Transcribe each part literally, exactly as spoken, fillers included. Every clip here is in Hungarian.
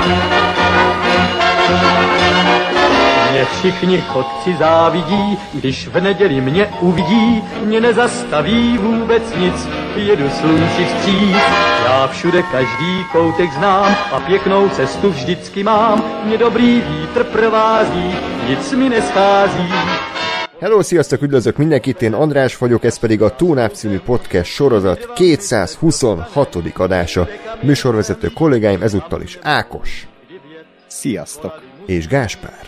Mě všichni chodci závidí, když v neděli mě uvidí, mě nezastaví vůbec nic, jedu slunci vstříc. Já všude každý koutek znám a pěknou cestu vždycky mám, mě dobrý vítr provází, nic mi neschází. Hello, sziasztok, üdvözlök mindenkit, én András vagyok, ez pedig a Tune Up című podcast sorozat kétszázhuszonhatodik adása. Műsorvezető kollégáim ezúttal is Ákos. Sziasztok. És Gáspár.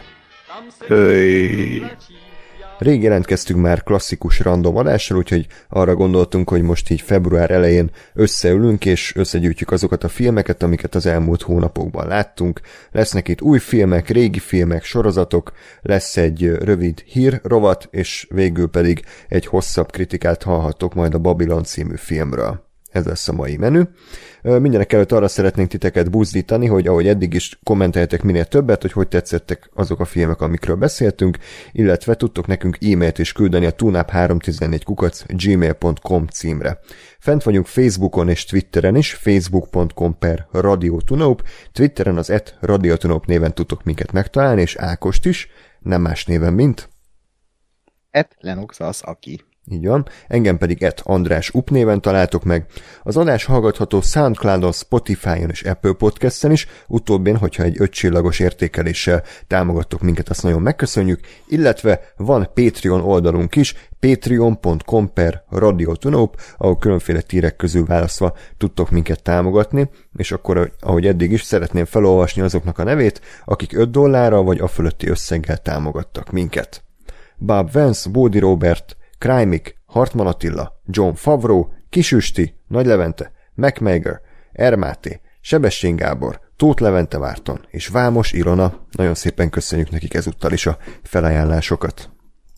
Hey. Rég jelentkeztünk már klasszikus random adással, úgyhogy arra gondoltunk, hogy most így február elején összeülünk, és összegyűjtjük azokat a filmeket, amiket az elmúlt hónapokban láttunk. Lesznek itt új filmek, régi filmek, sorozatok, lesz egy rövid hírrovat, és végül pedig egy hosszabb kritikát hallhattok majd a Babylon című filmről. Ez lesz a mai menü. Mindenek előtt arra szeretnénk titeket buzdítani, hogy ahogy eddig is kommenteljetek minél többet, hogy hogy tetszettek azok a filmek, amikről beszéltünk, illetve tudtok nekünk e-mailt is küldeni a tuneup háromszáztizennégy kukac gmail pont com címre. Fent vagyunk Facebookon és Twitteren is, facebook pont com per Radio Tuneup, Twitteren az et Radio Tuneup néven tudtok minket megtalálni, és Ákost is, nem más néven, mint Et Lenox az aki. Így van, engem pedig et András Up néven találtok meg. Az adás hallgatható Soundcloudon, Spotify-on és Apple Podcast-en is, utóbbin, hogyha egy öt csillagos értékeléssel támogattok minket, azt nagyon megköszönjük, illetve van Patreon oldalunk is, patreon pont com per Radio Tuneup, ahol különféle tírek közül választva tudtok minket támogatni, és akkor, ahogy eddig is, szeretném felolvasni azoknak a nevét, akik öt dollárral vagy a fölötti összeggel támogattak minket. Bob Vance, Bódi Robert, Krajmik, Hartman Attila, John Favreau, Kisüsti, Nagy Levente, MacMager, Ermáté, Sebestyén Gábor, Tóth Levente Várton és Vámos Ilona. Nagyon szépen köszönjük nekik ezúttal is a felajánlásokat.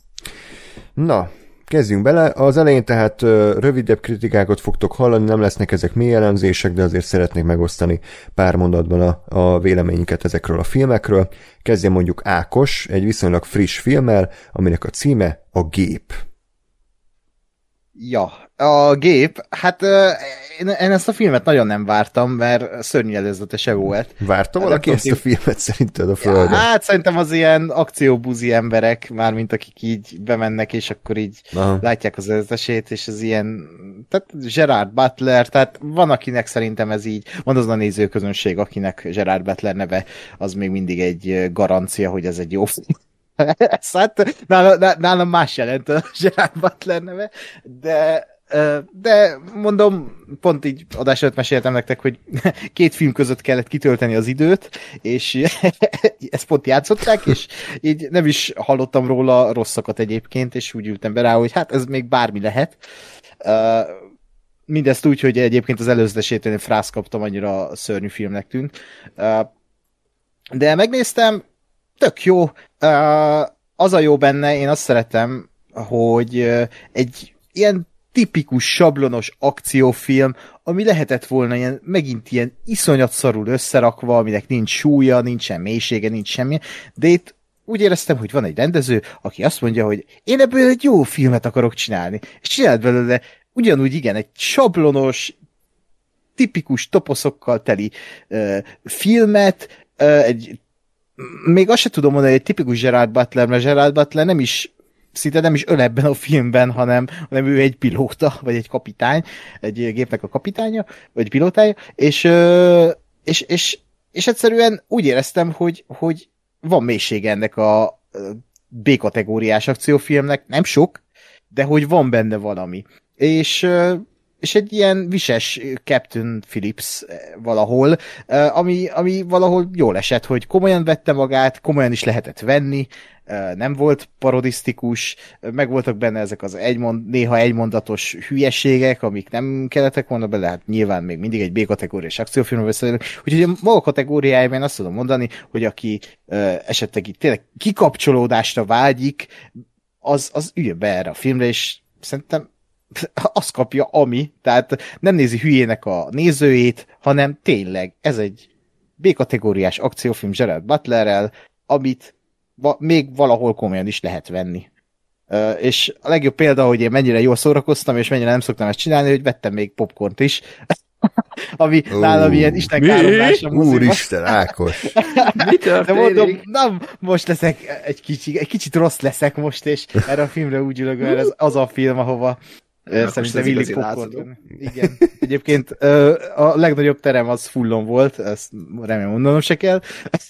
Na, kezdjünk bele. Az elején tehát ö, rövidebb kritikákat fogtok hallani, nem lesznek ezek mély elemzések, de azért szeretnék megosztani pár mondatban a, a véleményünket ezekről a filmekről. Kezdjen mondjuk Ákos egy viszonylag friss filmmel, aminek a címe A Gép. Ja, a Gép, hát én, én ezt a filmet nagyon nem vártam, mert szörnyű előzetese volt. Várta valaki ezt a filmet szerinted a Földön? Ja, hát szerintem az ilyen akcióbuzi emberek, mármint akik így bemennek, és akkor így Aha. látják az előzetesét, és az ilyen, tehát Gerard Butler, tehát van akinek szerintem ez így, van az a nézőközönség, akinek Gerard Butler neve, az még mindig egy garancia, hogy ez egy jó film. Hát, nálam, nálam más jelent a Gerard Butler neve, de, de mondom, pont így adás előtt meséltem nektek, hogy két film között kellett kitölteni az időt, és ezt pont játszották, és így nem is hallottam róla rosszakat egyébként, és úgy ültem be rá, hogy hát ez még bármi lehet. Mindezt úgy, hogy egyébként az előzetesétől én frász kaptam, annyira szörnyű filmnek tűnt. De megnéztem, tök jó. Uh, az a jó benne, én azt szeretem, hogy uh, egy ilyen tipikus, sablonos akciófilm, ami lehetett volna ilyen, megint ilyen iszonyat szarul összerakva, aminek nincs súlya, nincsen mélysége, nincs semmi, de itt úgy éreztem, hogy van egy rendező, aki azt mondja, hogy én ebből egy jó filmet akarok csinálni, és csinált belőle ugyanúgy, igen, egy sablonos, tipikus toposzokkal teli uh, filmet, uh, egy még azt se tudom mondani, hogy egy tipikus Gerard Butler, mert Gerard Butler nem is, szinte nem is öl ebben a filmben, hanem, hanem ő egy pilóta, vagy egy kapitány, egy gépnek a kapitánya, vagy pilótája, és, és, és, és egyszerűen úgy éreztem, hogy, hogy van mélysége ennek a B-kategóriás akciófilmnek, nem sok, de hogy van benne valami. És és egy ilyen vises Captain Phillips valahol, ami, ami valahol jól esett, hogy komolyan vette magát, komolyan is lehetett venni, nem volt parodisztikus, megvoltak benne ezek az egymond, néha egymondatos hülyeségek, amik nem kellettek volna bele, hát nyilván még mindig egy B-kategóriás akciófilmről beszélünk, úgyhogy a maga kategóriájában én azt tudom mondani, hogy aki esetleg itt tényleg kikapcsolódásra vágyik, az, az üljön be erre a filmre, és szerintem azt kapja, ami, tehát nem nézi hülyének a nézőjét, hanem tényleg ez egy B-kategóriás akciófilm Gerard Butlerrel, amit va- még valahol komolyan is lehet venni. Uh, és a legjobb példa, hogy én mennyire jól szórakoztam, és mennyire nem szoktam ezt csinálni, hogy vettem még popcornt is, Ami uh, nálam ilyen istenkáromlás a moziban. Úristen, Ákos! Mi történik? De mondom, nem, most leszek egy kicsit, egy kicsit rossz leszek most, és erre a filmre úgy ülök, mert ez az a film, ahova ja, szerintem illik popcorn. Igen. Egyébként a legnagyobb terem az fullon volt, ezt remélem mondanom se kell.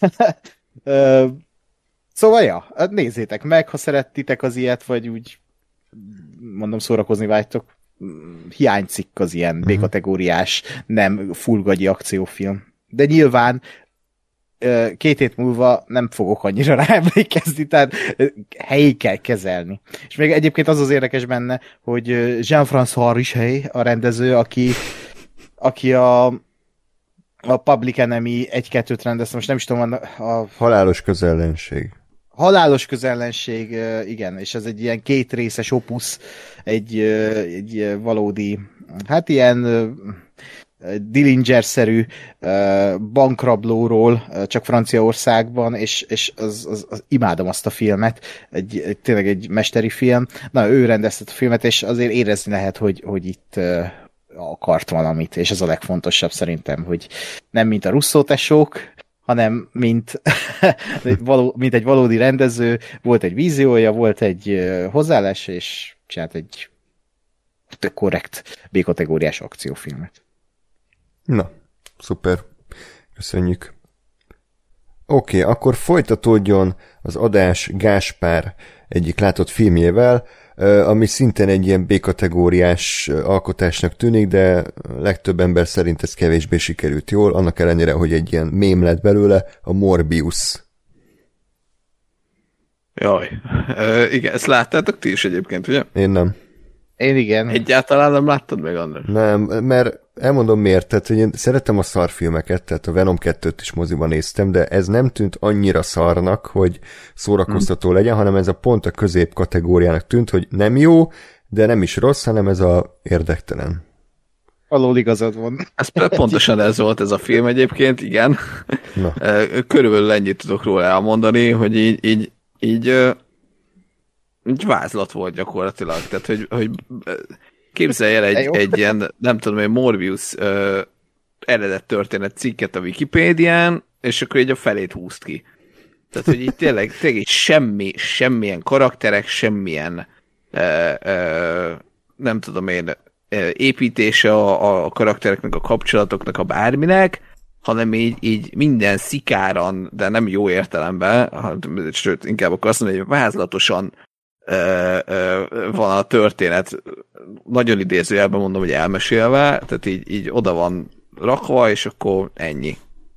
Szóval, ja, nézzétek meg, ha szerettitek az ilyet, vagy úgy mondom, szórakozni vágytok. Hiányzik az ilyen uh-huh. B-kategóriás, nem fullgagyi akciófilm. De nyilván két hét múlva nem fogok annyira rá emlékezni, tehát helyén kell kezelni. És még egyébként az az érdekes benne, hogy Jean-François Richey, a rendező, aki, aki a, a Public Enemy egy-kettőt rendezte, most nem is tudom, a, a Halálos közellenség. Halálos közellenség, igen, és ez egy ilyen két részes opusz, egy, egy valódi, hát ilyen Dillinger-szerű bankrablóról, csak Franciaországban, és, és az, az, az, imádom azt a filmet, egy, egy, tényleg egy mesteri film. Na, ő rendezte a filmet, és azért érezni lehet, hogy, hogy itt akart valamit, és ez a legfontosabb szerintem, hogy nem mint a Russo tesók, hanem mint, való, mint egy valódi rendező, volt egy víziója, volt egy hozzáállás, és csinált egy tök korrekt B-kategóriás akciófilmet. Na, szuper. Köszönjük. Oké, okay, akkor folytatódjon az adás Gáspár egyik látott filmjével, ami szintén egy ilyen B-kategóriás alkotásnak tűnik, de legtöbb ember szerint ez kevésbé sikerült jól, annak ellenére, hogy egy ilyen mém lett belőle, a Morbius. Jaj, e, igen, ezt láttátok ti is egyébként, ugye? Én nem. Én igen. Egyáltalán nem láttad meg, András? Nem, mert elmondom miért, tehát hogy én szeretem a szarfilmeket, tehát a Venom kettőt is moziban néztem, de ez nem tűnt annyira szarnak, hogy szórakoztató hmm. legyen, hanem ez a pont a közép kategóriának tűnt, hogy nem jó, de nem is rossz, hanem ez a érdektelen. Való igazad van. Ez pontosan ez volt ez a film egyébként, igen. Na. Körülbelül ennyit tudok róla elmondani, hogy így, így, így, így vázlat volt gyakorlatilag. Tehát, hogy, hogy képzelj el egy, egy ilyen, nem tudom, egy Morbius uh, eredet történet cikket a Wikipédián, és akkor így a felét húzt ki. Tehát, hogy így tényleg, tényleg így semmi, semmilyen karakterek, semmilyen uh, uh, nem tudom én, uh, építése a, a karaktereknek, a kapcsolatoknak, a bárminek, hanem így, így minden szikáran, de nem jó értelemben, sőt, inkább akkor azt mondom, hogy vázlatosan uh, uh, van a történet, nagyon idézőjelben mondom, hogy elmesélve, tehát így, így oda van rakva, és akkor ennyi.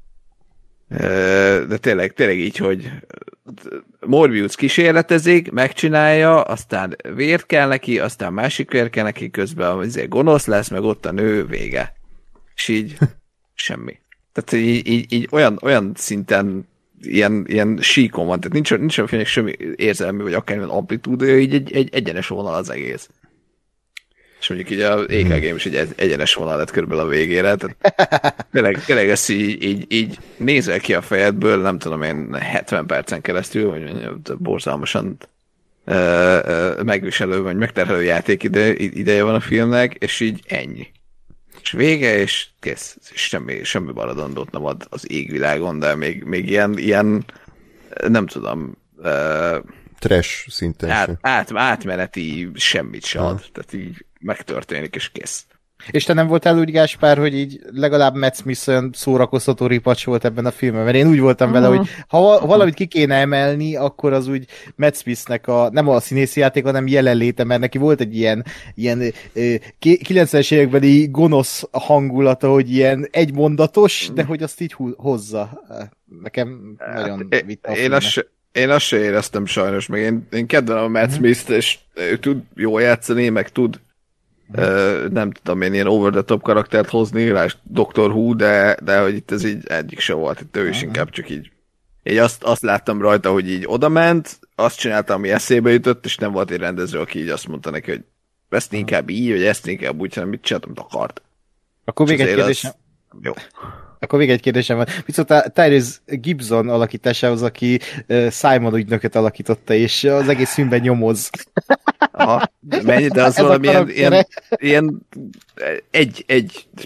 De tényleg, tényleg így, hogy Morbius kísérletezik, megcsinálja, aztán vért kell neki, aztán másik vér kell neki, közben azért gonosz lesz, meg ott a nő, vége. És így semmi. Tehát így, így, így olyan, olyan szinten ilyen, ilyen síkon van, tehát nincs, nincs a filmnek semmi érzelmi, vagy akármilyen amplitúdója, így egy, egy egyenes vonal az egész. És mondjuk így a é ká gé is egy egyenes vonal lett körülbelül a végére. Tehát tényleg, tényleg ezt így, így, így nézel ki a fejedből, nem tudom én, hetven percen keresztül, vagy borzalmasan ö, ö, megviselő, vagy megterhelő játék ide, ideje van a filmnek, és így ennyi. És vége, és kész. Semmi, semmi maradandót nem ad az égvilágon, de még, még ilyen, ilyen, nem tudom... Ö, trash szinten át, át, átmeneti semmit se ad. Tehát így megtörténik, és kész. És te nem voltál úgy, Gáspár, hogy így legalább Matt Smith olyan szórakoztató ripacs volt ebben a filmben? Mert én úgy voltam vele, hogy ha valamit ki kéne emelni, akkor az úgy Matt Smithnek a, nem a színészi játék, hanem jelenléte, mert neki volt egy ilyen, ilyen kilencvenes évekbeli gonosz hangulata, hogy ilyen egymondatos, de hogy azt így hozza. Nekem nagyon vitt a Én azt Én azt se éreztem sajnos, meg én, én kedvelem a Matt Smith-t, és ő tud jól játszani, meg tud uh, nem tudom én ilyen over-the-top karaktert hozni, lásd doktor Who, de, de hogy itt ez így egyik se volt, itt ő is inkább csak így. Én azt, azt láttam rajta, hogy így odament, azt csináltam, ami eszébe jutott, és nem volt egy rendező, aki így azt mondta neki, hogy ezt inkább így, vagy ezt inkább úgy, hanem mit csináltam, amit akart. Akkor még egy kérdés. Az... Jó. Akkor még egy kérdésem van. Viszont Tyrese Gibson alakításához, aki uh, Simon ügynököt alakította, és az egész filmben nyomoz. Aha, mennyi, de az valamilyen ilyen, ilyen egy, egy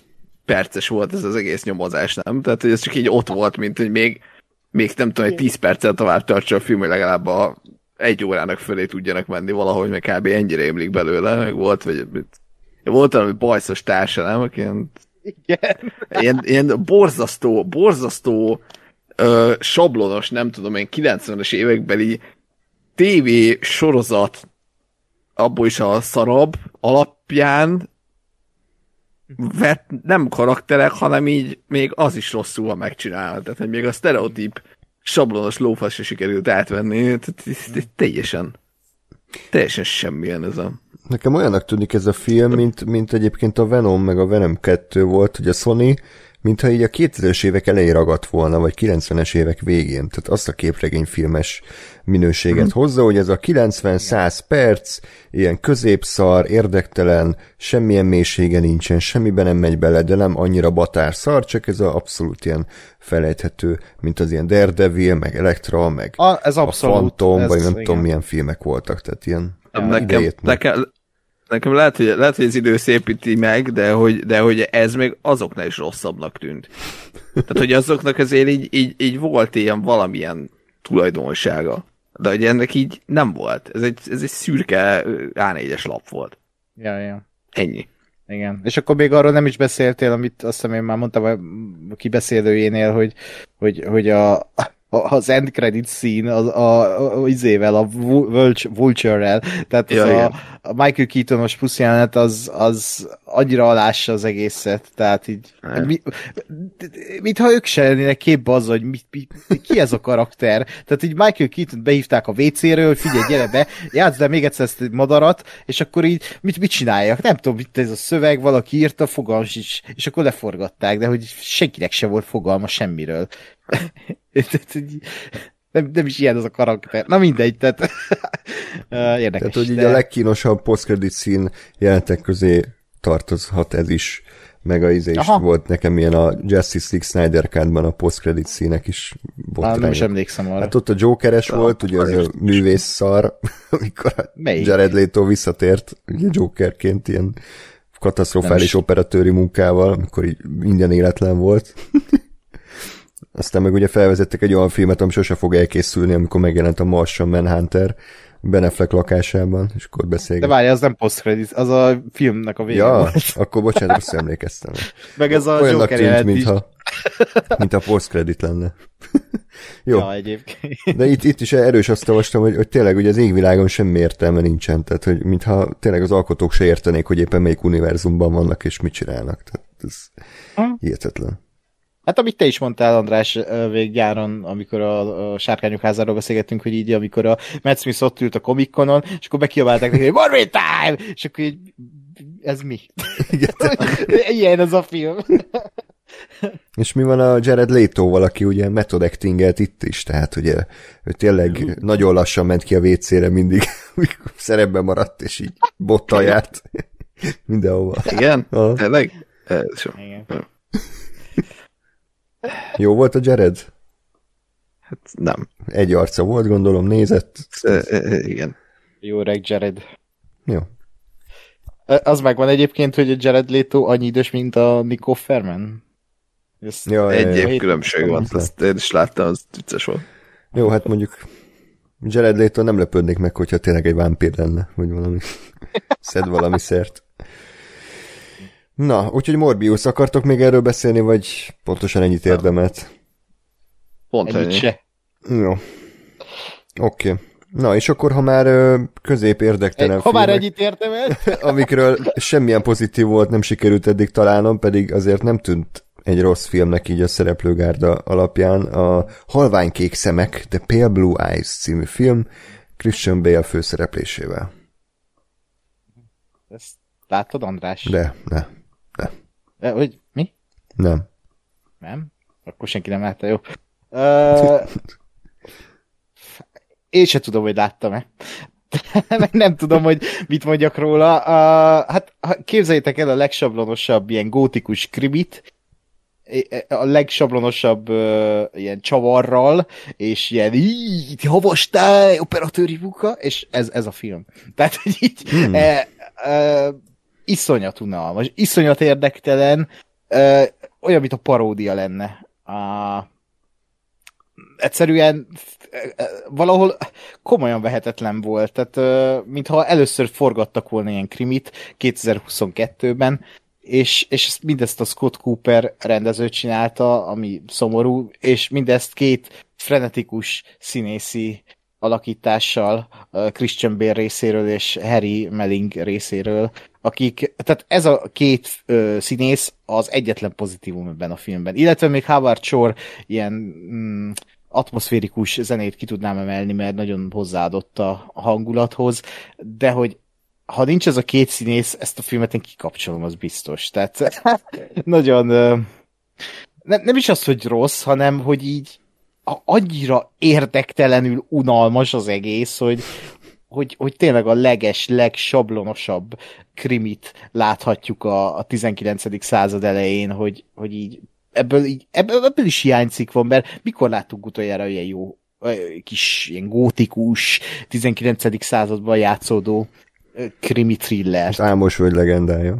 perces volt ez az egész nyomozás, nem? Tehát, hogy ez csak így ott volt, mint hogy még, még nem tudom, hogy tíz perccel tovább tartsa a film, hogy legalább a egy órának fölé tudjanak menni valahogy, meg kb. Ennyire émlik belőle, meg volt, vagy volt valami bajszos társa, nem? Aki ilyen, Igen. ilyen, ilyen borzasztó, borzasztó ö, sablonos, nem tudom én, kilencvenes évekbeli tévé sorozat, abból is a szarab alapján vett nem karakterek, hanem így még az is rosszul van megcsinálva. Tehát, hogy még a sztereotíp sablonos lófasz se sikerült átvenni. Tehát, teljesen teljesen semmilyen ez a... Nekem olyannak tűnik ez a film, mint, mint egyébként a Venom meg a Venom kettő volt, hogy a Sony, mintha így a kétezres évek elején ragadt volna, vagy kilencvenes évek végén. Tehát azt a képregényfilmes minőséget mm. hozza, hogy ez a kilencven-száz perc, ilyen középszar, érdektelen, semmilyen mélysége nincsen, semmiben nem megy bele, de nem annyira batár szar, csak ez a abszolút ilyen felejthető, mint az ilyen Daredevil, meg Elektra, meg a, ez abszolút, a Phantom, ez, vagy nem igen. tudom milyen filmek voltak, tehát ilyen nekem, nekem, nekem lehet, hogy, lehet, hogy az idő szépíti meg, de hogy, de hogy ez még azoknál is rosszabbnak tűnt. Tehát, hogy azoknak azért így, így, így volt ilyen valamilyen tulajdonsága. De hogy ennek így nem volt. Ez egy, ez egy szürke á négyes lap volt. Ja, ja. Ennyi. Igen. És akkor még arról nem is beszéltél, amit azt hiszem én már mondtam a kibeszélőjénél, hogy, hogy, hogy a, az end credit scene az a, a, izével, a Vulture-rel, tehát az ja, a, a Michael Keatonos puszjelenet az, az annyira alássa az egészet, tehát így mi, mintha ők se lennének képbe az, hogy mi, mi, ki ez a karakter, tehát így Michael Keaton behívták a vé céről, hogy figyelj, gyere be, játszd el még egyszer ezt egy madarat, és akkor így mit, mit csináljak? Nem tudom, mit ez a szöveg, valaki írta, fogalmas is, és akkor leforgatták, de hogy senkinek se volt fogalma semmiről. nem, nem is ilyen az a karakter. Na mindegy, tehát érdekes. Tehát, hogy de... így a legkínosabb post-credit szín jelentek közé tartozhat ez is, meg a izé is volt nekem ilyen a Justice League Snyder Cut-ban a post-credit színek is botrányok. Nem is emlékszem arra. Hát ott a Jokeres a volt, ugye az a művész szar, amikor Melyik? Jared Leto visszatért, ugye Jokerként ilyen katasztrofális operatőri munkával, amikor így minden életlen volt. Aztán meg ugye felvezettek egy olyan filmet, ami sose fog elkészülni, amikor megjelent a Martian Manhunter Ben Affleck lakásában, és akkor beszélgetünk. De várj, az nem post-credit, az a filmnek a vége ja, volt. akkor bocsánat, azt emlékeztem. Meg ez a olyannak Joker tűnt, jelent mintha, mintha post-credit lenne. Jó. Ja, egyébként. De itt, itt is erős azt olvastam, hogy, hogy tényleg ugye az égvilágon semmi értelme nincsen, tehát hogy mintha tényleg az alkotók se értenék, hogy éppen melyik univerzumban vannak, és mit csinálnak. Tehát ez hm. hihetetlen. Hát amit te is mondtál, András, véggyáron, amikor a, a Sárkányok házáról beszélgettünk, hogy így, amikor a Matt Smith ott ült a Comic-Conon, és akkor bekiabálták neki, hogy More time! És akkor így, ez mi? Ilyen ez a film. És mi van a Jared Leto-val, aki ugye method actingelt itt is, tehát ugye ő tényleg nagyon lassan ment ki a vécére mindig, szerepben maradt, és így bottal járt mindenhova. Igen? Tényleg? Igen. Jó volt a Jared? Hát nem. Egy arca volt, gondolom, nézett. Igen. Jó reg Jared. Jó. Az megvan egyébként, hogy a Jared Leto annyi idős, mint a Nick Offerman. Ja, egy év különbség van, azt én is láttam, az vicces volt. Jó, hát mondjuk Jared Leto nem lepődnék meg, hogyha tényleg egy vámpír lenne, vagy valami. Szed valami szert. Na, úgyhogy Morbius, akartok még erről beszélni, vagy pontosan ennyit érdemelt? Pont ennyi. Se. Jó. Oké. Okay. Na, és akkor, ha már ö, közép érdektelen Ha filmek, már ennyit érdemelt? amikről semmilyen pozitív volt, nem sikerült eddig találnom, pedig azért nem tűnt egy rossz filmnek így a szereplőgárda alapján. A Halványkék szemek, The Pale Blue Eyes című film, Christian Bale főszereplésével. Ezt láttad, András? De, ne. Ne. De, hogy mi? Nem. Nem? Akkor senki nem látta, jó. Uh, én se tudom, hogy láttam-e. Nem tudom, hogy mit mondjak róla. Uh, hát képzeljétek el a legsablonosabb ilyen gótikus krimit, a legsablonosabb uh, ilyen csavarral, és ilyen így, havastály, operatőri munka, és ez, ez a film. Tehát, hogy így hmm. e, e, iszonyat unalmas, iszonyat érdektelen, Ö, olyan, mint a paródia lenne. Uh, egyszerűen valahol komolyan vehetetlen volt, tehát uh, mintha először forgattak volna ilyen krimit kétezer-huszonkettőben, és, és mindezt a Scott Cooper rendező csinálta, ami szomorú, és mindezt két frenetikus színészi alakítással, uh, Christian Bale részéről és Harry Melling részéről, akik, tehát ez a két uh, színész az egyetlen pozitívum ebben a filmben. Illetve még Howard Shore ilyen mm, atmoszférikus zenét ki tudnám emelni, mert nagyon hozzáadott a hangulathoz, de hogy ha nincs ez a két színész, ezt a filmet én kikapcsolom, az biztos. Tehát nagyon uh, nem, nem is az, hogy rossz, hanem hogy így annyira érdektelenül unalmas az egész, hogy, hogy, hogy tényleg a leges, legsablonosabb krimit láthatjuk a, a tizenkilencedik század elején, hogy, hogy így ebből, így, ebből, ebből is hiányzik van, mert mikor láttunk utoljára ilyen jó kis, ilyen gótikus, tizenkilencedik században játszódó krimi thriller. Az Álmos Völgy legendája.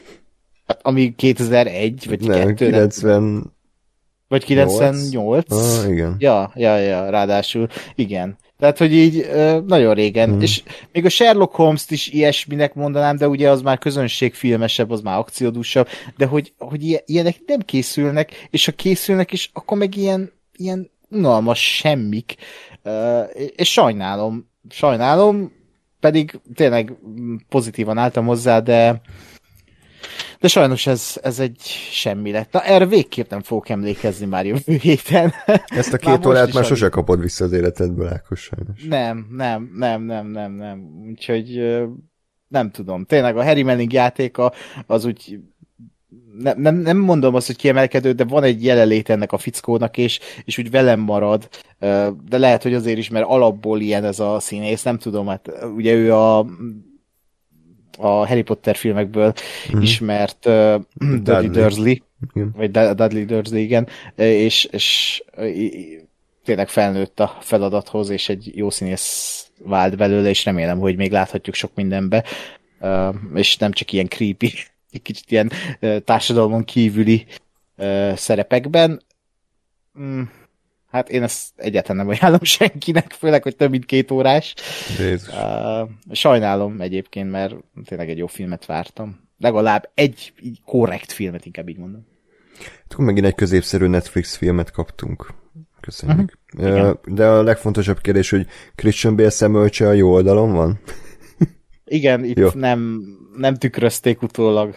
Ami kétezer-egy, vagy nem, kettő, kilencven vagy kilencvennyolc. Ah, igen. Ja, ja, ja, ráadásul, igen. Tehát, hogy így nagyon régen, hmm. és még a Sherlock Holmes-t is ilyesminek mondanám, de ugye az már közönségfilmesebb, az már akciódúsabb, de hogy, hogy ilyenek nem készülnek, és ha készülnek is, akkor meg ilyen, ilyen unalmas semmik, és sajnálom, sajnálom, pedig tényleg pozitívan álltam hozzá, de de sajnos ez, ez egy semmi lett. Na, erre végképp nem fogok emlékezni már jövő héten. Ezt a két órát már sose kapod vissza az életedből, Ákos, sajnos. Nem, nem, nem, nem, nem, nem. Úgyhogy nem tudom. Tényleg a Harry Melling játéka az úgy nem, nem, nem mondom azt, hogy kiemelkedő, de van egy jelenlét ennek a fickónak, és, és úgy velem marad, de lehet, hogy azért is, mert alapból ilyen ez a színész, nem tudom, hát ugye ő a a Harry Potter filmekből mm-hmm. ismert uh, Dudley Dursley, igen. vagy Dudley Dursley, igen, és, és tényleg felnőtt a feladathoz, és egy jó színész vált belőle, és remélem, hogy még láthatjuk sok mindenbe, uh, és nem csak ilyen creepy, egy kicsit ilyen uh, társadalmon kívüli uh, szerepekben. Mm. Hát én ezt egyáltalán nem ajánlom senkinek, főleg, hogy több mint két órás. Uh, sajnálom egyébként, mert tényleg egy jó filmet vártam. Legalább egy korrekt filmet, inkább így mondom. Akkor megint egy középszerű Netflix filmet kaptunk. Köszönjük. Uh-huh. Uh, de a legfontosabb kérdés, hogy Christian Bale szemölcse a jó oldalon van? Igen, itt nem, nem tükrözték utólag.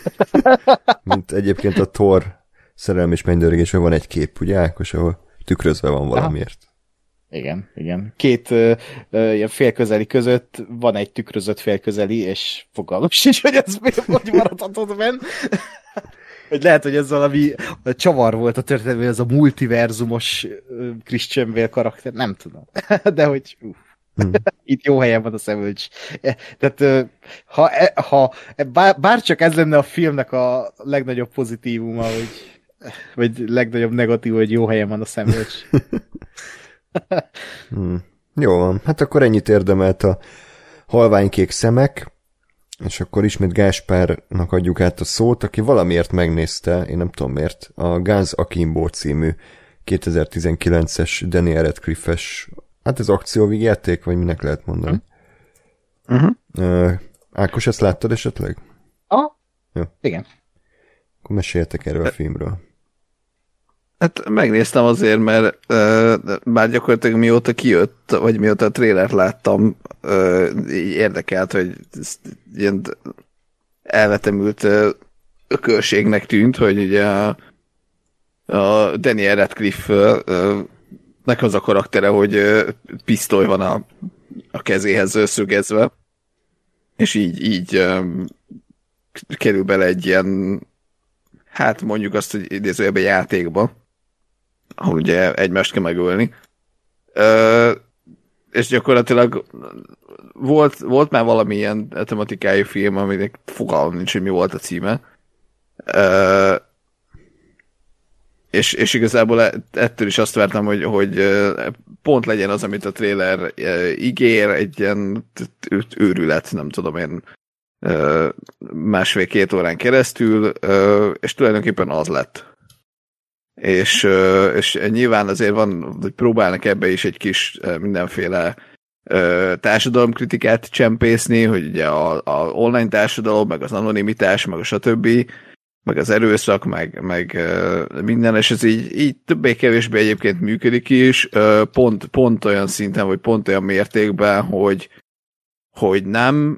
Mint egyébként a Thor szerelem és mennydörgésben van egy kép, ugye Ákos, ahol tükrözve van valamiért. Aha. Igen, igen. Két uh, uh, ilyen félközeli között van egy tükrözött félközeli, és fogalmam sincs, hogy ez hogy maradhatott benn. Hogy lehet, hogy ez valami csavar volt a történetben, ez a multiverzumos uh, Christian Bale karakter, nem tudom. De hogy uh, hmm. itt jó helyen van a szemölcs. Tehát uh, ha, ha bár, bárcsak ez lenne a filmnek a legnagyobb pozitívuma, hogy vagy legnagyobb negatív, hogy jó helyen van a szemölcs. hmm. Jó van, hát akkor ennyit érdemelt a halványkék szemek, és akkor ismét Gáspárnak adjuk át a szót, aki valamiért megnézte, én nem tudom miért, a Guns Akimbo című kétezer-tizenkilences Daniel Radcliffe-es, hát ez akcióvígjáték, vagy minek lehet mondani? Uh-huh. Uh, Ákos, ezt láttad esetleg? Ah, jó. Igen. Akkor meséljetek erről a filmről. Hát megnéztem azért, mert uh, bár gyakorlatilag mióta kijött, vagy mióta a trélert láttam, uh, érdekelt, hogy ilyen elvetemült uh, ökölségnek tűnt, hogy ugye a, a Daniel Radcliffe uh, nek az a karaktere, hogy uh, pisztoly van a, a kezéhez szögezve, és így, így um, kerül bele egy ilyen, hát mondjuk azt, hogy idézőjelben játékba, ahol ugye egymást kell megölni. Ö, és gyakorlatilag volt, volt már valami ilyen tematikájú film, aminek fogalmam nincs, hogy mi volt a címe. Ö, és, és igazából ettől is azt vártam, hogy, hogy pont legyen az, amit a trailer ígér, egy ilyen őrület, nem tudom én. másfél-két órán keresztül, és tulajdonképpen az lett. És, és nyilván azért van, hogy próbálnak ebbe is egy kis mindenféle társadalomkritikát csempészni, hogy ugye a, a online társadalom, meg az anonimitás, meg a stb., meg az erőszak, meg, meg minden, és ez így, így többé-kevésbé egyébként működik is, pont, pont olyan szinten, vagy pont olyan mértékben, hogy, hogy nem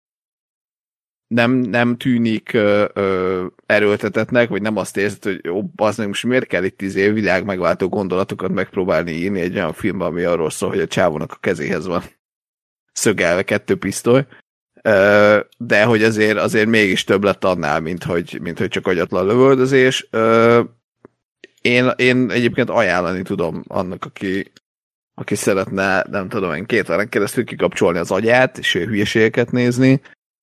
nem, nem tűnik ö, ö, erőltetetnek, vagy nem azt érzed, hogy jó, az meg most miért kell itt tíz év világ megváltó gondolatokat megpróbálni írni egy olyan filmben, ami arról szól, hogy a csávónak a kezéhez van szögelve kettő pisztoly, ö, de hogy azért, azért mégis több lett annál, mint hogy, mint hogy csak agyatlan lövöldözés. Ö, én, én egyébként ajánlani tudom annak, aki, aki szeretne, nem tudom én, két órán keresztül kikapcsolni az agyát, és hülyeségeket nézni.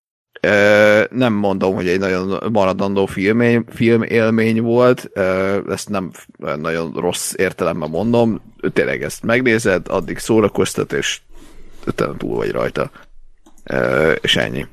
Nem mondom, hogy egy nagyon maradandó film, film élmény volt, ezt nem nagyon rossz értelemben mondom, tényleg ezt megnézed, addig szórakoztat, és utána túl vagy rajta. És ennyi.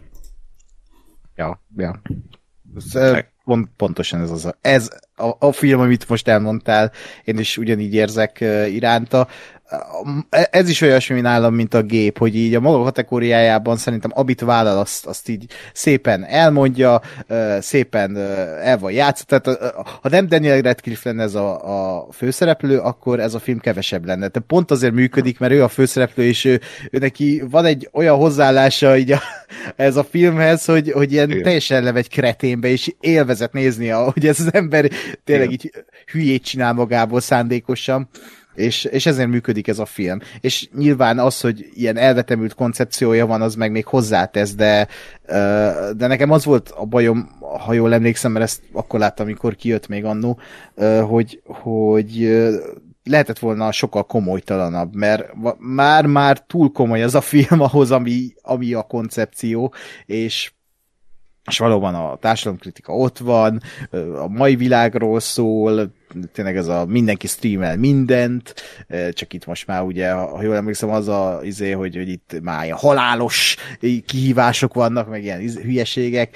Ja, ja. Ez, pont, pontosan ez az a, ez a, a film, amit most elmondtál, én is ugyanígy érzek iránta. Ez is olyasmi nálam, mint a gép, hogy így a maga kategóriájában szerintem abit vállal, azt, azt így szépen elmondja, szépen el van játszva. Tehát ha nem Daniel Radcliffe lenne ez a, a főszereplő, akkor ez a film kevesebb lenne. Tehát pont azért működik, mert ő a főszereplő, és ő, ő neki van egy olyan hozzáállása így a, ez a filmhez, hogy, hogy ilyen igen, teljesen levegy kreténbe, és élvezet nézni, hogy ez az ember tényleg igen, így hülyét csinál magából szándékosan. És, és ezért működik ez a film. És nyilván az, hogy ilyen elvetemült koncepciója van, az meg még hozzátesz, de, de nekem az volt a bajom, ha jól emlékszem, mert ezt akkor láttam, amikor kijött még annó, hogy, hogy lehetett volna sokkal komolytalanabb, mert már-már túl komoly ez a film ahhoz, ami, ami a koncepció, és és valóban a társadalomkritika ott van, a mai világról szól, tényleg ez a mindenki streamel mindent, csak itt most már ugye, ha jól emlékszem, az a izé, hogy, hogy itt már ilyen halálos kihívások vannak, meg ilyen hülyeségek.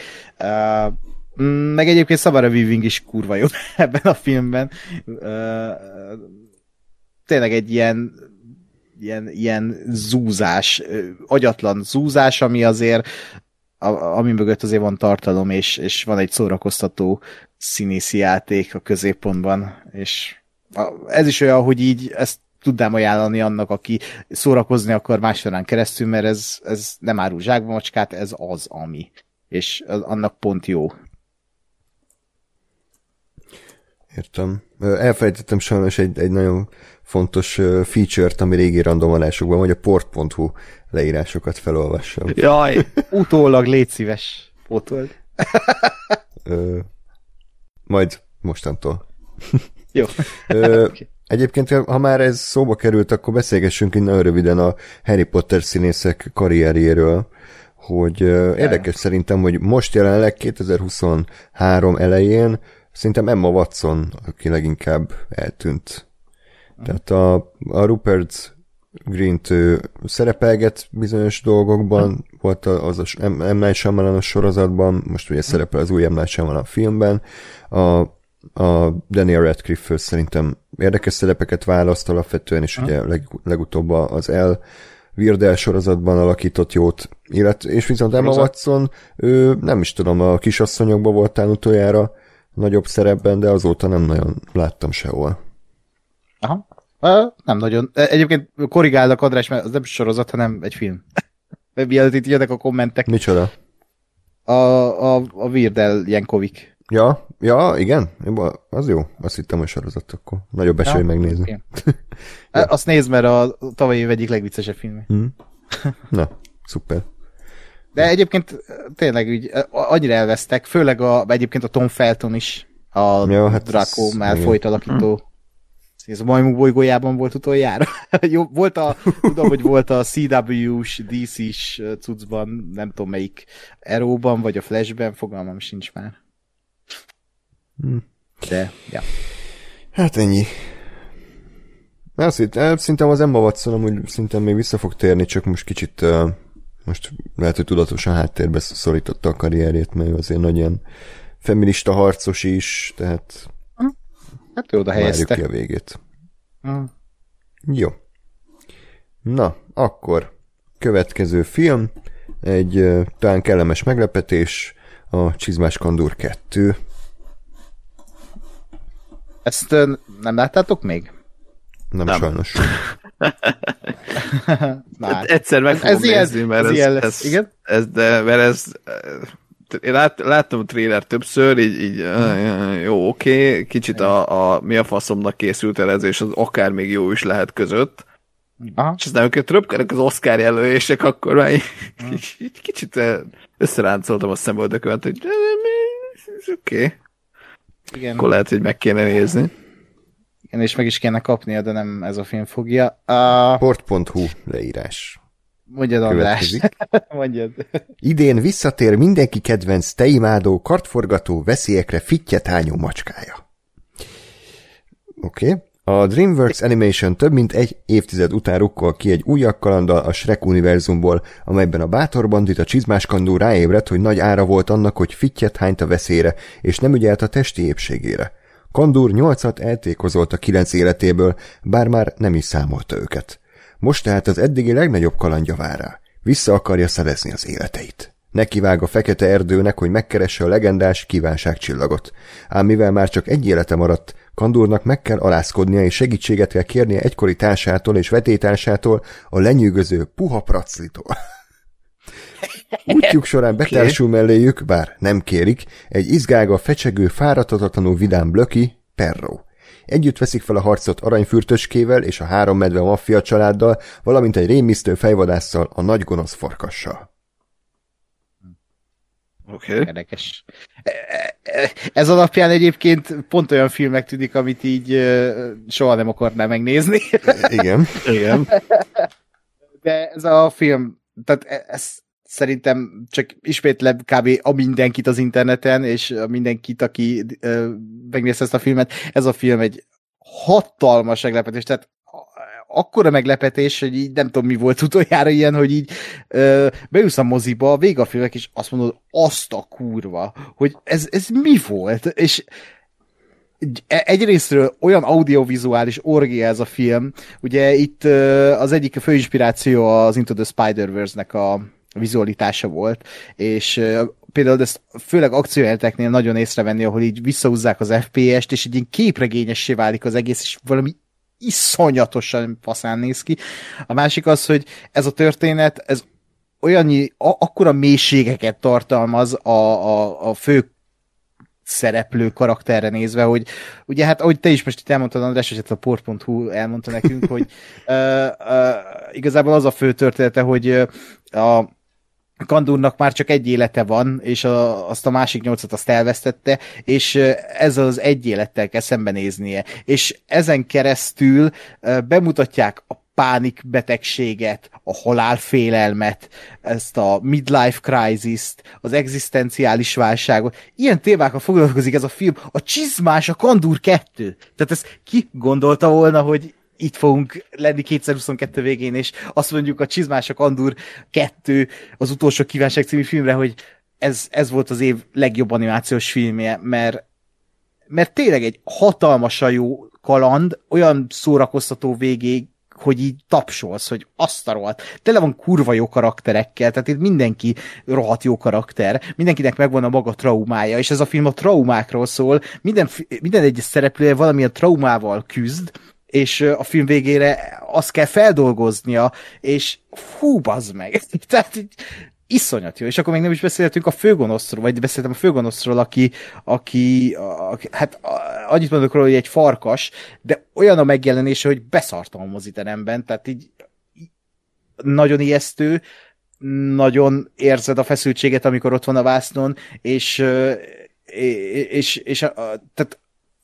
Meg egyébként Samara Weaving is kurva jó ebben a filmben. Tényleg egy ilyen ilyen, ilyen zúzás, agyatlan zúzás, ami azért ami mögött azért van tartalom, és, és van egy szórakoztató színészi játék a középpontban, és ez is olyan, hogy így ezt tudnám ajánlani annak, aki szórakozni akar másfélán keresztül, mert ez, ez nem árul zsákba macskát, ez az, ami. És annak pont jó. Értem. Elfelejtettem sajnos egy, egy nagyon fontos feature-t, ami régi randomolásokban, vagy a port pont hu leírásokat felolvassam. Jaj! Utólag légy szíves. Pótold. Ö, majd mostantól. Jó. Ö, okay. Egyébként, ha már ez szóba került, akkor beszélgessünk így nagyon röviden a Harry Potter színészek karrierjéről, hogy ö, érdekes szerintem, hogy most jelenleg kétezer-huszonhárom elején szerintem Emma Watson, aki leginkább eltűnt. Tehát a, a Rupert Grint szerepelget bizonyos dolgokban, volt az a M. Night Shyamalan sorozatban, most ugye szerepel az új M. Night Shyamalan filmben. A, a Daniel Radcliffe szerintem érdekes szerepeket választ alapvetően, és ugye leg, legutóbb az El Virdel sorozatban alakított jót, illet, és viszont Emma Watson, ő nem is tudom, a Kisasszonyokban voltál utoljára nagyobb szerepben, de azóta nem nagyon láttam sehol. Aha. Uh, nem nagyon. Egyébként korrigálnak, András, mert az nem sorozat, hanem egy film. Mielőtt itt jönnek a kommentek. Micsoda? A, a, a Virdel Jankovic. Ja, ja, igen. Az jó. Azt hittem, hogy sorozat akkor. Nagyobb esély ja, megnézni. Ja. Azt nézd, mert a tavalyi év egyik legviccesebb filmje. Hmm. Na, szuper. De egyébként tényleg úgy, annyira elvesztek, főleg a, egyébként a Tom Felton is, a ja, hát Draco Malfoyt alakító. Ez a Majmok bolygójában volt utoljára. Jó, volt a, tudom, hogy volt a cé dupla vé-s, dé cés cuccban, nem tudom melyik Arrowban, vagy a Flashben, fogalmam sincs már. De, ja. Hát ennyi. Azt hitt, szerintem az Emma Watson amúgy szerintem még vissza fog térni, csak most kicsit uh, Most lehet, hogy tudatosan háttérbe szorította a karrierjét, mert azért nagy ilyen feminista harcos is, tehát hát ő oda helyezte. Várjuk ki a végét. Mm. Jó. Na, akkor következő film, egy uh, talán kellemes meglepetés, a Csizmás Kandúr kettő. Ezt uh, nem láttátok még? Nem, nem. Sajnos. Hát egyszer meg fogom ez nézni, ilyen, mert ez, ez, ez, ez, igen? ez, de, mert ez, én lát, láttam a trailer többször, így, így jó, oké, okay. Kicsit a, a mi a faszomnak készült el ez, és az akár még jó is lehet között. Aha. És aztán amikor röpkedek az Oscar jelölések, akkor már így, így kicsit összeráncoltam a szemöldökömet, hogy oké. Okay. Igen. Akkor lehet, hogy meg kéne nézni. Igen, és meg is kéne kapnia, de nem ez a film fogja. A... port pont hu leírás. Mondjad, András. Mondjad. Idén visszatér mindenki kedvenc teimádó, kartforgató, veszélyekre fittyet hányó macskája. Oké. Okay. A DreamWorks Animation több mint egy évtized után rukkol ki egy újabb kalanddal a Shrek univerzumból, amelyben a bátor bandita Csizmás Kandúr ráébredt, hogy nagy ára volt annak, hogy fittyet hányt a veszélyre, és nem ügyelt a testi épségére. Kandúr nyolcat eltékozolt a kilenc életéből, bár már nem is számolta őket. Most tehát az eddigi legnagyobb kalandja vár rá. Vissza akarja szerezni az életeit. Nekivág a fekete erdőnek, hogy megkeresse a legendás kívánságcsillagot. Ám mivel már csak egy élete maradt, Kandúrnak meg kell alázkodnia és segítséget kell kérnie egykori társától és vetétársától, a lenyűgöző puha praclitól. Útjuk során betársul melléjük, bár nem kérik, egy izgága, fecsegő, fáradhatatlanul vidám blöki, Perro. Együtt veszik fel a harcot aranyfürtöskével és a három medve maffia családdal, valamint egy rémisztő fejvadásszal, a nagy gonosz farkassal. Oké. Okay. Érdekes. Ez alapján egyébként pont olyan filmek tűnik, amit így soha nem akarnám megnézni. Igen. Igen. De ez a film, tehát ez szerintem csak ismétlem kb. A mindenkit az interneten, és a mindenkit, aki megnézte ezt a filmet, ez a film egy hatalmas meglepetés, tehát akkora meglepetés, hogy így nem tudom, mi volt utoljára ilyen, hogy így ö, beülsz a moziba, vége a filmek, és azt mondod, azt a kurva, hogy ez, ez mi volt? És egyrésztről olyan audiovizuális orgia ez a film, ugye itt ö, az egyik főinspiráció az Into the Spider-Verse-nek a vizualitása volt, és ö, például ezt főleg akciójáteknél nagyon észrevenni, ahol így visszahúzzák az ef pé est, és így ilyen képregényessé válik az egész, és valami iszonyatosan faszán néz ki. A másik az, hogy ez a történet, ez olyannyi, a, akkora mélységeket tartalmaz a, a, a fő szereplő karakterre nézve, hogy ugye hát, ahogy te is most itt elmondtad, András, hogy hát a port pont hu elmondta nekünk, hogy uh, uh, igazából az a fő története, hogy uh, a Kandúrnak már csak egy élete van, és a, azt a másik nyolcat azt elvesztette, és ez az egy élettel kell szembenéznie. És ezen keresztül bemutatják a pánikbetegséget, a halálfélelmet, ezt a midlife crisis-t, az egzisztenciális válságot. Ilyen témákkal foglalkozik ez a film, a Csizmás, a Kandúr kettő. Tehát ezt ki gondolta volna, hogy itt fogunk lenni kétezer-huszonkettő végén, és azt mondjuk a Csizmás, a Kandúr kettő, az utolsó kívánság című filmre, hogy ez, ez volt az év legjobb animációs filmje, mert, mert tényleg egy hatalmasan jó kaland, olyan szórakoztató végéig, hogy így tapsolsz, hogy azt a rohadt. Tele van kurva jó karakterekkel, tehát itt mindenki rohadt jó karakter, mindenkinek megvan a maga traumája, és ez a film a traumákról szól, minden, minden egyes szereplője valamilyen traumával küzd, és a film végére azt kell feldolgoznia, és hú, bazd meg. Tehát így iszonyat jó. És akkor még nem is beszéltünk a főgonoszról, vagy beszéltem a főgonoszról, aki, aki, aki hát annyit mondok róla, hogy egy farkas, de olyan a megjelenése, hogy beszartam a moziteremben, tehát így nagyon ijesztő, nagyon érzed a feszültséget, amikor ott van a vásznon, és, és, és, és tehát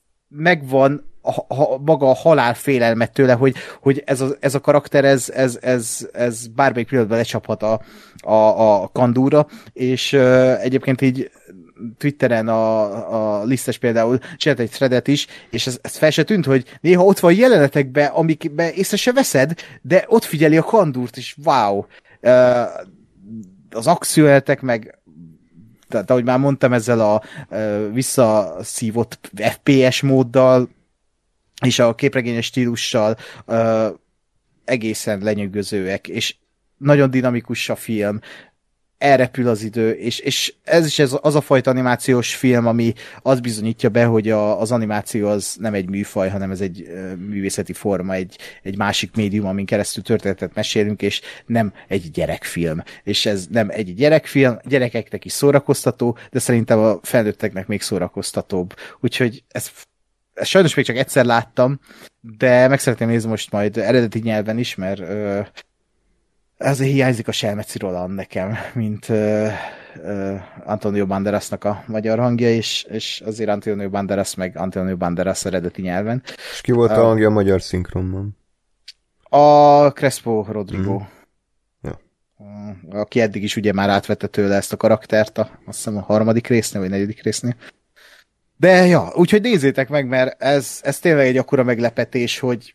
megvan A, a, maga a halál félelmet tőle, hogy, hogy ez, a, ez a karakter, ez, ez, ez, ez bármelyik pillanatban lecsaphat a, a, a Kandúra, és uh, egyébként így Twitteren a, a lisztes például csinált egy threadet is, és ez, ez fel se tűnt, hogy néha ott van jelenetekben, amikben észre se veszed, de ott figyeli a Kandúrt, és wow! Uh, az akcióeltek meg, tehát ahogy már mondtam, ezzel a uh, visszaszívott ef pé es móddal és a képregényes stílussal uh, egészen lenyűgözőek, és nagyon dinamikus a film, elrepül az idő, és, és ez is ez, az a fajta animációs film, ami azt bizonyítja be, hogy a, az animáció az nem egy műfaj, hanem ez egy uh, művészeti forma, egy, egy másik médium, amin keresztül történetet mesélünk, és nem egy gyerekfilm. És ez nem egy gyerekfilm, gyerekeknek is szórakoztató, de szerintem a felnőtteknek még szórakoztatóbb. Úgyhogy ez, ez sajnos még csak egyszer láttam, de meg szeretném nézni most majd eredeti nyelven is, mert uh, azért hiányzik a Selmeci Roland nekem, mint uh, uh, Antonio Banderasnak a magyar hangja, és, és azért Antonio Banderas meg Antonio Banderas eredeti nyelven. És ki volt a hangja a magyar szinkronban? A Crespo Rodrigo. Mm. Ja. Uh, aki eddig is ugye már átvette tőle ezt a karaktert, a, azt hiszem a harmadik résznél, vagy negyedik résznél. De ja, úgyhogy nézzétek meg, mert ez, ez tényleg egy akkora meglepetés, hogy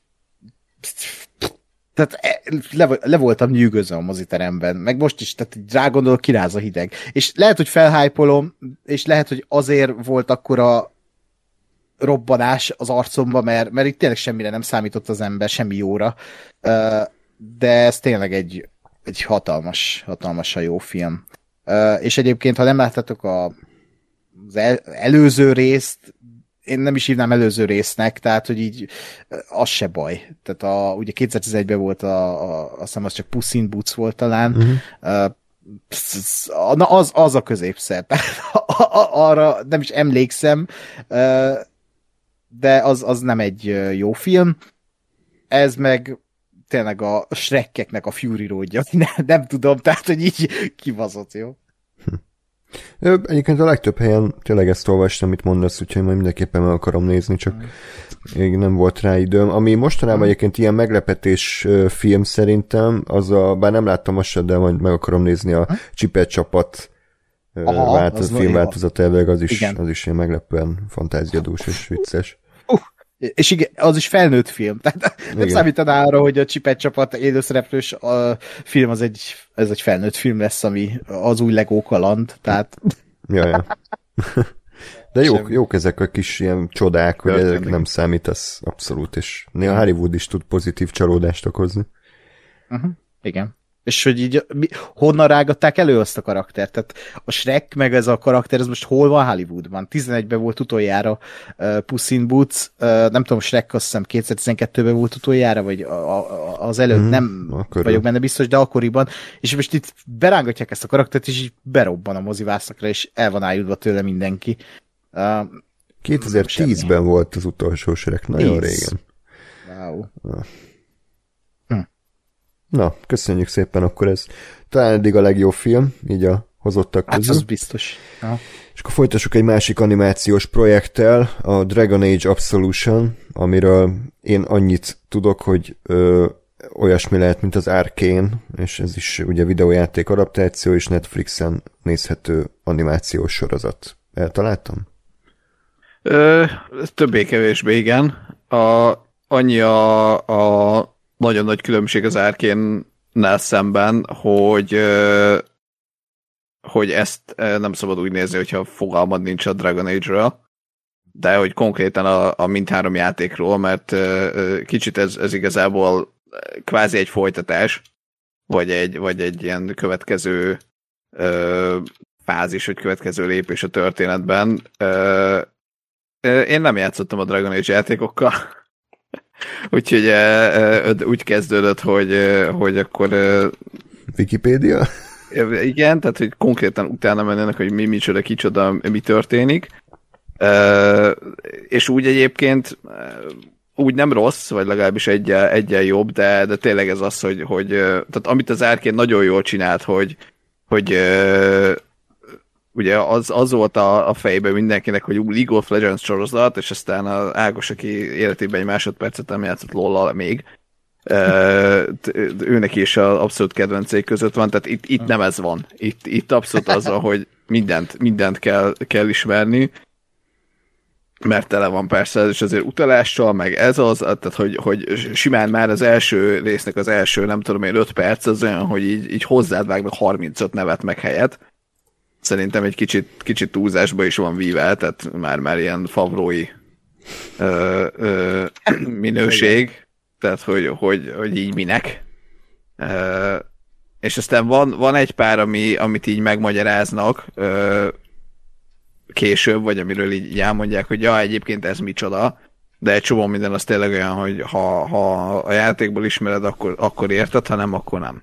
tehát le, le voltam nyűgözve a moziteremben, meg most is, tehát rágondolok, kiráz a hideg. És lehet, hogy felhájpolom, és lehet, hogy azért volt akkora robbanás az arcomba, mert, mert itt tényleg semmire nem számított az ember, semmi jóra. De ez tényleg egy, egy hatalmas, hatalmasan jó film. És egyébként, ha nem láttátok a, az el, előző részt, én nem is hívnám előző résznek, tehát, hogy így az se baj. Tehát a, ugye kétezer-tizenegyben volt a, a azt hiszem az csak Puss in Boots volt talán, uh-huh. uh, na az, az a középszer. Arra nem is emlékszem, uh, de az, az nem egy jó film. Ez meg tényleg a Shrekeknek a Fury Roadja. Nem, nem tudom, tehát, hogy így kibazott, jó? Ö, egyébként a legtöbb helyen tényleg ezt olvastam, amit mondasz, úgyhogy majd mindenképpen meg akarom nézni, csak még nem volt rá időm. Ami mostanában mm. egyébként ilyen meglepetés film szerintem, az a, bár nem láttam azt sem, de majd meg akarom nézni a Csipet csapat változ, filmváltozat elveg, az is, az is ilyen meglepően fantáziadús és vicces. Uh, és igen, az is felnőtt film. Tehát nem számítaná arra, hogy a Csipet csapat élőszereplős a film az egy, ez egy felnőtt film lesz, ami az új Lego kaland. Tehát... Ja, ja. De jók, jók ezek a kis ilyen csodák, hogy ezek nem számítasz abszolút, és néha Hollywood is tud pozitív csalódást okozni. Uh-huh. Igen. És hogy így mi, honnan rágatták elő azt a karaktert? Tehát a Shrek meg ez a karakter, ez most hol van Hollywoodban? tizenegyben volt utoljára uh, Puss in Boots, uh, nem tudom, Shrek azt hiszem kétezer-tizenkettőben volt utoljára, vagy a, a, az előtt, mm, nem akkor vagyok benne biztos, de akkoriban. És most itt berángatják ezt a karaktert, és így berobban a mozivászakra, és el van ájulva tőle mindenki. Uh, kétezer-tízben volt az utolsó Shrek, nagyon tíz. Régen. Wow. Ah. Na, köszönjük szépen, akkor ez talán eddig a legjobb film, így a hozottak közül. Hát az biztos. Ja. És akkor folytassuk egy másik animációs projekttel, a Dragon Age Absolution, amiről én annyit tudok, hogy ö, olyasmi lehet, mint az Arcane, és ez is ugye videójáték adaptáció, és Netflixen nézhető animációs sorozat. Eltaláltam? Ö, többé-kevésbé igen. A, annyi a, a nagyon nagy különbség az Arcane-nel szemben, hogy, hogy ezt nem szabad úgy nézni, hogyha fogalmad nincs a Dragon Age-ről, de hogy konkrétan a, a mindhárom játékról, mert kicsit ez, ez igazából kvázi egy folytatás, vagy egy, vagy egy ilyen következő fázis, vagy következő lépés a történetben. Én nem játszottam a Dragon Age játékokkal, úgyhogy úgy kezdődött, hogy, hogy akkor... Wikipédia? Igen, tehát hogy konkrétan utána mennenek, hogy mi, micsoda, kicsoda, mi történik. És úgy egyébként úgy nem rossz, vagy legalábbis egyen, egyen jobb, de, de tényleg ez az, hogy, hogy tehát amit az Arcane nagyon jól csinált, hogy, hogy ugye az, az volt a, a fejben mindenkinek, hogy League of Legends sorozat, és aztán az Ágos, aki életében egy másodpercet nem játszott lollal még, őnek is az abszolút kedvencei között van, tehát itt, itt nem ez van. Itt, itt abszolút az van, hogy mindent, mindent kell, kell ismerni. mert tele van persze ez is azért utalással, meg ez az, tehát hogy, hogy simán már az első résznek az első, nem tudom én, öt perc az olyan, hogy így, így hozzád vágnak harmincöt nevet meg helyet. Szerintem egy kicsit, kicsit túlzásba is van víve, tehát már-már ilyen favrói ö, ö, minőség, tehát hogy, hogy, hogy így minek. Ö, és aztán van, van egy pár, ami, amit így megmagyaráznak, ö, később, vagy amiről így elmondják, hogy ja, egyébként ez micsoda, de egy csomó minden az tényleg olyan, hogy ha, ha a játékból ismered, akkor, akkor érted, ha nem, akkor nem.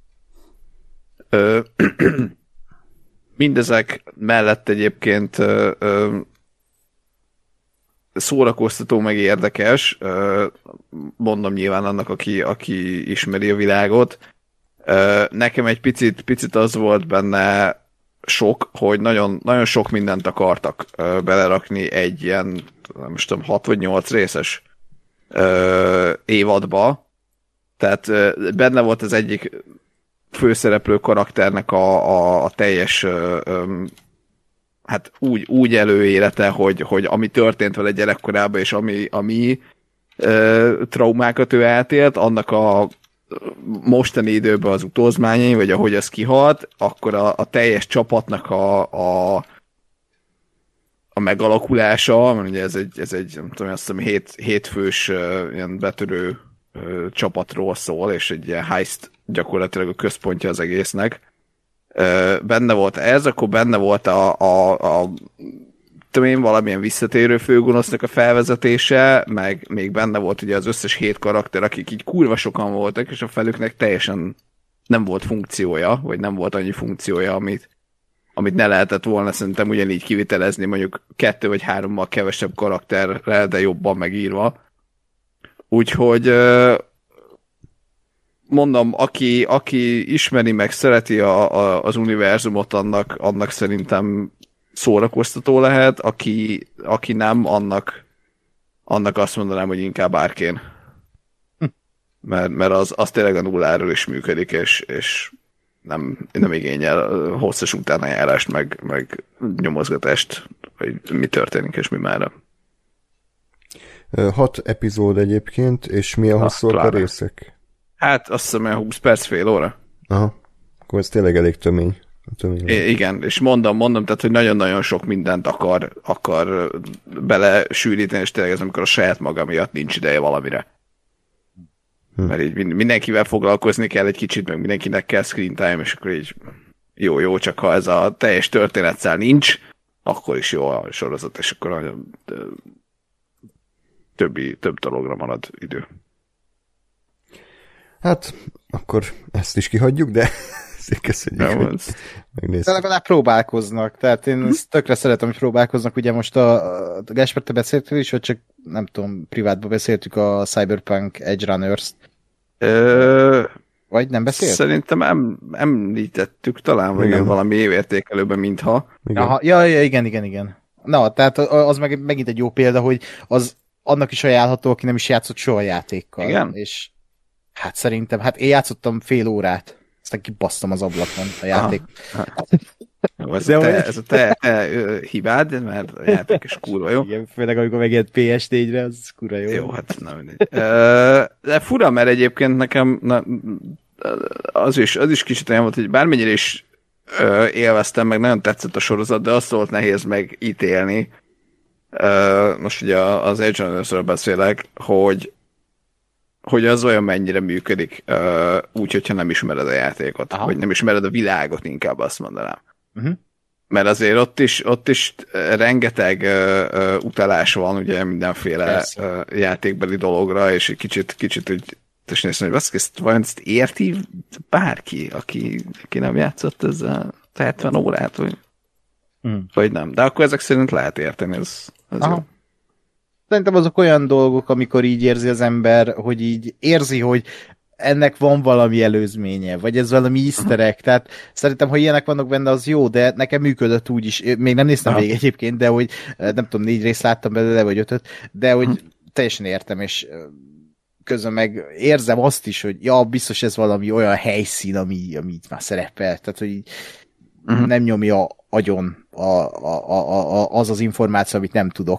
Ö, mindezek mellett egyébként ö, ö, szórakoztató, meg érdekes, ö, mondom nyilván annak, aki, aki ismeri a világot. Ö, nekem egy picit, picit az volt benne sok, hogy nagyon, nagyon sok mindent akartak ö, belerakni egy ilyen, nem is tudom, hat vagy nyolc részes ö, évadba. Tehát ö, benne volt az egyik főszereplő karakternek a, a, a teljes ö, ö, hát úgy, úgy előélete, hogy, hogy ami történt vele gyerekkorában, és ami, ami ö, traumákat ő átélt, annak a mostani időben az utózmányai, vagy ahogy az kihalt, akkor a, a teljes csapatnak a, a, a megalakulása, mert ugye ez egy, ez egy nem tudom, azt hiszem, hét, hétfős uh, ilyen betörő uh, csapatról szól, és egy ilyen heist gyakorlatilag a központja az egésznek. Uh, benne volt ez, akkor benne volt a, a, a tudom én, valamilyen visszatérő főgonosznak a felvezetése, meg még benne volt ugye az összes hét karakter, akik így kurva sokan voltak, és a felüknek teljesen nem volt funkciója, vagy nem volt annyi funkciója, amit, amit ne lehetett volna szerintem ugyanígy kivitelezni, mondjuk kettő vagy hárommal kevesebb karakterrel, de jobban megírva. Úgyhogy mondom, aki, aki ismeri meg szereti a, a, az univerzumot, annak, annak szerintem szórakoztató lehet, aki, aki nem, annak, annak azt mondanám, hogy inkább Arkane. Hm. Mert, mert az, az tényleg a nulláról is működik, és, és nem, nem igényel hosszas utánajárást, meg, meg nyomozgatást, hogy mi történik, és mi mára. Hat epizód egyébként, és milyen hosszúak a részek? Hát azt hiszem, olyan húsz perc, fél óra. Aha, akkor ez tényleg elég tömény. I- igen, és mondom, mondom, tehát, hogy nagyon-nagyon sok mindent akar, akar bele sűríteni, és tényleg ez amikor a saját maga miatt nincs ideje valamire. Hm. Mert így mindenkivel foglalkozni kell egy kicsit, meg mindenkinek kell screen time, és akkor így jó, jó, csak ha ez a teljes történetszál nincs, akkor is jó a sorozat, és akkor a többi, több dologra marad idő. Hát, akkor ezt is kihagyjuk, de köszönjük, ja, hogy megnéztük. De legalább próbálkoznak, tehát én ezt tökre szeretem, hogy próbálkoznak. Ugye most a, a Gáspár, te beszéltél is, vagy csak nem tudom, privátban beszéltük a Cyberpunk Edge Runners-t. Ö... Vagy nem beszélt? Szerintem em, említettük talán, vagy nem valami évértékelőben, mintha. Igen. Aha, ja, ja, igen, igen, igen. Na, tehát az meg megint egy jó példa, hogy az annak is ajánlható, aki nem is játszott soha játékkal. Igen? És hát szerintem, hát én játszottam fél órát, aztán kibasztam az ablakon a játék. Jó, ez, a te, ez a te, te hibád, mert a játék is kurva jó. Igen, főleg amikor megjelent pé es négyre, az kurva jó. Jó, hát nem mindegy. De fura, mert egyébként nekem na, az, is, az is kicsit olyan volt, hogy bármennyire is élveztem, meg nagyon tetszett a sorozat, de azt volt nehéz megítélni. Most ugye az Edge Runners-ről beszélek, hogy hogy az olyan mennyire működik, uh, úgy, hogyha nem ismered a játékot, aha, vagy nem ismered a világot, inkább azt mondanám. Uh-huh. Mert azért ott is, ott is rengeteg uh, uh, utalás van, ugye mindenféle uh, játékbeli dologra, és egy kicsit, kicsit úgy néztem, hogy ezt, vajon ezt érti bárki, aki, aki nem játszott ezzel hetven órát, vagy, uh-huh, vagy nem. De akkor ezek szerint lehet érteni, ez, ez jó. Szerintem azok olyan dolgok, amikor így érzi az ember, hogy így érzi, hogy ennek van valami előzménye, vagy ez valami easter egg, tehát szerintem, ha ilyenek vannak benne, az jó, de nekem működött úgy is, még nem néztem végig egyébként, de hogy nem tudom, négy részt láttam belőle, vagy ötöt, de hogy uh-huh, teljesen értem, és közben meg érzem azt is, hogy ja, biztos ez valami olyan helyszín, ami, ami itt már szerepel, tehát hogy így uh-huh, nem nyomja agyon a, a, a, a, az az információ, amit nem tudok.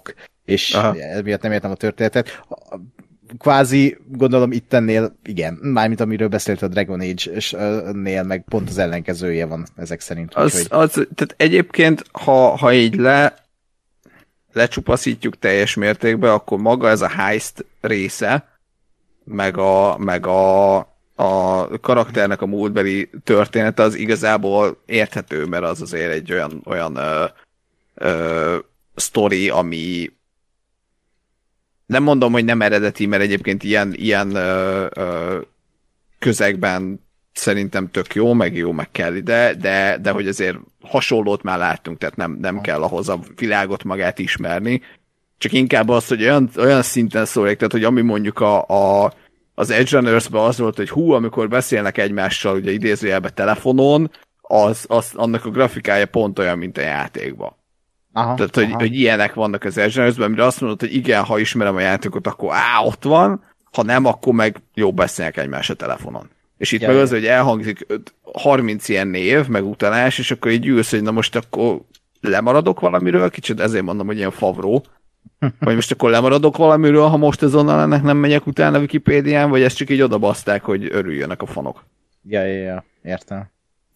és Aha. emiatt nem értem a történetet. Kvázi, gondolom itt ennél, igen, mármint amiről beszélt a Dragon Age-nél, meg pont az ellenkezője van ezek szerint. Az, Úgyhogy... az, tehát egyébként, ha, ha így le lecsupaszítjuk teljes mértékben, akkor maga ez a heist része, meg a, meg a, a karakternek a múltbeli története az igazából érthető, mert az azért egy olyan, olyan ö, ö, sztori, ami nem mondom, hogy nem eredeti, mert egyébként ilyen, ilyen ö, ö, közegben szerintem tök jó, meg jó, meg kell ide, de, de hogy azért hasonlót már láttunk, tehát nem, nem kell ahhoz a világot magát ismerni, csak inkább az, hogy olyan, olyan szinten szólik, tehát hogy ami mondjuk a, a, az Edge Runners-ben az volt, hogy hú, amikor beszélnek egymással, ugye idézőjelben telefonon, az, az, annak a grafikája pont olyan, mint a játékban. Aha, tehát, hogy, hogy ilyenek vannak az Edge Runners-ben, amire azt mondod, hogy igen, ha ismerem a játékot, akkor á, ott van, ha nem, akkor meg jó beszélnek egymás a telefonon. És itt ja, meg az, hogy elhangzik harminc ilyen név, meg utalás, és akkor így ülsz, hogy na most akkor lemaradok valamiről, kicsit ezért mondom, hogy ilyen favró, vagy most akkor lemaradok valamiről, ha most azonnal ennek nem megyek utána Wikipédián, vagy ezt csak így odabaszták, hogy örüljönek a fanok. Ja, ja, ja, értem.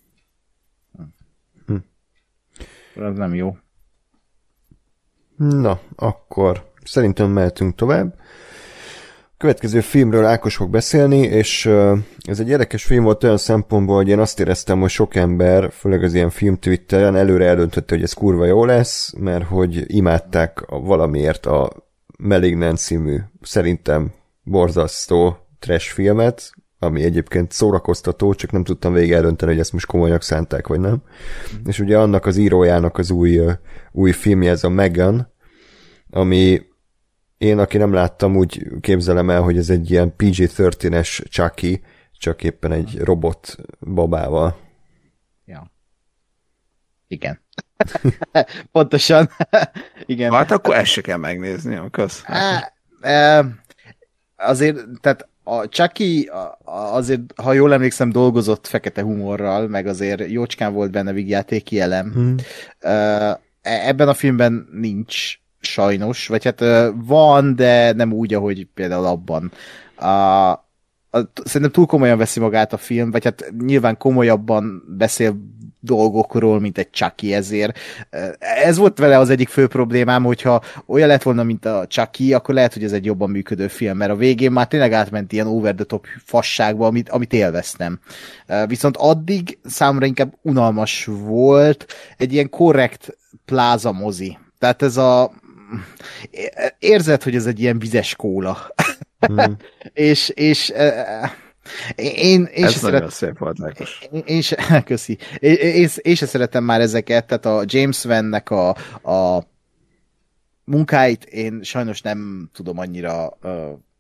Hm. Ez nem jó. Na, akkor szerintem mehetünk tovább. Következő filmről Ákos fog beszélni, és ez egy érdekes film volt olyan szempontból, hogy én azt éreztem, hogy sok ember, főleg az ilyen film-twitteren előre eldöntötte, hogy ez kurva jó lesz, mert hogy imádták a, valamiért a Malignant című, szerintem borzasztó trash filmet, ami egyébként szórakoztató, csak nem tudtam végig eldönteni, hogy ezt most komolyak szánták, vagy nem. Mm. És ugye annak az írójának az új, új filmje, ez a Megan, ami én, aki nem láttam, úgy képzelem el, hogy ez egy ilyen pé gé tizenhárom-es Chucky, csak éppen egy robot babával. Ja. Igen. Pontosan. Igen. Hát akkor ezt se kell megnézni, kösz. Azért, tehát a Chucky azért, ha jól emlékszem, dolgozott fekete humorral, meg azért jócskán volt benne vígjátéki elem. Hmm. Ebben a filmben nincs sajnos, vagy hát van, de nem úgy, ahogy például abban. A, a, szerintem túl komolyan veszi magát a film, vagy hát nyilván komolyabban beszél dolgokról, mint egy Chucky, ezért. Ez volt vele az egyik fő problémám, hogyha olyan lett volna, mint a Chucky, akkor lehet, hogy ez egy jobban működő film, mert a végén már tényleg átment ilyen over the top fasságba, amit, amit élveztem. Viszont addig számomra inkább unalmas volt egy ilyen korrekt pláza mozi. Tehát ez a érzed, hogy ez egy ilyen vizes kóla. Hmm. és, és én, én ez se nagyon szeret... szép volt, Ákos. Én, én, se... Köszi. Én, én, én se szeretem már ezeket, tehát a James Van-nek a, a munkáit én sajnos nem tudom annyira uh,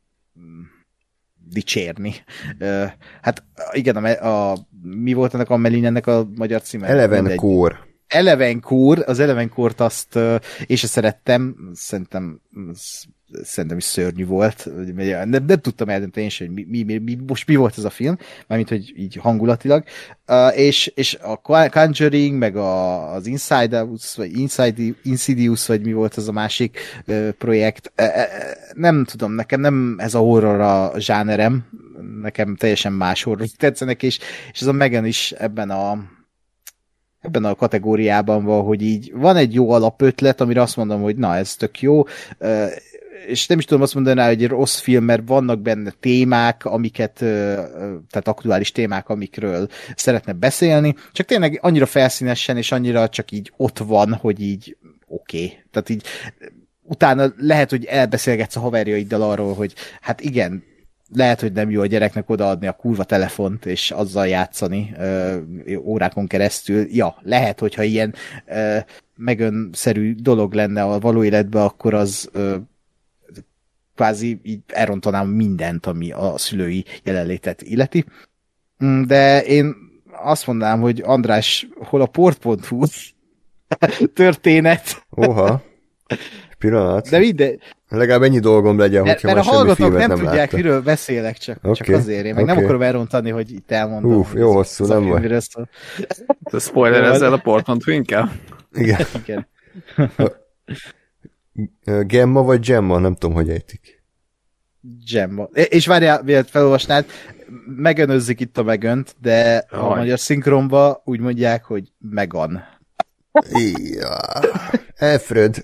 dicsérni. Uh, hát igen, a, a, mi volt ennek a Melinennek a magyar címe? Eleven Core. Elevencore, az Elevencore-t azt uh, én se szerettem, szerintem szerintem is szörnyű volt, nem, nem tudtam eldönteni én sem, hogy mi, mi, mi, most mi volt ez a film, mármint, hogy így hangulatilag, uh, és, és a Conjuring, meg a, az Insidious, vagy Inside, Insidious, vagy mi volt ez a másik uh, projekt, uh, nem tudom, nekem nem ez a horror a zsánerem, nekem teljesen más horror tetszenek, és, és ez a Megan is ebben a ebben a kategóriában van, hogy így van egy jó alapötlet, amire azt mondom, hogy na, ez tök jó, és nem is tudom azt mondani rá, hogy egy rossz film, mert vannak benne témák, amiket, tehát aktuális témák, amikről szeretne beszélni, csak tényleg annyira felszínesen, és annyira csak így ott van, hogy így oké. Okay. Tehát így utána lehet, hogy elbeszélgetsz a haverjaiddal arról, hogy hát igen, lehet, hogy nem jó a gyereknek odaadni a kurva telefont, és azzal játszani ö, órákon keresztül. Ja, lehet, hogyha ilyen ö, megönszerű dolog lenne a való életben, akkor az ö, kvázi így elrontanám mindent, ami a szülői jelenlétet illeti. De én azt mondanám, hogy András, hol a port pont hu történet. Oha, pillanat. De minden... Legalább ennyi dolgom legyen, hogyha mert már a semmi filmet nem, nem tudják, láttak. miről beszélek, csak, okay, csak azért. Én meg okay. nem akarom elrontani, hogy itt elmondom. Uff, jó hosszú, nem vagy. Te spoiler ezzel a port pont hu inkább? Igen. Igen. Gemma vagy Gemma, nem tudom, hogy ejtik. Gemma. És várjál, miért felolvasnád, megönözzik itt a megönt, de a Aj. magyar szinkronba úgy mondják, hogy Megan. Ja. Alfred.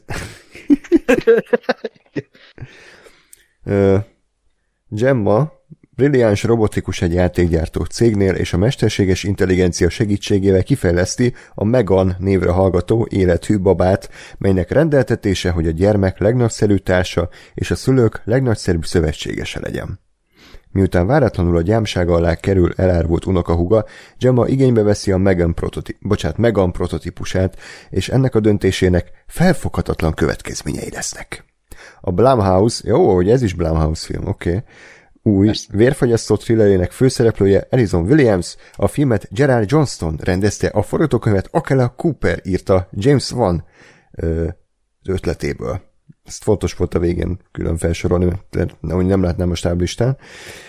Gemma brilliáns robotikus egy játékgyártó cégnél, és a mesterséges intelligencia segítségével kifejleszti a Megan névre hallgató élethű babát, melynek rendeltetése, hogy a gyermek legnagyszerűbb társa és a szülők legnagyszerűbb szövetségese legyen. Miután váratlanul a gyámsága alá kerül elárvult unokahúga, Gemma igénybe veszi a Megan, prototip, bocsánat, Megan prototípusát, és ennek a döntésének felfoghatatlan következményei lesznek. A Blumhouse, jó, hogy ez is Blumhouse film, oké, okay. Új, vérfagyasztó thrillerének főszereplője Alison Williams, a filmet Gerard Johnston rendezte, a forgatókönyvet Akela Cooper írta James Wan ö, ötletéből. Ezt fontos volt a végén külön felsorolni, mert nem látnám a stáblistán.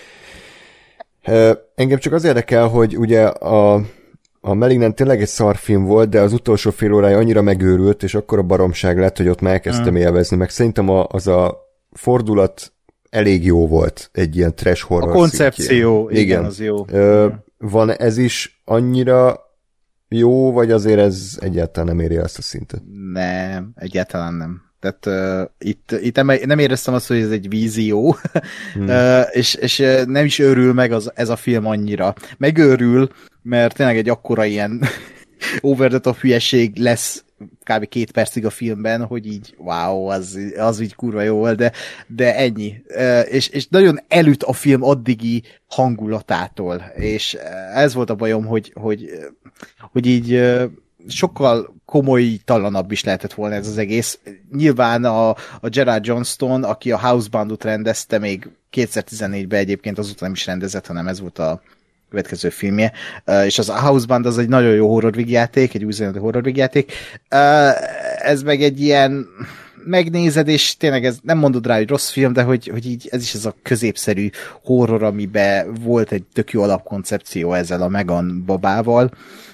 Engem csak az érdekel, hogy ugye a, a Malignant tényleg egy szarfilm volt, de az utolsó fél órája annyira megőrült, és akkor a baromság lett, hogy ott már elkezdtem mm. élvezni, meg szerintem a, az a fordulat elég jó volt egy ilyen trash horror. A koncepció, igen, igen, az jó. Ö, van ez is annyira jó, vagy azért ez egyáltalán nem éri azt a szintet? Nem, egyáltalán nem. Tehát uh, itt, itt nem éreztem azt, hogy ez egy vízió, hmm. uh, és, és nem is őrül meg az, ez a film annyira. Megőrül, mert tényleg egy akkora ilyen over the top hülyeség lesz kb. két percig a filmben, hogy így wow, az, az így kurva jó volt, de, de ennyi. Uh, és, és nagyon elüt a film addigi hangulatától, és ez volt a bajom, hogy, hogy, hogy így uh, sokkal komolytalanabb is lehetett volna ez az egész. Nyilván a, a Gerard Johnston, aki a Housebound-ot rendezte, még kétezer-tizennégyben egyébként azóta nem is rendezett, hanem ez volt a következő filmje, uh, és az a Housebound az egy nagyon jó horror vígjáték, egy új horror vígjáték. Uh, ez meg egy ilyen megnézed, és tényleg ez nem mondod rá, hogy rossz film, de hogy, hogy így ez is ez a középszerű horror, amiben volt egy tök jó alapkoncepció ezzel a Megan babával.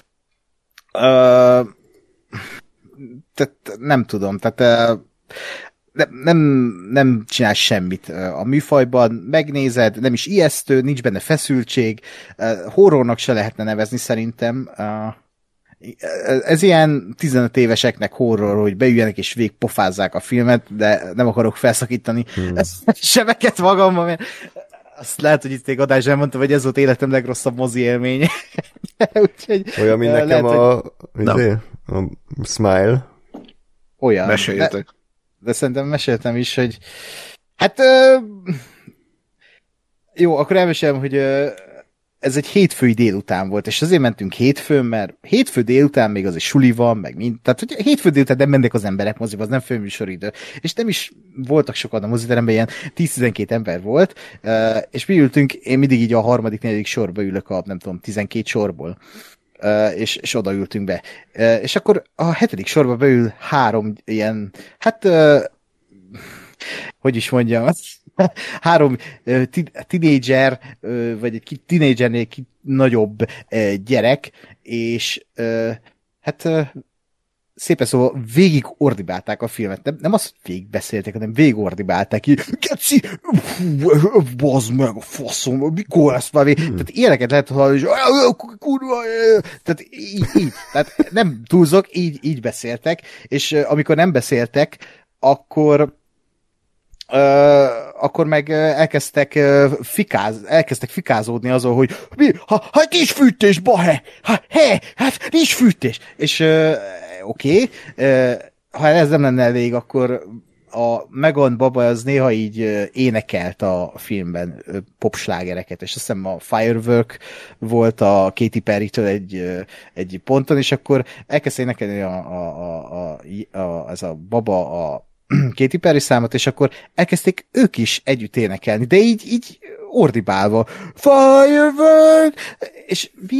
Uh, tehát nem tudom, tehát uh, nem, nem, nem csinál semmit a műfajban, megnézed, nem is ijesztő, nincs benne feszültség, uh, horrornak se lehetne nevezni szerintem. Uh, ez ilyen tizenöt éveseknek horror, hogy beüljenek és végpofázzák a filmet, de nem akarok felszakítani hmm. sebeket magamban, mert azt lehet, hogy itt egy adás elmondtam, hogy ez volt életem legrosszabb mozi élménye. Úgyhogy, olyan, mint nekem lehet, a, hogy... a, a Smile. Olyan. Meséljetek. De, de szerintem meséltem is, hogy hát ö, jó, akkor elmesélem, hogy ö, ez egy hétfői délután volt, és azért mentünk hétfőn, mert hétfő délután még az egy suli van, meg mind, tehát hogy hétfő délután nem mennek az emberek moziba, az nem főműsoridő, és nem is voltak sokan a moziteremben, ilyen tíz-tizenkét ember volt, és mi ültünk, én mindig így a harmadik, negyedik sorba ülök a, nem tudom, tizenkét sorból, és, és oda ültünk be. És akkor a hetedik sorba beül három ilyen, hát hogy is mondjam, három tinédzser, vagy egy tinédzsernél nagyobb nagyobb és hát szépen szóval végig ordibálták a filmet. Nem, nem azt, hogy végig beszéltek, hanem végig ordibálták. Így, geci, bazd meg a faszom, mikor lesz már végig? Hmm. Tehát ilyeneket lehet hallani, és kurva, tehát így, így. Tehát nem túlzok, így, így beszéltek, és amikor nem beszéltek, akkor Uh, akkor meg uh, elkezdtek uh, fikáz, elkezdtek fikázódni azon, hogy mi, ha, hát nincs fűtés, bahe, ha, he, hát nincs fűtés. És uh, oké, okay, uh, ha ez nem lenne elég, akkor a Megan baba az néha így uh, énekelt a filmben uh, popslágereket, és azt hiszem a Firework volt a Katy Perry-től egy, uh, egy ponton, és akkor elkezdte énekelni a, a, a, a, a, az a baba a Katy Perry számot, és akkor elkezdték ők is együtt énekelni, de így, így ordibálva. Firework! És mi?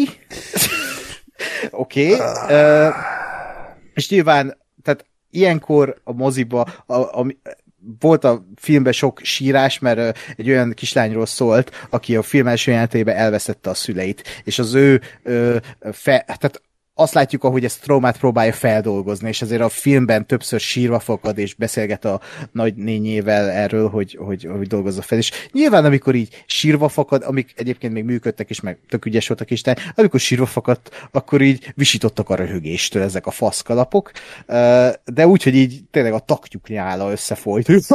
Oké. Okay. Uh, és nyilván, tehát ilyenkor a moziba a, a, volt a filmben sok sírás, mert uh, egy olyan kislányról szólt, aki a film első jelenetében elvesztette a szüleit, és az ő uh, fe, tehát azt látjuk, ahogy ezt a traumát próbálja feldolgozni, és ezért a filmben többször sírva fakad, és beszélget a nagynényével erről, hogy, hogy, hogy dolgozza fel. És nyilván, amikor így sírva fakad, amik egyébként még működtek is, meg tök ügyes voltak is, de amikor sírva fakadt, akkor így visítottak a röhögéstől ezek a faszkalapok, de úgy, hogy így tényleg a takjuk nyála összefolyt, hogy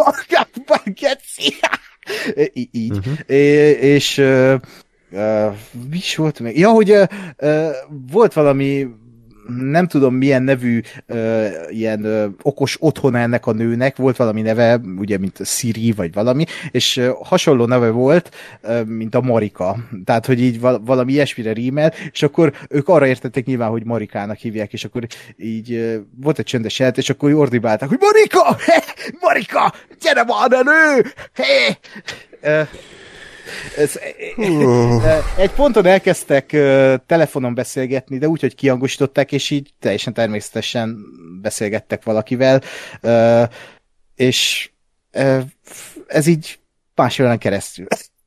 így. Uh-huh. És Uh, mi is volt még? Ja, hogy uh, uh, volt valami, nem tudom milyen nevű uh, ilyen uh, okos otthon ennek a nőnek, volt valami neve, ugye, mint Siri, vagy valami, és uh, hasonló neve volt, uh, mint a Marika. Tehát, hogy így val- valami ilyesmire rímel, és akkor ők arra értették nyilván, hogy Marikának hívják, és akkor így uh, volt egy csöndes jelet, és akkor ordibálták, hogy Marika! He! Marika! Gyere van a nő! He! Uh, Ez, uh. Egy ponton elkezdtek uh, telefonon beszélgetni, de úgy, hogy kihangosították, és így teljesen természetesen beszélgettek valakivel, uh, és uh, ez így másfél órán keresztül.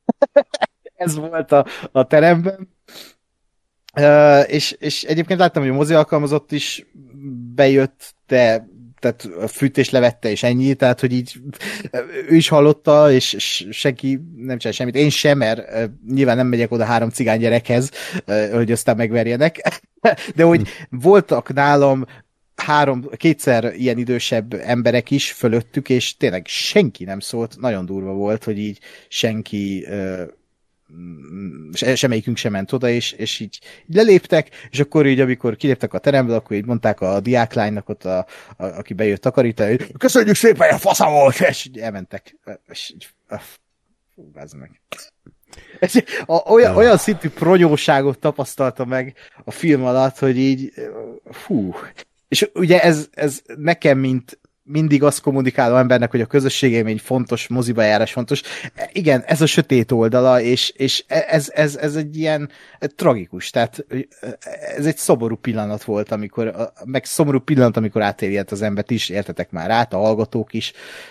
Ez volt a, a teremben. Uh, és, és egyébként láttam, hogy a mozi alkalmazott is bejött, de tehát a fűtés levette, és ennyi, tehát, hogy így ő is hallotta, és, és senki nem csinál semmit. Én sem, mert uh, nyilván nem megyek oda három cigány gyerekhez, uh, hogy aztán megverjenek, de hogy voltak nálam három, kétszer ilyen idősebb emberek is fölöttük, és tényleg senki nem szólt, nagyon durva volt, hogy így senki uh, semmelyikünk sem ment oda, és, és így, így leléptek, és akkor így, amikor kiléptek a teremből, akkor így mondták a diáklánynak ott, a, a, aki bejött takarítani, hogy köszönjük szépen, a fasza volt, és így elmentek. És így, fú, bázd meg. A, olyan, olyan szintű pronyóságot tapasztalta meg a film alatt, hogy így, hú. És ugye ez, ez nekem, mint mindig azt kommunikáló embernek, hogy a közösségélmény fontos, moziba járás fontos. Igen, ez a sötét oldala, és, és ez, ez, ez egy ilyen tragikus, tehát ez egy szomorú pillanat volt, amikor, meg szomorú pillanat, amikor átérjelt az embert is, értetek már át, a hallgatók is.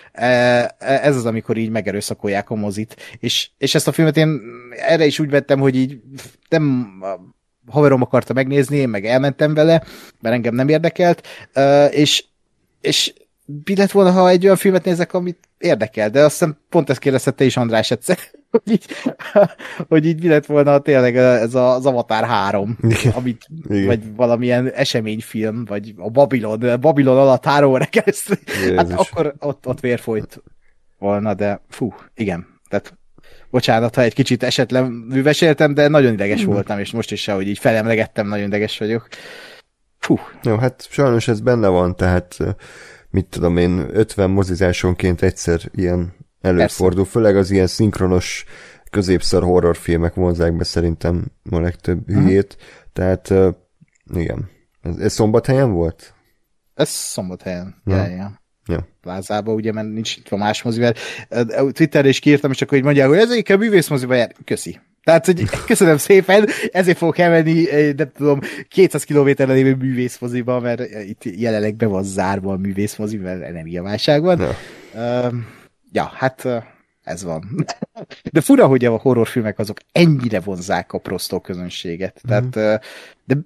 Ez az, amikor így megerőszakolják a mozit. És, és ezt a filmet én erre is úgy vettem, hogy így nem haverom akarta megnézni, én meg elmentem vele, mert engem nem érdekelt, és, és mi lett volna, ha egy olyan filmet nézek, amit érdekel, de azt hiszem pont ezt kérdezte is András egyszer, hogy így, hogy így mi lett volna tényleg ez az Avatar három, amit, vagy valamilyen eseményfilm, vagy a Babilon, Babilon alatt három óra keresztül, hát akkor ott, ott vérfolyt volna, de fú, igen, tehát bocsánat, ha egy kicsit esetlen műveséltem, de nagyon ideges mm. voltam, és most is, ahogy így felemlegettem, nagyon ideges vagyok. Fú. Jó, hát sajnos ez benne van, tehát mit tudom én, ötven mozizásonként egyszer ilyen előfordul, Persze. főleg az ilyen szinkronos középszar horrorfilmek vonzák be szerintem a legtöbb uh-huh. hülyét, tehát uh, igen. Ez, ez Szombathelyen volt? Ez Szombathelyen, ja. Ja, ja. Ja. Plázában, ugye, mert nincs itt a más mozivel. Twitterre is kiírtam, és akkor így mondják, hogy ezért kell művészmoziba jár. Köszi. Tehát, hogy köszönöm szépen, ezért fogok elmenni, nem tudom, kétszáz kilométerre lévő művészmoziba, mert itt jelenleg be van zárva a művészmozi, mert energiaválság van. Ja. Uh, ja, hát ez van. De fura, hogy a horrorfilmek azok ennyire vonzák a prostó közönséget. Mm. Tehát, de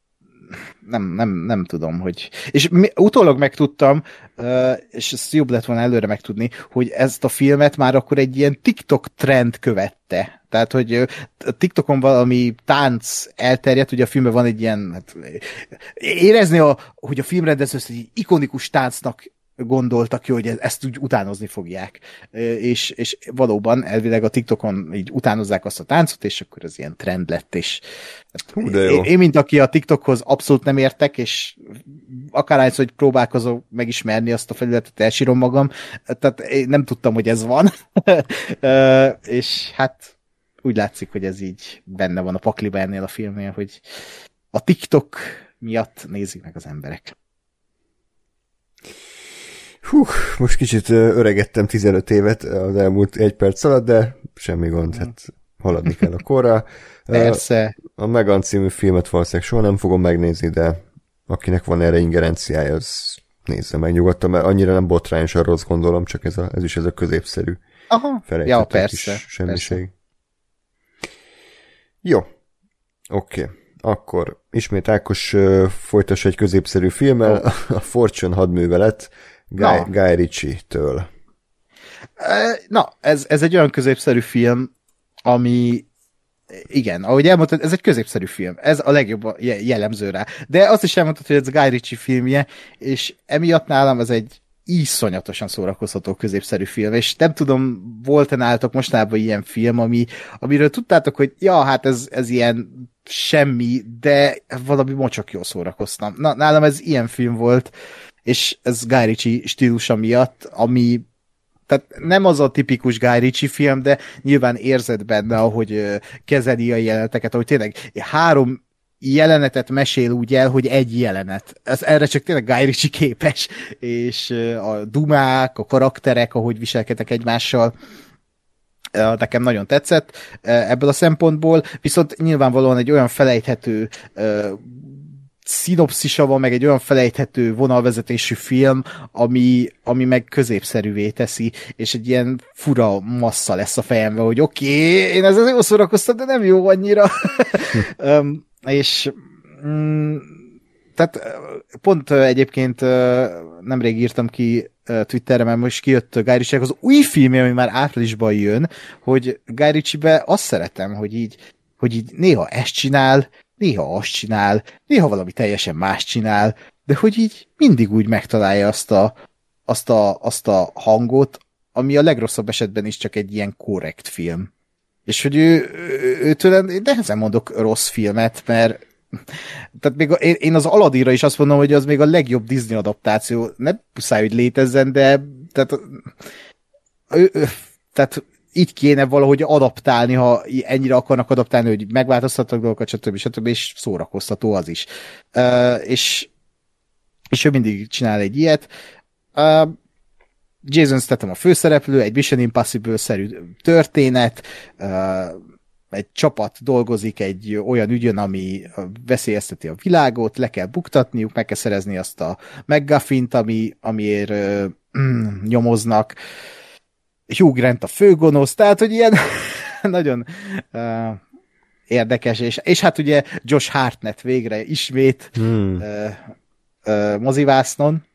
nem, nem, nem tudom, hogy... És mi, utólag megtudtam, és ezt jobb lett volna előre megtudni, hogy ezt a filmet már akkor egy ilyen TikTok trend követte. Tehát, hogy a TikTokon valami tánc elterjedt, ugye a filmben van egy ilyen... Hát, érezni, a, hogy a filmrendező ezt egy ikonikus táncnak gondoltak ki, hogy ezt úgy utánozni fogják. És, és valóban elvileg a TikTokon így utánozzák azt a táncot, és akkor ez ilyen trend lett, és Hú, én, én, mint aki a TikTokhoz abszolút nem értek, és akárhányszor, hogy próbálkozok megismerni azt a felületet, elsírom magam, tehát én nem tudtam, hogy ez van. És hát úgy látszik, hogy ez így benne van a pakliba ennél a filmnél, hogy a TikTok miatt nézik meg az emberek. Hú, most kicsit öregettem tizenöt évet az elmúlt egy perc alatt, de semmi gond, hát haladni kell a korra. Persze. A Megan című filmet valószínűleg soha nem fogom megnézni, de akinek van erre ingerenciája, az nézze meg nyugodtan, mert annyira nem botrányosan rossz, gondolom, csak ez, a, ez is ez a középszerű felejtettek ja, persze, is semmiség. Persze. Jó, oké. Okay. akkor ismét Ákos uh, folytassa egy középszerű filmmel, oh. a Fortune hadművelet Guy, Guy Ritchie-től. Na, ez, ez egy olyan középszerű film, ami igen, ahogy elmondtad, ez egy középszerű film. Ez a legjobb jellemző rá. De azt is elmondtad, hogy ez Guy Ritchie filmje, és emiatt nálam ez egy iszonyatosan szórakoztató középszerű film, és nem tudom, volt-e nálatok mostanában ilyen film, ami, amiről tudtátok, hogy ja, hát ez, ez ilyen semmi, de valami mocsok jól szórakoztam. Na, nálam ez ilyen film volt, és ez Guy Ritchie stílusa miatt, ami tehát nem az a tipikus Guy Ritchie film, de nyilván érzed benne, ahogy kezeli a jeleneteket, ahogy tényleg három jelenetet mesél úgy el, hogy egy jelenet. Ez, erre csak tényleg Guy Ritchie képes, és a dumák, a karakterek, ahogy viselkednek egymással, nekem nagyon tetszett ebből a szempontból, viszont nyilvánvalóan egy olyan felejthető szinopszisa van, meg egy olyan felejthető vonalvezetésű film, ami, ami meg középszerűvé teszi, és egy ilyen fura massza lesz a fejemben, hogy oké, okay, én ezzel jól szórakoztam, de nem jó annyira. um, és mm, tehát pont uh, egyébként uh, nemrég írtam ki uh, Twitterre, mert most kijött Guy Ritchie-nek az új filmje, ami már áprilisban jön, hogy Guy Ritchie-be azt szeretem, hogy így, hogy így néha ezt csinál, néha azt csinál, néha valami teljesen más csinál, de hogy így mindig úgy megtalálja azt a, azt a, azt a hangot, ami a legrosszabb esetben is csak egy ilyen korrekt film. És hogy ő, őtől nehezen mondok rossz filmet, mert tehát még a, én az Aladdinra is azt mondom, hogy az még a legjobb Disney adaptáció. Nem pusztán, hogy létezzen, de tehát, ő, tehát így kéne valahogy adaptálni, ha ennyire akarnak adaptálni, hogy megváltoztatnak dolgokat, stb. stb. És szórakoztató az is. Uh, és, és ő mindig csinál egy ilyet. Uh, Jason Statham a főszereplő, egy Mission Impossible-szerű történet, uh, egy csapat dolgozik egy olyan ügyön, ami veszélyezteti a világot, le kell buktatniuk, meg kell szerezni azt a McGuffin-t, ami, amiért uh, nyomoznak. Hugh Grant a főgonosz, tehát, hogy ilyen nagyon uh, érdekes, és, és hát ugye Josh Hartnett végre ismét hmm. uh, uh, mozivásznon.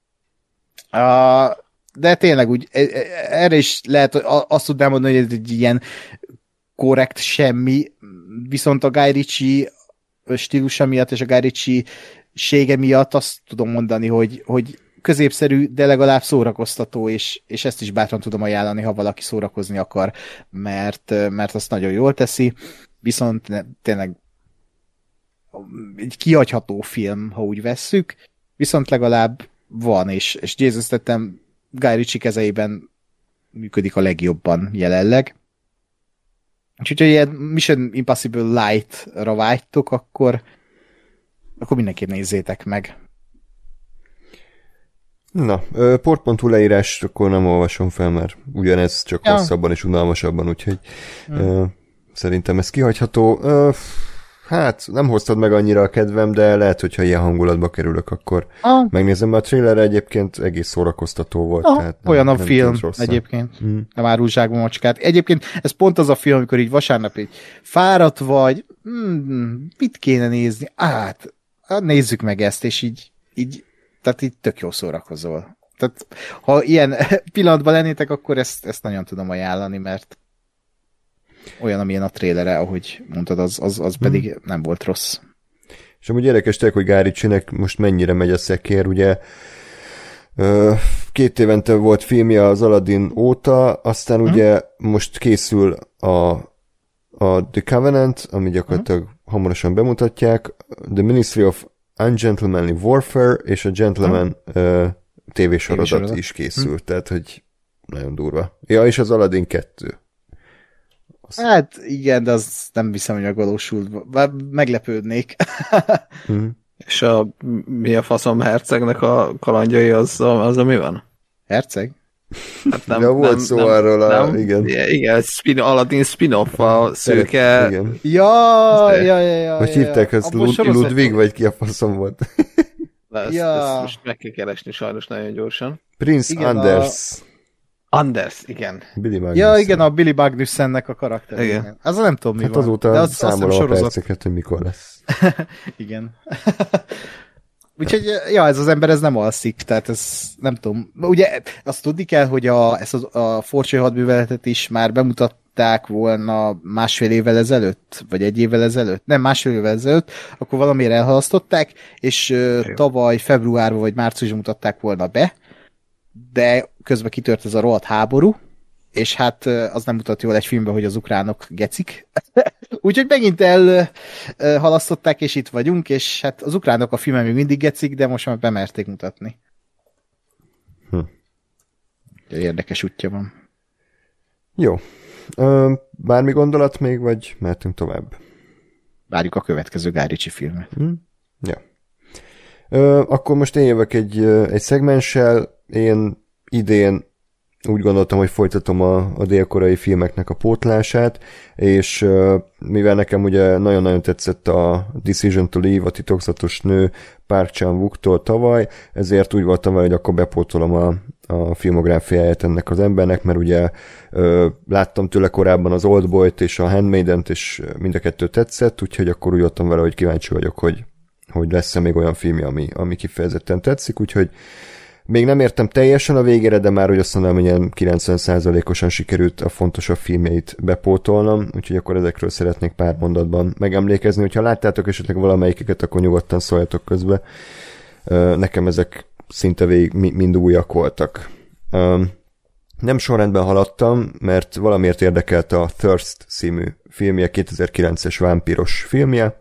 Uh, de tényleg úgy, erre is lehet, azt tudnám mondani, hogy ez egy ilyen korrekt semmi, viszont a Guy Ritchie stílusa miatt és a Guy Ritchie sége miatt azt tudom mondani, hogy, hogy középszerű, de legalább szórakoztató, és, és ezt is bátran tudom ajánlani, ha valaki szórakozni akar, mert, mert azt nagyon jól teszi, viszont tényleg egy kihagyható film, ha úgy vesszük, viszont legalább van, és, és Jason Statham Guy Ritchie kezeiben működik a legjobban jelenleg. Úgyhogy, ha ilyen Mission Impossible Light-ra vágytok, akkor, akkor mindenképp nézzétek meg. Na, port pont hu leírás, akkor nem olvasom fel, mert ugyanez csak ja. hosszabban és unalmasabban, úgyhogy hmm. uh, szerintem ez kihagyható. Uh, hát, nem hoztad meg annyira a kedvem, de lehet, hogyha ilyen hangulatba kerülök, akkor ah. megnézem, mert a trailerre egyébként egész szórakoztató volt. Ah, tehát olyan nem, a nem film egyébként. Hmm. Nem árulságban macskát. Egyébként ez pont az a film, amikor így vasárnap így fáradt vagy, hmm, mit kéne nézni? Hát, nézzük meg ezt, és így, így tehát így tök jó szórakozol. Tehát ha ilyen pillanatban lennétek, akkor ezt, ezt nagyon tudom ajánlani, mert olyan, amilyen a trélere, ahogy mondtad, az, az, az pedig hmm. nem volt rossz. És amúgy érdekes tényleg, hogy Guy Ritchie-nek most mennyire megy a szekér, ugye két évente volt filmje az Aladdin óta, aztán hmm. ugye most készül a, a The Covenant, ami gyakorlatilag hmm. hamarosan bemutatják, The Ministry of Ungentlemanly Warfare és a Gentleman hmm. uh, tévésorozat is készült, hmm. tehát hogy nagyon durva. Ja, és az Aladdin kettő. Azt... Hát igen, de az nem hiszem, hogy megvalósult. Bár meglepődnék. hmm. És a, mi a faszom hercegnek a kalandjai, az, az a mi van? Herceg? Hát nem, ja, volt nem, szó nem, arról a... Nem, igen. Igen, spin, Aladdin spin-off, a szőke... Igen. Ja, ja, ja, ja. Hogy hívták ezt? Lud- Ludwig, vagy ki a faszom volt? Ezt, ja. ezt most meg kell keresni sajnos nagyon gyorsan. Prince igen, Anders. Anders, igen. Billy Ja, Magnussen. igen, a Billy Magnussennek a karakter. Igen. Igen. Az nem tudom, mi Hát van. azóta De az, azt számolom hiszem a sorozat. perceket, hogy mikor lesz. Igen. Úgyhogy, ja, ez az ember ez nem alszik, tehát ez nem tudom. Ugye azt tudni kell, hogy a, ezt a, a Forcső hadműveletet is már bemutatták volna másfél évvel ezelőtt, vagy egy évvel ezelőtt, nem, másfél évvel ezelőtt, akkor valamiért elhalasztották, és uh, tavaly februárban vagy márciusban mutatták volna be, de közben kitört ez a rohadt háború, és hát az nem mutat jól egy filmben, hogy az ukránok gecik. Úgyhogy megint elhalasztották, és itt vagyunk, és hát az ukránok a filmen még mindig gecik, de most már bemerték mutatni. Hm. Érdekes útja van. Jó. Ö, bármi gondolat még, vagy mehetünk tovább? Várjuk a következő Guy Ritchie filmet. Hm? Ja. Ö, akkor most én jövök egy, egy szegmenssel. Én idén úgy gondoltam, hogy folytatom a, a dél-koreai filmeknek a pótlását, és uh, mivel nekem ugye nagyon-nagyon tetszett a Decision to Leave, a titokzatos nő Park Chan-wook-tól tavaly, ezért úgy voltam vele, hogy akkor bepótolom a, a filmográfiáját ennek az embernek, mert ugye uh, láttam tőle korábban az Oldboyt és a Handmaident, és mind a kettő tetszett, úgyhogy akkor úgy voltam vele, hogy kíváncsi vagyok, hogy, hogy lesz-e még olyan filmje, ami, ami kifejezetten tetszik, úgyhogy még nem értem teljesen a végére, de már úgy azt mondanám, hogy ilyen kilencven százalékosan sikerült a fontosabb filmjeit bepótolnom, úgyhogy akkor ezekről szeretnék pár mondatban megemlékezni. Hogyha láttátok esetleg valamelyiket, akkor nyugodtan szóljatok közbe. Nekem ezek szinte végig mind újak voltak. Nem sorrendben haladtam, mert valamiért érdekelt a Thirst című filmje, kétezer-kilences vámpiros filmje.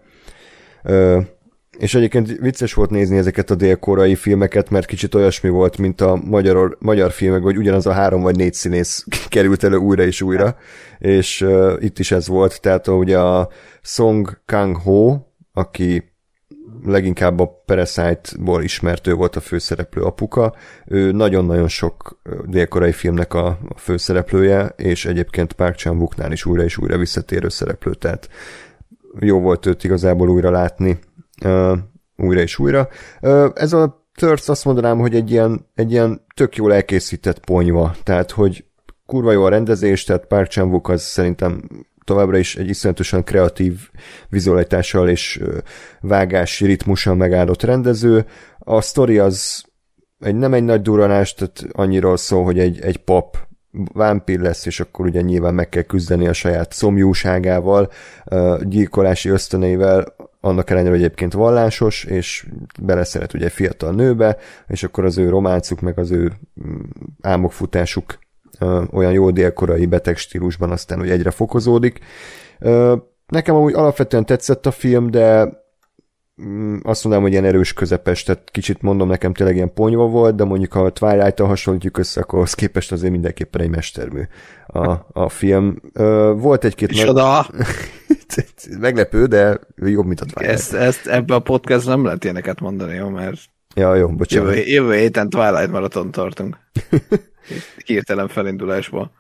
És egyébként vicces volt nézni ezeket a dél-koreai filmeket, mert kicsit olyasmi volt, mint a magyar, magyar filmek, hogy ugyanaz a három vagy négy színész került elő újra és újra, és uh, itt is ez volt, tehát ugye a Song Kang-ho, aki leginkább a Parasite-ból ismertő volt a főszereplő apuka, ő nagyon-nagyon sok dél-koreai filmnek a, a főszereplője, és egyébként Park Chan-wooknál is újra és újra visszatérő szereplő, tehát jó volt őt igazából újra látni. Uh, újra és újra. Uh, ez a Thirst azt mondanám, hogy egy ilyen, egy ilyen tök jól elkészített ponyva, tehát hogy kurva jó a rendezés, tehát Park Chan-wook az szerintem továbbra is egy iszonyatosan kreatív vizualitással és uh, vágási ritmussal megállott rendező. A sztori az egy, nem egy nagy durranás, tehát annyiról szól, hogy egy, egy pap vámpír lesz, és akkor ugye nyilván meg kell küzdeni a saját szomjúságával, uh, gyilkolási ösztöneivel, annak ellenére, hogy egyébként vallásos, és beleszeret ugye fiatal nőbe, és akkor az ő románcuk, meg az ő álmokfutásuk uh, olyan jó dél-koreai beteg stílusban aztán, hogy egyre fokozódik. Uh, nekem amúgy alapvetően tetszett a film, de um, azt mondanám, hogy ilyen erős közepes, tehát kicsit mondom, nekem tényleg ilyen ponyva volt, de mondjuk ha a Twilight-tal hasonlítjuk össze, akkor az képest azért mindenképpen egy mestermű a, a film. Uh, volt egy-két... És oda... meglepő, de jobb, mint a Twilight. Ezt, ezt ebbe a podcast nem lehet ilyeneket mondani, jó, mert ja, jó, bocsánat. Jövő, jövő héten Twilight maraton tartunk. Hirtelen felindulásból.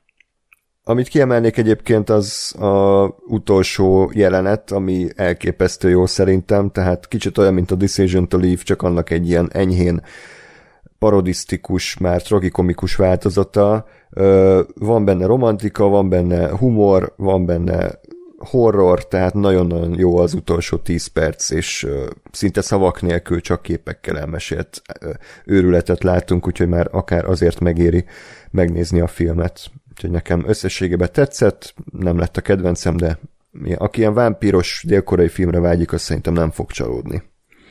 Amit kiemelnék egyébként az a utolsó jelenet, ami elképesztő jó szerintem, tehát kicsit olyan, mint a Decision to Leave, csak annak egy ilyen enyhén parodisztikus, már tragikomikus változata. Van benne romantika, van benne humor, van benne horror, tehát nagyon-nagyon jó az utolsó tíz perc, és uh, szinte szavak nélkül csak képekkel elmesélt uh, őrületet látunk, úgyhogy már akár azért megéri megnézni a filmet. Úgyhogy nekem összességében tetszett, nem lett a kedvencem, de aki ilyen vámpíros dél-koreai filmre vágyik, azt szerintem nem fog csalódni.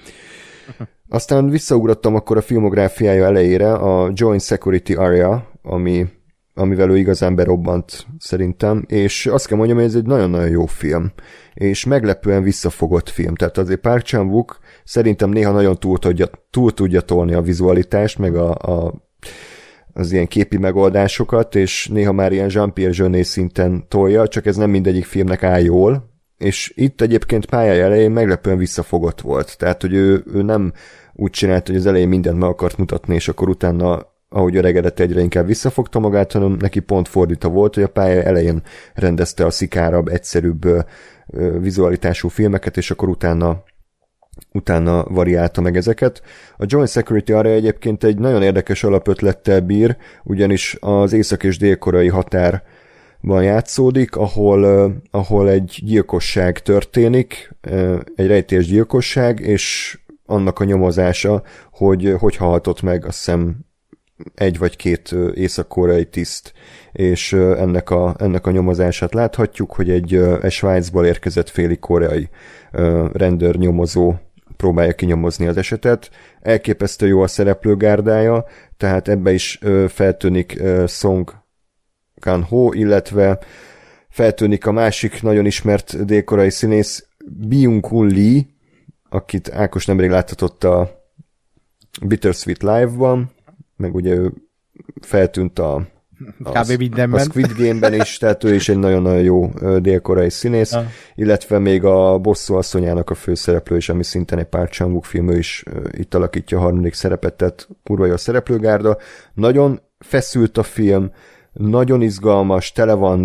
Aztán visszaugrottam akkor a filmográfiája elejére a Joint Security Area, ami amivel ő igazán berobbant szerintem, és azt kell mondjam, hogy ez egy nagyon-nagyon jó film, és meglepően visszafogott film, tehát azért Park Chan-wook szerintem néha nagyon túl tudja, túl tudja tolni a vizualitást, meg a, a, az ilyen képi megoldásokat, és néha már ilyen Jean-Pierre Jeunet szinten tolja, csak ez nem mindegyik filmnek áll jól, és itt egyébként pályája elején meglepően visszafogott volt, tehát hogy ő, ő nem úgy csinált, hogy az elején mindent meg akart mutatni, és akkor utána ahogy öregedett, egyre inkább visszafogta magát, hanem neki pont fordítva volt, hogy a pálya elején rendezte a szikárabb, egyszerűbb vizualitású filmeket, és akkor utána utána variálta meg ezeket. A Joint Security arra egyébként egy nagyon érdekes alapötlettel bír, ugyanis az észak- és dél-koreai határban játszódik, ahol, ahol egy gyilkosság történik, egy rejtélyes gyilkosság, és annak a nyomozása, hogy hogy halhatott meg, azt hiszem, egy vagy két észak-koreai tiszt, és ennek a, ennek a nyomozását láthatjuk, hogy egy, egy Svájcból érkezett félig koreai rendőr nyomozó próbálja kinyomozni az esetet. Elképesztő jó a szereplőgárdája, tehát ebbe is feltűnik Song Kang-ho, illetve feltűnik a másik nagyon ismert dél-koreai színész Byung-hun Lee, akit Ákos nemrég láthatott a Bittersweet Live-ban, meg ugye ő feltűnt a, a, a Squid Game-ben is, tehát ő is egy nagyon-nagyon jó dél-koreai színész, ja. Illetve még a Bosszú asszonyának a főszereplő is, ami szintén egy Park Chan-wook film, ő is itt alakítja a harmadik szerepet, tehát kurva jó a szereplőgárda. Nagyon feszült a film, nagyon izgalmas, tele van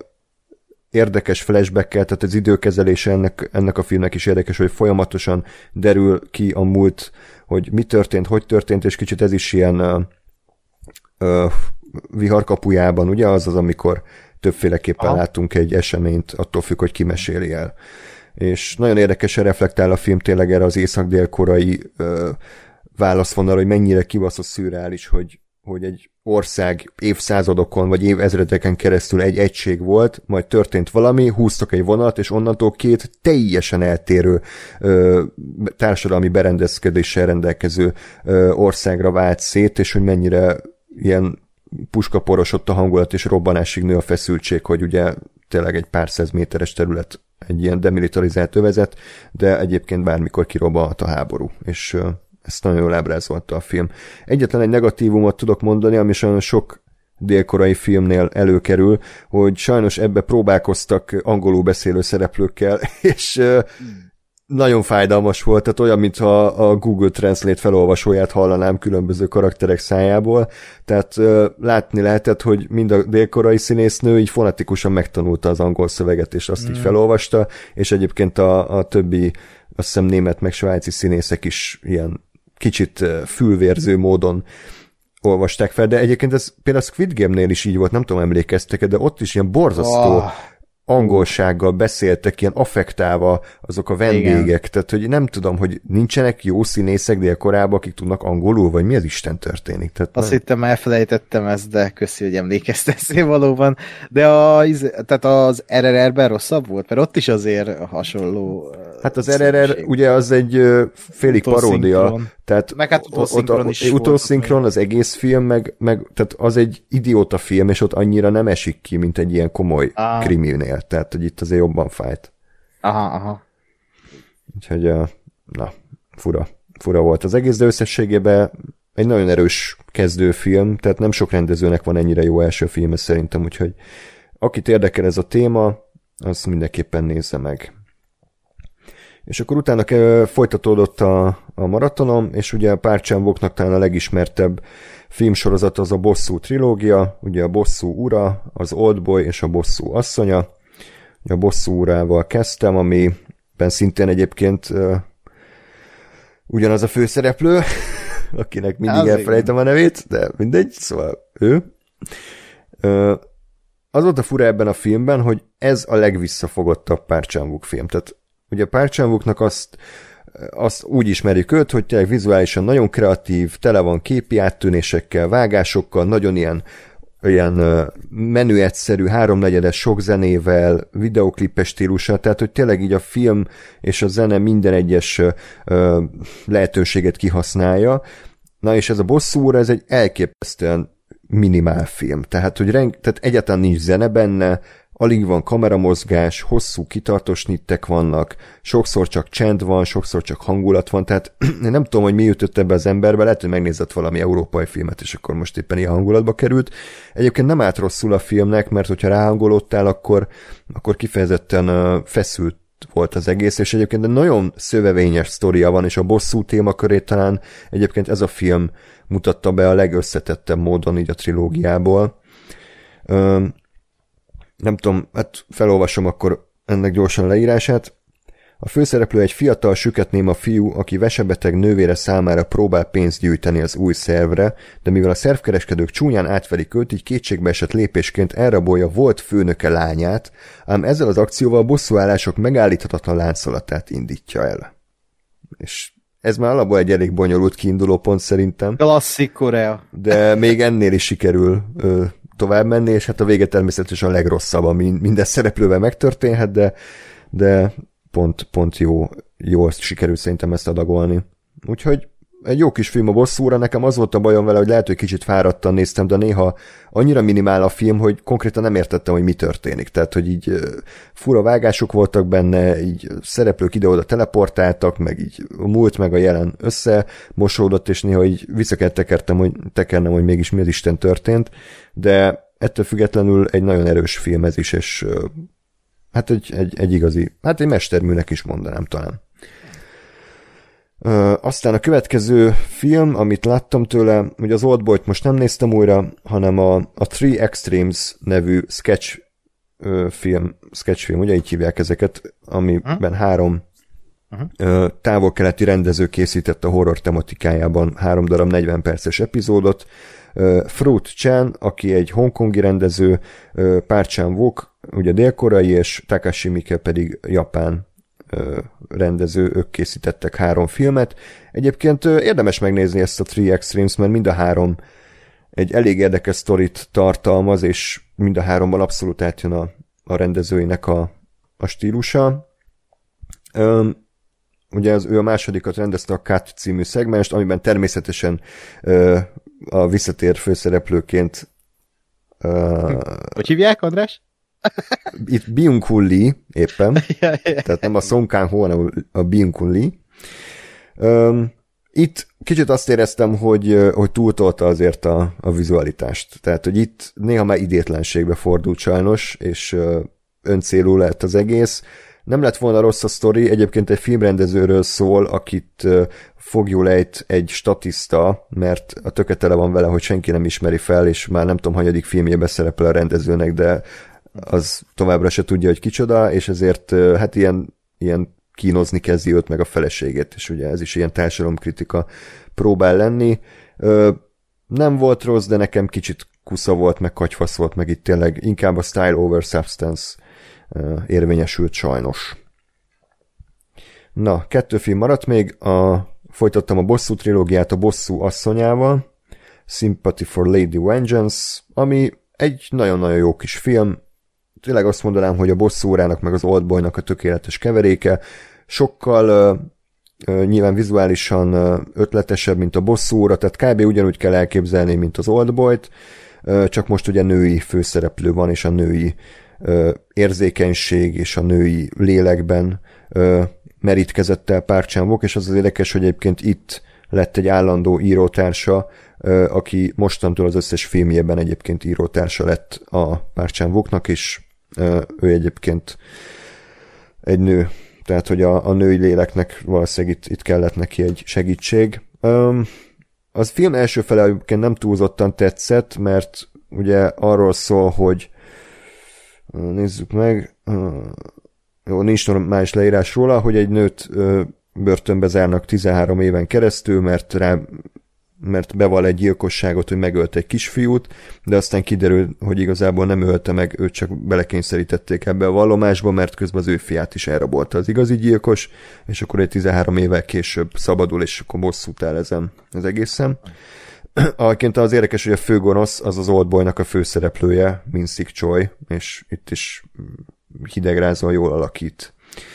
érdekes flashback-kel, tehát az időkezelése ennek, ennek a filmnek is érdekes, hogy folyamatosan derül ki a múlt, hogy mi történt, hogy történt, és kicsit ez is ilyen uh, uh, viharkapujában, ugye az az, amikor többféleképpen Aha. látunk egy eseményt, attól függ, hogy ki meséli el. És nagyon érdekesen reflektál a film tényleg erre az észak-dél-korai uh, válaszvonal, hogy mennyire kibaszott szürreális, hogy, hogy egy ország évszázadokon vagy évezredeken keresztül egy egység volt, majd történt valami, húztak egy vonalat, és onnantól két teljesen eltérő ö, társadalmi berendezkedéssel rendelkező ö, országra vált szét, és hogy mennyire ilyen puskaporosott a hangulat, és robbanásig nő a feszültség, hogy ugye tényleg egy pár száz méteres terület egy ilyen demilitarizált övezet, de egyébként bármikor kirobbanhat a háború, és ö, ezt nagyon jól ábrázolta a film. Egyetlen egy negatívumot tudok mondani, ami sajnos sok dél-koreai filmnél előkerül, hogy sajnos ebbe próbálkoztak angolul beszélő szereplőkkel, és uh, nagyon fájdalmas volt, tehát olyan, mintha a Google Translate felolvasóját hallanám különböző karakterek szájából, tehát uh, látni lehetett, hogy mind a dél-koreai színésznő így fonetikusan megtanulta az angol szöveget, és azt mm. így felolvasta, és egyébként a, a többi, azt hiszem német meg svájci színészek is ilyen kicsit fülvérző módon olvasták fel, de egyébként ez például a Squid Game-nél is így volt, nem tudom, emlékeztek, de ott is ilyen borzasztó oh. angolsággal beszéltek, ilyen affektálva azok a vendégek, igen. Tehát hogy nem tudom, hogy nincsenek jó színészek Dél-Koreában, akik tudnak angolul, vagy mi az Isten történik? Tehát Azt nem... hittem, már elfelejtettem ezt, de köszi, hogy emlékeztetszél valóban. De a, tehát az er er er-ben rosszabb volt? Mert ott is azért hasonló... Hát az er er er ugye az egy félig paródia, tehát meg hát utószinkron is volt. Utószinkron az egész film, meg, meg tehát az egy idióta film, és ott annyira nem esik ki, mint egy ilyen komoly ah. kriminél, tehát hogy itt azért jobban fájt. Aha, aha. Úgyhogy, na, fura, fura volt az egész, de összességében egy nagyon erős kezdőfilm, tehát nem sok rendezőnek van ennyire jó első filme szerintem, úgyhogy akit érdekel ez a téma, az mindenképpen nézze meg. És akkor utána folytatódott a, a maratonom, és ugye a Park Chan-wooknak talán a legismertebb filmsorozat az a Bosszú trilógia, ugye a Bosszú ura, az Oldboy és a Bosszú asszonya. A Bosszú urával kezdtem, amiben szintén egyébként uh, ugyanaz a főszereplő, akinek mindig az elfelejtem igen. a nevét, de mindegy, szóval ő. Uh, az volt a fura ebben a filmben, hogy ez a legvisszafogottabb Park Chan-wook film, tehát ugye Park Chan-wooknak azt, azt úgy ismerjük őt, hogy tényleg vizuálisan nagyon kreatív, tele van képi áttűnésekkel, vágásokkal, nagyon ilyen, ilyen menő egyszerű, háromnegyedes sok zenével, videóklipes stílusa, tehát hogy tényleg így a film és a zene minden egyes ö, lehetőséget kihasználja. Na és ez a Bosszú ura, ez egy elképesztően minimál film, tehát hogy reng, tehát egyáltalán nincs zene benne, alig van kameramozgás, hosszú kitartós snittek vannak, sokszor csak csend van, sokszor csak hangulat van, tehát én nem tudom, hogy mi jutott ebbe az emberbe, lehet, hogy megnézett valami európai filmet, és akkor most éppen ilyen hangulatba került. Egyébként nem állt rosszul a filmnek, mert hogyha ráhangolódtál, akkor, akkor kifejezetten uh, feszült volt az egész, és egyébként nagyon szövevényes sztoria van, és a bosszú témakörét talán egyébként ez a film mutatta be a legösszetettebb módon így a trilógiából. Um, nem tudom, hát felolvasom akkor ennek gyorsan leírását. A főszereplő egy fiatal süketnéma fiú, aki vesebeteg nővére számára próbál pénzt gyűjteni az új szervre, de mivel a szervkereskedők csúnyán átverik őt, így kétségbeesett lépésként elrabolja volt főnöke lányát, ám ezzel az akcióval bosszúállások megállíthatatlan láncolatát indítja el. És ez már alapból egy elég bonyolult kiinduló pont szerintem. Klasszik Korea. De még ennél is sikerül ö, tovább menni, és hát a vége természetesen a legrosszabb, ami minden szereplővel megtörténhet, de, de pont, pont jó, jól sikerült szerintem ezt adagolni. Úgyhogy egy jó kis film a bosszúra, nekem az volt a bajom vele, hogy lehet, hogy kicsit fáradtan néztem, de néha annyira minimál a film, hogy konkrétan nem értettem, hogy mi történik. Tehát, hogy így fura vágások voltak benne, így szereplők ide-oda teleportáltak, meg így a múlt meg a jelen összemosódott, és néha így vissza kell tekertem, hogy tekernem, hogy mégis mi az Isten történt, de ettől függetlenül egy nagyon erős film ez is, és hát egy, egy, egy igazi, hát egy mesterműnek is mondanám talán. Uh, aztán a következő film, amit láttam tőle, ugye az Oldboyt most nem néztem újra, hanem a, a Three Extremes nevű sketch uh, film, sketch film, ugye így hívják ezeket, amiben uh-huh. három uh-huh. uh, távol-keleti rendező készített a horror tematikájában három darab negyven perces epizódot. Uh, Fruit Chan, aki egy hongkongi rendező, uh, Park Chan-wook, ugye dél-koreai, és Takashi Miike pedig japán rendező, ők készítettek három filmet. Egyébként érdemes megnézni ezt a Three Extremes, mert mind a három egy elég érdekes sztorit tartalmaz, és mind a háromban abszolút átjön a, a rendezőinek a, a stílusa. Üm, ugye az, ő a másodikat rendezte a Cut című szegmest, amiben természetesen ö, a visszatér főszereplőként ö, hogy hívják, András? Itt Byung-Hun Lee éppen, ja, ja. Tehát nem a Song Kang-ho, hanem a Byung-Hun Lee. Um, itt kicsit azt éreztem, hogy, hogy túltolta azért a, a vizualitást. Tehát, hogy itt néha már idétlenségbe fordult sajnos, és uh, öncélú lett az egész. Nem lett volna rossz a sztori, egyébként egy filmrendezőről szól, akit uh, fogjul ejt egy statiszta, mert a töke tele van vele, hogy senki nem ismeri fel, és már nem tudom, hanyadik filmjében szerepel a rendezőnek, de az továbbra se tudja, hogy kicsoda, és ezért hát ilyen, ilyen kínozni kezdi őt meg a feleségét, és ugye ez is ilyen társadalomkritika próbál lenni. Nem volt rossz, de nekem kicsit kusza volt, meg katyfasz volt, meg itt tényleg inkább a style over substance érvényesült sajnos. Na, kettő film maradt még, a, folytattam a bosszú trilógiát a bosszú asszonyával, Sympathy for Lady Vengeance, ami egy nagyon-nagyon jó kis film. Tényleg azt mondanám, hogy a bosszúrának meg az Oldboynak a tökéletes keveréke. Sokkal uh, uh, nyilván vizuálisan uh, ötletesebb, mint a bosszúra, tehát kb. Ugyanúgy kell elképzelni, mint az Oldboyt, uh, csak most ugye női főszereplő van, és a női uh, érzékenység és a női lélekben uh, merítkezett el Park Chan-wook, és az az érdekes, hogy egyébként itt lett egy állandó írótársa, uh, aki mostantól az összes filmjében egyébként írótársa lett a Park Chan-wooknak, és ő egyébként egy nő, tehát hogy a, a női léleknek valószínűleg itt, itt kellett neki egy segítség. Um, az film első fele egyébként nem túlzottan tetszett, mert ugye arról szól, hogy nézzük meg, jó, nincs normális leírás róla, hogy egy nőt börtönbe zárnak tizenhárom éven keresztül, mert rá mert beval egy gyilkosságot, hogy megölt egy kisfiút, de aztán kiderül, hogy igazából nem ölte meg, őt csak belekényszerítették ebbe a vallomásba, mert közben az ő fiát is elrabolta az igazi gyilkos, és akkor egy tizenhárom évvel később szabadul, és akkor bosszút áll ezen az egészen. Alként az érdekes, hogy a főgonosz az az Oldboynak a főszereplője, Min-Sik Choi, és itt is hidegrázóan jól alakít.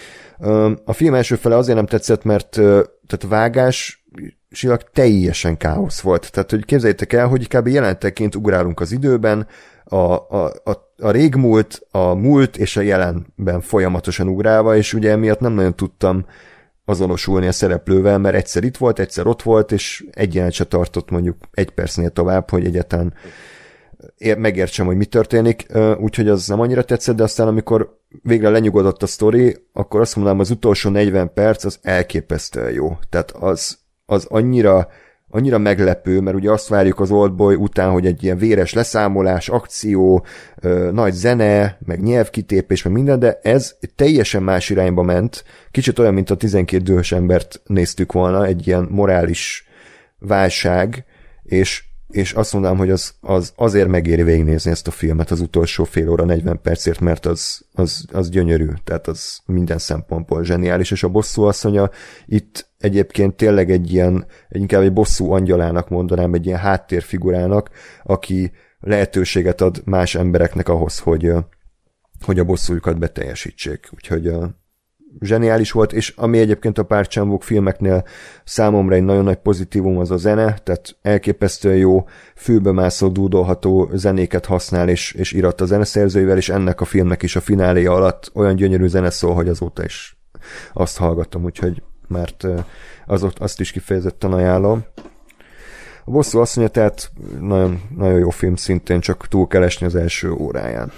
A film első fele azért nem tetszett, mert tehát vágás silag teljesen káosz volt. Tehát, hogy képzeljétek el, hogy kb. Jelenteként ugrálunk az időben, a, a, a, a régmúlt, a múlt és a jelenben folyamatosan ugrálva, és ugye emiatt nem nagyon tudtam azonosulni a szereplővel, mert egyszer itt volt, egyszer ott volt, és egy jelenet se tartott mondjuk egy percnél tovább, hogy egyáltalán ér, megértsem, hogy mi történik, úgyhogy az nem annyira tetszett, de aztán amikor végre lenyugodott a sztori, akkor azt mondanám, az utolsó negyven perc az elképesztően jó. Tehát az, az annyira annyira meglepő, mert ugye azt várjuk az Oldboy után, hogy egy ilyen véres leszámolás, akció, nagy zene, meg nyelvkitépés, meg minden, de ez teljesen más irányba ment. Kicsit olyan, mint a tizenkét dühös embert néztük volna, egy ilyen morális válság, és, és azt mondanám, hogy az, az azért megéri végignézni ezt a filmet az utolsó fél óra, negyven percért, mert az, az, az gyönyörű, tehát az minden szempontból zseniális, és a bosszú asszonya itt egyébként tényleg egy ilyen, inkább egy bosszú angyalának mondanám, egy ilyen háttérfigurának, aki lehetőséget ad más embereknek ahhoz, hogy, hogy a bosszújukat beteljesítsék. Úgyhogy zseniális volt, és ami egyébként a Park Chan-wook filmeknél számomra egy nagyon nagy pozitívum az a zene, tehát elképesztően jó, fülbemászó, dúdolható zenéket használ, és, és írat a zeneszerzőivel, és ennek a filmnek is a fináléja alatt olyan gyönyörű zene szól, hogy azóta is azt hallgatom, úgyhogy mert az, azt is kifejezetten ajánlom. A bosszú asszonya, tehát nagyon, nagyon jó film, szintén csak túl kell esni az első óráján.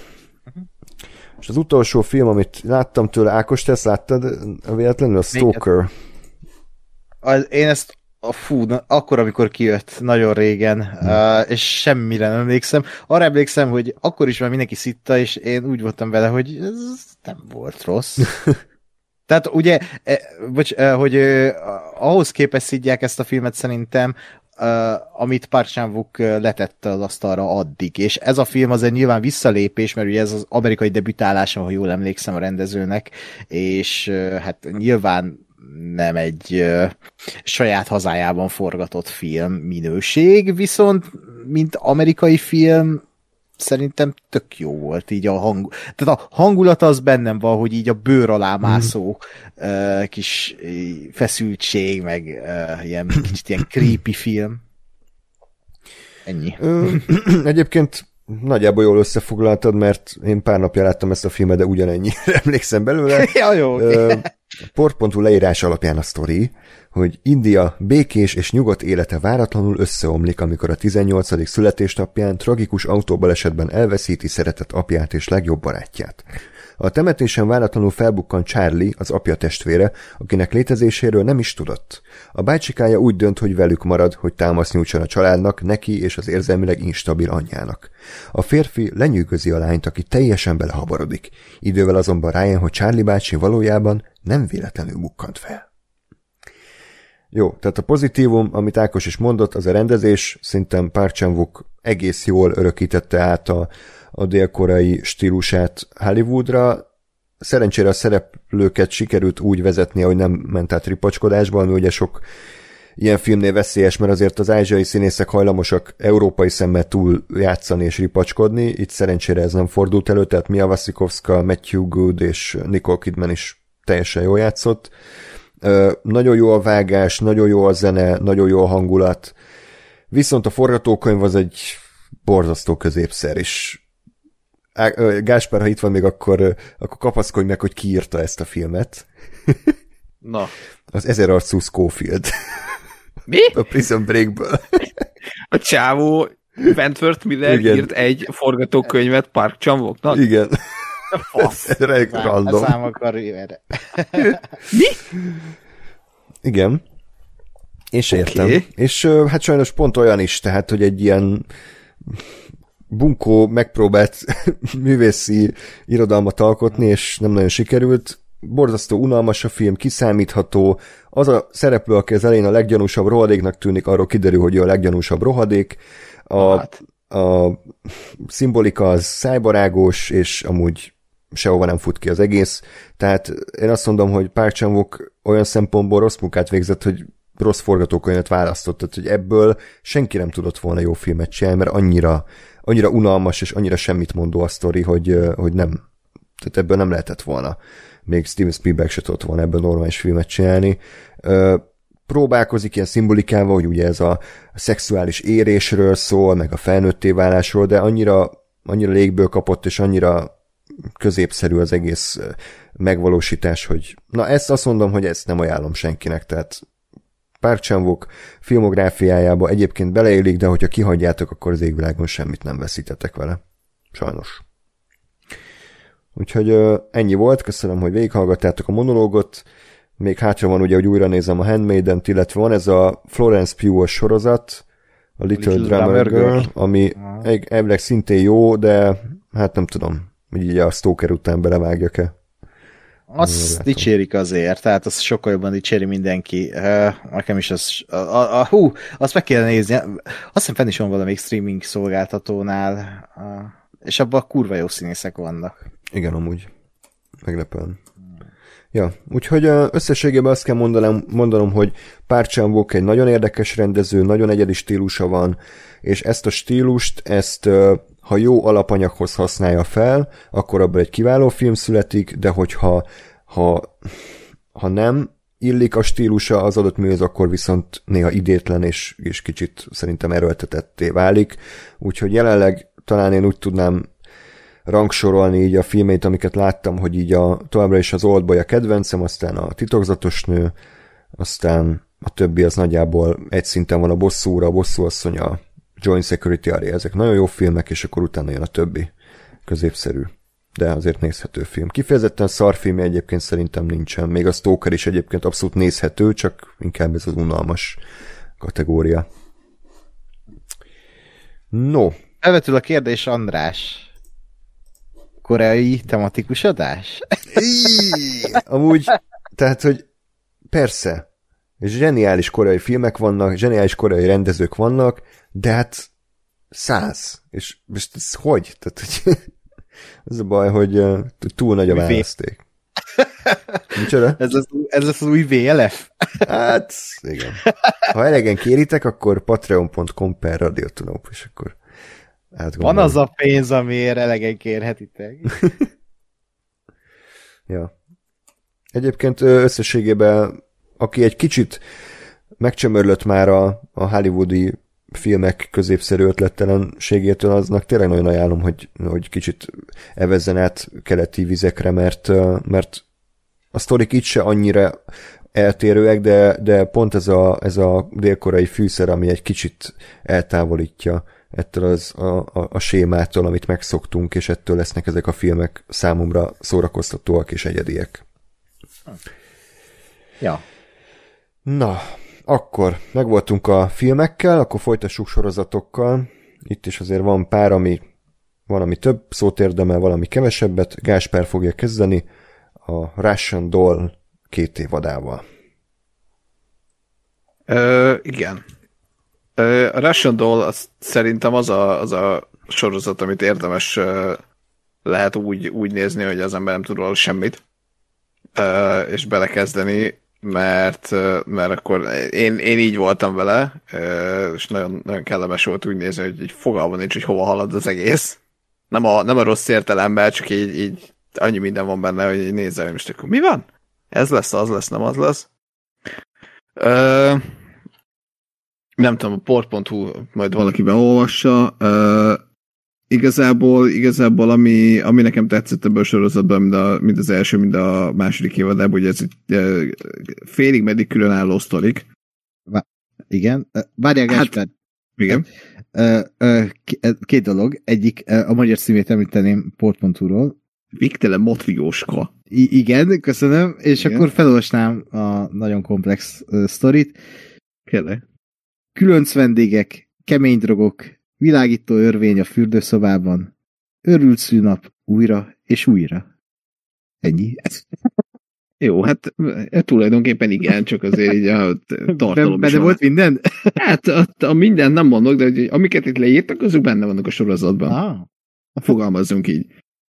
És az utolsó film, amit láttam tőle, Ákos, te ezt láttad véletlenül? A Stalker. Az, én ezt, a fú, na, akkor, amikor kijött, nagyon régen, hmm. uh, és semmire nem emlékszem. Arra emlékszem, hogy akkor is már mindenki szitta, és én úgy voltam vele, hogy ez nem volt rossz. Tehát ugye, eh, bocs, eh, hogy eh, ahhoz képest szidják ezt a filmet szerintem, Uh, amit Park Chan-wook letette az asztalra addig, és ez a film azért nyilván visszalépés, mert ugye ez az amerikai debütálása, ha jól emlékszem a rendezőnek, és uh, hát nyilván nem egy uh, saját hazájában forgatott film minőség, viszont mint amerikai film szerintem tök jó volt így a hang... Tehát a hangulat az bennem van, hogy így a bőr alá mászó mm. uh, kis feszültség, meg uh, ilyen kicsit ilyen creepy film. Ennyi. Egyébként nagyjából jól összefoglaltad, mert én pár napja láttam ezt a filmet, de ugyanennyire emlékszem belőle. Ja, jó. Okay. port pont hu leírás alapján a sztori, hogy India békés és nyugodt élete váratlanul összeomlik, amikor a tizennyolcadik születésnapján tragikus autóbalesetben elveszíti szeretett apját és legjobb barátját. A temetésen váratlanul felbukkan Charlie, az apja testvére, akinek létezéséről nem is tudott. A bácsikája úgy dönt, hogy velük marad, hogy támaszt nyújtson a családnak, neki és az érzelmileg instabil anyjának. A férfi lenyűgözi a lányt, aki teljesen belehabarodik. Idővel azonban rájön, hogy Charlie bácsi valójában nem véletlenül bukkant fel. Jó, tehát a pozitívum, amit Ákos is mondott, az a rendezés, szerintem Park Chan-wook egész jól örökítette át a, a dél-koreai stílusát Hollywoodra. Szerencsére a szereplőket sikerült úgy vezetni, hogy nem ment át ripacskodásba, ami ugye sok ilyen filmnél veszélyes, mert azért az ázsiai színészek hajlamosak európai szemmel túl játszani és ripacskodni. Itt szerencsére ez nem fordult elő, tehát Mia Wasikowska, Matthew Good és Nicole Kidman is teljesen jól játszott. Uh, nagyon jó a vágás, nagyon jó a zene, nagyon jó a hangulat, viszont a forgatókönyv az egy borzasztó középszer, és Á, uh, Gáspár, ha itt van még, akkor, uh, akkor kapaszkodj meg, hogy ki írta ezt a filmet. Na. Az ezerarcú Scofield. Mi? A Prison Breakből. A csávó Wentworth Miller Igen. írt egy forgatókönyvet Park Chan-wooknak? Igen. Fasz. Ez elég random. Ez ám a karriere. Mi? Igen. És okay. értem. És hát sajnos pont olyan is, tehát, hogy egy ilyen bunkó megpróbált művészi irodalmat alkotni, és nem nagyon sikerült. Borzasztó unalmas a film, kiszámítható. Az a szereplő, aki az elején a leggyanúsabb rohadéknak tűnik, arról kiderül, hogy ő a leggyanúsabb rohadék. A, hát. a szimbolika az szájbarágos, és amúgy sehova nem fut ki az egész. Tehát én azt mondom, hogy Park Chan-wook olyan szempontból rossz munkát végzett, hogy rossz forgatókönyvet választott, tehát hogy ebből senki nem tudott volna jó filmet csinálni, mert annyira, annyira unalmas és annyira semmit mondó a sztori, hogy, hogy nem, tehát ebből nem lehetett volna. Még Steven Spielberg se tudott volna ebből normális filmet csinálni. Próbálkozik ilyen szimbolikával, hogy ugye ez a szexuális érésről szól, meg a felnőtté válásról, de annyira, annyira légből kapott, és annyira középszerű az egész megvalósítás, hogy na ezt azt mondom, hogy ezt nem ajánlom senkinek, tehát Park Chan-wook filmográfiájába egyébként beleélik, de hogyha kihagyjátok, akkor az égvilágon semmit nem veszítetek vele. Sajnos. Úgyhogy ennyi volt, köszönöm, hogy végighallgattátok a monológot. még hátra van ugye, hogy újra nézem a Handmaident, illetve van ez a Florence Pugh a a Little, Little Drummer Girl, Girl, ami ah. elvileg szintén jó, de hát nem tudom, hogy így a Stoker után belevágjak-e. Azt dicsérik azért, tehát azt sokkal jobban dicséri mindenki. Uh, nekem is az, a, a, a, hú, azt meg kell nézni. Azt hiszem fenn is van valamelyik streaming szolgáltatónál, uh, és abban kurva jó színészek vannak. Igen, amúgy. Meglepően. Ja, úgyhogy összességében azt kell mondanom, mondanom hogy Park Chan-wook egy nagyon érdekes rendező, nagyon egyedi stílusa van, és ezt a stílust, ezt ha jó alapanyaghoz használja fel, akkor abban egy kiváló film születik, de hogyha ha, ha nem illik a stílusa az adott műhöz, akkor viszont néha idétlen és, és kicsit szerintem erőltetetté válik. Úgyhogy jelenleg talán én úgy tudnám rangsorolni így a filmét, amiket láttam, hogy így a, továbbra is az Oldboy a kedvencem, aztán a Titokzatos nő, aztán a többi az nagyjából egy szinten van, a Bosszúra, a Bosszúasszony, a Joint Security Area, ezek nagyon jó filmek, és akkor utána jön a többi középszerű, de azért nézhető film. Kifejezetten szarfilmje egyébként szerintem nincsen, még a Stoker is egyébként abszolút nézhető, csak inkább ez az unalmas kategória. No. Elvetül a kérdés, András. Koreai tematikus adás? Amúgy, tehát, hogy persze, zseniális koreai filmek vannak, zseniális koreai rendezők vannak, de hát száz. És most ez hogy? Tehát, hogy az a baj, hogy túl nagy a választék. Micsoda? Ez az, ez az új vé el ef? Hát, igen. Ha elegen kéritek, akkor patreon pont com per radiotonop, és akkor van az a pénz, amiért elegen kérhetitek. Ja. Egyébként összességében, aki egy kicsit megcsömörlött már a, a hollywoodi filmek középszerű ötlettelenségétől, aznak tényleg nagyon ajánlom, hogy, hogy kicsit evezzen át keleti vizekre, mert, mert a sztorik itt se annyira eltérőek, de, de pont ez a, ez a dél-koreai fűszer, ami egy kicsit eltávolítja ettől az, a, a, a sémától, amit megszoktunk, és ettől lesznek ezek a filmek számomra szórakoztatóak és egyediek. Ja. Na, akkor megvoltunk a filmekkel, akkor folytassuk sorozatokkal. Itt is azért van pár, ami van, ami több szót érdemel, valami kevesebbet. Gáspár fogja kezdeni a Russian Doll két évadával. Ö, igen. Ö, a Russian Doll az, szerintem az a, az a sorozat, amit érdemes ö, lehet úgy, úgy nézni, hogy az ember nem tud róla semmit, ö, és belekezdeni, mert, mert akkor én, én így voltam vele, és nagyon, nagyon kellemes volt úgy nézni, hogy így fogalma nincs, hogy hova halad az egész. Nem a, nem a rossz értelemben, csak így, így annyi minden van benne, hogy így nézem, hogy most akkor mi van? Ez lesz, az lesz, nem az lesz. Ö, nem tudom, a port pont hu majd valaki beolvassa. Ö, Igazából, igazából ami, ami nekem tetszett ebből a sorozatban, mind, a, mind az első, mind a második évadában, hogy ez egy e, félig meddig különálló sztorik. Igen. Várjál, Gáspár. Hát, igen. Két dolog. Egyik, a magyar címét említeném port pont hu-ról. Viktele Motrióska. I- igen, köszönöm. És igen. Akkor felolvasnám a nagyon komplex sztorit. Kérlek. Különc vendégek, kemény drogok, világító örvény a fürdőszobában, örült szűnap újra és újra. Ennyi. Jó, hát tulajdonképpen igen, csak azért így a tartalom benne volt minden? Hát a, a minden nem mondok, de amiket itt leírtak, azok benne vannak a sorozatban. Ah. Fogalmazzunk így.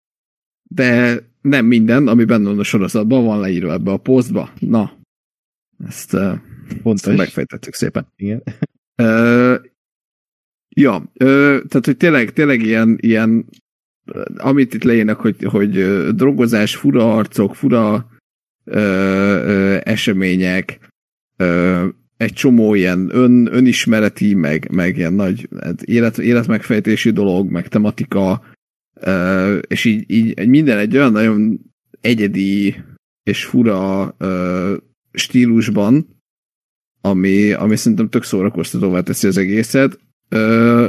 De nem minden, ami benne van a sorozatban, van leírva ebbe a posztba. Na, ezt, ezt megfejtettük szépen. Igen. Uh, Ja, ö, tehát, hogy tényleg, tényleg ilyen, ilyen amit itt leírnak, hogy, hogy ö, drogozás, fura arcok, fura ö, ö, események, ö, egy csomó ilyen ön, önismereti, meg, meg ilyen nagy élet, életmegfejtési dolog, meg tematika, ö, és így, így minden egy olyan nagyon egyedi és fura ö, stílusban, ami, ami szerintem tök szórakoztatóvá teszi az egészet. Uh,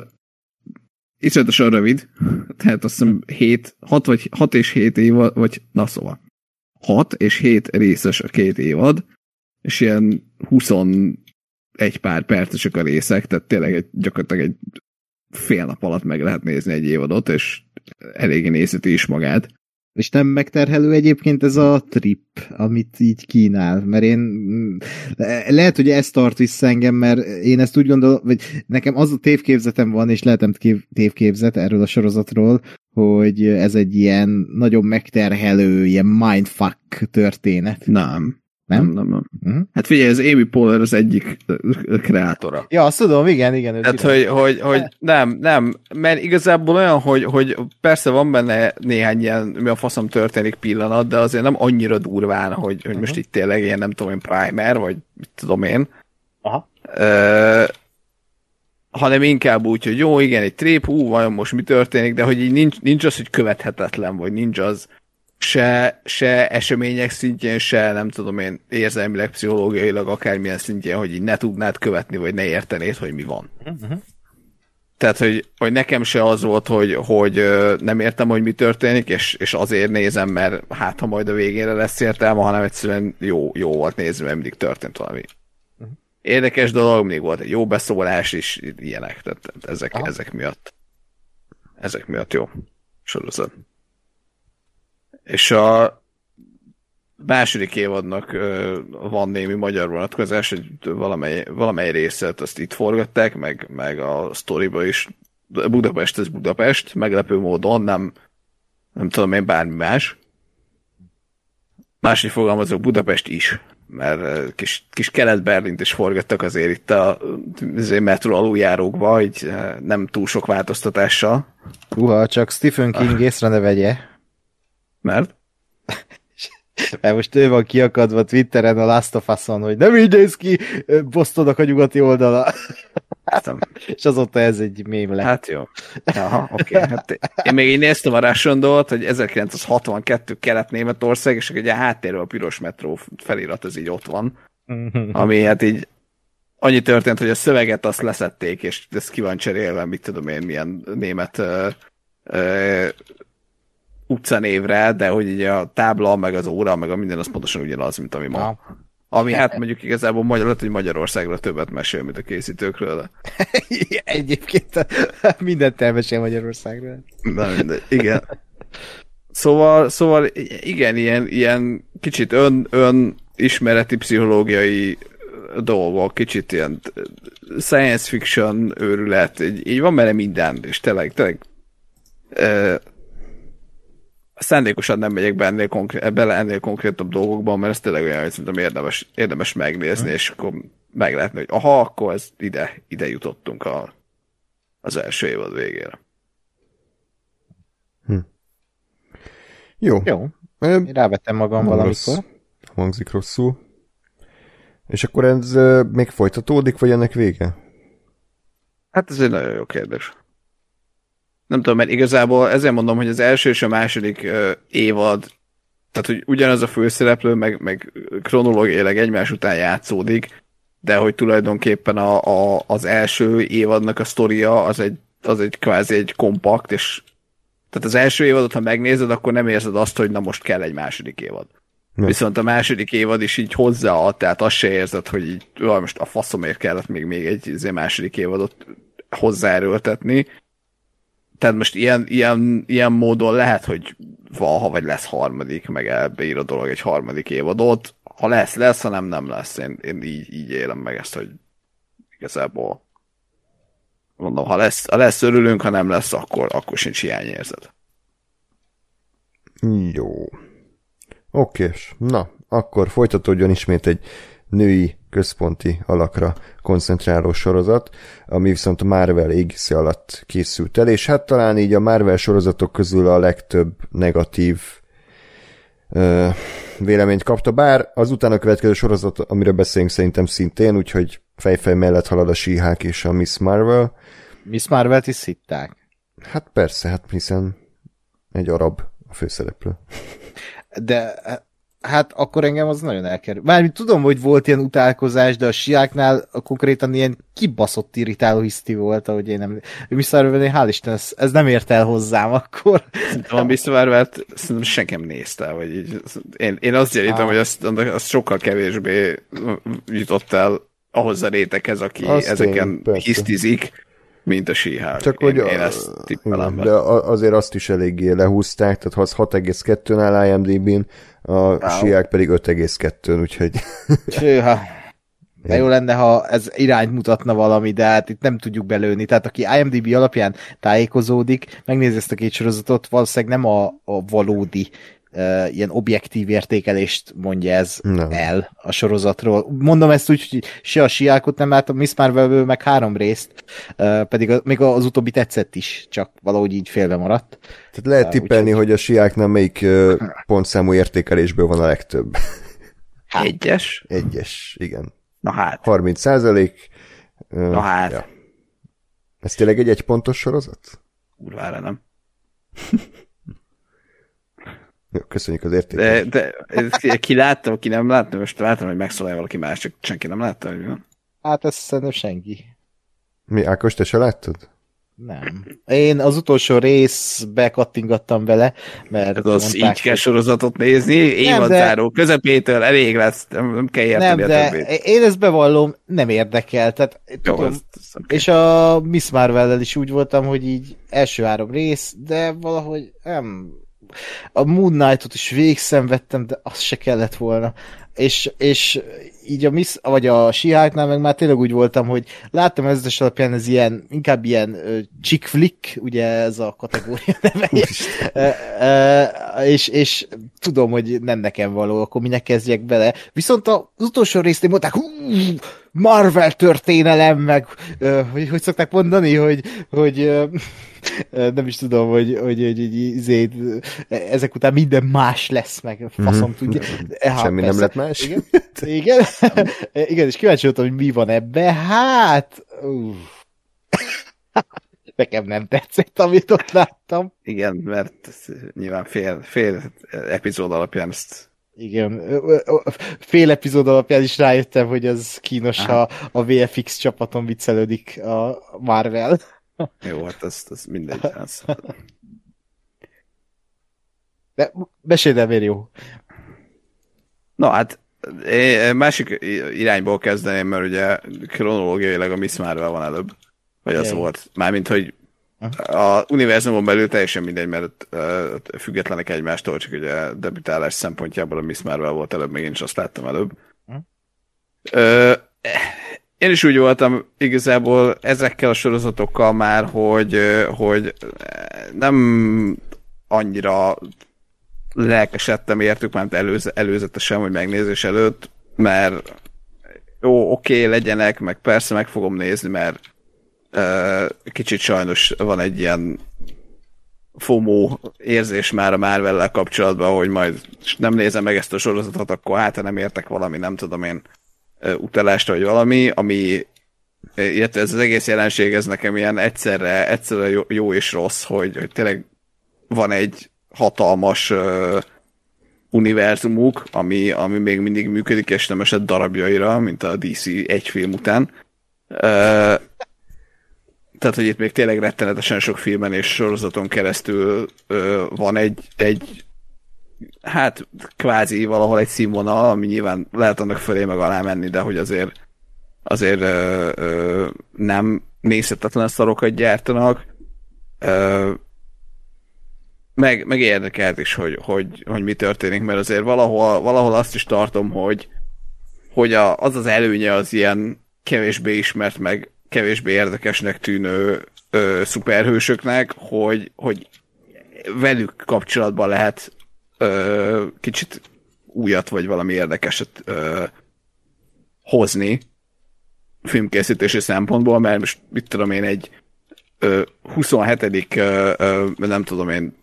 iszonyatosan rövid, tehát azt hiszem hét, hat vagy hat és hét év, vagy na szóval. hat és hét részes a két évad, és ilyen huszonegy pár percesek a részek, tehát tényleg egy, gyakorlatilag egy fél nap alatt meg lehet nézni egy évadot, és eléggé nézheti is magát. És nem megterhelő egyébként ez a trip, amit így kínál, mert én lehet, hogy ez tart vissza engem, mert én ezt úgy gondolom, vagy nekem az a tévképzetem van, és lehetem tévképzet erről a sorozatról, hogy ez egy ilyen nagyon megterhelő, ilyen mindfuck történet. Nem. Nem? Nem, nem, nem. Uh-huh. Hát figyelj, az Amy Poehler az egyik kreátora. Ja, azt tudom, igen, igen. Tehát, hogy, hogy, hogy nem, nem, mert igazából olyan, hogy, hogy persze van benne néhány ilyen, mi a faszom történik pillanat, de azért nem annyira durván, hogy, hogy uh-huh. most itt tényleg ilyen, nem tudom én, primer, vagy mit tudom én. Aha. Ö, hanem inkább úgy, hogy jó, igen, egy trép, hú, vajon most mi történik, de hogy így nincs, nincs az, hogy követhetetlen, vagy nincs az, se, se események szintjén, se nem tudom én érzelmileg, pszichológiailag akármilyen szintjén, hogy így ne tudnád követni, vagy ne értenéd, hogy mi van. Uh-huh. Tehát, hogy, hogy nekem se az volt, hogy, hogy nem értem, hogy mi történik, és, és azért nézem, mert hát ha majd a végére lesz értelme, hanem egyszerűen jó, jó volt nézni, mert mindig történt valami. Uh-huh. Érdekes dolog, mindig volt egy jó beszólás is, ilyenek, tehát, tehát ezek, ezek miatt ezek miatt jó sorozat. És a második évadnak ö, van némi magyar vonatkozás, hogy valamely, valamely részét azt itt forgatták, meg, meg a sztoriba is Budapest ez Budapest, meglepő módon, nem, nem tudom én bármi más. Másik fogalmazok, Budapest is, mert kis, kis Kelet-Berlint is forgattak azért itt a metró aluljárókba, így nem túl sok változtatással. Uha, csak Stephen King észre ne vegye. Mert? Mert most ő van kiakadva Twitteren a Last of Us-on, hogy nem így néz ki Bostonnak a nyugati oldala. Hát, és azóta ez egy mém lett. Hát jó. Aha, oké. Okay. Hát én még így néztem a Russian-dot, hogy ezerkilencszázhatvankettő Kelet-Németország, és egy háttérről a piros metró felirat, ez így ott van. Ami hát így annyi történt, hogy a szöveget azt leszették, és ez ki van cserélve, mit tudom én, milyen német ö, ö, utcanévre, de hogy így a tábla, meg az óra, meg a minden az pontosan ugyanaz, mint ami ma. Ja. Ami hát mondjuk igazából magyar, lehet, hogy Magyarországra többet mesél, mint a készítőkről. De... Egyébként mindent elmesél Magyarországról. Na mindegy, igen. Szóval, szóval igen, ilyen, ilyen kicsit ön, ön ismereti pszichológiai dolgok, kicsit ilyen science fiction őrület, így, így van benne minden, és tényleg, tényleg e, szándékosan nem megyek be ennél, konkrét, bele ennél konkrétabb dolgokban, mert ez tényleg olyan, hogy szerintem érdemes, érdemes megnézni, és akkor meg lehetne, hogy aha, akkor ez ide, ide jutottunk a, az első évad végére. Hm. Jó. Jó. Én rávettem magam valamikor. Rossz. Hangzik rosszul. És akkor ez uh, még folytatódik, vagy ennek vége? Hát ez egy nagyon jó kérdés. Nem tudom, mert igazából ezért mondom, hogy az első és a második uh, évad, tehát hogy ugyanaz a főszereplő, meg, meg kronológiailag egymás után játszódik, de hogy tulajdonképpen a, a, az első évadnak a sztoria az egy, az egy kvázi egy kompakt, és tehát az első évadot, ha megnézed, akkor nem érzed azt, hogy na most kell egy második évad. Nem. Viszont a második évad is így hozzáad, tehát azt se érzed, hogy így, most a faszomért kellett még, még egy második évadot hozzáerőltetni. Tehát most ilyen, ilyen, ilyen módon lehet, hogy valaha vagy lesz harmadik, meg elbeír a dolog egy harmadik évadot. Ha lesz, lesz, ha nem, nem lesz. Én, én így, így élem meg ezt, hogy igazából mondom, ha lesz, ha lesz örülünk, ha nem lesz, akkor, akkor sincs hiányérzet. Jó. Okés. Na, akkor folytatódjon ismét egy női központi alakra koncentráló sorozat, ami viszont a Marvel égisze alatt készült el, és hát talán így a Marvel sorozatok közül a legtöbb negatív ö, véleményt kapta, bár az utána következő sorozat, amiről beszélünk szerintem szintén, úgyhogy fejfej mellett halad a She-Hulk és a Miss Marvel. Miss Marvelt is szitták. Hát persze, hát hiszen egy arab a főszereplő. De hát akkor engem az nagyon elkerül. Mármint tudom, hogy volt ilyen utálkozás, de a siáknál a konkrétan ilyen kibaszott irritáló hiszti volt, ahogy én nem... miszter Marvel, hál' Isten, ez, ez nem ért el hozzám akkor. Szerintem a miszter Marvelt szerintem senki nem nézte, vagy így. Én, én azt gyanítom, ah. hogy azt, azt sokkal kevésbé jutott el ahhoz a réteghez, aki azt ezeken én, hisztizik, mint a She-Hulk. Csak én, hogy én ezt tippelem. De azért azt is eléggé lehúzták, tehát ha az hat egész kettőn áll IMDb-n, a wow. She-Hulk pedig öt egész kettőn, úgyhogy... Csőha. De jó lenne, ha ez irányt mutatna valami, de hát itt nem tudjuk belőni. Tehát aki IMDb alapján tájékozódik, megnézi ezt a két sorozatot, valószínűleg nem a, a valódi uh, ilyen objektív értékelést mondja ez nem. el a sorozatról. Mondom ezt úgy, hogy se a She-Hulkot nem láttam, Miss Marvelből meg három részt, uh, pedig a, még az utóbbi tetszett is, csak valahogy így félbe maradt. Tehát lehet uh, tippelni, úgy, hogy a She-Hulknál melyik uh, pontszámú értékelésből van a legtöbb. Hát. Egyes? Egyes, igen. Na hát. harminc százalék. Na hát. Ja. Ez tényleg egy egypontos sorozat? Kurvára nem. Jó, köszönjük az értékelést. De, de ki látta, ki nem látta, most látom, hogy megszólalja valaki más, csak senki nem látta, hogy van. Hát ezt szerintem senki. Mi, Ákos, te se láttad? Nem. Én az utolsó részbe kattingattam vele, mert hát az így kell sorozatot nézni, évadzáró de... közepétől elég lesz, nem kell érteni nem, a de többét. Én ezt bevallom, nem érdekel. Tehát, jó, tudom, az, az okay. És a Miss Marvel-lel is úgy voltam, hogy így első három rész, de valahogy nem... A Moon Knight-ot is végigszenvedtem, de az se kellett volna. És, és így a Miss, vagy a She-Hulknál meg már tényleg úgy voltam, hogy láttam ez alapján, ez ilyen, inkább ilyen uh, chick flick, ugye ez a kategória neve. uh, uh, és, és tudom, hogy nem nekem való, akkor minek kezdjek bele. Viszont az utolsó részt mondták, hú, Marvel történelem, meg uh, hogy, hogy szokták mondani, hogy, hogy uh, nem is tudom, hogy, hogy, hogy, hogy, hogy ezek után minden más lesz, meg faszom mm-hmm. tudja. Hát, semmi persze. Nem lett más. Igen, igen. igen, és kíváncsi voltam, hogy mi van ebbe. Hát... Uh. Nekem nem tetszett, amit ott láttam. Igen, mert nyilván fél, fél epizód alapján ezt... Igen, fél epizód alapján is rájöttem, hogy az kínos, aha, ha a vé ef iksz csapaton viccelődik a Marvel. Jó, hát ez, ez mindegy. Ez... De mesélj, de miért jó? Na hát, másik irányból kezdeném, mert ugye kronológiailag a Miss Marvel van előbb. Vagy az volt. Mármint, hogy a univerzumon belül teljesen mindegy, mert uh, függetlenek egymástól, csak ugye debütálás szempontjából a Miss Marvel volt előbb, még én is azt láttam előbb. Uh, én is úgy voltam igazából ezekkel a sorozatokkal már, hogy, hogy nem annyira lelkesedtem értük, már előze, előzetesen, vagy megnézés előtt, mert jó, oké, okay, legyenek, meg persze meg fogom nézni, mert uh, kicsit sajnos van egy ilyen FOMO érzés már a Marvel-lel kapcsolatban, hogy majd nem nézem meg ezt a sorozatot, akkor hát, ha nem értek valami, nem tudom én, uh, utalást, vagy valami, ami, illetve ez az egész jelenség, ez nekem ilyen egyszerre, egyszerre jó, jó és rossz, hogy, hogy tényleg van egy hatalmas uh, univerzumuk, ami, ami még mindig működik, és nem esett darabjaira, mint a dé cé egy film után. Uh, tehát, hogy itt még tényleg rettenetesen sok filmen és sorozaton keresztül uh, van egy, egy hát kvázi valahol egy színvonal, ami nyilván lehet annak fölé meg alá menni, de hogy azért azért uh, uh, nem nézhetetlen szarokat gyártanak. Uh, Meg, meg érdekelt is, hogy, hogy, hogy mi történik, mert azért valahol, valahol azt is tartom, hogy, hogy a, az az előnye az ilyen kevésbé ismert, meg kevésbé érdekesnek tűnő ö, szuperhősöknek, hogy, hogy velük kapcsolatban lehet ö, kicsit újat, vagy valami érdekeset ö, hozni filmkészítési szempontból, mert most mit tudom én, egy ö, huszonhetedik ö, ö, nem tudom én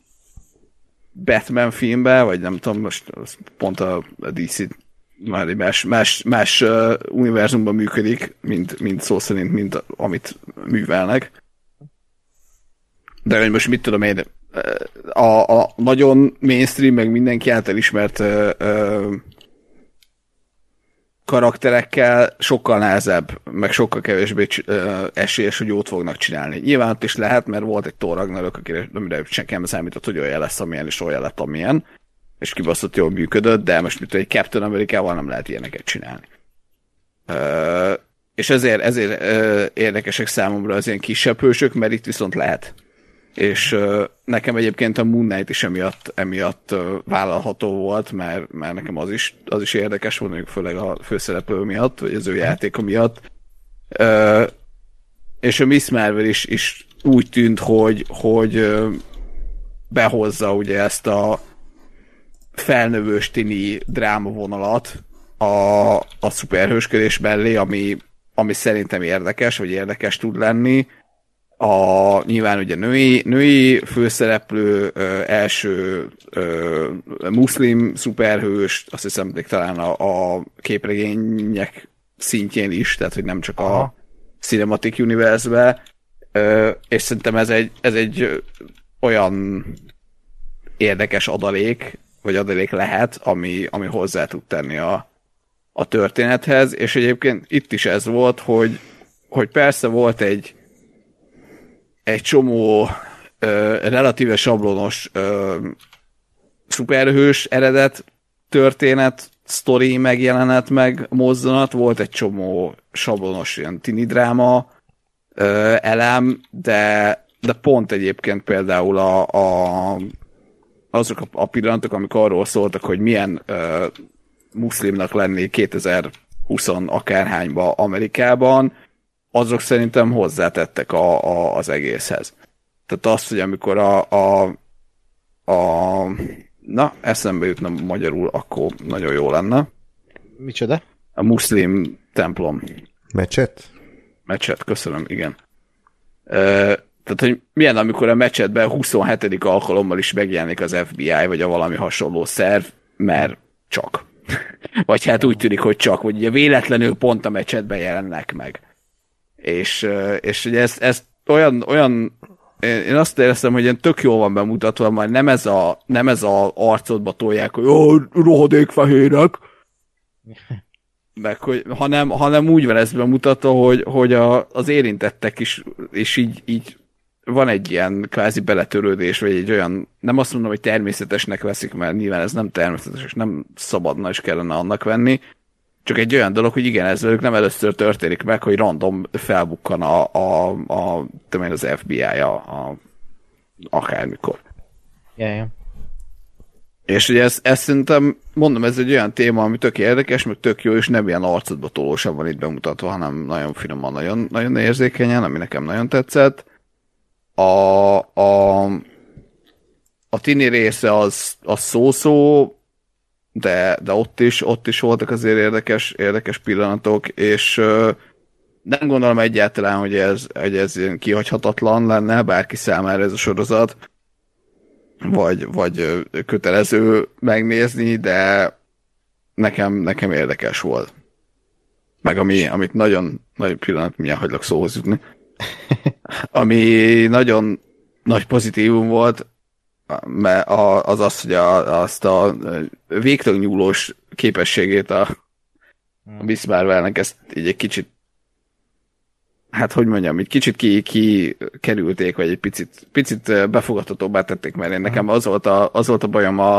Batman filmbe, vagy nem tudom, most pont a, a dé cé már egy más, más, más uh, univerzumban működik, mint, mint szó szerint, mint amit művelnek. De hogy most mit tudom én, a, a nagyon mainstream, meg mindenki által ismert ö, ö, karakterekkel sokkal nehezebb, meg sokkal kevésbé ö, esélyes, hogy jót fognak csinálni. Nyilván ott is lehet, mert volt egy Thor Ragnarök, akire amire senki nem számított, hogy olyan lesz, amilyen, és olyan lett, amilyen, és kibaszott jól működött, de most mint egy Captain Amerikával nem lehet ilyeneket csinálni. Ö, és ezért, ezért ö, érdekesek számomra az ilyen kisebb hősök, mert itt viszont lehet. És uh, nekem egyébként a Moon Knight is emiatt, emiatt uh, vállalható volt, mert, mert nekem az is, az is érdekes volt, mondjuk főleg a főszereplő miatt, vagy az ő játéka miatt. Uh, és a Miss Marvel is, is úgy tűnt, hogy, hogy uh, behozza ugye ezt a felnövős tini drámavonalat a, a szuperhősködés mellé, ami, ami szerintem érdekes, vagy érdekes tud lenni. A, nyilván ugye női, női főszereplő, ö, első ö, muszlim szuperhős, azt hiszem még talán a, a képregények szintjén is, tehát hogy nem csak a Aha. Cinematic Universe-be, ö, és szerintem ez egy, ez egy olyan érdekes adalék, vagy adalék lehet, ami, ami hozzá tud tenni a, a történethez, és egyébként itt is ez volt, hogy, hogy persze volt egy egy csomó ö, relatíve sablonos ö, szuperhős eredet, történet, sztori megjelenet, meg mozzanat, volt egy csomó sablonos ilyen tini dráma ö, elem, de, de pont egyébként például a, a, azok a, a pillanatok, amik arról szóltak, hogy milyen ö, muszlimnak lenni kétezer-húsz akárhányba Amerikában, azok szerintem hozzátettek a, a, az egészhez. Tehát azt, hogy amikor a, a, a na, eszembe jutna magyarul, akkor nagyon jó lenne. Micsoda? A muszlim templom. Mecset? Mecset, köszönöm, igen. E, tehát, hogy milyen, amikor a mecsetben huszonhetedik alkalommal is megjelenik az ef bé i, vagy a valami hasonló szerv, mert csak. Vagy hát úgy tűnik, hogy csak, vagy ugye véletlenül pont a mecsetben jelennek meg. És, és ugye ez, ez olyan, olyan, én azt éreztem, hogy ilyen tök jól van bemutatva, majd nem ez a, nem ez a arcodba tolják, hogy ó, rohadék fehérek, meg, hogy, hanem, hanem úgy van ez bemutatva, hogy, hogy a, az érintettek is, és így, így van egy ilyen kvázi beletörődés, vagy egy olyan, nem azt mondom, hogy természetesnek veszik, mert nyilván ez nem természetes, és nem szabadna is kellene annak venni, csak egy olyan dolog, hogy igen, ez velük nem először történik meg, hogy random felbukkan a, a, a, a az ef bé i-ja a, akármikor. Yeah, yeah. És ugye ez, ez szerintem, mondom, ez egy olyan téma, ami tök érdekes, meg tök jó, és nem ilyen arcodba tolósabb van itt bemutatva, hanem nagyon finoman, nagyon, nagyon érzékenyen, ami nekem nagyon tetszett. A, a, a tini része az, az szó-szó, de, de ott is, ott is voltak azért érdekes, érdekes pillanatok, és uh, nem gondolom egyáltalán, hogy ez, hogy ez ilyen kihagyhatatlan lenne bárki számára ez a sorozat, vagy, vagy kötelező megnézni, de nekem, nekem érdekes volt. Meg ami, amit nagyon, nagyon pillanat, milyen hagylak szóhoz jutni, ami nagyon nagy pozitívum volt, mert az az, hogy a, azt a végtag nyúlós képességét a, a Miss Marvelnek ezt így egy kicsit, hát hogy mondjam, egy kicsit ki, ki kerülték, vagy egy picit, picit befogadhatóbbá tették, mert én nekem az volt a, az volt a bajom a,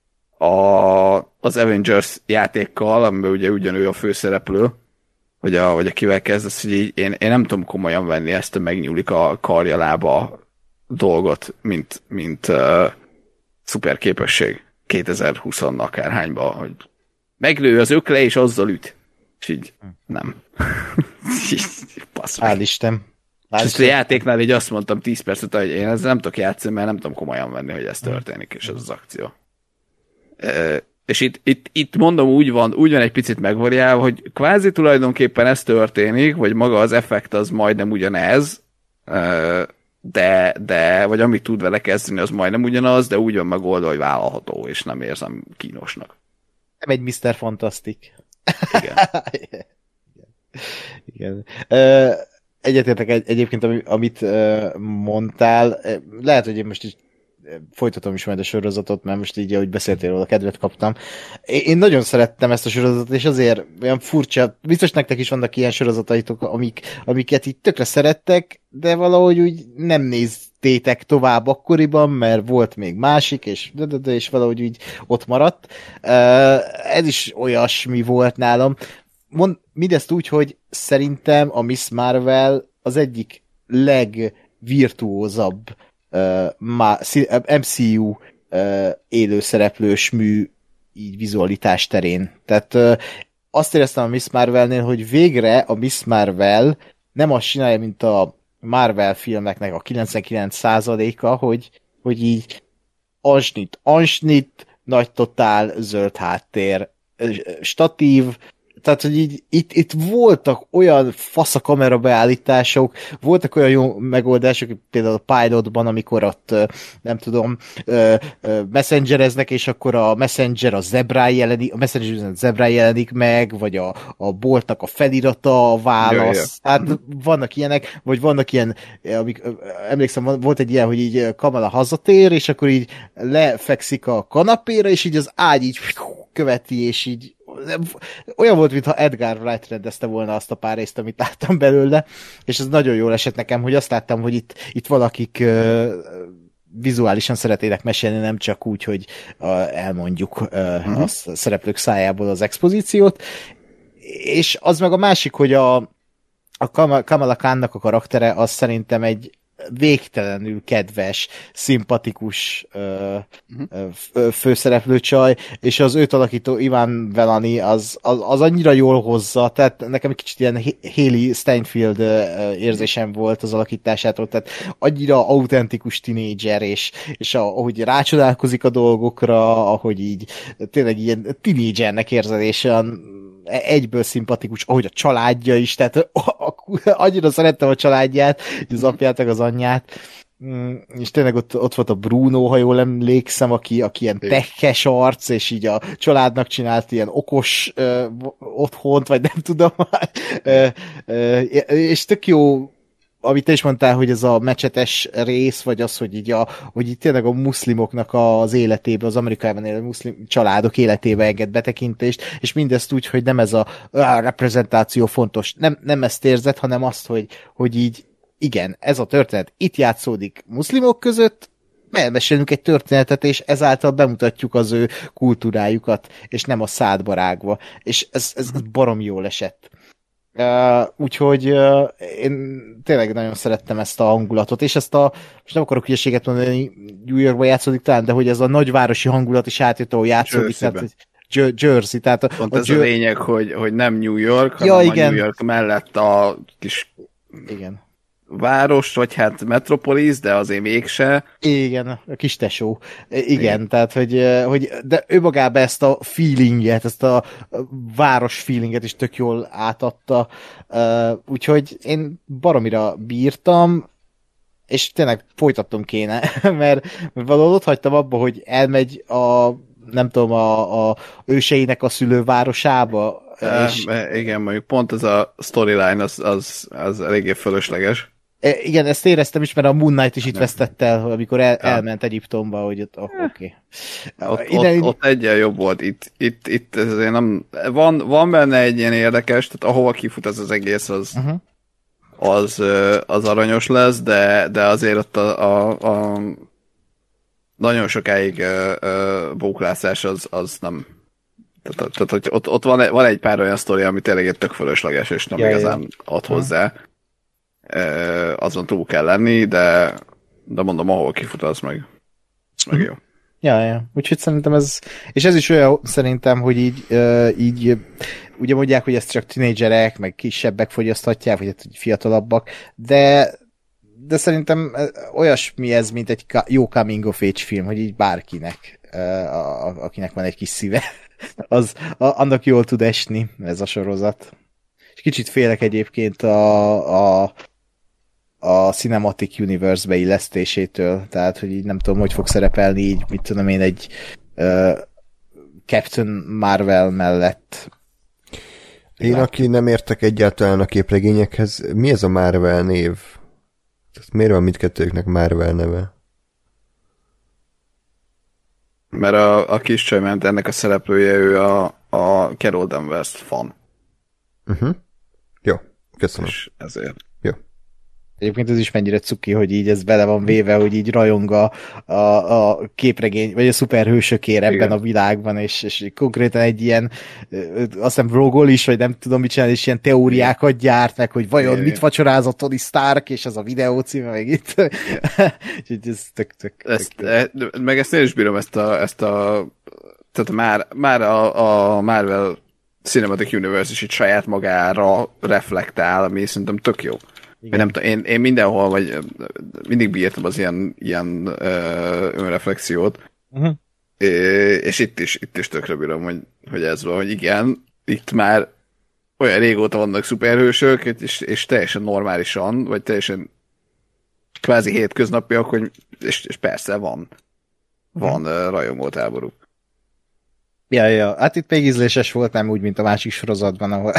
a, az Avengers játékkal, amiben ugye ugyanő a főszereplő, vagy, a, vagy akivel kezdesz, hogy így én, én nem tudom komolyan venni ezt a megnyúlik a karja lába dolgot, mint, mint uh, szuper képesség kétezer-húsz akárhányba, hogy meglő az ökle, és azzal üt. És így nem. Hál' Isten. És ezt a játéknál így azt mondtam tíz percet, hogy én ezzel nem tudok játszani, mert nem tudom komolyan venni, hogy ez történik, és ez az akció. Uh, és itt, itt, itt mondom, úgy van, úgy van egy picit megvariálva, hogy kvázi tulajdonképpen ez történik, vagy maga az effekt az majdnem ugyanez, uh, de, de, vagy amit tud vele kezdeni, az majdnem ugyanaz, de úgy van megoldva, hogy vállalható, és nem érzem kínosnak. Nem egy miszter Fantastic. Igen. Igen. Uh, egyetértek egy, egyébként, amit uh, mondtál, lehet, hogy én most is folytatom is majd a sorozatot, mert most így, ahogy beszéltél róla, kedvet kaptam. Én nagyon szerettem ezt a sorozatot, és azért olyan furcsa, biztos nektek is vannak ilyen sorozataitok, amik, amiket így tökre szerettek, de valahogy úgy nem néztétek tovább akkoriban, mert volt még másik, és, de, de, de, és valahogy úgy ott maradt. Ez is olyasmi volt nálam. Mond, mindezt úgy, hogy szerintem a Miss Marvel az egyik legvirtuózabb uh, em cé u uh, élőszereplős mű így vizualitás terén. Tehát uh, azt éreztem a Miss Marvelnél, hogy végre a Miss Marvel nem azt csinálja, mint a Marvel filmeknek a kilencvenkilenc százaléka, hogy, hogy így ansnit, ansnit, nagy totál, zöld háttér, statív, tehát, hogy így, itt, itt voltak olyan fasz a kamerabeállítások, voltak olyan jó megoldások, például a Pilotban, amikor ott, nem tudom, messengereznek, és akkor a messenger a zebrán jelenik, a messenger a zebrán jelenik meg, vagy a, a boltnak a felirata, a válasz. Ja, ja. Hát vannak ilyenek, vagy vannak ilyen, amik, emlékszem, volt egy ilyen, hogy így Kamala hazatér, és akkor így lefekszik a kanapéra, és így az ágy így követi, és így olyan volt, mintha Edgar Wright rendezte volna azt a pár részt, amit láttam belőle, és ez nagyon jól esett nekem, hogy azt láttam, hogy itt, itt valakik uh, vizuálisan szeretnének mesélni, nem csak úgy, hogy uh, elmondjuk uh, uh-huh. a szereplők szájából az expozíciót, és az meg a másik, hogy a, a Kamala Khannak a karaktere, az szerintem egy végtelenül kedves, szimpatikus uh, uh-huh. főszereplő csaj, és az őt alakító Ivan Velani az, az, az annyira jól hozza, tehát nekem egy kicsit ilyen Haley Steinfeld uh, érzésem volt az alakításától, tehát annyira autentikus tinédzser, és, és ahogy rácsodálkozik a dolgokra, ahogy így tényleg ilyen tinédzsernek érzed, és olyan egyből szimpatikus, ahogy a családja is, tehát annyira szerettem a családját, az apját, az anyját, és tényleg ott, ott volt a Bruno, ha jól emlékszem, aki, aki ilyen tekkes arc, és így a családnak csinált ilyen okos ö, otthont, vagy nem tudom, ö, ö, és tök jó, amit te is mondtál, hogy ez a mecsetes rész, vagy az, hogy így, a, hogy így tényleg a muszlimoknak az életébe, az Amerikában élő muszlim családok életébe enged betekintést, és mindezt úgy, hogy nem ez a, a reprezentáció fontos, nem, nem ezt érzed, hanem azt, hogy, hogy így igen, ez a történet itt játszódik muszlimok között, elmesélünk egy történetet, és ezáltal bemutatjuk az ő kultúrájukat, és nem a szádba rágva. És ez, ez barom jól esett. Uh, úgyhogy uh, én tényleg nagyon szerettem ezt a hangulatot, és ezt a, most nem akarok hülyeséget mondani, New Yorkban játszódik talán, de hogy ez a nagyvárosi hangulat is átjött, ahol játszódik, tehát Jersey, tehát a, Pont a ez Jer- a lényeg, hogy, hogy nem New York, ja, hanem igen. a New York mellett a kis igen. város, vagy hát metropolis, de azért mégse. Igen, a kis tesó. Igen, Igen. Tehát, hogy, hogy de ő magában ezt a feelinget, ezt a város feelinget is tök jól átadta. Úgyhogy én baromira bírtam, és tényleg folytatnom kéne, mert, mert valahogy ott hagytam abba, hogy elmegy a nem tudom, a, a őseinek a szülővárosába. E, és... Igen, mondjuk pont ez a storyline az, az, az eléggé fölösleges. Igen, ezt éreztem is, mert a Moon Knight is itt vesztett el, amikor el, elment Egyiptomba, hogy ott, oh, oké. Okay. Ott, Ide... ott, ott egyen jobb volt. Itt, itt, itt ezért nem... Van, van benne egy ilyen érdekes, tehát ahova kifut ez az egész, az, uh-huh. az, az aranyos lesz, de, de azért ott a, a, a nagyon sokáig uh, uh, bóklászás az, az nem... Tehát, tehát hogy ott, ott van, van egy pár olyan sztori, ami tényleg egy tök fölösleges, és nem ja, igazán ja. ad hozzá. Uh, azon túl kell lenni, de, de mondom, ahol kifut, az meg, meg jó. Ja, ja. Úgyhogy szerintem ez, és ez is olyan szerintem, hogy így, uh, így ugye mondják, hogy ezt csak tinédzserek, meg kisebbek fogyaszthatják, vagy hát fiatalabbak, de de szerintem olyasmi ez, mint egy jó coming of age film, hogy így bárkinek, uh, akinek van egy kis szíve, az a, annak jól tud esni ez a sorozat. És kicsit félek egyébként a, a a Cinematic Universe beillesztésétől, tehát, hogy így nem tudom, hogy fog szerepelni így, mit tudom én, egy uh, Captain Marvel mellett. Én, aki nem értek egyáltalán a képregényekhez, mi ez a Marvel név? Tehát miért van mindkettőjüknek Marvel neve? Mert a, a kis csaj ment ennek a szereplője, ő a, a Carol Danvers fan. Uh-huh. Jó, köszönöm. És ezért. Jó. Egyébként ez is mennyire cuki, hogy így ez bele van véve, hogy így rajong a, a, a képregény, vagy a szuperhősökért ebben Igen. a világban, és, és konkrétan egy ilyen, azt hiszem vlogol is, vagy nem tudom mit csinálni, és ilyen teóriákat gyárt meg, hogy vajon Igen. mit vacsorázott Tony Stark, és az a videó címe, meg itt. Úgyhogy ez tök, tök, tök, Ezt, tök. e, meg ezt én is bírom, ezt a, ezt a tehát már, már a, a Marvel Cinematic Universe is itt saját magára reflektál, ami szerintem tök jó. Én, nem, tudom, én, én mindenhol, vagy mindig bírtam az ilyen, ilyen ö, önreflexiót, Uh-huh. é, és itt is, itt is tökre bírom, hogy, hogy ez van, hogy igen, itt már olyan régóta vannak szuperhősök, és, és teljesen normálisan, vagy teljesen kvázi hétköznapiak, hogy, és, és persze van, van uh, rajongótáboruk. Ja, ja, hát itt még ízléses volt, nem úgy, mint a másik sorozatban, ahol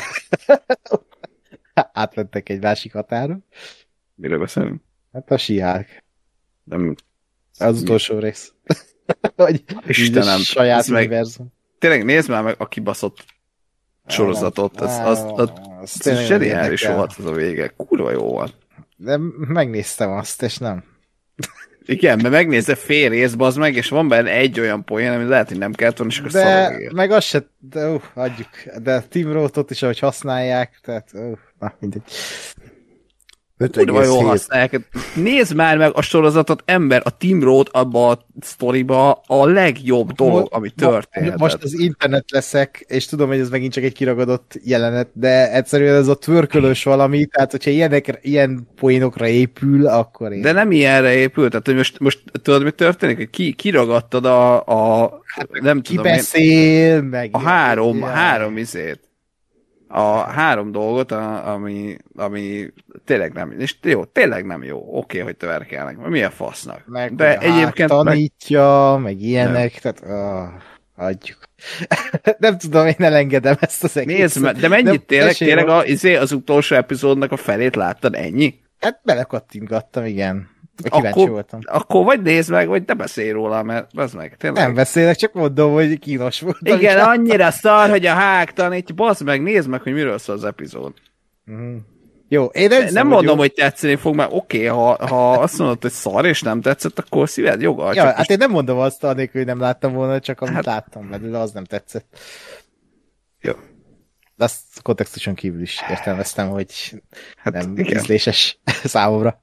átmentek egy másik határon. Miről beszélünk? Hát a She-Hulk. Nem, Az utolsó rész. Hogy Istenem, így saját ez meg- univerzum. tényleg nézd már meg a kibaszott sorozatot, az, az, az, az az tényleg zseniális érdekel. volt az a vége, kurva jó volt. De megnéztem azt, és nem. Igen, mert megnézze fél rész, bazd meg, és van benne egy olyan poén, ami lehet, hogy nem kellett volna, és akkor De szarul vége. meg azt se, de uh, adjuk. De Tim Roth-ot is, ahogy használják, tehát uh, na mindegy. Kurva jól öt egész hét. használják. Nézd már meg a sorozatot, ember, a Tim Roth abba a sztoriba a legjobb dolog, ami történt. Most az internet leszek, és tudom, hogy ez megint csak egy kiragadott jelenet, de egyszerűen ez a tvörkölős valami, tehát hogyha ilyenek, ilyen poénokra épül, akkor én... De nem ilyenre épült, tehát hogy most, most tudod, mi történik? Hogy ki, kiragadtad a, a nem Ki tudom én, beszél, meg... a három, Ja. három izét. A három dolgot, a, ami, ami tényleg nem, és jó, tényleg nem jó. Oké, okay, hogy tverkelnek, milyen fasznak. Meg De egyébként meg, tanítja, meg, meg ilyenek, nem. Tehát oh, adjuk. Nem tudom, én elengedem ezt az egészet. nézd, meg, de mennyit Nem, tényleg, mesélj tényleg róla. a, izé, az utolsó epizódnak a felét láttad, ennyi? Hát belekattintgattam, igen. Kíváncsi Akkor, voltam. akkor vagy nézd meg, vagy ne beszélj róla, mert az meg, tényleg. Nem beszélek, csak mondom, hogy kínos volt. Igen, annyira szar, hogy a hák tanítja, bazd meg, nézd meg, hogy miről szól az epizód. Uh-huh. Jó, én nem, Nem mondom, hogy tetszeni fog, mert oké, okay, ha, ha azt mondod, hogy szar, és nem tetszett, akkor szíved joga. Ja, csak hát én nem mondom azt, anélkül, hogy nem láttam volna, csak amit Hát- hát... láttam belőle, az nem tetszett. Jó. De azt kontextuson kívül is értelmeztem, hogy Hát nem igen. ízléses számomra.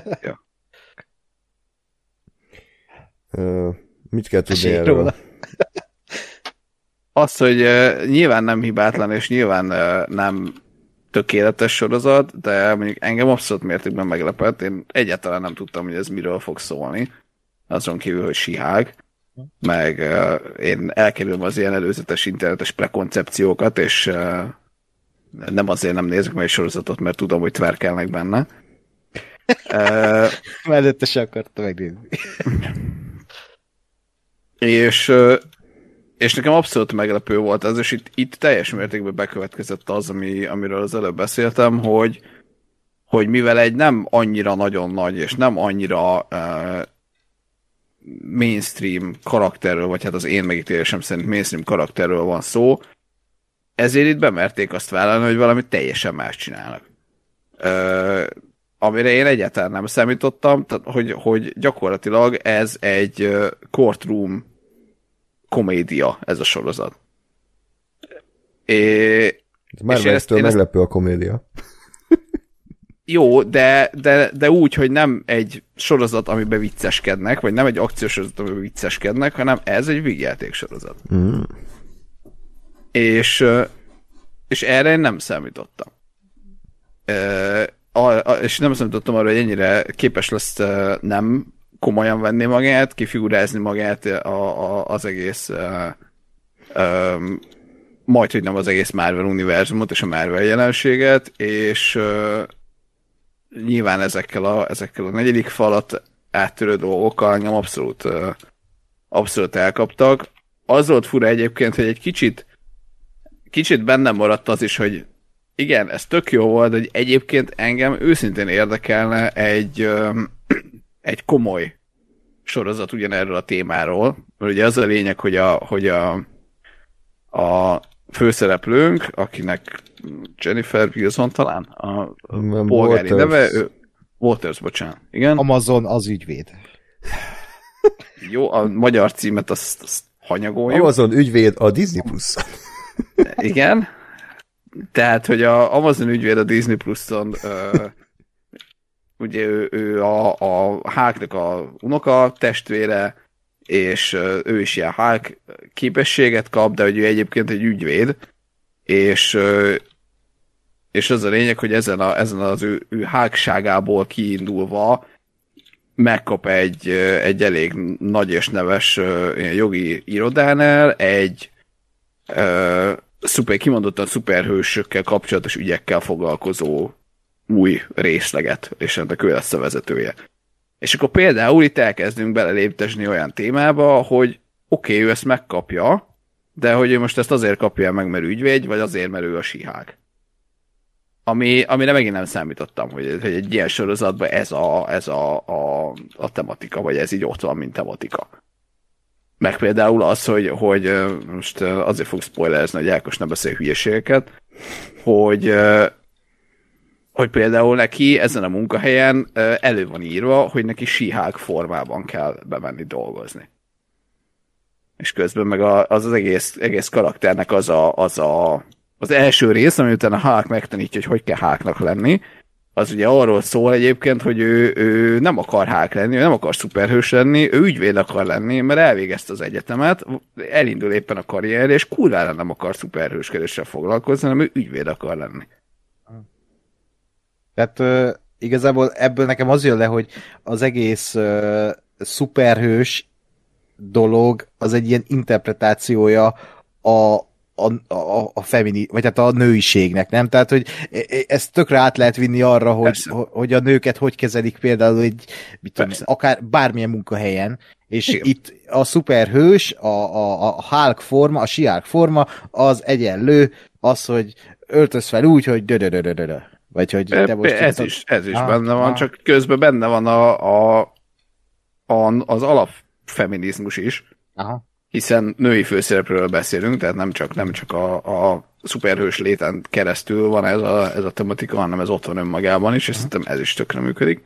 Ö, mit kell tudni Mesélj erről? róla. Az, hogy uh, nyilván nem hibátlan, és nyilván uh, nem tökéletes sorozat, de mondjuk engem abszolút mértékben meglepett. Én egyáltalán nem tudtam, hogy ez miről fog szólni. Azon kívül, hogy She-Hulk. Meg uh, én elkerülöm az ilyen előzetes internetes prekoncepciókat, és uh, nem azért nem nézek meg egy sorozatot, mert tudom, hogy tverkelnek benne. Uh, Mellette se akartam megnézni. és, uh, és nekem abszolút meglepő volt ez, és itt, itt teljes mértékben bekövetkezett az, ami, amiről az előbb beszéltem, hogy, hogy mivel egy nem annyira nagyon nagy, és nem annyira uh, mainstream karakterről, vagy hát az én megítélésem szerint mainstream karakterről van szó, ezért itt bemerték azt vállalni, hogy valami teljesen más csinálnak. Uh, amire én egyáltalán nem számítottam, tehát hogy, hogy gyakorlatilag ez egy uh, courtroom komédia, ez a sorozat. É, Ez már és én ezt- eztől én ezt- meglepő a komédia. jó, de, de, de úgy, hogy nem egy sorozat, amiben vicceskednek, vagy nem egy akciós sorozat, amiben vicceskednek, hanem ez egy vígjáték sorozat. Mm. És, ö, és erre én nem számítottam. Ö, A, a, és nem számítottam arra, hogy ennyire képes lesz ö, nem komolyan venni magát, kifigurázni magát a, a, az egész ö, ö, majd, hogy nem az egész Marvel univerzumot és a Marvel jelenséget, és ö, nyilván ezekkel a, ezekkel a negyedik falat áttörő dolgokkal engem abszolút, ö, abszolút elkaptak. Az volt fura egyébként, hogy egy kicsit kicsit bennem maradt az is, hogy igen, ez tök jó volt, hogy egyébként engem őszintén érdekelne egy, ö, egy komoly sorozat ugyanerről a témáról, mert ugye az a lényeg, hogy a, hogy a, a főszereplőnk, akinek Jennifer Wilson talán, a, a polgári neve, ő, Waters, bocsánat, igen. Amazon az ügyvéd. Jó, a magyar címet azt, azt hanyagoljuk. Amazon ügyvéd a Disney Plus. Igen. Tehát, hogy a Amazon ügyvéd a Disney Plus-on ö, ugye ő, ő a, a Hulknak a unoka testvére, és ö, ő is ilyen Hulk képességet kap, de hogy ő egyébként egy ügyvéd, és ö, és az a lényeg, hogy ezen, a, ezen az ő, ő Hulkságából kiindulva megkap egy, egy elég nagy és neves ilyen jogi irodánál egy ö, szuper, kimondottan szuperhősökkel kapcsolatos ügyekkel foglalkozó új részleget, és ennek ő lesz a vezetője. És akkor például itt elkezdünk beleléptesni olyan témába, hogy oké, okay, ő ezt megkapja, de hogy ő most ezt azért kapja meg, mert ügyvéd, vagy azért, mert ő a She-Hulk. Ami, amire megint nem számítottam, hogy, hogy egy ilyen sorozatban ez, a, ez a, a, a tematika, vagy ez így ott van, mint tematika. Meg például az, hogy, hogy most azért fog spoilerezni, hogy Ákos ne beszél hülyeségeket, hogy, hogy például neki ezen a munkahelyen elő van írva, hogy neki She-Hulk formában kell bemenni dolgozni. És közben meg az az egész, egész karakternek az a, az a az első rész, ami utána a Hulk megtanítja, hogy hogy kell Hulknak lenni, az ugye arról szól egyébként, hogy ő, ő nem akar Hulk lenni, ő nem akar szuperhős lenni, ő ügyvéd akar lenni, mert elvégezte az egyetemet, elindul éppen a karrierje, és kurvára nem akar szuperhőskedéssel foglalkozni, hanem ő ügyvéd akar lenni. Tehát uh, igazából ebből nekem az jön le, hogy az egész uh, szuperhős dolog az egy ilyen interpretációja a a, a, a femini, vagy hát a nőiségnek, nem? Tehát, hogy ezt tökre át lehet vinni arra, hogy, hogy a nőket hogy kezelik például egy, mit tudom, akár bármilyen munkahelyen, és igen. Itt a szuperhős, a, a, a Hulk forma, a She-Hulk forma, az egyenlő, az, hogy öltöz fel úgy, hogy dödödödödö. Vagy hogy te most ez itt is, ez is ah, benne van, ah. csak közben benne van a, a, a, az alapfeminizmus is. Aha. Hiszen női főszereplőről beszélünk, tehát nem csak, nem csak a, a szuperhős léten keresztül van ez a, ez a tematika, hanem ez ott van önmagában is, és szerintem ez is tökre működik.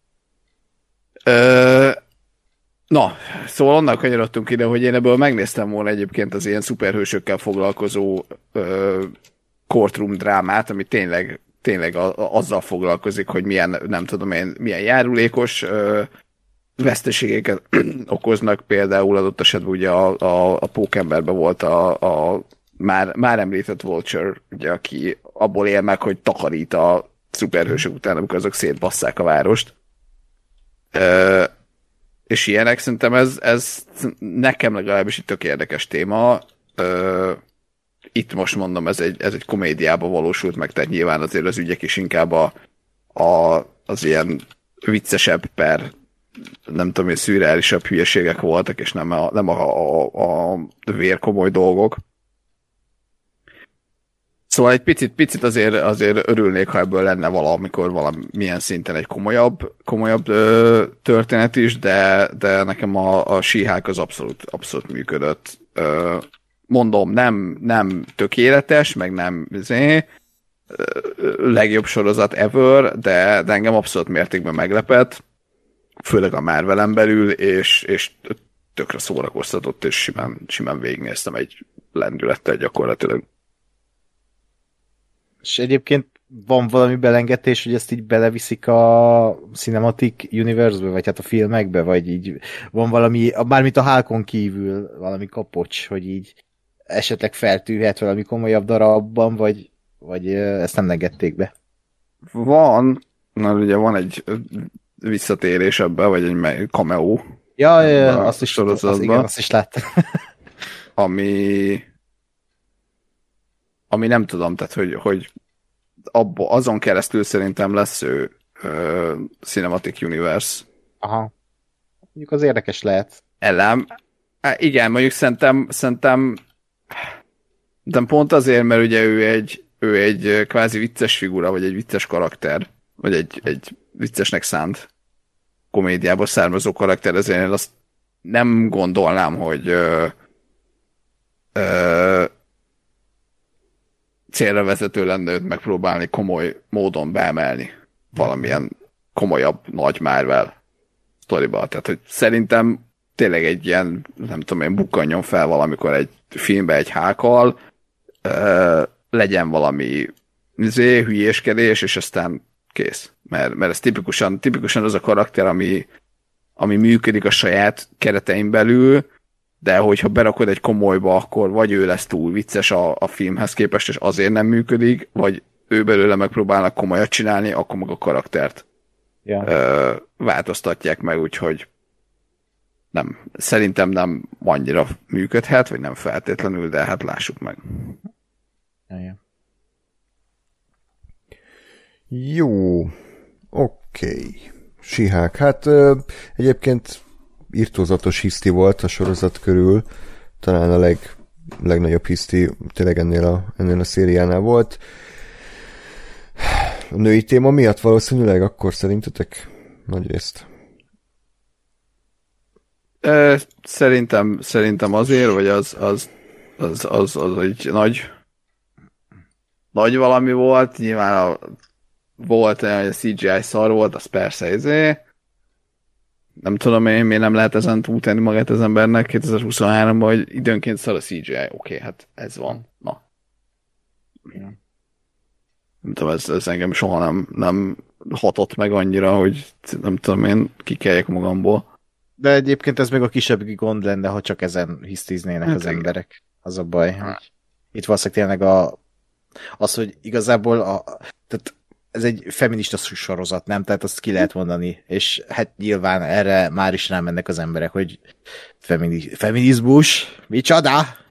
Ö, na, szóval onnan kanyarodtunk ide, hogy én ebből megnéztem volna egyébként az ilyen szuperhősökkel foglalkozó ö, courtroom drámát, ami tényleg, tényleg a, azzal foglalkozik, hogy milyen, nem tudom én, milyen járulékos ö, veszteségeket okoznak, például adott esetben ugye a, a, a Pókemberben volt a, a már, már említett Vulture, ugye, aki abból él meg, hogy takarít a szuperhősök után, amikor azok szétbasszák a várost. Ö, és ilyenek, szerintem ez, ez nekem legalábbis itt tök érdekes téma. Ö, itt most mondom, ez egy, ez egy komédiába valósult meg, tehát nyilván azért az ügyek is inkább a, a, az ilyen viccesebb per nem tudom, hogy szürreálisabb hülyeségek voltak, és nem a, nem a, a, a vérkomoly dolgok. Szóval egy picit, picit azért, azért örülnék, ha ebből lenne valamikor valamilyen szinten egy komolyabb, komolyabb ö, történet is, de, de nekem a, a She-Hulk az abszolút, abszolút működött. Ö, mondom, nem, nem tökéletes, meg nem zé, legjobb sorozat ever, de, de engem abszolút mértékben meglepett, főleg a Marvelen belül, és, és tökre szórakoztatott, és simán, simán végignéztem egy lendülettel gyakorlatilag. És egyébként van valami belengetés, hogy ezt így beleviszik a Cinematic Universe-be, vagy hát a filmekbe, vagy így van valami, bármint a Hulkon kívül valami kapocs, hogy így esetleg feltűhet valami komolyabb darabban, vagy, vagy ezt nem engedték be? Van, na ugye van egy visszatérés ebbe, vagy egy cameo. Ja, ja, ja azt is, az, igen, azt is láttam. ami ami nem tudom, tehát hogy, hogy abba, azon keresztül szerintem lesz ő uh, Cinematic Universe. Aha. Mondjuk az érdekes lehet. Elem. Há, igen, mondjuk szerintem, szerintem de pont azért, mert ugye ő egy, ő egy kvázi vicces figura, vagy egy vicces karakter, vagy egy, egy viccesnek szánt komédiából származó karakterezénél azt nem gondolnám, hogy ö, ö, célra vezető lenne őt megpróbálni komoly módon beemelni valamilyen komolyabb nagy Marvel sztoriba. Tehát, hogy szerintem tényleg egy ilyen, nem tudom én, bukkanjon fel valamikor egy filmbe egy hákkal, ö, legyen valami izé, hülyéskedés, és aztán kész. Mert, mert ez tipikusan, tipikusan az a karakter, ami, ami működik a saját keretein belül, de hogyha berakod egy komolyba, akkor vagy ő lesz túl vicces a, a filmhez képest, és azért nem működik, vagy ő belőle megpróbálnak komolyat csinálni, akkor meg a karaktert ja. ö, változtatják meg, úgyhogy nem, szerintem nem annyira működhet, vagy nem feltétlenül, de hát lássuk meg. Ja, ja. Jó, oké. Okay. Sihák. Hát ö, egyébként irtózatos hiszti volt a sorozat körül, talán a leg, legnagyobb hiszti tényleg ennél a, ennél a szériánál volt. A női téma miatt valószínűleg akkor szerintetek nagyrészt? Ö, szerintem, szerintem azért, vagy az az, az, az, az egy nagy nagy valami volt, nyilván a, volt olyan, hogy a cé gé í szar volt, az persze ezé. Nem tudom én, miért nem lehet ezen túltenni magát az embernek kétezer-huszonháromban, hogy időnként szar a cé gé í. Oké, okay, hát ez van. Na. Nem tudom, ez, ez engem soha nem, nem hatott meg annyira, hogy nem tudom én, kikeljek magamból. De egyébként ez még a kisebb gond lenne, ha csak ezen hisztiznének hát az igen. emberek. Az a baj. Hogy itt valószínűleg tényleg a, az, hogy igazából a, tehát ez egy feminista sorozat, nem? Tehát azt ki lehet mondani. És hát nyilván erre már is rámennek az emberek, hogy femini, feminizmus, micsoda?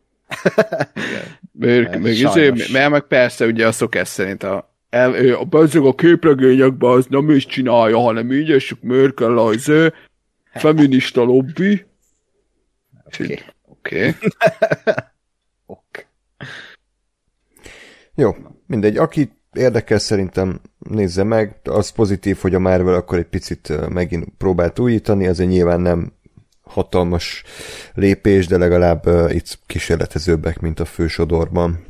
Még, még izé, mert meg persze ugye a szokás szerint a, el, a, a, a képregényekben az nem is csinálja, hanem így, és Merkel az feminista lobby. Oké. Oké. Ok. Jó, mindegy. Aki érdekel, szerintem nézze meg. Az pozitív, hogy a Marvel akkor egy picit megint próbált újítani, azért nyilván nem hatalmas lépés, de legalább uh, itt kísérletezőbbek, mint a fősodorban.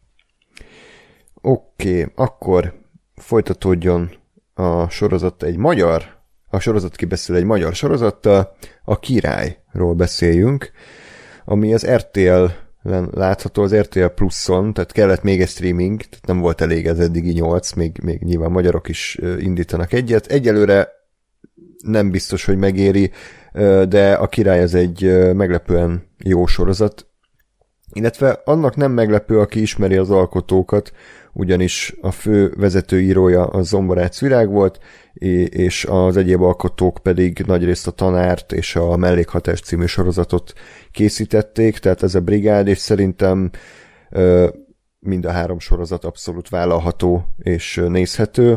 Oké, okay, akkor folytatódjon a sorozat egy magyar, a sorozat kibeszél egy magyar sorozattal, a Királyról beszéljünk, ami az er té el-len látható, az er té el Pluszon, tehát kellett még egy streaming, tehát nem volt elég az eddigi nyolc, még, még nyilván magyarok is indítanak egyet. Egyelőre nem biztos, hogy megéri, de a Király az egy meglepően jó sorozat, illetve annak nem meglepő, aki ismeri az alkotókat, ugyanis a fő vezetőírója a Zomborác Virág volt, és az egyéb alkotók pedig nagyrészt a Tanárt és a Mellékhatás című sorozatot készítették, tehát ez a brigád, és szerintem mind a három sorozat abszolút vállalható és nézhető.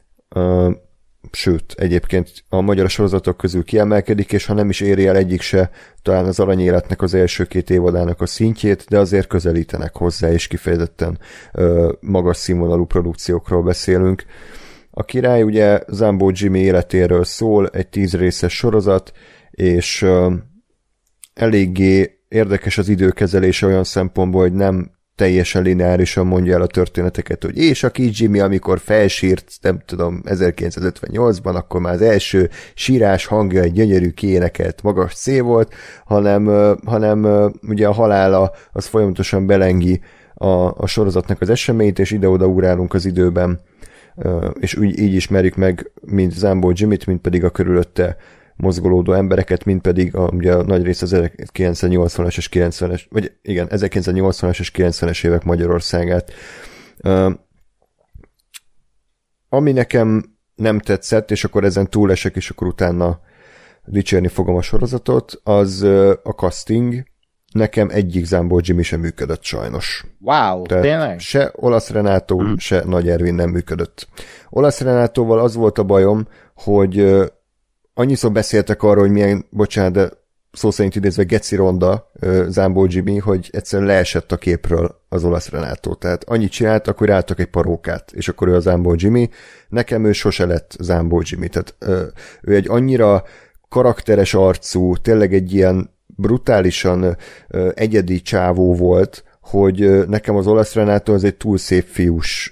Sőt, egyébként a magyar sorozatok közül kiemelkedik, és ha nem is éri el egyik se, talán az Aranyéletnek az első két évadának a szintjét, de azért közelítenek hozzá, és kifejezetten ö, magas színvonalú produkciókról beszélünk. A Király ugye Zambó Jimmy életéről szól, egy tíz részes sorozat, és ö, eléggé érdekes az időkezelése olyan szempontból, hogy nem teljesen lineárisan mondja el a történeteket, hogy és aki Jimmy, amikor felsírt, nem tudom, ezerkilencszázötvennyolcban, akkor már az első sírás hangja egy gyönyörű kiénekelt magas C volt, hanem, hanem ugye a halála az folyamatosan belengi a, a sorozatnak az eseményt, és ide-oda ugrálunk az időben, és úgy, így ismerjük meg mind Zambó Jimmyt, mind pedig a körülötte mozgolódó embereket, mint pedig a, ugye a nagy rész az ezerkilencszáznyolcvanas és kilencvenes, vagy igen, ezerkilencszáznyolcvanas és kilencvenes évek Magyarországát. Uh, ami nekem nem tetszett, és akkor ezen túlesek, és akkor utána dicsérni fogom a sorozatot, az uh, a casting. Nekem egyik Zambó Jimmy sem működött sajnos. Wow, Tehát tényleg? Se Olasz Renátó, mm. se Nagy Ervin nem működött. Olasz Renátóval az volt a bajom, hogy uh, annyiszor beszéltek arról, hogy milyen, bocsánat, de szó szerint idézve geci ronda Zambó Jimmy, hogy egyszerűen leesett a képről az olasz Renátó. Tehát annyit csinált, akkor ráadtak egy parókát, és akkor ő a Zambó Jimmy. Nekem ő sose lett Zambó Jimmy. Tehát ő egy annyira karakteres arcú, tényleg egy ilyen brutálisan egyedi csávó volt, hogy nekem az olasz Renátó az egy túl szép fiús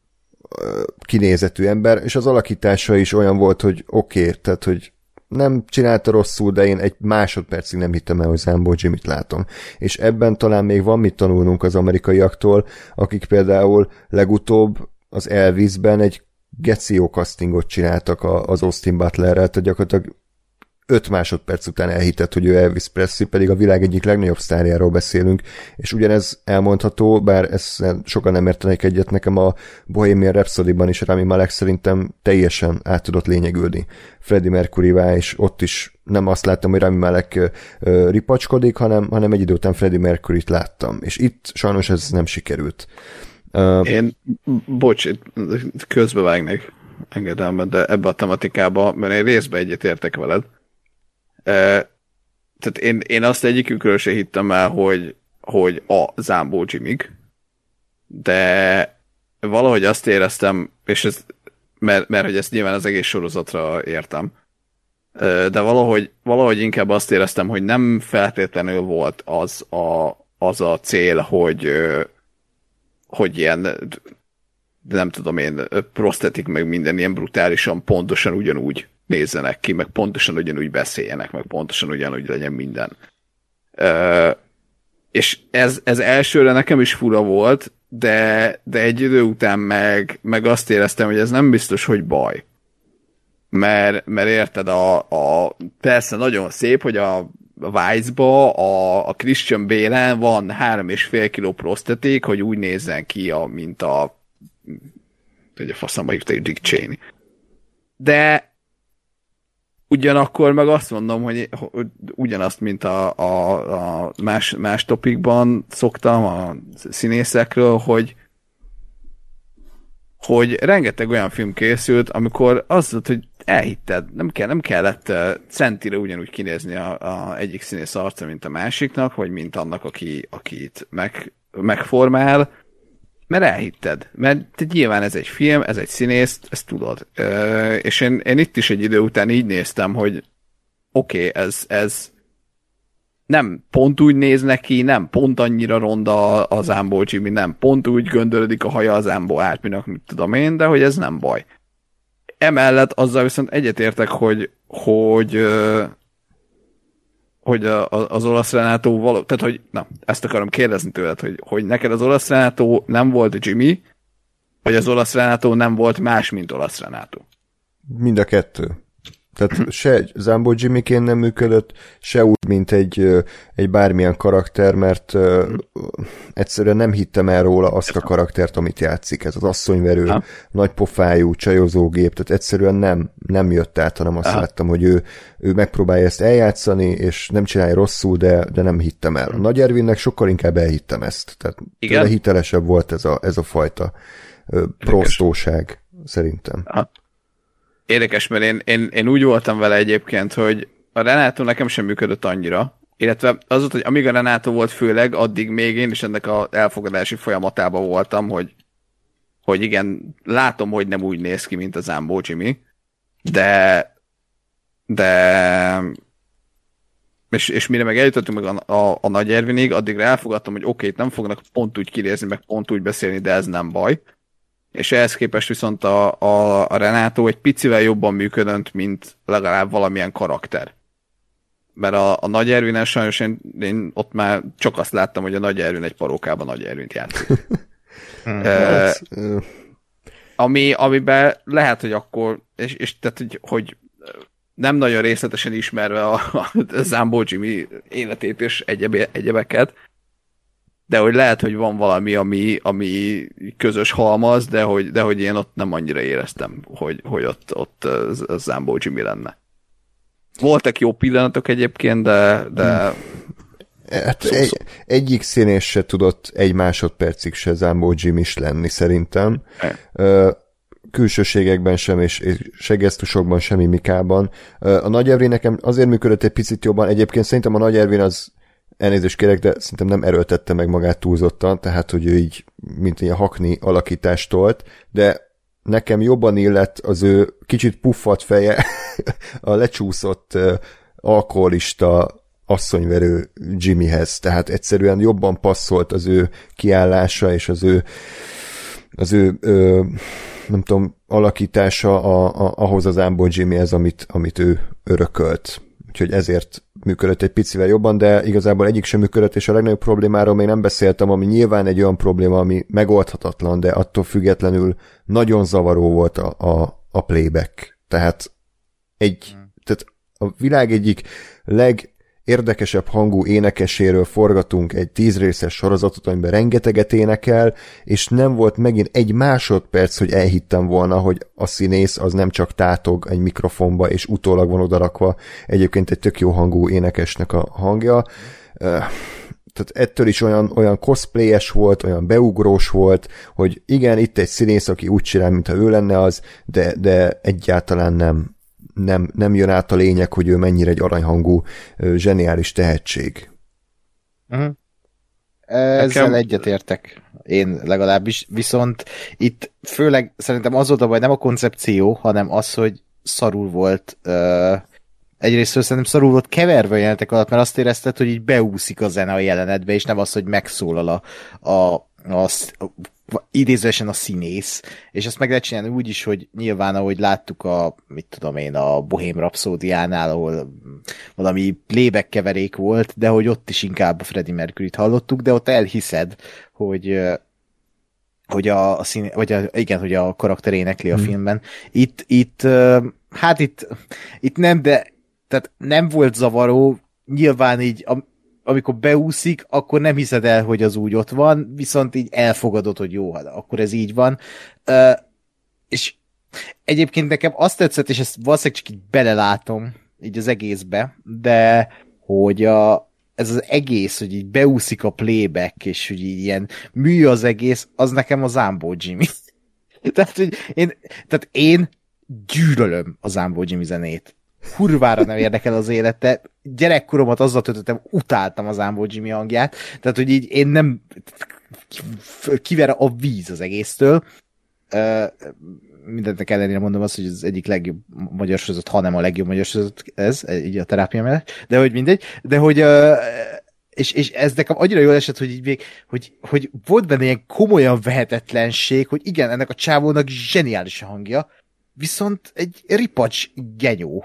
kinézetű ember, és az alakítása is olyan volt, hogy oké, okay, tehát, hogy nem csinálta rosszul, de én egy másodpercig nem hittem el, hogy Zambó Jimmyt látom. És ebben talán még van mit tanulnunk az amerikaiaktól, akik például legutóbb az Elvisben egy geció castingot csináltak az Austin Butlerrel, tehát gyakorlatilag öt másodperc után elhittett, hogy ő Elvis Presley, pedig a világ egyik legnagyobb sztárjáról beszélünk, és ugyanez elmondható, bár ezt sokan nem értenek egyet, nekem a Bohemian Rhapsody-ban is Rami Malek szerintem teljesen át tudott lényegülni Freddie Mercury-vá, és ott is nem azt láttam, hogy Rami Malek uh, ripacskodik, hanem, hanem egy idő után Freddie Mercury-t láttam, és itt sajnos ez nem sikerült. Uh, Én, bocs, közbevágnék engedelmet, de ebbe a tematikába, mert én részben egyetértek veled. Uh, tehát én, én azt egyikükről se hittem el, hogy, hogy a Zambó Jimmyk, de valahogy azt éreztem, és ez, mert, mert hogy ezt nyilván az egész sorozatra értem, uh, de valahogy, valahogy inkább azt éreztem, hogy nem feltétlenül volt az a, az a cél, hogy, uh, hogy ilyen, nem tudom én, prosztetik meg minden ilyen brutálisan, pontosan ugyanúgy nézzenek ki, meg pontosan ugyanúgy beszéljenek, meg pontosan ugyanúgy legyen minden. Ö, és ez, ez elsőre nekem is fura volt, de, de egy idő után meg, meg azt éreztem, hogy ez nem biztos, hogy baj. Mert, mert érted, a, a, persze nagyon szép, hogy a Vice-ba a, a Christian Bale-en van három és fél kiló prosztetik, hogy úgy nézzen ki, a, mint a hogy a faszamba hívták Dick Cheney. De ugyanakkor meg azt mondom, hogy ugyanazt, mint a, a, a más, más topikban szoktam a színészekről, hogy hogy rengeteg olyan film készült, amikor az volt, hogy elhitted, nem, kell, nem kellett centire ugyanúgy kinézni a, a egyik színész arca, mint a másiknak, vagy mint annak, aki, akit meg, megformál, mert elhitted. Mert nyilván ez egy film, ez egy színész, ezt tudod. Ö, és én, én itt is egy idő után így néztem, hogy oké, okay, ez, ez nem pont úgy néz neki, nem pont annyira ronda az Zambó Jimmy, nem pont úgy göndörödik a haja az Zambó Árpinak, mit tudom én, de hogy ez nem baj. Emellett azzal viszont egyetértek, hogy hogy, hogy a, a, az olasz Renátó való, tehát hogy, na, ezt akarom kérdezni tőled, hogy, hogy neked az olasz Renátó nem volt Jimmy, vagy az olasz Renátó nem volt más, mint olasz Renátó? Mind a kettő. Tehát se Zambó Jimmyként nem működött, se úgy, mint egy, egy bármilyen karakter, mert uh, egyszerűen nem hittem el róla azt a karaktert, amit játszik. Ez az asszonyverő, ha. nagypofájú, csajozógép, tehát egyszerűen nem, nem jött át, hanem azt ha. láttam, hogy ő, ő megpróbálja ezt eljátszani, és nem csinálja rosszul, de, de nem hittem el. A Nagy Ervinnek sokkal inkább elhittem ezt. Tehát tőle hitelesebb volt ez a, ez a fajta uh, prostóság, szerintem. Ha. Érdekes, mert én, én, én úgy voltam vele egyébként, hogy a Renátó nekem sem működött annyira, illetve az volt, hogy amíg a Renátó volt főleg, addig még én is ennek az elfogadási folyamatában voltam, hogy, hogy igen, látom, hogy nem úgy néz ki, mint a Zambó Jimmy, de de és, és mire meg eljutottunk meg a, a, a Nagy Ervinig, addigra elfogadtam, hogy oké, okay, nem fognak pont úgy kinézni, meg pont úgy beszélni, de ez nem baj. És ehhez képest viszont a, a, a Renátó egy picivel jobban működött, mint legalább valamilyen karakter. Mert a, a Nagy Ervinen sajnos én, én ott már csak azt láttam, hogy a Nagy Ervin egy parókában Nagy Ervint játszik. e, ami, amiben lehet, hogy akkor, és, és tehát, hogy, hogy nem nagyon részletesen ismerve a, a Zambó Jimmy életét és egyeb, egyebeket, de hogy lehet, hogy van valami, ami, ami közös halmaz, de hogy, de hogy én ott nem annyira éreztem, hogy, hogy ott, ott az Zambó Jimmy lenne. Voltak jó pillanatok egyébként, de... de hát egy, egyik színész se tudott egy másodpercig se Zambó Jimmy is lenni, szerintem. E. külsőségekben sem, és, és segesztusokban sem, mimikában. A Nagy Ervin nekem azért működött egy picit jobban, egyébként szerintem a Nagy Ervin az, elnézést kérek, de szerintem nem erőltette meg magát túlzottan, tehát, hogy ő így, mint ilyen hakni alakítást tolt, de nekem jobban illett az ő kicsit puffat feje, a lecsúszott alkoholista asszonyverő Jimmyhez, tehát egyszerűen jobban passzolt az ő kiállása, és az ő az ő, ö, nem tudom, alakítása a, a, ahhoz az Ámból Jimmyhez, amit, amit ő örökölt. Úgyhogy ezért működött egy picivel jobban, de igazából egyik sem működött, és a legnagyobb problémáról még nem beszéltem, ami nyilván egy olyan probléma, ami megoldhatatlan, de attól függetlenül nagyon zavaró volt a, a, a playback. Tehát egy, tehát a világ egyik leg érdekesebb hangú énekeséről forgatunk egy tízrészes sorozatot, amiben rengeteget énekel, és nem volt megint egy másodperc, hogy elhittem volna, hogy a színész az nem csak tátog egy mikrofonba, és utólag van odarakva egyébként egy tök jó hangú énekesnek a hangja. Tehát ettől is olyan, olyan cosplayes volt, olyan beugrós volt, hogy igen, itt egy színész, aki úgy csinál, mintha ő lenne az, de, de egyáltalán nem Nem, nem jön át a lényeg, hogy ő mennyire egy aranyhangú, zseniális tehetség. Uh-huh. Ezzel Nekem... egyetértek. Én legalábbis. Viszont itt főleg szerintem az volt a baj, nem a koncepció, hanem az, hogy szarul volt. Uh, egyrészt szerintem szarul volt keverve a jelenetek alatt, mert azt érezted, hogy így beúszik a zene a jelenetbe, és nem az, hogy megszólal a, a, a, a idézősen a színész, és ezt meg lehet csinálni úgy is, hogy nyilván, ahogy láttuk a, mit tudom én, a Bohém Rhapsódiánál, ahol valami playback keverék volt, de hogy ott is inkább a Freddie Mercuryt hallottuk, de ott elhiszed, hogy hogy a, a szín, vagy a, igen, hogy a karakter énekli a hmm. filmben. Itt, itt, hát itt, itt nem, de tehát nem volt zavaró, nyilván így a, amikor beúszik, akkor nem hiszed el, hogy az úgy ott van, viszont így elfogadod, hogy jó, akkor ez így van. Uh, és egyébként nekem azt tetszett, és ezt valószínűleg csak így belelátom így az egészbe, de hogy a, ez az egész, hogy így beúszik a playback, és hogy így ilyen mű az egész, az nekem a Zambó Jimmy. tehát, hogy én, tehát én gyűlölöm a Zambó Jimmy zenét. Kurvára nem érdekel az élete. Gyerekkoromat azzal töltöttem, utáltam az Zambó Jimmy hangját, tehát, hogy így én nem kiver a víz az egésztől. Uh, mindennek ellenére mondom azt, hogy az egyik legjobb magyar sorozat, hanem a legjobb magyar sorozat ez, így a terápia mellett, de hogy mindegy, de hogy uh, és, és ez nekem annyira jól esett, hogy így még, hogy, hogy volt benne ilyen komolyan vehetetlenség, hogy igen, ennek a csávónak zseniális a hangja, viszont egy ripacs genyó.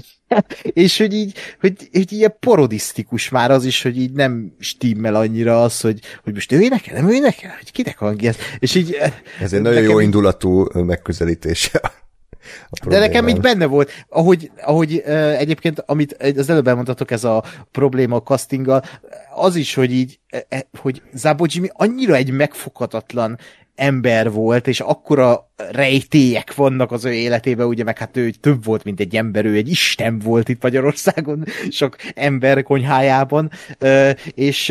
és hogy így, hogy, hogy ilyen parodisztikus már az is, hogy így nem stimmel annyira az, hogy, hogy most ő énekel, nem ő énekel, hogy kinek hangja ez. És így... Ez egy nagyon jó indulatú megközelítése. De nekem így benne volt, ahogy, ahogy uh, egyébként, amit az előbb elmondhatok, ez a probléma a castinggal, az is, hogy így, uh, hogy Zambó Jimmy annyira egy megfoghatatlan ember volt, és akkora rejtélyek vannak az ő életében, ugye, meg hát ő több volt, mint egy ember, ő egy isten volt itt Magyarországon, sok ember konyhájában, uh, és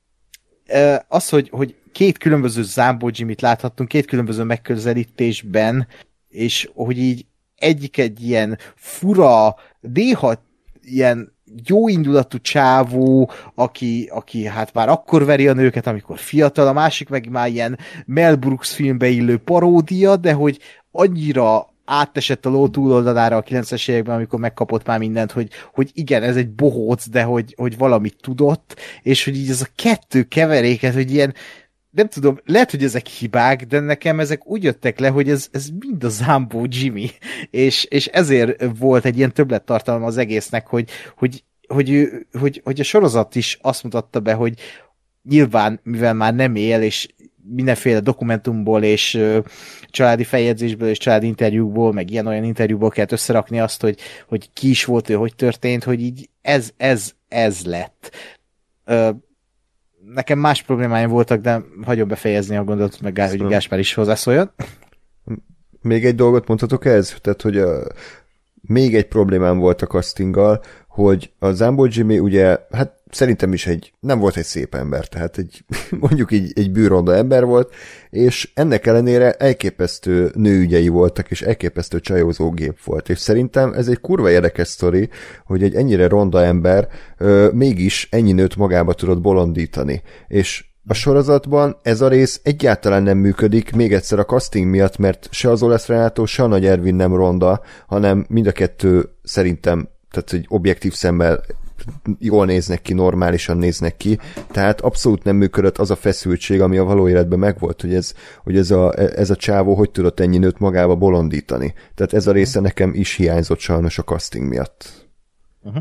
uh, az, hogy, hogy két különböző Zambó Jimmyt láthattunk, két különböző megközelítésben, és hogy így egyik egy ilyen fura, néha ilyen jóindulatú csávó, aki, aki hát már akkor veri a nőket, amikor fiatal, a másik meg már ilyen Mel Brooks filmbe illő paródia, de hogy annyira átesett a ló túloldalára a kilencvenes években, amikor megkapott már mindent, hogy, hogy igen, ez egy bohóc, de hogy, hogy valamit tudott, és hogy így ez a kettő keveréket, hogy ilyen nem tudom, lehet, hogy ezek hibák, de nekem ezek úgy jöttek le, hogy ez, ez mind a Zambó Jimmy, és, és ezért volt egy ilyen többlettartalma az egésznek, hogy, hogy, hogy, hogy, hogy a sorozat is azt mutatta be, hogy nyilván, mivel már nem él, és mindenféle dokumentumból, és ö, családi feljegyzésből, és családi interjúkból, meg ilyen-olyan interjúból kellett összerakni azt, hogy, hogy ki is volt ő, hogy történt, hogy így ez, ez, ez lett. Ö, Nekem más problémáim voltak, de hagyom befejezni a gondolatot, meg Gá- hogy Gáspár is hozzászóljon. Még egy dolgot mondhatok ez? Tehát, hogy a, még egy problémám volt a castinggal, hogy a Zambó Jimmy ugye, hát szerintem is egy, nem volt egy szép ember, tehát egy, mondjuk így egy bűronda ember volt, és ennek ellenére elképesztő nőügyei voltak, és elképesztő csajózógép volt, és szerintem ez egy kurva érdekes sztori, hogy egy ennyire ronda ember ö, mégis ennyi nőt magába tudott bolondítani, és a sorozatban ez a rész egyáltalán nem működik, még egyszer a casting miatt, mert se az Olasz Renátó, se a Nagy Ervin nem ronda, hanem mind a kettő szerintem, tehát egy objektív szemmel jól néznek ki, normálisan néznek ki, tehát abszolút nem működött az a feszültség, ami a való életben megvolt, hogy ez, hogy ez, a, ez a csávó hogy tudott ennyi nőt magába bolondítani. Tehát ez a része nekem is hiányzott sajnos a casting miatt. Uh-huh.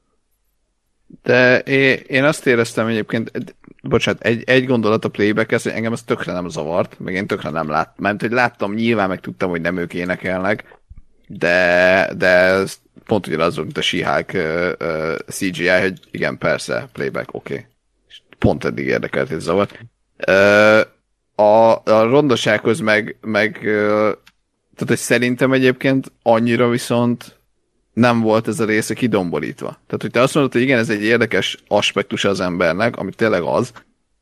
De én, én azt éreztem egyébként, bocsánat, egy, egy gondolat a playback-ez, hogy engem ez tökre nem zavart, meg én tökre nem láttam, mert hogy láttam, nyilván meg tudtam, hogy nem ők énekelnek, de, de ez pont ugyanaz, mint a She-Hulk uh, uh, cé gé í, hogy igen, persze, playback, oké. Okay. Pont eddig érdekelt, hogy zavart. Uh, a, a rondasághoz meg, meg uh, tehát, hogy szerintem egyébként annyira viszont nem volt ez a része kidomborítva. Tehát, hogy te azt mondod, hogy igen, ez egy érdekes aspektus az embernek, ami tényleg az,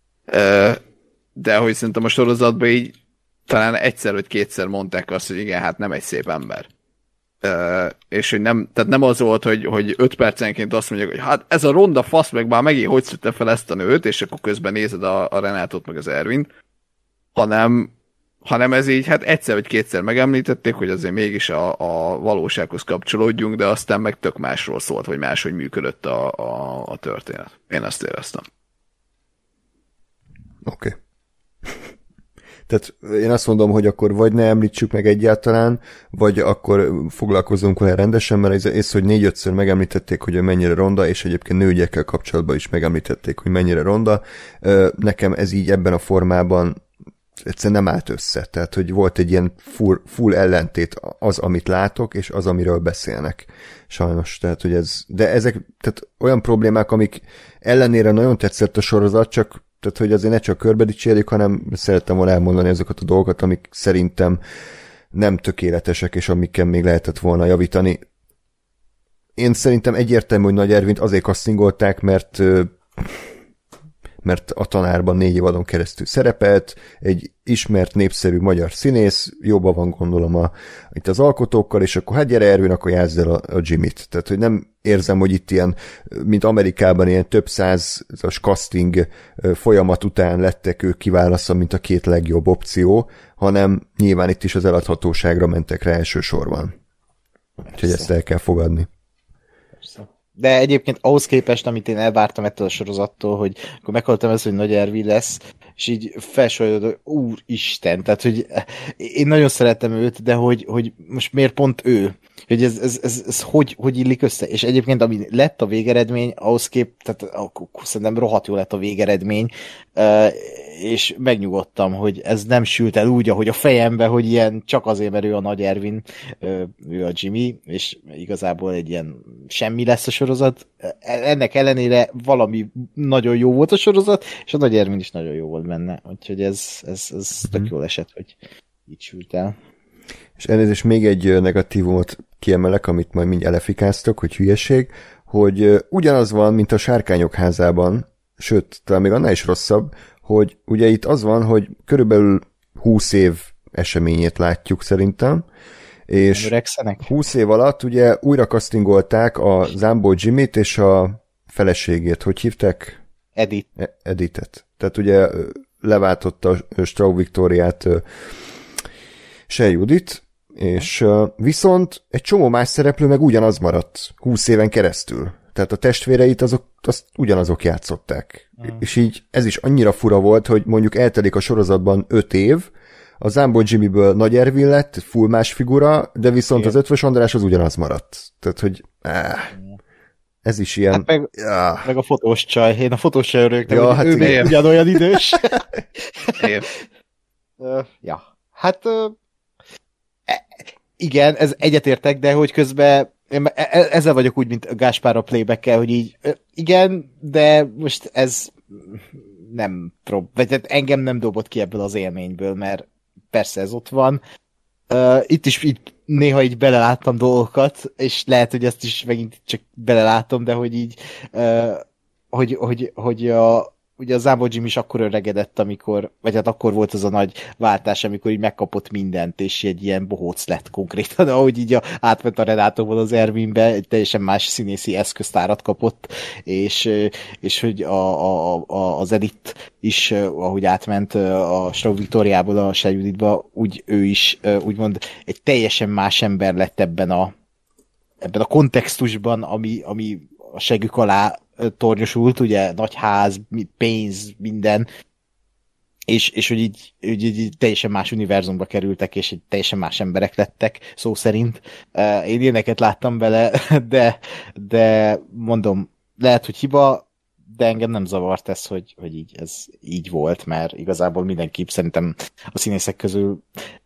de hogy szerintem a sorozatban így talán egyszer vagy kétszer mondták azt, hogy igen, hát nem egy szép ember. És hogy nem, tehát nem az volt, hogy, hogy öt percenként azt mondják, hogy hát ez a ronda fasz, meg már megint hogy szülte fel ezt a nőt, és akkor közben nézed a, a Renátot, meg az Ervint, hanem hanem ez így, hát egyszer vagy kétszer megemlítették, hogy azért mégis a, a valósághoz kapcsolódjunk, de aztán meg tök másról szólt, vagy máshogy működött a, a, a történet. Én ezt éreztem. Oké. Okay. Tehát én azt mondom, hogy akkor vagy ne említsük meg egyáltalán, vagy akkor foglalkozunk vele rendesen, mert ez, hogy négy-ötször megemlítették, hogy ő mennyire ronda, és egyébként nőügyekkel kapcsolatban is megemlítették, hogy mennyire ronda. Nekem ez így ebben a formában egyszerűen nem állt össze. Tehát, hogy volt egy ilyen full, full ellentét az, amit látok, és az, amiről beszélnek. Sajnos. Tehát, hogy ez, de ezek tehát olyan problémák, amik ellenére nagyon tetszett a sorozat, csak tehát, hogy azért ne csak körbedicsérjük, hanem szerettem volna elmondani azokat a dolgokat, amik szerintem nem tökéletesek, és amikkel még lehetett volna javítani. Én szerintem egyértelmű, hogy Nagy Ervint azért kasztingolták, mert mert a Tanárban négy évadon keresztül szerepelt, egy ismert, népszerű magyar színész, jobban van gondolom a, itt az alkotókkal, és akkor hát gyere Ervin, akkor játszd el a, a Jimmy-t. Tehát, hogy nem érzem, hogy itt ilyen, mint Amerikában ilyen több százas casting folyamat után lettek ők kiválasztva, mint a két legjobb opció, hanem nyilván itt is az eladhatóságra mentek rá elsősorban. Úgyhogy ezt el kell fogadni. Persze. De egyébként ahhoz képest, amit én elvártam ettől a sorozattól, hogy akkor meghallottam ezt, hogy Nagy Ervin lesz, és így felsorolod, hogy úristen, tehát, hogy én nagyon szeretem őt, de hogy, hogy most miért pont ő? Hogy ez, ez, ez, ez hogy, hogy illik össze? És egyébként, ami lett a végeredmény, ahhoz kép, tehát akkor szerintem rohadt jó lett a végeredmény, és megnyugodtam, hogy ez nem sült el úgy, ahogy a fejembe, hogy ilyen csak azért, mert ő a Nagy Ervin, ő a Jimmy, és igazából egy ilyen semmi lesz a sorozat. Ennek ellenére valami nagyon jó volt a sorozat, és a Nagy Ervin is nagyon jó volt benne. Úgyhogy ez, ez, ez tök jól esett, hogy így sült el. És elnézést még egy negatívumot kiemelek, amit majd mindjárt lefikáztok, hogy hülyeség, hogy ugyanaz van, mint a Sárkányok házában, sőt, talán még annál is rosszabb, hogy ugye itt az van, hogy körülbelül húsz év eseményét látjuk szerintem, és húsz év alatt ugye újra castingolták a Zambó Jimmy-t és a feleségét, hogy hívták? Edith. Editet. Tehát ugye leváltotta Straub Viktóriát Se Judit, és viszont egy csomó más szereplő meg ugyanaz maradt húsz éven keresztül. Tehát a testvéreit azok, azt ugyanazok játszották. Mm. És így ez is annyira fura volt, hogy mondjuk eltelik a sorozatban öt év, a Zambó Jimmyből Nagy Ervin lett, full más figura, de viszont igen, az Ötvös András az ugyanaz maradt. Tehát, hogy áh, ez is ilyen... Hát meg, áh. meg a fotós csaj. Én a fotós csaj öröknek, ja, hogy hát ő még ugyanolyan idős. uh, ja, hát uh, igen, ez egyetértek, de hogy közben én ezzel vagyok úgy, mint a Gáspár a playback-kel, hogy így igen, de most ez nem prob... vagy engem nem dobott ki ebből az élményből, mert persze ez ott van. Uh, itt is így, néha így beleláttam dolgokat, és lehet, hogy ezt is megint csak belelátom, de hogy így uh, hogy, hogy, hogy a, ugye a Zámbó Jim is akkor öregedett, amikor, vagy hát akkor volt az a nagy váltás, amikor így megkapott mindent, és egy ilyen bohóc lett konkrétan, ahogy így a, átment a Renátóból az Ervinbe, egy teljesen más színészi eszköztárat kapott, és, és hogy a, a, a, az Edith is, ahogy átment a Straub Viktóriából a Se Juditba, úgy ő is, úgymond egy teljesen más ember lett ebben a, ebben a kontextusban, ami, ami a segük alá tornyosult, ugye nagy ház, pénz, minden, és, és hogy így, így, így teljesen más univerzumba kerültek, és így teljesen más emberek lettek, szó szerint. Én ilyeneket láttam vele, de, de mondom, lehet, hogy hiba, de engem nem zavart ez, hogy, hogy így, ez így volt, mert igazából mindenképp szerintem a színészek közül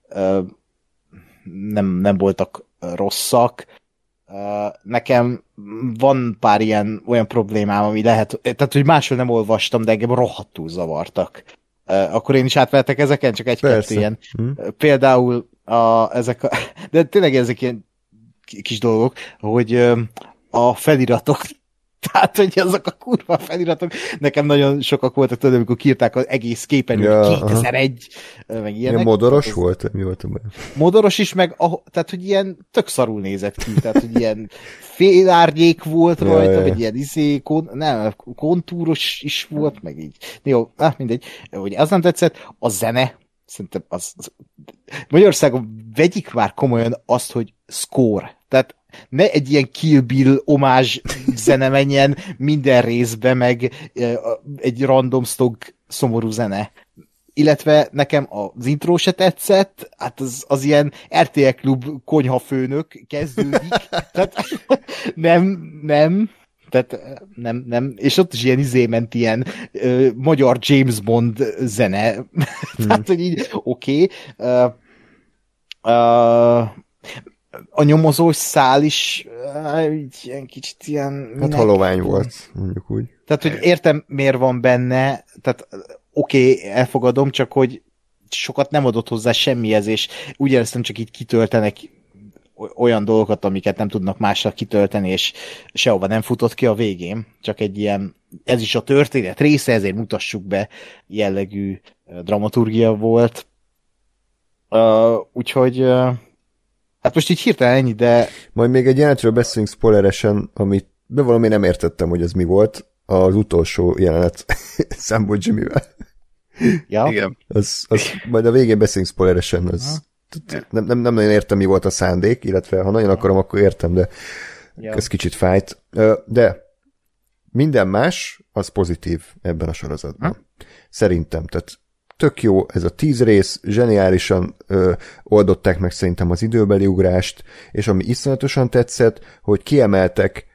nem, nem voltak rosszak. Nekem van pár ilyen olyan problémám, ami lehet, tehát hogy máshol nem olvastam, de engem rohadtul zavartak. Akkor én is átvettek ezeken, csak egy-kettő ilyen. Hm. Például a, ezek a, de tényleg ezek ilyen kis dolgok, hogy a feliratok, tehát, hogy azok a kurva feliratok, nekem nagyon sokak voltak, tudod, amikor kiírták az egész képernyőt, ja, kétezer-egy, meg ilyenek. Ilyen modoros az, volt? Mi volt a baj? Modoros is, meg a, tehát, hogy ilyen tök szarul nézett ki, tehát, hogy ilyen félárnyék volt ja, rajta, ja. Vagy ilyen izé, kon, nem, kontúros is volt, meg így. Jó, ah, mindegy, hogy az nem tetszett, a zene, szerintem az, az Magyarországon vegyik már komolyan azt, hogy score, tehát ne egy ilyen Kill Bill omázs zene menjen minden részbe, meg egy random stock szomorú zene. Illetve nekem az intro se tetszett, hát az, az ilyen er té el Klub konyhafőnök kezdődik, tehát nem, nem, tehát nem, nem, és ott is ilyen izé ment ilyen ö, magyar James Bond zene, hmm. Tehát, hogy így oké. Okay. Uh, uh, a nyomozós szál is így ilyen kicsit ilyen... Hát halovány volt, mondjuk úgy. Tehát, hogy értem, miért van benne, tehát oké, okay, elfogadom, csak hogy sokat nem adott hozzá semmihez, és úgy éreztem, csak így kitöltenek olyan dolgokat, amiket nem tudnak másra kitölteni, és sehova nem futott ki a végén. Csak egy ilyen, ez is a történet része, ezért mutassuk be jellegű dramaturgia volt. Uh, úgyhogy uh, hát most így hirtelen ennyi, de... Majd még egy jelenetről beszélünk spoileresen, amit bevallom, én nem értettem, hogy ez mi volt. Az utolsó jelenet Zámbó Jimivel. Ja. Igen. Az, az, majd a végén beszélünk spoileresen. Az, nem, nem, nem nagyon értem, mi volt a szándék, illetve ha nagyon akarom, akkor értem, de ja. Ez kicsit fájt. De minden más, az pozitív ebben a sorozatban. Ha? Szerintem. Tehát tök jó ez a tíz rész, zseniálisan ö, oldották meg szerintem az időbeli ugrást, és ami iszonyatosan tetszett, hogy kiemeltek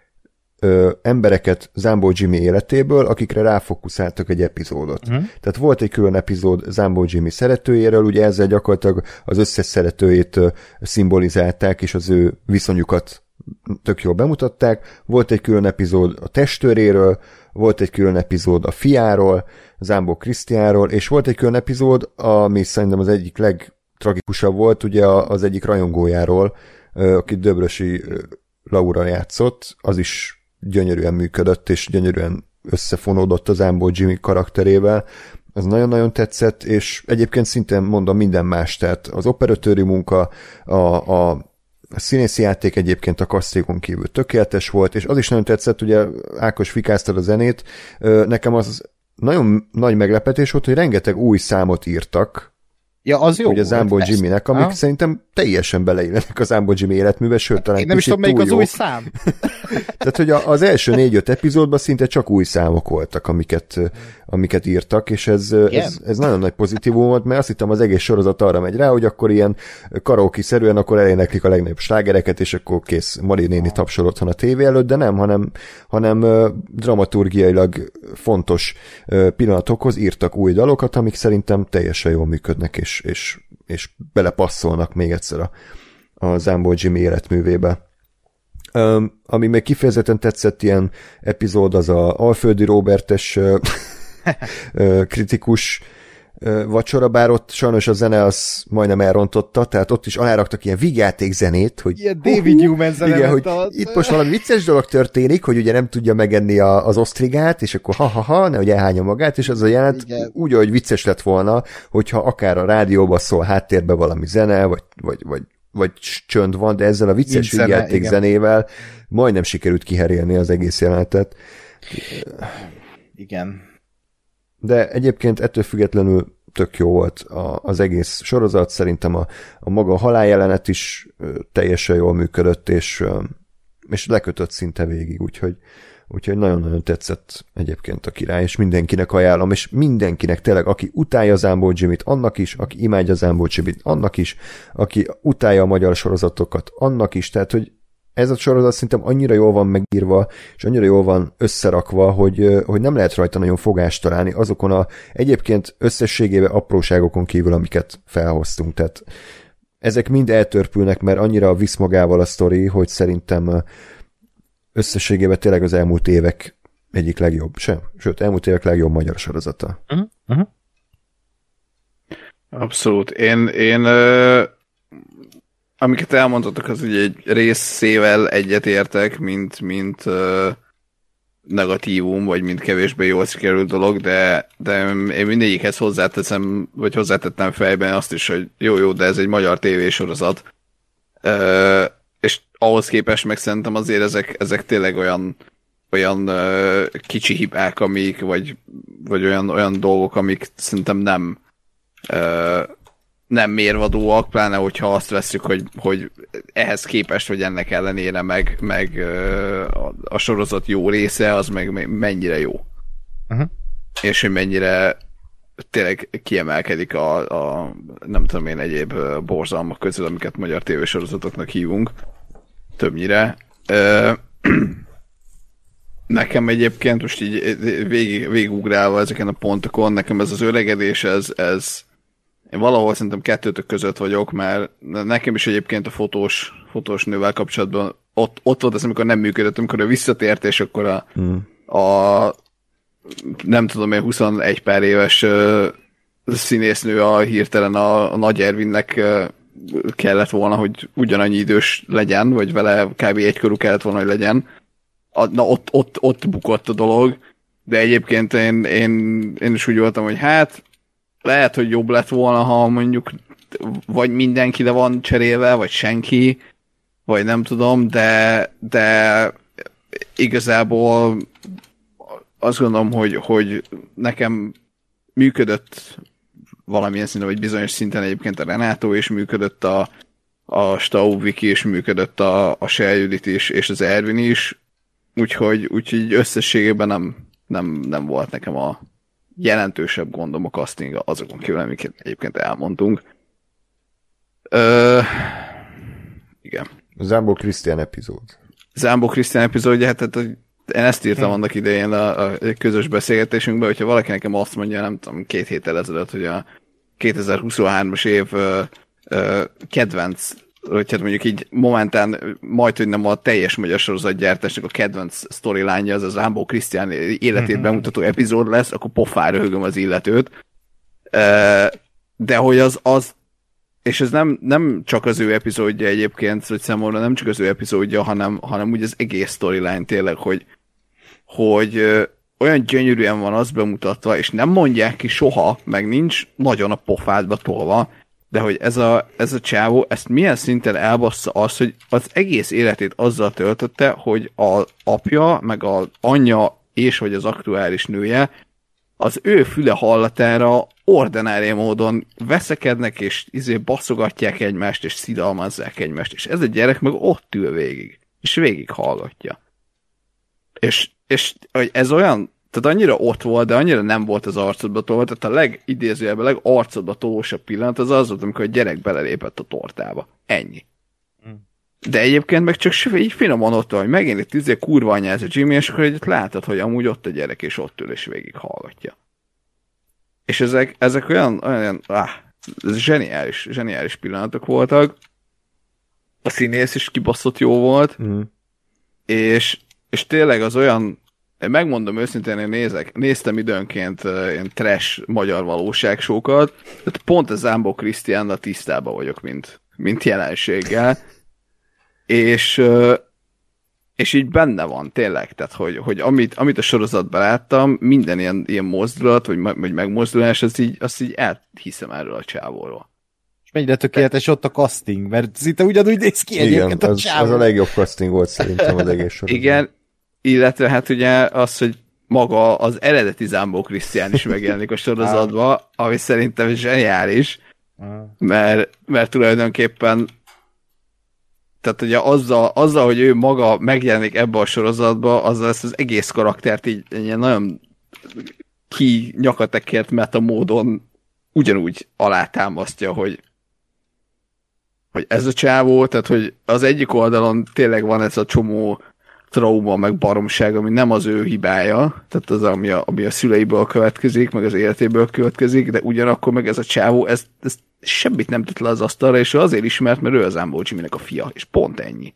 ö, embereket Zámbó Jimmy életéből, akikre ráfokuszáltak egy epizódot. Uh-huh. Tehát volt egy külön epizód Zámbó Jimmy szeretőjéről, ugye ezzel gyakorlatilag az összes szeretőjét ö, szimbolizálták, és az ő viszonyukat tök jól bemutatták. Volt egy külön epizód a testőréről, volt egy külön epizód a fiáról, Zámbó Krisztiánról, és volt egy külön epizód, ami szerintem az egyik legtragikusabb volt, ugye az egyik rajongójáról, akit Döbrösi Laura játszott, az is gyönyörűen működött, és gyönyörűen összefonódott az Zámbó Jimmy karakterével. Ez nagyon-nagyon tetszett, és egyébként szintén mondom minden más, tehát az operatőri munka, a, a A színészi játék egyébként a kasztékon kívül tökéletes volt, és az is nagyon tetszett, ugye Ákos fikáztad a zenét, nekem az nagyon nagy meglepetés volt, hogy rengeteg új számot írtak, ja, az jó ugye Zámbó Jimmynek, amik ha? Szerintem teljesen beleillenek a Zámbó Jimmy életműbe, sőt, talán én nem is tudom, melyik az új szám. Tehát, hogy az első négy-öt epizódban szinte csak új számok voltak, amiket, amiket írtak, és ez, ez, ez nagyon nagy pozitívum volt, mert azt hittem az egész sorozat arra megy rá, hogy akkor ilyen karaoke-szerűen akkor eléneklik a legnagyobb slágereket, és akkor kész, Mari néni tapsol otthon a tévé előtt, de nem, hanem, hanem dramaturgiailag fontos pillanatokhoz írtak új dalokat, amik szerintem teljesen jól működnek, és, és, és belepasszolnak még egyszer a, a Zámbó Jimmy életművébe. Um, ami még kifejezetten tetszett ilyen epizód, az a Alföldi Róbertes uh, uh, kritikus vacsora, bár ott sajnos a zene az majdnem elrontotta, tehát ott is aláraktak ilyen vígjáték zenét, hogy ilyen David Newman zene. Igen, hogy az... itt most valami vicces dolog történik, hogy ugye nem tudja megenni a, az osztrigát, és akkor ha-ha-ha, nehogy elhányja magát, és az a jelent igen. Úgy, ahogy vicces lett volna, hogyha akár a rádióban szól háttérbe valami zene, vagy, vagy, vagy, vagy csönd van, de ezzel a vicces vígjáték zenével majdnem sikerült kiherélni az egész jelenetet. Igen. De egyébként ettől függetlenül tök jó volt a, az egész sorozat, szerintem a, a maga haláljelenet is teljesen jól működött, és, és lekötött szinte végig, úgyhogy, úgyhogy nagyon-nagyon tetszett egyébként a király, és mindenkinek ajánlom, és mindenkinek tényleg, aki utálja Zambó Jimmy-t, annak is, aki imádja Zambó Jimmy-t, annak is, aki utálja a magyar sorozatokat, annak is, tehát, hogy ez a sorozat szerintem annyira jól van megírva, és annyira jól van összerakva, hogy, hogy nem lehet rajta nagyon fogást találni azokon a egyébként összességében apróságokon kívül, amiket felhoztunk. Tehát ezek mind eltörpülnek, mert annyira visz magával a sztori, hogy szerintem összességében tényleg az elmúlt évek egyik legjobb, sem, sőt, elmúlt évek legjobb magyar sorozata. Uh-huh. Uh-huh. Abszolút. Én, én uh... amiket elmondottak, az ugye egy részével egyetértek, mint, mint uh, negatívum, vagy mint kevésbé jól sikerült dolog, de, de én mindegyikhez hozzáteszem, vagy hozzátettem fejben azt is, hogy jó-jó, de ez egy magyar tévésorozat. Uh, és ahhoz képest meg szerintem azért ezek, ezek tényleg olyan, olyan uh, kicsi hibák, amik, vagy, vagy olyan, olyan dolgok, amik szerintem nem uh, nem mérvadóak, pláne hogyha azt vesszük, hogy, hogy ehhez képest, vagy ennek ellenére meg, meg a, a sorozat jó része, az meg mennyire jó. Uh-huh. És hogy mennyire tényleg kiemelkedik a, a nem tudom én egyéb borzalmak közül, amiket magyar tévésorozatoknak hívunk. Többnyire. Nekem egyébként most így végig, végigugrálva ezeken a pontokon, nekem ez az öregedés, ez, ez én valahol szerintem kettőtök között vagyok, mert nekem is egyébként a fotós, fotós nővel kapcsolatban ott, ott volt az, amikor nem működött, amikor ő visszatért, és akkor a, hmm. a nem tudom én, huszonegy pár éves uh, színésznő a hirtelen a, a Nagy Ervinnek uh, kellett volna, hogy ugyanannyi idős legyen, vagy vele kb. Egykorú kellett volna, hogy legyen. A, na ott, ott, ott bukott a dolog, de egyébként én, én, én is úgy voltam, hogy hát lehet, hogy jobb lett volna, ha mondjuk vagy mindenki le van cserélve, vagy senki, vagy nem tudom, de, de igazából azt gondolom, hogy, hogy nekem működött valamilyen szinten, vagy bizonyos szinten egyébként a Renátó is működött, a, a Staub Viki is működött, a, a Seljudit is, és az Ervin is, úgyhogy, úgyhogy összességében nem, nem, nem volt nekem a jelentősebb gondom a casting azokon kívül, amiket egyébként elmondtunk. Ö, igen. Zámbó Krisztián epizód. Zámbó Krisztián epizódja, hát, hát én ezt írtam hmm. annak idején a, a közös beszélgetésünkben, hogyha valaki nekem azt mondja, nem tudom, két héttel ezelőtt, hogy a kétezer-huszonhármas év ö, ö, kedvenc, hogy hát mondjuk így momentán majd, hogy nem a teljes magyar sorozatgyártásnak a kedvenc storyline-ja, az a Zámbó Krisztián életét hmm. bemutató epizód lesz, akkor pofára röhögöm az illetőt. De hogy az, az és ez nem, nem csak az ő epizódja egyébként, hogy számomra nem csak az ő epizódja, hanem, hanem úgy az egész storyline tényleg, hogy, hogy ö, olyan gyönyörűen van az bemutatva, és nem mondják ki soha, meg nincs nagyon a pofádba tolva, de hogy ez a, ez a csávó, ezt milyen szinten elbassza az, hogy az egész életét azzal töltötte, hogy az apja, meg az anyja és vagy az aktuális nője az ő füle hallatára ordinári módon veszekednek, és izé basszogatják egymást, és szidalmazzák egymást, és ez a gyerek meg ott ül végig, és végig hallgatja. És, és hogy ez olyan, tehát annyira ott volt, de annyira nem volt az arcodba tolva, tehát a legidézőjebb, a legarcodba tolósabb pillanat az az volt, amikor a gyerek belelépett a tortába. Ennyi. De egyébként meg csak így finoman ott van, hogy megint itt izé kurva anyáz a Jimmy, és akkor egyet látod, hogy amúgy ott a gyerek, és ott ül, és végig hallgatja. És ezek, ezek olyan, olyan áh, ez zseniális, zseniális pillanatok voltak. A színész is kibaszott jó volt, mm. és, és tényleg az olyan én megmondom őszintén, én nézek, néztem időnként uh, ilyen trash magyar valóságsókat, tehát pont a Zámbó Krisztiánnal tisztában vagyok, mint, mint jelenséggel, és, uh, és így benne van tényleg, tehát hogy, hogy amit, amit a sorozatban láttam, minden ilyen, ilyen mozdulat, vagy, vagy megmozdulás, az így, azt így elhiszem erről a csávóról. És mennyire tökéletes ott a casting, mert szinte ugyanúgy néz ki egyébként a a csávó. Az a legjobb casting volt szerintem az egész sorozat. Igen, illetve hát ugye az, hogy maga az eredeti Zámbó Krisztián is megjelenik a sorozatban, ami szerintem zseniális, mert, mert tulajdonképpen tehát ugye azzal, azzal, hogy ő maga megjelenik ebbe a sorozatba, azzal ezt az egész karaktert így ilyen nagyon ki nyakatekért meta módon ugyanúgy alátámasztja, hogy hogy ez a csávó, tehát hogy az egyik oldalon tényleg van ez a csomó trauma, meg baromság, ami nem az ő hibája, tehát az, ami a, ami a szüleiből következik, meg az életéből következik, de ugyanakkor meg ez a csávó, ez, ez semmit nem tett le az asztalra, és ő azért ismert, mert ő az Zámbó Jiminek a fia, és pont ennyi.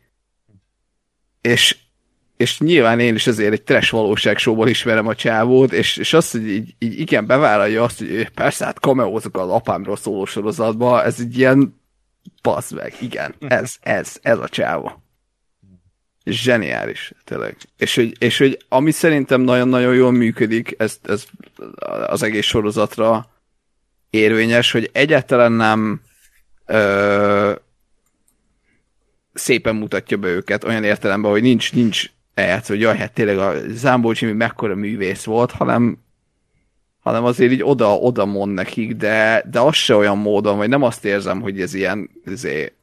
És, és nyilván én is azért egy trash valóságsóból ismerem a csávót, és, és azt, hogy így, így igen, bevállalja azt, hogy persze, hát kameózok az apámról szóló sorozatba, ez egy ilyen bassz meg, igen, ez, ez, ez a csávó. Zseniális, tényleg. És hogy, és hogy ami szerintem nagyon-nagyon jól működik, ez, ez az egész sorozatra érvényes, hogy egyáltalán nem ö, szépen mutatja be őket, olyan értelemben, hogy nincs, nincs eljátsz, hogy jaj, hát tényleg a Zámbó Jimmy mekkora művész volt, hanem, hanem azért így oda, oda mond nekik, de, de az se olyan módon, vagy nem azt érzem, hogy ez ilyen azért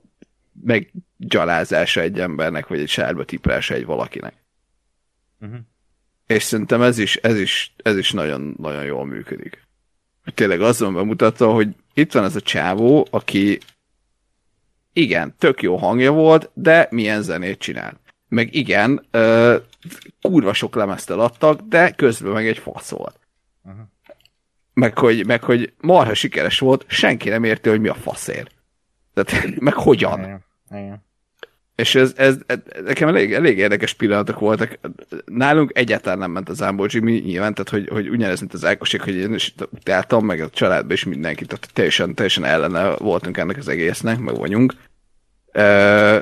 meggyalázása egy embernek, vagy egy sárba tiprása egy valakinek. Uh-huh. És szerintem ez is, ez is, ez is nagyon, nagyon jól működik. Tényleg azon bemutatta, hogy itt van ez a csávó, aki igen, tök jó hangja volt, de milyen zenét csinál. Meg igen, uh, kurva sok lemezt eladtak, de közben meg egy fasz volt. Uh-huh. Meg, hogy, meg hogy marha sikeres volt, senki nem érti, hogy mi a faszért. Tehát, meg hogyan. Igen. Igen. És ez, ez, ez nekem elég, elég érdekes pillanatok voltak. Nálunk egyáltalán nem ment az Zámbó Jimmy, nyilván, tehát hogy, hogy ugyanez, mint az Ákosék, hogy én is utáltam, meg a családban is mindenki, tehát teljesen, teljesen ellene voltunk ennek az egésznek, meg vagyunk. Uh,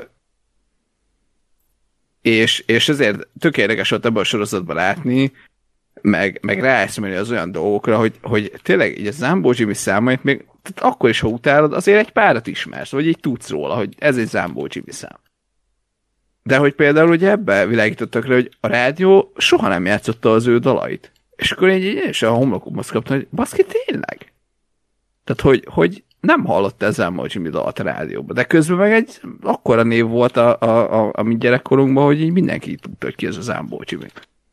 és, és ezért tök érdekes volt ebben a sorozatban látni, meg, meg ráeszmélni az olyan dolgokra, hogy, hogy tényleg így a Zámbó Jimmy számait még tehát akkor is, ha utálod, azért egy párat ismersz, vagy így tudsz róla, hogy ez egy Zámbó Jimmy szám. De hogy például ugye ebbe világítottak le, hogy a rádió soha nem játszotta az ő dalait. És akkor én így és a homlokomhoz kaptam, hogy baszki, tényleg? Tehát, hogy, hogy nem hallotta ez Zámbó Jimmy dalt a rádióban. De közben meg egy akkora név volt a, a, a, a mi gyerekkorunkban, hogy így mindenki így tudta, hogy ki ez a Zámbó Jimmy.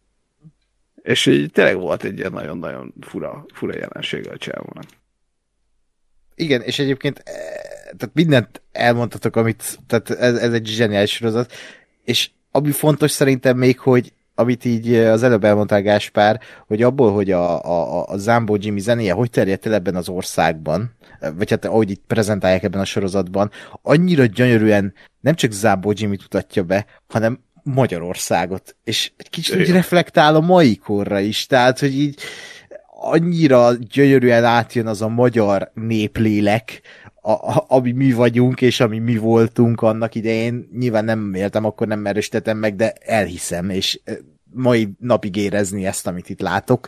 És így tényleg volt egy ilyen nagyon-nagyon fura, fura jelensége a csávónak. Igen, és egyébként e, tehát mindent elmondtatok, amit, tehát ez, ez egy zseniális sorozat, és ami fontos szerintem még, hogy amit így az előbb elmondtál, Gáspár, hogy abból, hogy a, a, a Zámbó Jimmy zenéje hogy terjedt el ebben az országban, vagy hát ahogy itt prezentálják ebben a sorozatban, annyira gyönyörűen nem csak Zámbó Jimmy mutatja be, hanem Magyarországot, és egy kicsit úgy reflektál a mai korra is, tehát, hogy így annyira gyönyörűen átjön az a magyar néplélek, a, a, ami mi vagyunk, és ami mi voltunk annak idején. Nyilván nem éltem, akkor nem erősítettem meg, de elhiszem, és mai napig érezni ezt, amit itt látok,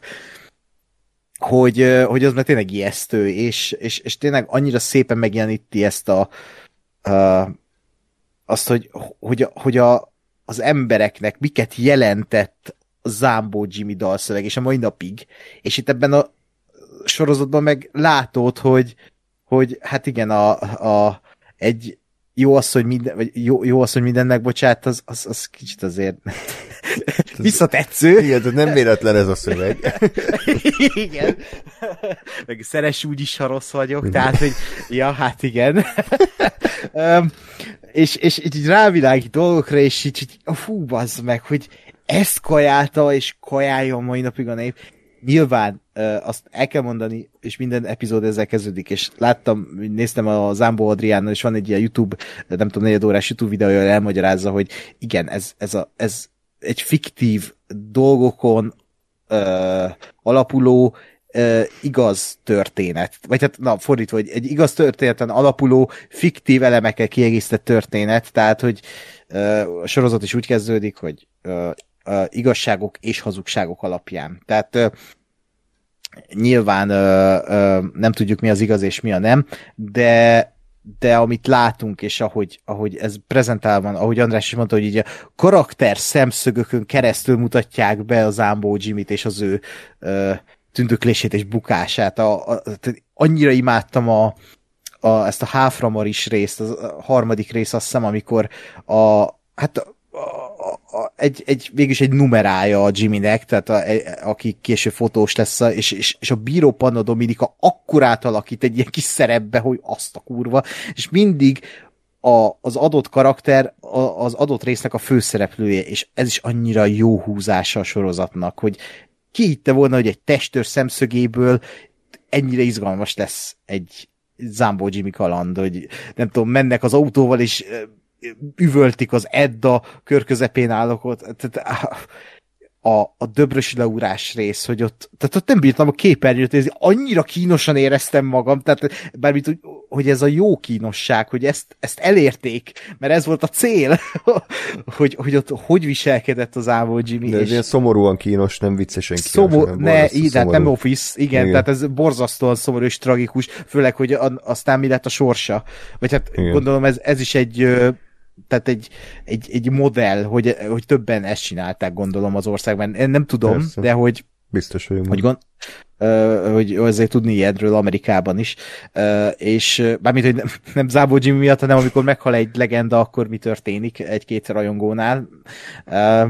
hogy, hogy az már tényleg ijesztő, és, és, és tényleg annyira szépen megjeleníti ezt a, a azt, hogy, hogy, a, hogy a, az embereknek miket jelentett a Zámbó Jimmy dalszöveg, és a mai napig. És itt ebben a sorozatban meg látod, hogy, hogy hát igen, a, a, egy jó az, hogy minden, vagy jó, jó az, hogy minden megbocsát, az, az, az kicsit azért visszatetsző. Igen, tehát nem véletlen ez a szöveg. Igen. Meg szeress úgy is, ha rossz vagyok, tehát, hogy ja, hát igen. um, és, és így rávilágít dolgokra, és így, így fú, bazd meg, hogy ezt kajálta, és kajálja a mai napig a nép. Nyilván uh, azt el kell mondani, és minden epizód ezzel kezdődik, és láttam, néztem a Zámbó Adriánnal, és van egy ilyen YouTube, nem tudom, negyed órás YouTube videója, elmagyarázza, hogy igen, ez, ez, a, ez egy fiktív dolgokon ö, alapuló ö, igaz történet. Vagy hát, na, fordítva, hogy egy igaz történeten alapuló fiktív elemekkel kiegészített történet, tehát, hogy ö, a sorozat is úgy kezdődik, hogy ö, ö, igazságok és hazugságok alapján. Tehát ö, nyilván ö, ö, nem tudjuk, mi az igaz és mi a nem, de de amit látunk, és ahogy, ahogy ez prezentálva van, ahogy András is mondta, hogy így a karakter szemszögökön keresztül mutatják be a Zambó Jimmy-t és az ő ö, tündöklését és bukását. A, a, annyira imádtam a, a, ezt a Háframaris részt, a harmadik rész, azt hiszem, amikor a, hát a, a, a, egy, egy, végülis egy numerája a Jimmynek, tehát a, a, aki később fotós lesz, és, és, és a bíró Panna Dominika akkor átalakít egy ilyen kis szerepbe, hogy azt a kurva, és mindig a, az adott karakter a, az adott résznek a főszereplője, és ez is annyira jó húzása a sorozatnak, hogy ki hitte volna, hogy egy testőr szemszögéből ennyire izgalmas lesz egy Zambó Jimmy kaland, hogy nem tudom, mennek az autóval, és üvöltik az Edda körközepén állok tehát a, a döbrösi leúrás rész, hogy ott, tehát ott nem bírtam a képernyőt nézni, annyira kínosan éreztem magam, tehát bármit, hogy, hogy ez a jó kínosság, hogy ezt, ezt elérték, mert ez volt a cél, hogy, hogy ott hogy viselkedett az Ávó Jimmy. De ez ilyen szomorúan kínos, nem viccesen kínos. Szomor, ne, így, tehát nem Office, igen, igen, tehát ez borzasztóan szomorú és tragikus, főleg, hogy a, aztán mi lett a sorsa. Vagy hát igen. Gondolom ez, ez is egy tehát egy, egy, egy modell, hogy, hogy többen ezt csinálták, gondolom az országban. Én nem tudom, persze. De hogy biztos vagyok. Hogy, gond, uh, hogy azért tudni ilyenről Amerikában is. Uh, és bármint, hogy nem, nem Zábó Jimmy miatt, hanem amikor meghal egy legenda, akkor mi történik egy-két rajongónál. Uh,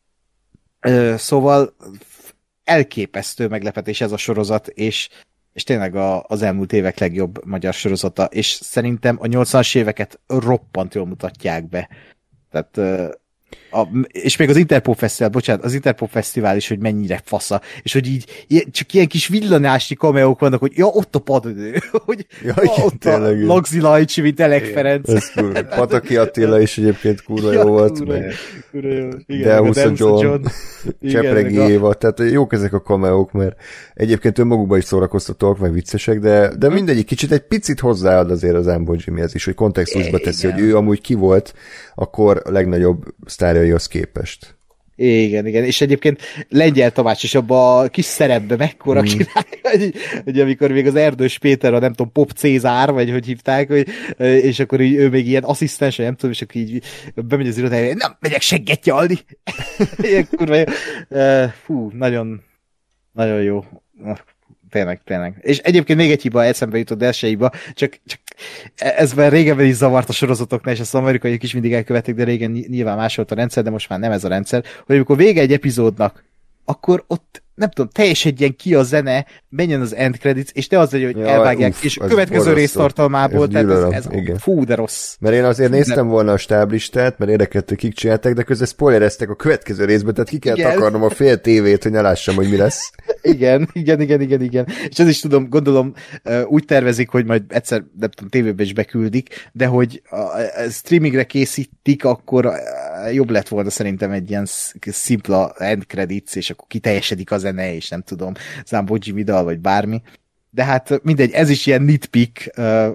uh, szóval elképesztő meglepetés ez a sorozat, és és tényleg a, az elmúlt évek legjobb magyar sorozata, és szerintem a nyolcvanas éveket roppant jól mutatják be. Tehát, a, és még az Interpol Fesztivál, bocsánat, az Interpol Fesztivál is, hogy mennyire fasza, és hogy így csak ilyen kis villanásnyi kameók vannak, hogy ja, ott a padnő, hogy ja, ja, ott a Lagzi Lajcsi, mint Elek Ferenc. Pataki Attila is egyébként kurva jó volt. Kurva, meg, kurva jó. Igen, Deusza John, John. Csepregi Éva, tehát jók ezek a kameók, mert egyébként önmagukban is szórakoztatók, meg viccesek, de, de mindegyik kicsit egy picit hozzáad azért az Zambó Jimmyhez is, hogy kontextusba teszi, hogy ő amúgy ki volt, akkor a legnagyobb sztárjaihoz képest. Igen, igen, és egyébként Lengyel Tamás is abban a kis szerepben mekkora mm. király, hogy, hogy amikor még az Erdős Péter, a nem tudom, Pop Cézár, vagy hogy hívták, hogy, és akkor így, ő még ilyen asszisztens, vagy nem tudom, és akkor így bemegy az irodájára, nem, megyek segget nyalni. Ilyen kurva jó. Fú, nagyon, nagyon jó. Tényleg, tényleg. És egyébként még egy hiba eszembe jutott, de ez se hiba, csak, csak ez már régebben is zavart a sorozatoknál, és ezt az amerikaiak is mindig elkövetik, de régen nyilván más volt a rendszer, de most már nem ez a rendszer, hogy amikor vége egy epizódnak, akkor ott nem tudom, teljesedjen ki a zene, menjen az end credits, és ne az legyen, hogy ja, elvágják, uff, és a következő rész tartalmából, tehát ez, ez igen. Fú, de rossz. Mert én azért fú, néztem de... volna a stáblistát, mert érdekelt, hogy kik csinálták, de közben spoilereztek a következő részben, tehát ki kell igen. takarnom a fél tévét, hogy ne lássam, hogy mi lesz. Igen, igen, igen, igen, igen. És ez is tudom, gondolom, úgy tervezik, hogy majd egyszer, nem tudom, tévébe is beküldik, de hogy a, a streamingre készítik, akkor jobb lett volna szerintem egy ilyen szimpla end credits, és akkor kiteljesedik az zene, és nem tudom, Zambó Jimmy dal, vagy bármi. De hát mindegy, ez is ilyen nitpick, uh,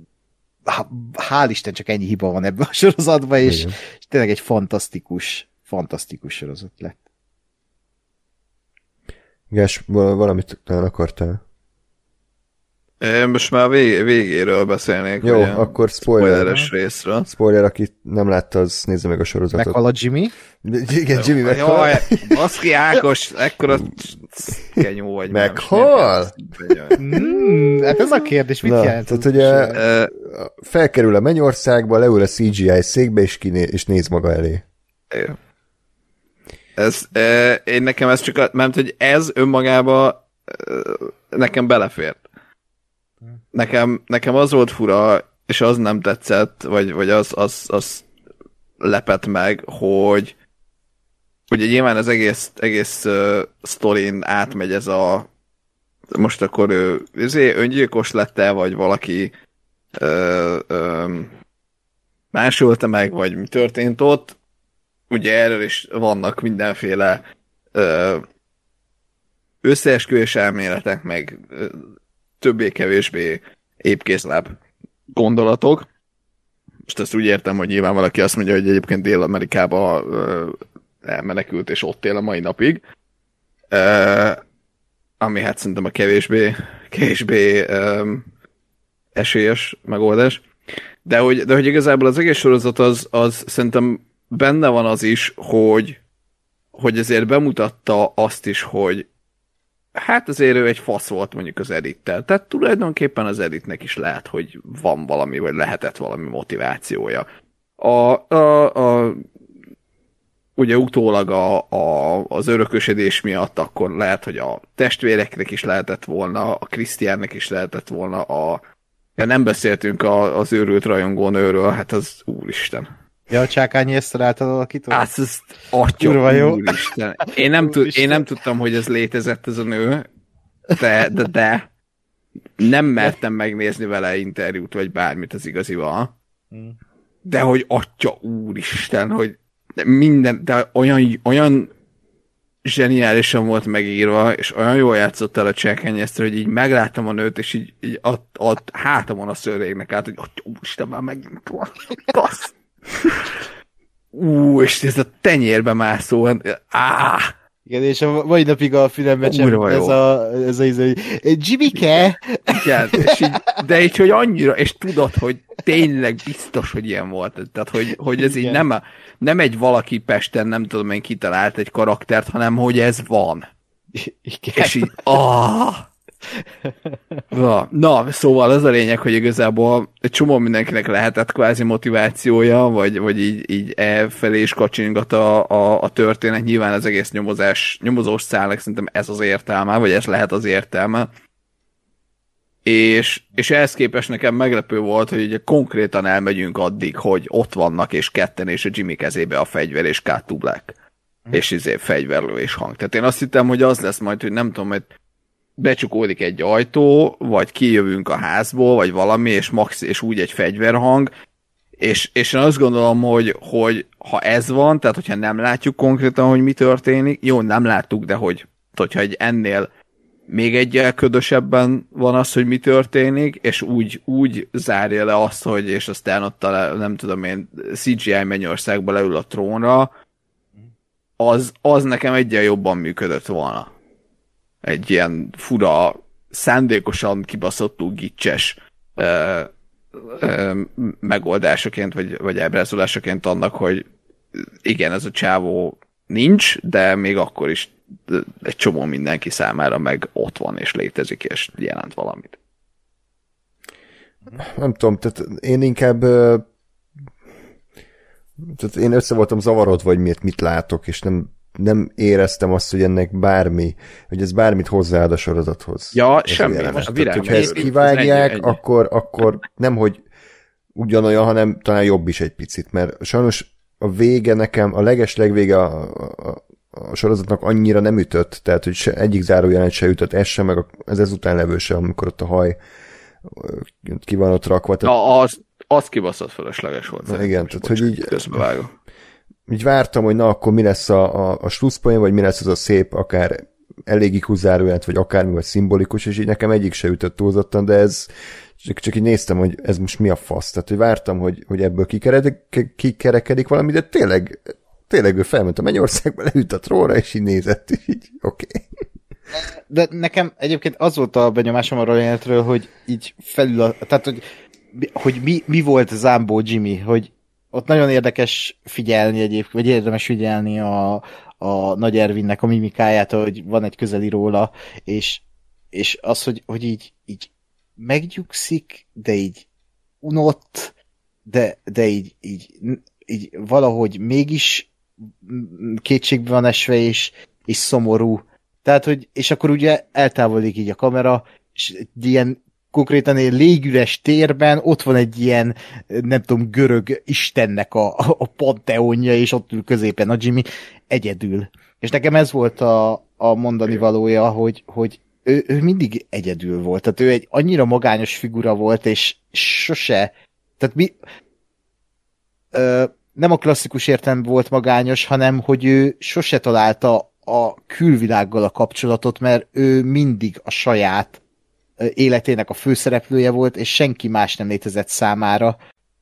hál' Isten csak ennyi hiba van ebben a sorozatban, és, és tényleg egy fantasztikus, fantasztikus sorozat lett. Gás, valamit talán akartál? Én most már vég, végéről beszélnék. Jó, akkor spoiler. Spoileres részről. Spoiler, aki nem látta, az nézze meg a sorozatot. Meghal a Jimmy? Igen, Jimmy meghal. Jaj, baszki Ákos, ekkora kenyó vagy. Meghal? Mm, hát ez a kérdés, mit Na, jelent? Tehát ugye uh, felkerül a Mennyországba, leül a cé gé í székbe, és, kiné, és néz maga elé. Ez, uh, én nekem ez csak, a, mert hogy ez önmagában uh, nekem belefért. Nekem, nekem az volt fura, és az nem tetszett, vagy, vagy az, az, az lepett meg, hogy ugye nyilván az egész, egész uh, sztorin átmegy ez a most akkor ő ezért öngyilkos lett-e, vagy valaki uh, um, másolta meg, vagy mi történt ott. ugye erről is vannak mindenféle ö, összeesküvés elméletek, meg ö, többé-kevésbé épkézláb gondolatok. Most ezt úgy értem, hogy nyilván valaki azt mondja, hogy egyébként Dél-Amerikába ö, elmenekült, és ott él a mai napig. Ö, ami hát szerintem a kevésbé, kevésbé ö, esélyes megoldás. De hogy, de hogy igazából az egész sorozat az, az szerintem benne van az is, hogy, hogy azért bemutatta azt is, hogy hát azért ő egy fasz volt mondjuk az Edittel. Tehát tulajdonképpen az Editnek is lehet, hogy van valami, vagy lehetett valami motivációja. A, a, a ugye utólag a, a, az örökösödés miatt akkor lehet, hogy a testvéreknek is lehetett volna, a Krisztiánnek is lehetett volna, a ja, nem beszéltünk a, az őrült rajongónőről, hát az úristen. Ja, a Csákányi Eszter által alakított? Hát ez atya, úristen. Én nem, tud, én nem tudtam, hogy ez létezett ez a nő, de, de, de nem mertem megnézni vele interjút, vagy bármit az igazival. De hogy atya, úristen, hogy minden, de olyan, olyan zseniálisan volt megírva, és olyan jól játszott el a Csákányi Eszter, hogy így megláttam a nőt, és így, így a, a hátamon a szőrégnek át, hogy atya, úristen, már megint van. Bassz. Ú, és ez a tenyérbe mászó, áh! Igen, és a mai napig a fülembe sem ez a, ez a, ez a Jimmy-ke? Igen, és így, de így, hogy annyira, és tudod, hogy tényleg biztos, hogy ilyen volt. Tehát, hogy, hogy ez így nem, nem egy valaki Pesten, nem tudom én kitalált egy karaktert, hanem hogy ez van. Igen. És így, ah! Na, na, szóval az a lényeg, hogy igazából egy csomó mindenkinek lehetett kvázi motivációja, vagy, vagy így, így e felé is kacsingat a, a, a történet. Nyilván az egész nyomozás, nyomozós szálnak szerintem ez az értelme, vagy ez lehet az értelme. És, és ehhez képest nekem meglepő volt, hogy ugye konkrétan elmegyünk addig, hogy ott vannak, és ketten, és a Jimmy kezébe a fegyver, és Cut to Black. Mm. És izé fegyverlős hang. Tehát én azt hittem, hogy az lesz majd, hogy nem tudom, hogy becsukódik egy ajtó, vagy kijövünk a házból, vagy valami, és, max, és úgy egy fegyverhang, és, és én azt gondolom, hogy, hogy ha ez van, tehát hogyha nem látjuk konkrétan, hogy mi történik, jó, nem láttuk, de hogy hogyha egy ennél még egyel ködösebben van az, hogy mi történik, és úgy, úgy zárja le azt, hogy és aztán ott a, nem tudom én, cé gé í Mennyországba leül a trónra, az, az nekem egyel jobban működött volna. Egy ilyen fura, szándékosan kibaszottul gicses ö, ö, megoldásaként, vagy, vagy ábrázolásaként annak, hogy igen, ez a csávó nincs, de még akkor is egy csomó mindenki számára meg ott van, és létezik, és jelent valamit. Nem tudom, tehát én inkább tehát én össze voltam zavarodva, hogy miért mit látok, és nem nem éreztem azt, hogy ennek bármi, hogy ez bármit hozzáad a sorozathoz. Ja, semmi. Tehát, hogyha ezt kivágják, ennyi, akkor, akkor nem, hogy ugyanolyan, hanem talán jobb is egy picit, mert sajnos a vége nekem, a leges-legvége a, a, a sorozatnak annyira nem ütött, tehát, hogy se, egyik zárójelenet se ütött, ez sem, meg az ezután levő sem, amikor ott a haj ki van ott rakva. Tehát... Na, az, az kibaszott fölösleges volt. Na, igen, tehát, hogy így... Közbevágom. Így vártam, hogy na, akkor mi lesz a, a, a slusszpoén, vagy mi lesz az a szép, akár elég ikuzáróját, vagy akármi, vagy szimbolikus, és így nekem egyik se ütött túlzottan, de ez csak, csak így néztem, hogy ez most mi a fasz. Tehát, hogy vártam, hogy, hogy ebből kikerekedik, kikerekedik valami, de tényleg, tényleg ő felment a Mennyországba, leült a trónra, és így nézett, és így oké. Okay. De nekem egyébként az volt a benyomásom a jelenetről, hogy így felül a, tehát, hogy, hogy mi, mi volt Zambó Jimmy, hogy ott nagyon érdekes figyelni egyébként, vagy érdemes figyelni a, a Nagy Ervinnek a mimikáját, hogy van egy közeli róla, és, és az, hogy, hogy így, így megnyugszik, de így unott, de, de így, így, így valahogy mégis kétségbe van esve, és, és szomorú. Tehát, hogy, és akkor ugye eltávolodik így a kamera, és egy ilyen konkrétan egy légüres térben ott van egy ilyen, nem tudom, görög istennek a, a panteonja, és ott ül középen a Jimmy egyedül. És nekem ez volt a, a mondani valója, hogy, hogy ő, ő mindig egyedül volt. Tehát ő egy annyira magányos figura volt, és sose, tehát mi, ö, nem a klasszikus értelemben volt magányos, hanem hogy ő sose találta a külvilággal a kapcsolatot, mert ő mindig a saját életének a főszereplője volt, és senki más nem létezett számára,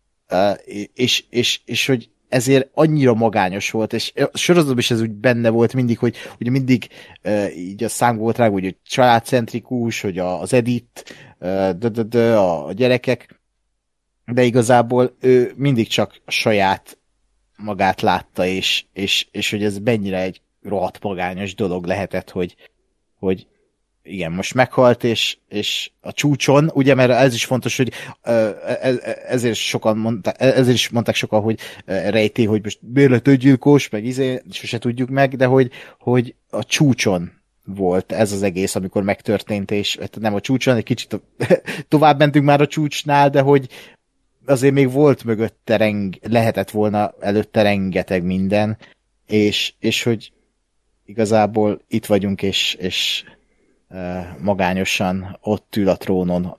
és, és, és hogy ezért annyira magányos volt, és a sorozatban is ez úgy benne volt mindig, hogy ugye mindig így a szám volt rá, hogy családcentrikus, hogy az Edith, a gyerekek, de igazából ő mindig csak a saját magát látta, és, és, és hogy ez mennyire egy rohadt magányos dolog lehetett, hogy, hogy igen, most meghalt, és, és a csúcson, ugye, mert ez is fontos, hogy ezért sokan mondták, ezért is mondták sokan, hogy rejtély, hogy most miért lett öngyilkos, meg izé, sose tudjuk meg, de hogy, hogy a csúcson volt ez az egész, amikor megtörtént, és nem a csúcson, egy kicsit tovább mentünk már a csúcsnál, de hogy azért még volt mögötte, reng, lehetett volna előtte rengeteg minden, és, és hogy igazából itt vagyunk, és, és magányosan ott ül a trónon.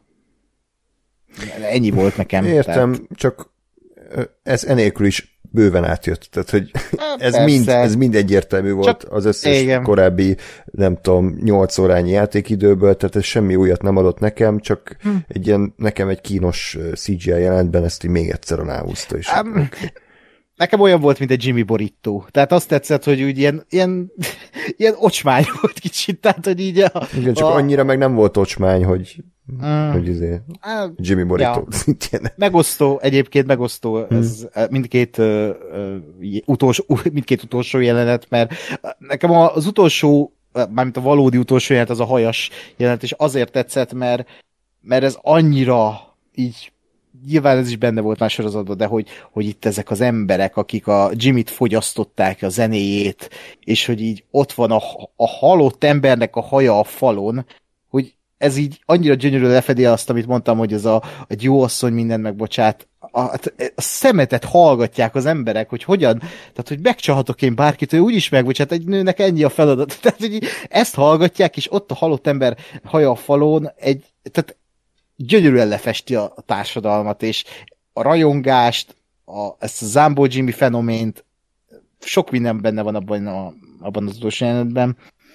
Ennyi volt nekem. Értem, tehát... csak ez enélkül is bőven átjött. Tehát, hogy ez mind, ez mind egyértelmű volt csak az összes igen. korábbi, nem tudom, nyolc órányi játékidőből, tehát ez semmi újat nem adott nekem, csak hm. egy ilyen, nekem egy kínos cé gé i jelentben ezt így még egyszer aláhúzta is. Um, nekem olyan volt, mint egy Jimmy Borito. Tehát azt tetszett, hogy úgy ilyen, ilyen, ilyen ocsmány volt kicsit, tehát, hogy így a... Igen, csak a... annyira meg nem volt ocsmány, hogy, mm. hogy izé, Jimmy Borito ja. szintjén. Megosztó, egyébként megosztó, hmm. ez mindkét, uh, utolsó, mindkét utolsó jelenet, mert nekem az utolsó, mármint a valódi utolsó jelenet, az a hajas jelenet, és azért tetszett, mert, mert ez annyira így nyilván ez is benne volt más sorozatban, de hogy, hogy itt ezek az emberek, akik a Jimmyt fogyasztották, a zenéjét, és hogy így ott van a, a halott embernek a haja a falon, hogy ez így annyira gyönyörű lefedi azt, amit mondtam, hogy ez a, a jó asszony mindent megbocsát, a, a szemetet hallgatják az emberek, hogy hogyan, tehát hogy megcsalhatok én bárkit, ő úgyis megbocsát, egy nőnek ennyi a feladat, tehát hogy ezt hallgatják, és ott a halott ember haja a falon, egy, tehát gyönyörűen lefesti a társadalmat, és a rajongást, a, ezt a Zambó Jimmy fenomént, sok minden benne van abban, a, abban az utolsó jelenetben,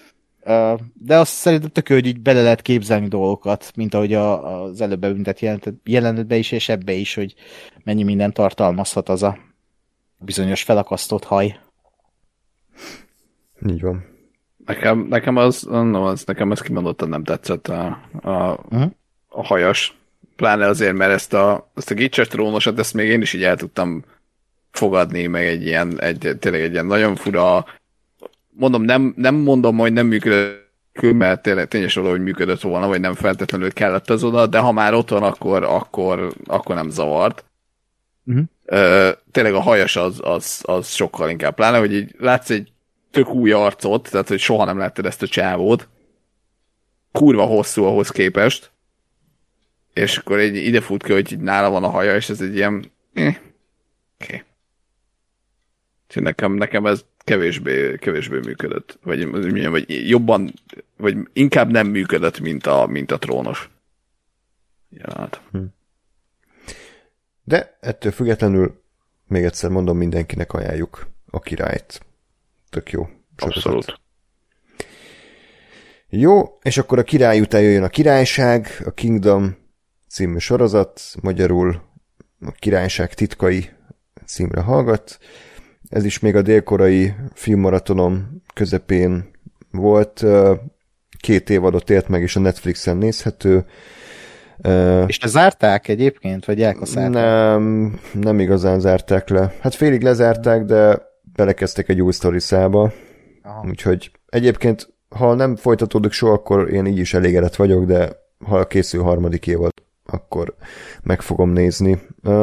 de azt szerintem tök, hogy így bele lehet képzelni dolgokat, mint ahogy a, az előbb bemutatott jelenet, jelenetben is, és ebbe is, hogy mennyi minden tartalmazhat az a bizonyos felakasztott haj. Így van. Nekem, nekem az, no, az, nekem ez kimondottan nem tetszett a, a uh-huh. a hajas. Pláne azért, mert ezt a, ezt a gicses trónosat, ezt még én is így el tudtam fogadni, meg egy ilyen, egy, tényleg egy ilyen nagyon fura, mondom, nem, nem mondom, hogy nem működött, mert tényleg tényes oda, hogy működött volna, vagy nem feltétlenül kellett az oda, de ha már ott van, akkor, akkor, akkor nem zavart. Uh-huh. Ö, tényleg a hajas az, az, az sokkal inkább. Pláne, hogy így látsz egy tök új arcot, tehát, hogy soha nem láttad ezt a csávót. Kurva hosszú ahhoz képest. És akkor egy ide fut ki, hogy nála van a haja, és ez egy ilyen... Eh, oké. Okay. Úgyhogy nekem, nekem ez kevésbé, kevésbé működött. Vagy, vagy jobban, vagy inkább nem működött, mint a, mint a trónos jelenet. Hm. De ettől függetlenül még egyszer mondom, mindenkinek ajánljuk a Királyt. Tök jó. Abszolút. Jó, és akkor a Király után jöjjön a Királyság, a Kingdom című sorozat, magyarul a Királyság titkai címre hallgat. Ez is még a délkorai filmmaratonom közepén volt. Két évadot élt meg, és a Netflixen nézhető. És lezárták egyébként, vagy elkaszálták? Nem, nem igazán zárták le. Hát félig lezárták, de belekezdtek egy új sztoriszába. Úgyhogy egyébként, ha nem folytatódik soha, akkor én így is elégedett vagyok, de ha készül harmadik évad, akkor meg fogom nézni.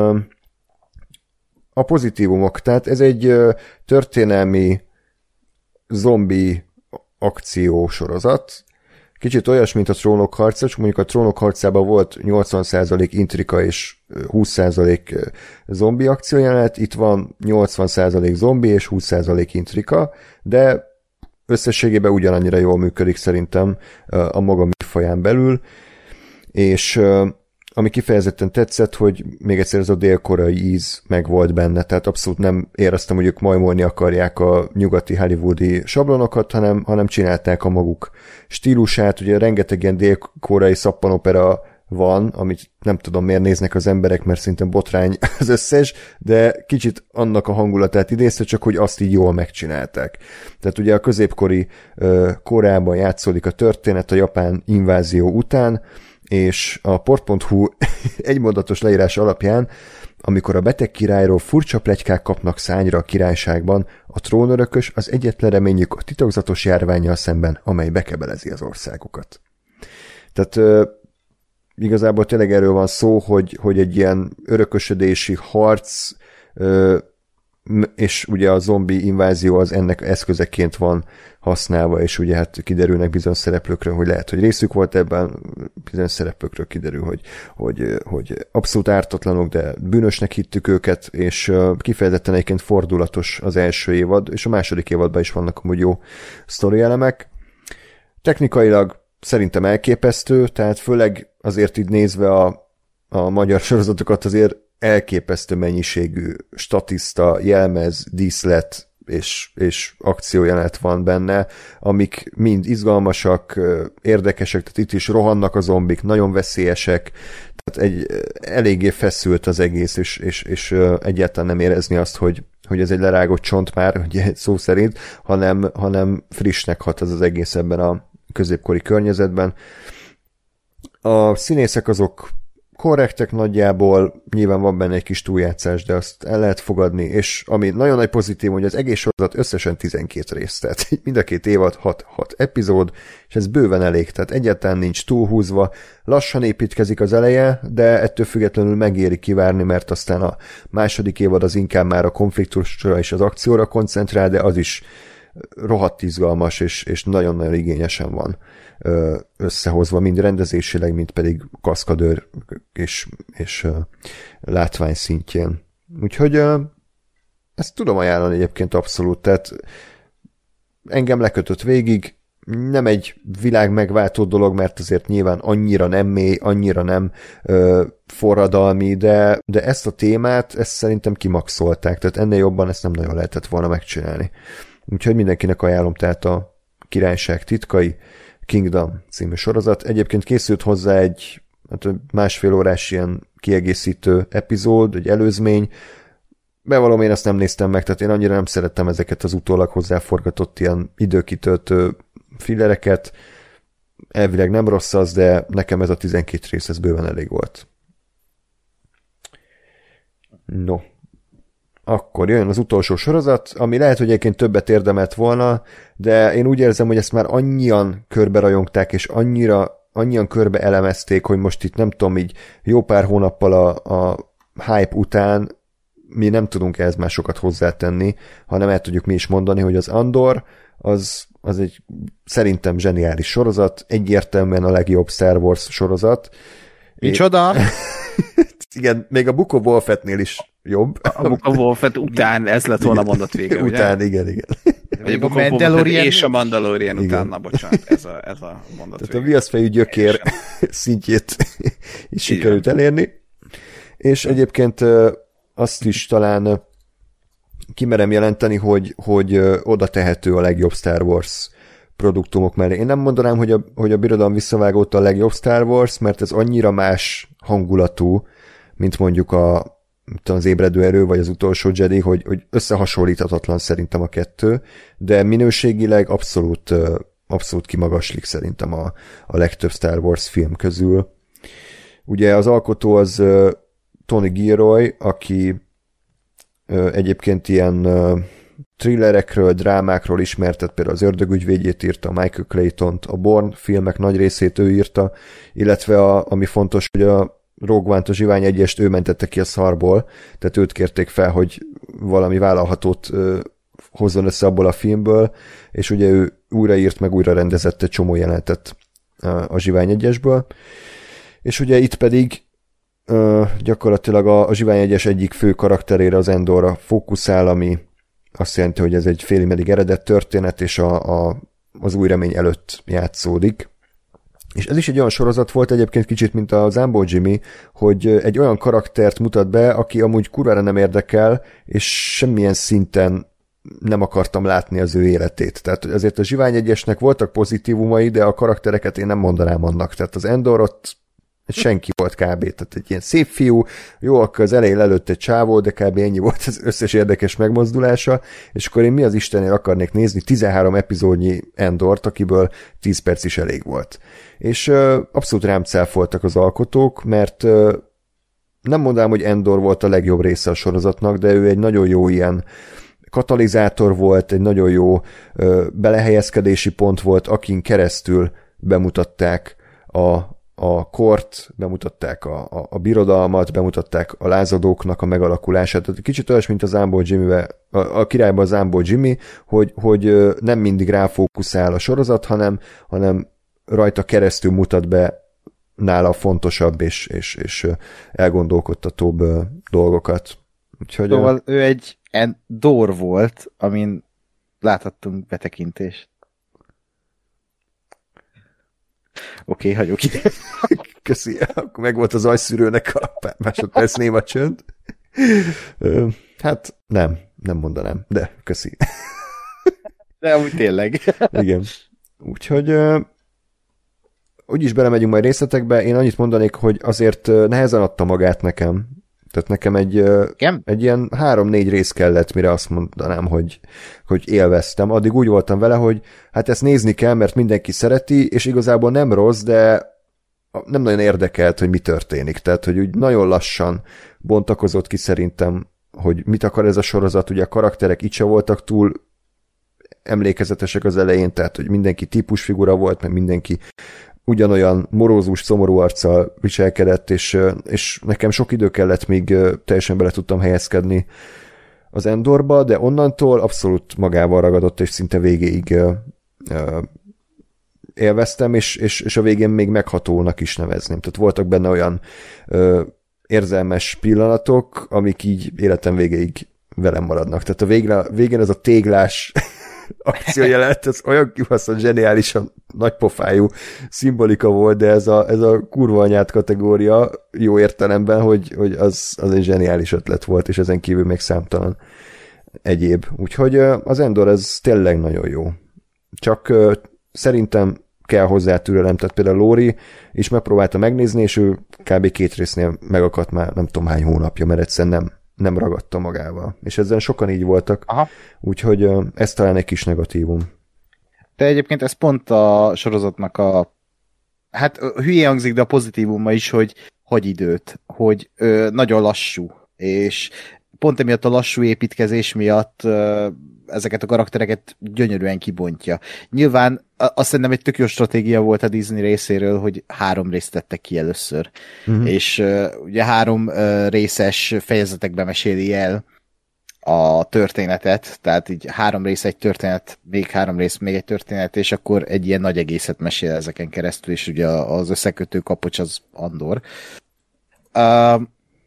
A pozitívumok, tehát ez egy történelmi zombi akció sorozat. Kicsit olyas, mint a Trónok harca, csak mondjuk a Trónok harcában volt nyolcvan százalék intrika és húsz százalék zombi akciójelenet, itt van nyolcvan százalék zombi és húsz százalék intrika, de összességében ugyanannyira jól működik szerintem a maga műfaján belül, és ami kifejezetten tetszett, hogy még egyszer ez a dél-koreai íz meg volt benne, tehát abszolút nem éreztem, hogy ők majmolni akarják a nyugati hollywoodi sablonokat, hanem, hanem csinálták a maguk stílusát. Ugye rengeteg ilyen dél-koreai szappanopera van, amit nem tudom miért néznek az emberek, mert szinte botrány az összes, de kicsit annak a hangulatát idézte, csak hogy azt így jól megcsinálták. Tehát ugye a középkori uh, Koreában játszódik a történet a japán invázió után, és a port pont hu egymondatos leírás alapján, amikor a beteg királyról furcsa pletykák kapnak szányra a királyságban, a trónörökös az egyetlen reményük a titokzatos járvánnyal szemben, amely bekebelezi az országokat. Tehát uh, igazából tényleg erről van szó, hogy, hogy egy ilyen örökösödési harc, uh, és ugye a zombi invázió az ennek eszközeként van használva, és ugye hát kiderülnek bizonyos szereplőkről, hogy lehet, hogy részük volt ebben, bizonyos szereplőkről kiderül, hogy, hogy, hogy abszolút ártatlanok, de bűnösnek hittük őket, és kifejezetten egyébként fordulatos az első évad, és a második évadban is vannak amúgy jó sztori elemek. Technikailag szerintem elképesztő, tehát főleg azért így nézve a, a magyar sorozatokat azért elképesztő mennyiségű statiszta, jelmez, díszlet és, és akciójelenet van benne, amik mind izgalmasak, érdekesek, tehát itt is rohannak a zombik, nagyon veszélyesek, tehát egy, eléggé feszült az egész, és, és, és egyáltalán nem érezni azt, hogy, hogy ez egy lerágott csont már, ugye szó szerint, hanem, hanem frissnek hat az az egész ebben a középkori környezetben. A színészek azok korrektek nagyjából, nyilván van benne egy kis túljátszás, de azt el lehet fogadni, és ami nagyon nagy pozitív, hogy az egész sorozat összesen tizenkét rész, tehát mind a két évad hat, hat epizód, és ez bőven elég, tehát egyáltalán nincs túlhúzva, lassan építkezik az eleje, de ettől függetlenül megéri kivárni, mert aztán a második évad az inkább már a konfliktusra és az akcióra koncentrál, de az is rohadt izgalmas, és, és nagyon-nagyon igényesen van összehozva, mind rendezésileg, mind pedig kaszkadőr és, és uh, látvány szintjén. Úgyhogy uh, ezt tudom ajánlani egyébként abszolút, tehát engem lekötött végig, nem egy világ megváltó dolog, mert azért nyilván annyira nem mély, annyira nem uh, forradalmi, de, de ezt a témát, ezt szerintem kimaxolták, tehát ennél jobban ezt nem nagyon lehetett volna megcsinálni. Úgyhogy mindenkinek ajánlom, tehát a Királyság titkai, Kingdom című sorozat. Egyébként készült hozzá egy hát másfél órás ilyen kiegészítő epizód, egy előzmény. Bevallom, én azt nem néztem meg, tehát én annyira nem szerettem ezeket az utólag hozzáforgatott ilyen időkitöltő fillereket. Elvileg nem rossz az, de nekem ez a tizenkét rész, ez bőven elég volt. No. Akkor jön az utolsó sorozat, ami lehet, hogy egyébként többet érdemelt volna, de én úgy érzem, hogy ezt már annyian körbe rajongták, és annyira, annyian körbe elemezték, hogy most itt nem tudom, így jó pár hónappal a, a hype után mi nem tudunk ehhez már sokat hozzátenni, hanem el tudjuk mi is mondani, hogy az Andor az, az egy szerintem zseniális sorozat, egyértelműen a legjobb Star Wars sorozat. Micsoda? Igen, még a Book of Boba Fettnél is jobb. A Book of Boba Fett után ez lett volna mondat vége, ugye? Után, igen, igen. Vagy a Book of Boba Fett és a Mandalorian igen. Után, na bocsánat, ez a, ez a mondat Tehát vége. a viaszfejű gyökér szintjét is sikerült elérni. És egyébként azt is talán kimerem jelenteni, hogy, hogy oda tehető a legjobb Star Wars produktumok mellé. Én nem mondanám, hogy a, hogy a Birodalom visszavágott a legjobb Star Wars, mert ez annyira más hangulatú, mint mondjuk a, az Ébredő erő, vagy az Utolsó Jedi, hogy, hogy összehasonlíthatatlan szerintem a kettő, de minőségileg abszolút, abszolút kimagaslik szerintem a, a legtöbb Star Wars film közül. Ugye az alkotó az Tony Gilroy, aki egyébként ilyen thrillerekről, drámákról ismertet, például az Ördögügyvédjét írta, Michael Claytont, a Bourne filmek nagy részét ő írta, illetve a, ami fontos, hogy a Rogue One-t, a Zsivány egyest ő mentette ki a szarból, tehát őt kérték fel, hogy valami vállalhatót ö, hozzon össze abból a filmből, és ugye ő újraírt, meg újra rendezett egy csomó jelenetet a, a Zsivány egyesből, és ugye itt pedig ö, gyakorlatilag a, a Zsivány egyes egyik fő karakterére, az Endorra fókuszál, ami azt jelenti, hogy ez egy félig meddig eredet történet, és a, a, az új remény előtt játszódik. És ez is egy olyan sorozat volt egyébként kicsit, mint a Zambó Jimmy, hogy egy olyan karaktert mutat be, aki amúgy kurvára nem érdekel, és semmilyen szinten nem akartam látni az ő életét. Tehát azért a Zsivány egyesnek voltak pozitívumai, de a karaktereket én nem mondanám annak. Tehát az Endor ott senki volt kb. Tehát egy ilyen szép fiú, jó, akkor az elején előtt egy csávó, de kb. Ennyi volt az összes érdekes megmozdulása, és akkor én mi az Istenért akarnék nézni tizenhárom epizódnyi Endort, akiből tíz perc is elég volt. És uh, abszolút rám cáfoltak az alkotók, mert uh, nem mondanám, hogy Endor volt a legjobb része a sorozatnak, de ő egy nagyon jó ilyen katalizátor volt, egy nagyon jó uh, belehelyezkedési pont volt, akin keresztül bemutatták a a kort, bemutatták a, a, a birodalmat, bemutatták a lázadóknak a megalakulását. Tehát kicsit olyas, mint az Zambó Jimmy, a, a királyban az Zambó Jimmy, hogy, hogy nem mindig ráfókuszál a sorozat, hanem, hanem rajta keresztül mutat be nála fontosabb és, és, és elgondolkodtatóbb dolgokat. Úgyhogy, szóval ő egy Endor volt, amin láthattunk betekintést. Oké, okay, hagyjuk ide. Köszi, akkor meg volt az ajszűrőnek a pár másodperc néma csönd. Hát nem, nem mondanám, de köszi. De úgy tényleg. Igen. Úgyhogy úgyis belemegyünk majd részletekbe, én annyit mondanék, hogy azért nehezen adta magát nekem. Tehát nekem egy, egy ilyen három-négy rész kellett, mire azt mondanám, hogy, hogy élveztem. Addig úgy voltam vele, hogy hát ezt nézni kell, mert mindenki szereti, és igazából nem rossz, de nem nagyon érdekelt, hogy mi történik. Tehát, hogy úgy nagyon lassan bontakozott ki szerintem, hogy mit akar ez a sorozat. Ugye a karakterek itt se voltak túl emlékezetesek az elején, tehát, hogy mindenki típusfigura volt, meg mindenki ugyanolyan morózus, szomorú arccal viselkedett, és, és nekem sok idő kellett, míg teljesen bele tudtam helyezkedni az Endorba, de onnantól abszolút magával ragadott, és szinte végéig élveztem, és, és, és a végén még meghatónak is nevezném. Tehát voltak benne olyan ö, érzelmes pillanatok, amik így életem végéig velem maradnak. Tehát a végre, végén ez a téglás akciójelenet, ez olyan kibaszott zseniálisan nagypofájú szimbolika volt, de ez a, ez a kurva anyát kategória jó értelemben, hogy, hogy az, az egy zseniális ötlet volt, és ezen kívül még számtalan egyéb. Úgyhogy az Endor ez tényleg nagyon jó. Csak szerintem kell hozzá türelem, tehát például Lóri is megpróbálta megnézni, és ő kb. Két résznél megakadt már nem tudom hány hónapja, mert egyszerűen nem, nem ragadta magával. És ezzel sokan így voltak, aha. Úgyhogy ez talán egy kis negatívum. De egyébként ez pont a sorozatnak a hát hülye hangzik, de a pozitívuma is, hogy hagy időt, hogy ö, nagyon lassú, és pont emiatt a lassú építkezés miatt ö, ezeket a karaktereket gyönyörűen kibontja. Nyilván azt szerintem egy tök jó stratégia volt a Disney részéről, hogy három részt tettek ki először. Uh-huh. És uh, ugye három uh, részes fejezetekben meséli el a történetet, tehát így három rész egy történet, még három rész még egy történet, és akkor egy ilyen nagy egészet mesél ezeken keresztül, és ugye az összekötő kapocs az Andor. Uh,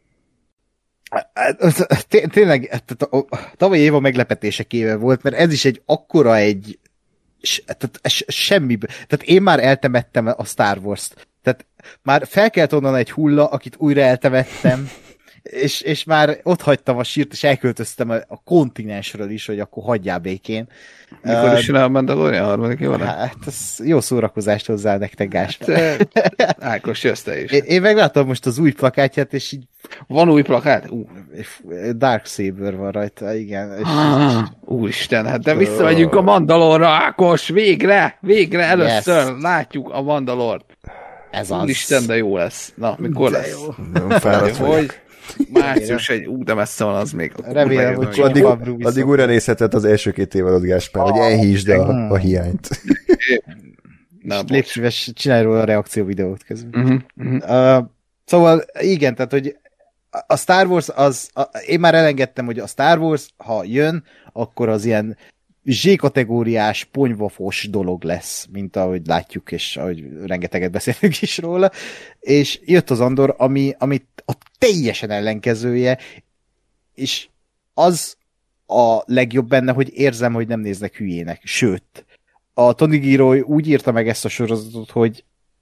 Tényleg, tavaly év a meglepetések éve volt, mert ez is egy akkora egy tehát semmi, tehát én már eltemettem a Star Wars-t, tehát már fel kellett onnan egy hulla, akit újra eltemettem, és, és már ott hagytam a sírt, és elköltöztem a, a kontinensről is, hogy akkor hagyjál békén. Mikor uh, is csinál a Mandalorian harmadik évadat? Hát, ez jó szórakozást hozzá nektek, Gáspár. Hát, Ákos, jössz te is. Én, én meglátom most az új plakátját, és így... Van új plakát? Uh. Darksaber van rajta, igen. És ah, úristen, hát de visszamegyünk a Mandalorra, Ákos, végre, végre először yes. Látjuk a Mandalort. Ez az. Úristen, de jó lesz. Na, mikor de lesz? Jó. Nem fáradt hogy. Március egy, ú, de messze van az még. Remélem, hogy addig, addig újra nézheted az első két évadot, Gáspár, hogy enyhítsd a, a hiányt. Légy szíves, csinálj róla a reakció videót közben. Uh-huh, uh-huh. Uh, szóval igen, tehát, hogy a Star Wars az, a, én már elengedtem, hogy a Star Wars, ha jön, akkor az ilyen Z-kategóriás, ponyvafos dolog lesz, mint ahogy látjuk, és ahogy rengeteget beszélünk is róla, és jött az Andor, ami, ami a teljesen ellenkezője, és az a legjobb benne, hogy érzem, hogy nem néznek hülyének, sőt, a Tony Gilroy úgy írta meg ezt a sorozatot, hogy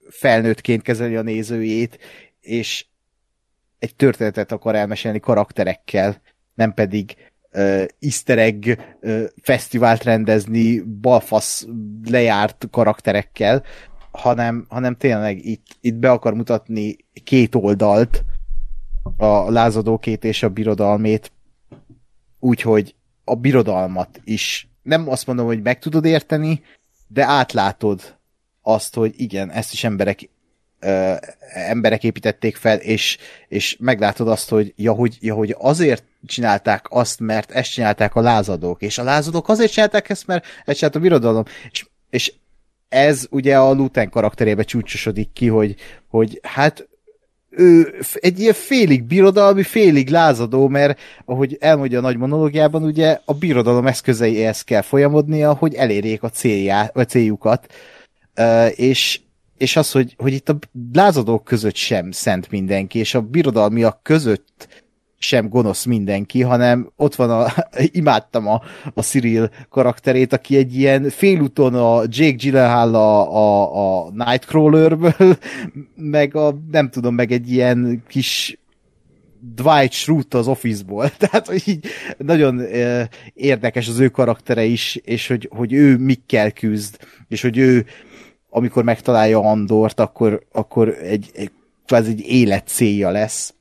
felnőttként kezeli a nézőjét, és egy történetet akar elmesélni karakterekkel, nem pedig uh, easter egg uh, fesztivált rendezni balfasz lejárt karakterekkel, hanem, hanem tényleg itt, itt be akar mutatni két oldalt, a lázadókét és a birodalmét, úgyhogy a birodalmat is nem azt mondom, hogy meg tudod érteni, de átlátod azt, hogy igen, ezt is emberek ö, emberek építették fel, és, és meglátod azt, hogy ja, hogy ja, hogy azért csinálták azt, mert ezt csinálták a lázadók, és a lázadók azért csinálták ezt, mert ezt csinált a birodalom, és, és ez ugye a Luthen karakterébe csúcsosodik ki, hogy, hogy hát ő egy ilyen félig birodalmi, félig lázadó, mert ahogy elmondja a nagy monológiában, ugye a birodalom eszközeihez kell folyamodnia, hogy elérjék a célját, vagy céljukat, uh, és, és az, hogy, hogy itt a lázadók között sem szent mindenki, és a birodalmiak között sem gonosz mindenki, hanem ott van a, imádtam a, a Cyril karakterét, aki egy ilyen félúton a Jake Gyllenhaal a, a, a Nightcrawlerből, meg a, nem tudom, meg egy ilyen kis Dwight Schrute az Office-ból. Tehát, hogy így nagyon eh, érdekes az ő karaktere is, és hogy, hogy ő mikkel küzd, és hogy ő, amikor megtalálja Andort, akkor, akkor egy, egy, kvázi egy életcélja lesz.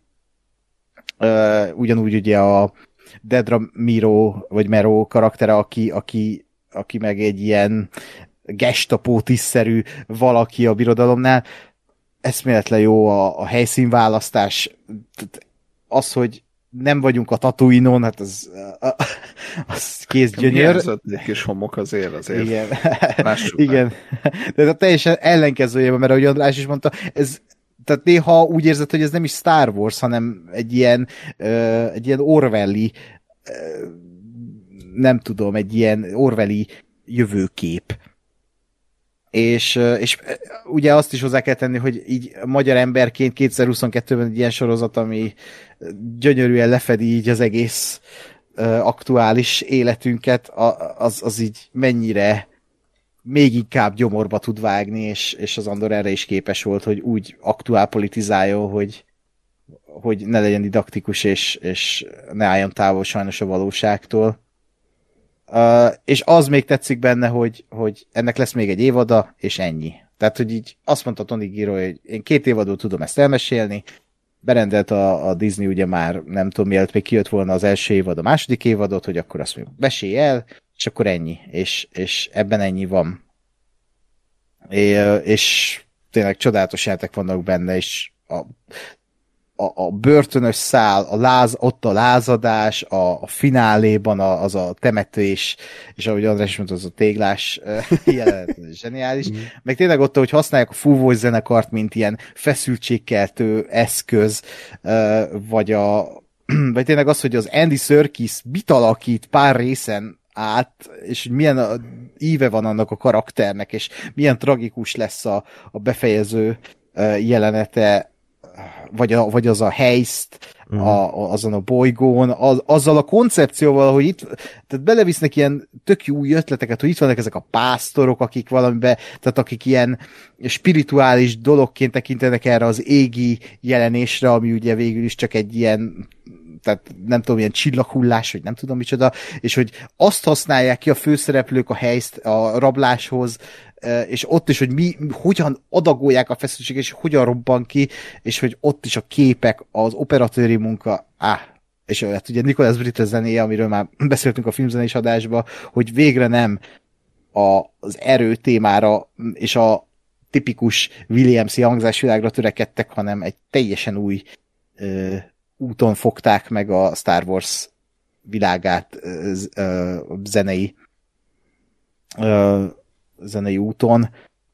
Uh, ugyanúgy ugye a Dedra Miro, vagy Mero karaktere, aki, aki, aki meg egy ilyen gestapó-tisztszerű valaki a birodalomnál. Eszméletlen jó a, a helyszínválasztás. Az, hogy nem vagyunk a Tatooine-on, hát az, az kézgyönyör. Egy kis homok azért, azért. Igen. Igen. De teljesen ellenkezőjében, mert ahogy András is mondta, ez tehát néha úgy érzed, hogy ez nem is Star Wars, hanem egy ilyen, uh, egy ilyen Orwelli, uh, nem tudom, egy ilyen Orwelli jövőkép. És, uh, és uh, ugye azt is hozzá kell tenni, hogy így magyar emberként kétezer-huszonkettőben egy ilyen sorozat, ami gyönyörűen lefedi így az egész uh, aktuális életünket, az, az így mennyire még inkább gyomorba tud vágni, és, és az Andor erre is képes volt, hogy úgy aktuál politizáljon, hogy, hogy ne legyen didaktikus, és, és ne álljon távol sajnos a valóságtól. Uh, és az még tetszik benne, hogy, hogy ennek lesz még egy évada, és ennyi. Tehát, hogy így azt mondta Tony Giro, hogy én két évadból tudom ezt elmesélni, berendelt a, a Disney ugye már, nem tudom, mielőtt még kijött volna az első évad, a második évadot, hogy akkor azt még mesélj el, és akkor ennyi. És, és ebben ennyi van. É, és tényleg csodálatos játék vannak benne, és a, a, a börtönös szál, a láz, ott a lázadás, a, a fináléban a, az a temetés, és ahogy András mondta, az a téglás jelenet, zseniális. Mm. Meg tényleg ott, hogy használják a fúvós zenekart, mint ilyen feszültségkeltő eszköz, vagy a vagy tényleg az, hogy az Andy Serkis mit alakít pár részen át, és hogy milyen a, íve van annak a karakternek, és milyen tragikus lesz a, a befejező uh, jelenete, vagy, a, vagy az a heist, mm. a, a, azon a bolygón, az, azzal a koncepcióval, hogy itt, tehát belevisznek ilyen tök jó új ötleteket, hogy itt vannak ezek a pásztorok, akik valamiben, tehát akik ilyen spirituális dologként tekintenek erre az égi jelenésre, ami ugye végül is csak egy ilyen, tehát nem tudom, ilyen csillaghullás, vagy nem tudom micsoda, és hogy azt használják ki a főszereplők a helyzt a rabláshoz, és ott is, hogy mi, hogyan adagolják a feszültséget, és hogyan robban ki, és hogy ott is a képek, az operatőri munka, áh, és hát ugye Nicholas Britt zenéje, amiről már beszéltünk a filmzenés adásban, hogy végre nem a, az erő témára és a tipikus Williams-i hangzásvilágra törekedtek, hanem egy teljesen új ö, úton fogták meg a Star Wars világát ö, ö, zenei ö, zenei úton.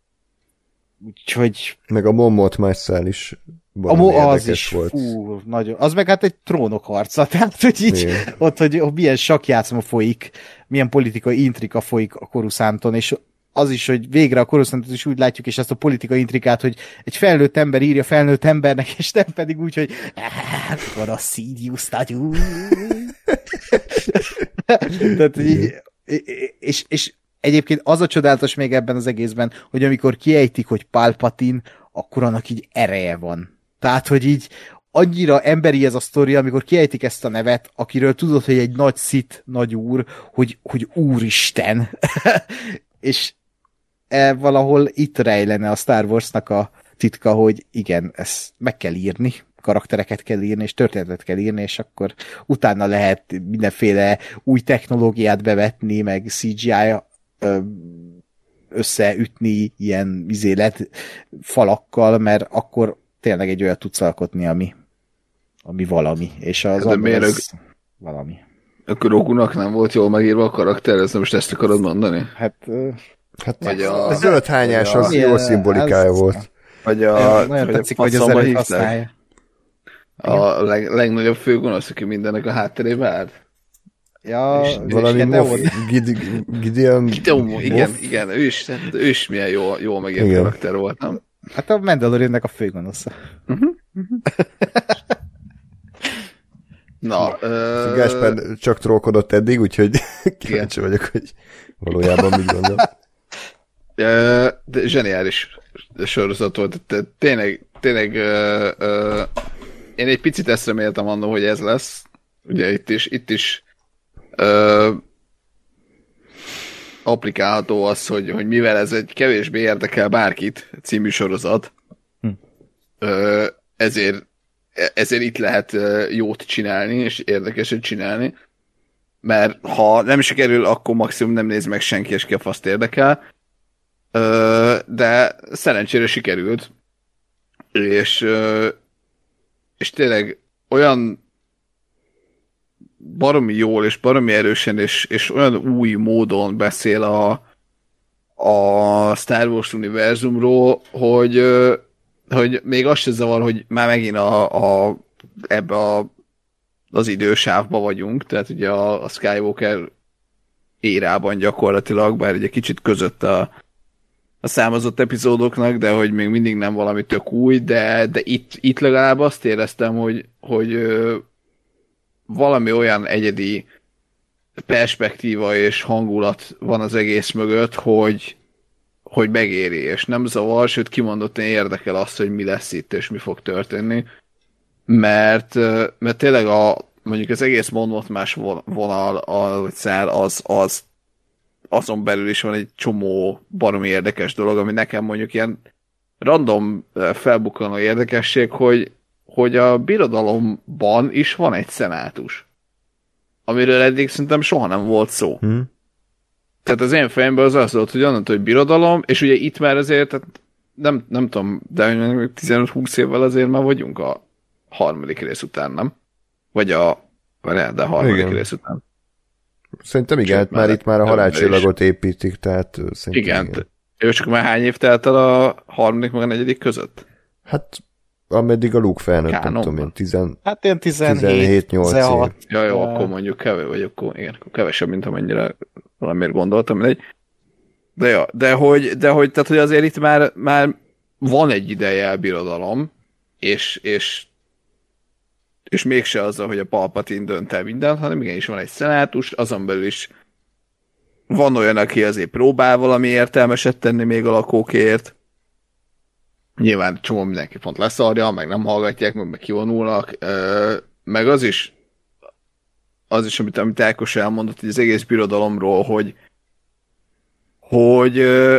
Úgyhogy... Meg a Mon Mothma is a Mo- az is, volt. Fú, nagyon. Az meg hát egy trónok harca, tehát hogy így igen. Ott, hogy, hogy milyen sakkjátszma folyik, milyen politikai intrika folyik a Coruscanton, és az is, hogy végre a Coruscantot is úgy látjuk, és ezt a politikai intrikát, hogy egy felnőtt ember írja felnőtt embernek, és nem pedig úgy, hogy van a Sidious nagyon. Tehát így, és, és egyébként az a csodálatos még ebben az egészben, hogy amikor kiejtik, hogy Palpatine, akkor annak így ereje van. Tehát, hogy így annyira emberi ez a sztori, amikor kiejtik ezt a nevet, akiről tudod, hogy egy nagy szit, nagy úr, hogy, hogy úristen. És e, valahol itt rejlene a Star Warsnak a titka, hogy igen, ezt meg kell írni, karaktereket kell írni, és történetet kell írni, és akkor utána lehet mindenféle új technológiát bevetni, meg cé gé í összeütni ilyen izélet falakkal, mert akkor tényleg egy olyat tudsz alkotni, ami, ami valami. És az de miért az valami. Akkor Rogunak nem volt jól megírva a karakter, ez most ezt akarod mondani? Hát, hát vagy a, a zöld hányás az a, jó szimbolikája az, volt. Vagy a... Nagyon vagy tetszik, a hogy az előtt használja. A leg, legnagyobb főgonosz, aki mindennek a hátterébe állt. Ja, valami Moff Gideon. Gideon, igen, igen, ő is, ő is milyen jó, jó megért karakter volt, nem? Hát a Mandaloriannek a főgonosza. Uh-huh. Uh-huh. Na, uh... Gáspár csak trollkodott eddig, úgyhogy kíváncsi vagyok, hogy valójában mit gondol. De zseniális sorozat volt. Tényleg, tényleg uh, uh, én egy picit ezt reméltem annól, hogy ez lesz. Ugye itt is, itt is uh, applikálható az, hogy, hogy mivel ez egy kevésbé érdekel bárkit című sorozat, hm. uh, ezért, ezért itt lehet uh, jót csinálni, és érdekeset csinálni. Mert ha nem sikerül, akkor maximum nem néz meg senki, és ki a faszt érdekel. Uh, de szerencsére sikerült. És, uh, és tényleg olyan baromi jól, és baromi erősen, és, és olyan új módon beszél a, a Star Wars univerzumról, hogy, uh, hogy még azt se zavar, hogy már megint a, a, ebbe a, az idősávba vagyunk, tehát ugye a, a Skywalker érában gyakorlatilag, bár egy kicsit között a a számozott epizódoknak, de hogy még mindig nem valami tök új, de, de itt, itt legalább azt éreztem, hogy, hogy ö, valami olyan egyedi perspektíva és hangulat van az egész mögött, hogy, hogy megéri, és nem zavar, sőt kimondottan érdekel azt, hogy mi lesz itt, és mi fog történni. Mert, mert tényleg a, mondjuk az egész mondatmás vonal, a, vagy szár, az, az azon belül is van egy csomó baromi érdekes dolog, ami nekem mondjuk ilyen random felbukkanó érdekesség, hogy, hogy a birodalomban is van egy szenátus, amiről eddig szerintem soha nem volt szó. Hmm. Tehát az én fejemben az az volt, hogy onnantól, hogy birodalom, és ugye itt már azért, tehát nem, nem tudom, de tizenöt-húsz évvel azért már vagyunk a harmadik rész után, nem? Vagy a, vagy de a harmadik igen. rész után. Szerintem igen, hát már itt már a halálcsillagot építik, tehát igen. igen. Ő csak már hány év telt el a harmadik meg a negyedik között? Hát ameddig a Luke felnőtt, Kánon. Nem tudom én, tizen... hát én tizenhét nyolc év. Ja, jó, akkor mondjuk kevés, vagy akkor, igen, akkor kevesebb, mint amennyire valamiért gondoltam, mindegy. De ja, de hogy, de hogy, tehát, hogy azért itt már, már van egy ideje a birodalom, és, és és mégse azzal, hogy a Palpatine dönt el mindent, hanem igenis van egy szenátus, azon belül is van olyan, aki azért próbál valami értelmeset tenni még a lakókért. Nyilván csomó mindenki pont leszarja, meg nem hallgatják, meg, meg kivonulnak. Meg az is, az is, amit, amit Ákos elmondott, hogy az egész birodalomról, hogy hogy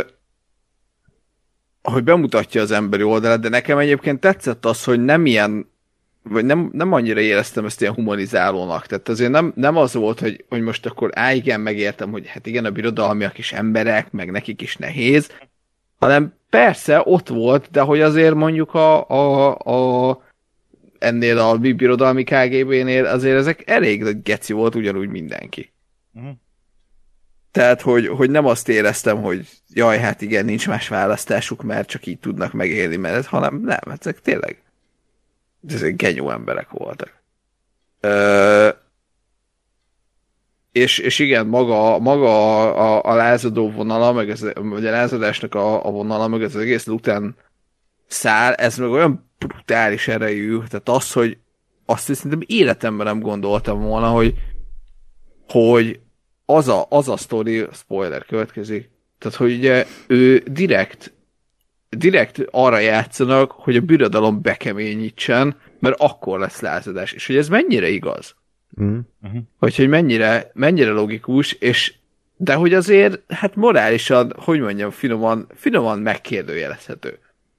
hogy bemutatja az emberi oldalát, de nekem egyébként tetszett az, hogy nem ilyen vagy nem, nem annyira éreztem ezt ilyen humanizálónak. Tehát azért nem, nem az volt, hogy, hogy most akkor á, igen, megértem, hogy hát igen, a birodalmiak is emberek, meg nekik is nehéz, hanem persze ott volt, de hogy azért mondjuk a, a, a ennél a birodalmi ká gé bé-nél azért ezek elég geci volt ugyanúgy mindenki. Uh-huh. Tehát, hogy, hogy nem azt éreztem, hogy jaj, hát igen, nincs más választásuk, mert csak így tudnak megélni, mert hanem nem, ezek tényleg ezek genyó emberek voltak. Ö, és, és igen, maga, maga a, a, a lázadó vonala, meg ez, vagy a lázadásnak a, a vonala, meg ez az egész után szál, ez meg olyan brutális erejű, tehát az, hogy azt szerintem életemben nem gondoltam volna, hogy, hogy az a, az a sztori, spoiler következik, tehát hogy ugye ő direkt direkt arra játszanak, hogy a birodalom bekeményítsen, mert akkor lesz lázadás. És hogy ez mennyire igaz? Mm. Uh-huh. Hogy, hogy mennyire, mennyire logikus, és de hogy azért, hát morálisan, hogy mondjam, finoman, finoman megkérdőjelezhető.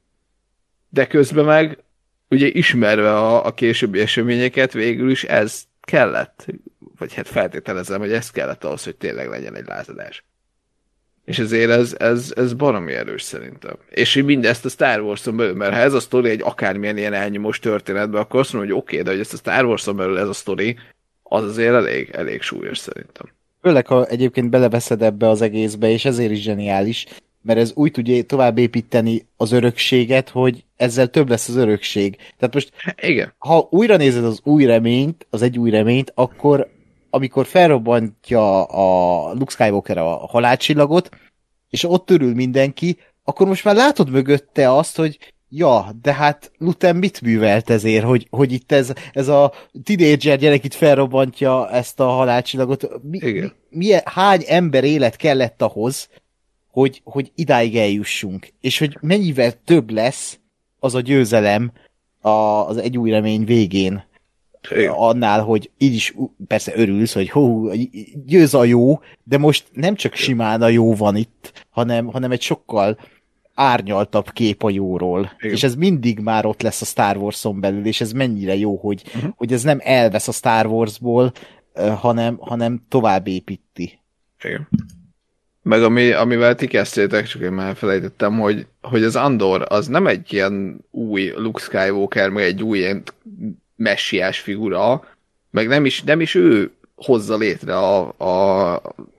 De közben meg, ugye ismerve a, a későbbi eseményeket, végül is ez kellett, vagy hát feltételezem, hogy ez kellett ahhoz, hogy tényleg legyen egy lázadás. És ezért ez, ez, ez baromi erős szerintem. És hogy mindezt a Star Wars-on belül, mert ha ez a sztori egy akármilyen ilyen elnyomós történetben, akkor azt mondom, hogy oké, okay, de hogy ezt a Star Wars-on belül ez a sztori, az azért elég, elég súlyos szerintem. Főleg, ha egyébként beleveszed ebbe az egészbe, és ezért is zseniális, mert ez úgy tudja tovább építeni az örökséget, hogy ezzel több lesz az örökség. Tehát most, igen. Ha újra nézed az új reményt, az egy új reményt, akkor amikor felrobbantja a Luke Skywalker a halálcsillagot, és ott örül mindenki, akkor most már látod mögötte azt, hogy ja, de hát Luthen mit művelt ezért, hogy, hogy itt ez, ez a tinédzser gyerek itt felrobbantja ezt a halálcsillagot. Mi, mi, milyen, hány ember élet kellett ahhoz, hogy, hogy idáig eljussunk, és hogy mennyivel több lesz az a győzelem a, az egy új remény végén. Igen. Annál, hogy így is persze örülsz, hogy hú, győz a jó, de most nem csak simán a jó van itt, hanem, hanem egy sokkal árnyaltabb kép a jóról. Igen. És ez mindig már ott lesz a Star Wars-on belül, és ez mennyire jó, hogy, uh-huh. hogy ez nem elvesz a Star Wars-ból, hanem, hanem tovább építi. Igen. Meg ami, amivel ti kezdtétek, csak én már elfelejtettem, hogy, hogy az Andor az nem egy ilyen új Luke Skywalker, meg egy új ilyen messiás figura, meg nem is, nem is ő hozza létre a, a,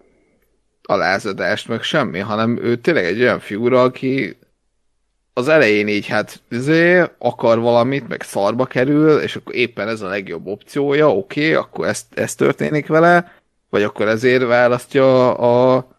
a lázadást, meg semmi, hanem ő tényleg egy olyan figura, aki az elején így hát azért akar valamit, meg szarba kerül, és akkor éppen ez a legjobb opciója, oké, okay, akkor ez, ez történik vele, vagy akkor ezért választja a,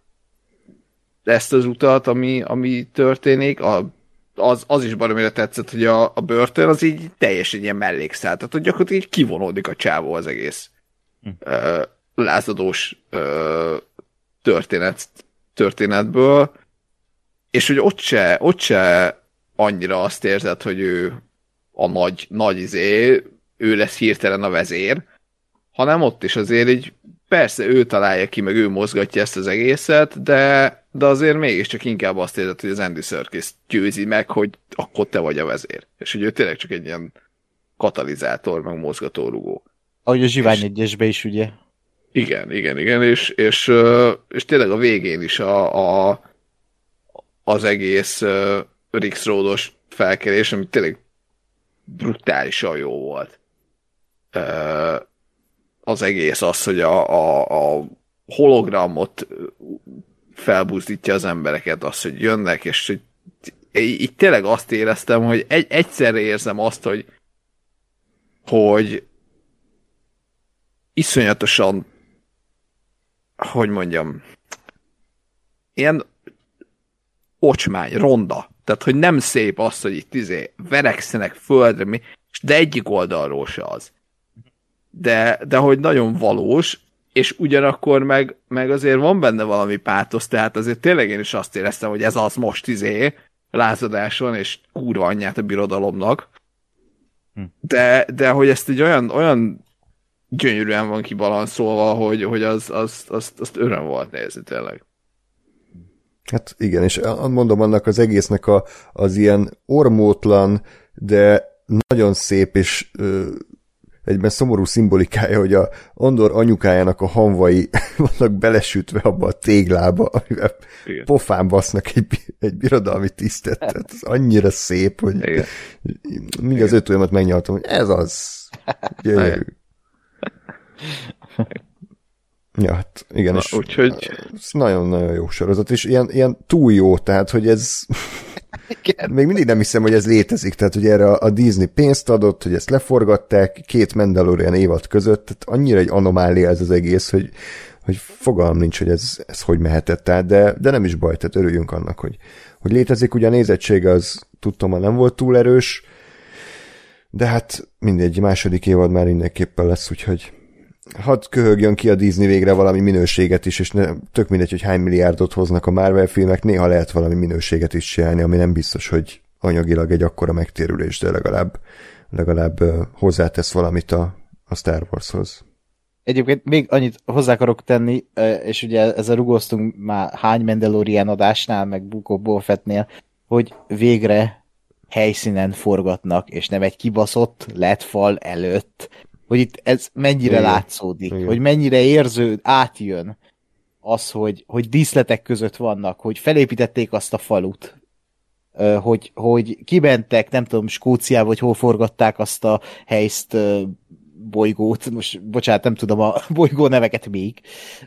ezt az utat, ami, ami történik, a Az, az is baromira tetszett, hogy a, a börtön az így teljesen ilyen mellékszál. Tehát, hogy gyakorlatilag így kivonódik a csávó az egész hm. uh, lázadós uh, történet, történetből, és hogy ott se, ott se annyira azt érzed, hogy ő a nagy, nagy izé, ő lesz hirtelen a vezér, hanem ott is azért így persze ő találja ki, meg ő mozgatja ezt az egészet, de de azért mégiscsak inkább azt érzed, hogy az Andy Serkis győzi meg, hogy akkor te vagy a vezér. És hogy ő tényleg csak egy ilyen katalizátor, meg mozgatórugó. Ahogy a Zsivány egyesbe is, ugye? Igen, igen, igen, és, és, és tényleg a végén is a, a, az egész Rix Road-os felkelés, ami tényleg brutálisan jó volt. Az egész az, hogy a, a, a hologramot felbuzdítja az embereket, az, hogy jönnek, és hogy így tényleg azt éreztem, hogy egy, egyszerre érzem azt, hogy hogy iszonyatosan hogy mondjam ilyen ocsmány, ronda. Tehát, hogy nem szép az, hogy itt izé verekszenek földre, de egyik oldalról se az. De, de hogy nagyon valós, és ugyanakkor meg, meg azért van benne valami pátosz, tehát azért tényleg én is azt éreztem, hogy ez az most izé lázadáson, és kurva anyját a birodalomnak. De, de hogy ezt egy olyan, olyan gyönyörűen van kibalanszolva, hogy, hogy az, az, az, azt öröm volt nézni tényleg. Hát igen, és mondom, annak az egésznek a, az ilyen ormótlan, de nagyon szép és ö, egyben szomorú szimbolikája, hogy a Andor anyukájának a hamvai vannak belesütve abba a téglába, amivel igen. pofán basznak egy, egy birodalmi tisztet. Tehát az annyira szép, hogy igen. mind az öt olyamat megnyaltam, hogy ez az. Gyönyörű. Ja, hát igen, Na, és úgyhogy... ez nagyon-nagyon jó sorozat, és ilyen, ilyen túl jó, tehát, hogy ez igen. még mindig nem hiszem, hogy ez létezik, tehát, hogy erre a Disney pénzt adott, hogy ezt leforgatták két Mandalorian évad között, tehát annyira egy anomália ez az egész, hogy, hogy fogalmam nincs, hogy ez, ez hogy mehetett át, de, de nem is baj, tehát örüljünk annak, hogy, hogy létezik, ugye a nézettsége az tudtam, hogy nem volt túl erős, de hát mindegy, második évad már mindenképpen lesz, úgyhogy hadd köhögjön ki a Disney végre valami minőséget is, és ne, tök mindegy, hogy hány milliárdot hoznak a Marvel filmek, néha lehet valami minőséget is csinálni, ami nem biztos, hogy anyagilag egy akkora megtérülés, de legalább, legalább uh, hozzátesz valamit a, a Star Warshoz. Egyébként még annyit hozzá akarok tenni, és ugye ezzel rugóztunk már hány Mandalorian adásnál, meg Book of Boba Fettnél, hogy végre helyszínen forgatnak, és nem egy kibaszott letfal előtt, hogy itt ez mennyire igen, látszódik, igen. Hogy mennyire érző, átjön az, hogy, hogy díszletek között vannak, hogy felépítették azt a falut, hogy, hogy kimentek, nem tudom, Skóciába, vagy hol forgatták azt a helyszt, bolygót, most bocsánat, nem tudom a bolygó neveket még,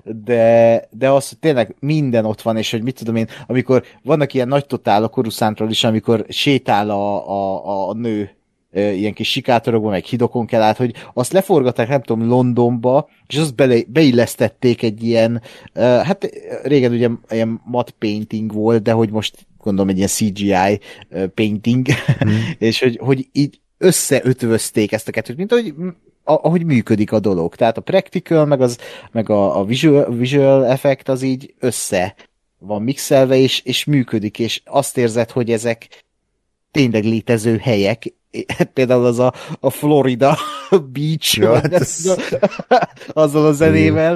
de, de az, hogy tényleg minden ott van, és hogy mit tudom én, amikor vannak ilyen nagy totál a Coruscantról is, amikor sétál a, a, a nő ilyen kis sikátorokban, meg hidokon kell át, hogy azt leforgatták, nem tudom, Londonba, és azt bele, beillesztették egy ilyen, hát régen ugye ilyen matte painting volt, de hogy most gondolom egy ilyen cé gé i painting, mm. és hogy, hogy így összeötvözték ezt a kettőt, mint ahogy, ahogy működik a dolog. Tehát a practical, meg, az, meg a, a visual, visual effect az így össze van mixelve, és, és működik, és azt érzed, hogy ezek tényleg létező helyek, például az a, a Florida Beach, ja, vagy ez... azzal a zenével,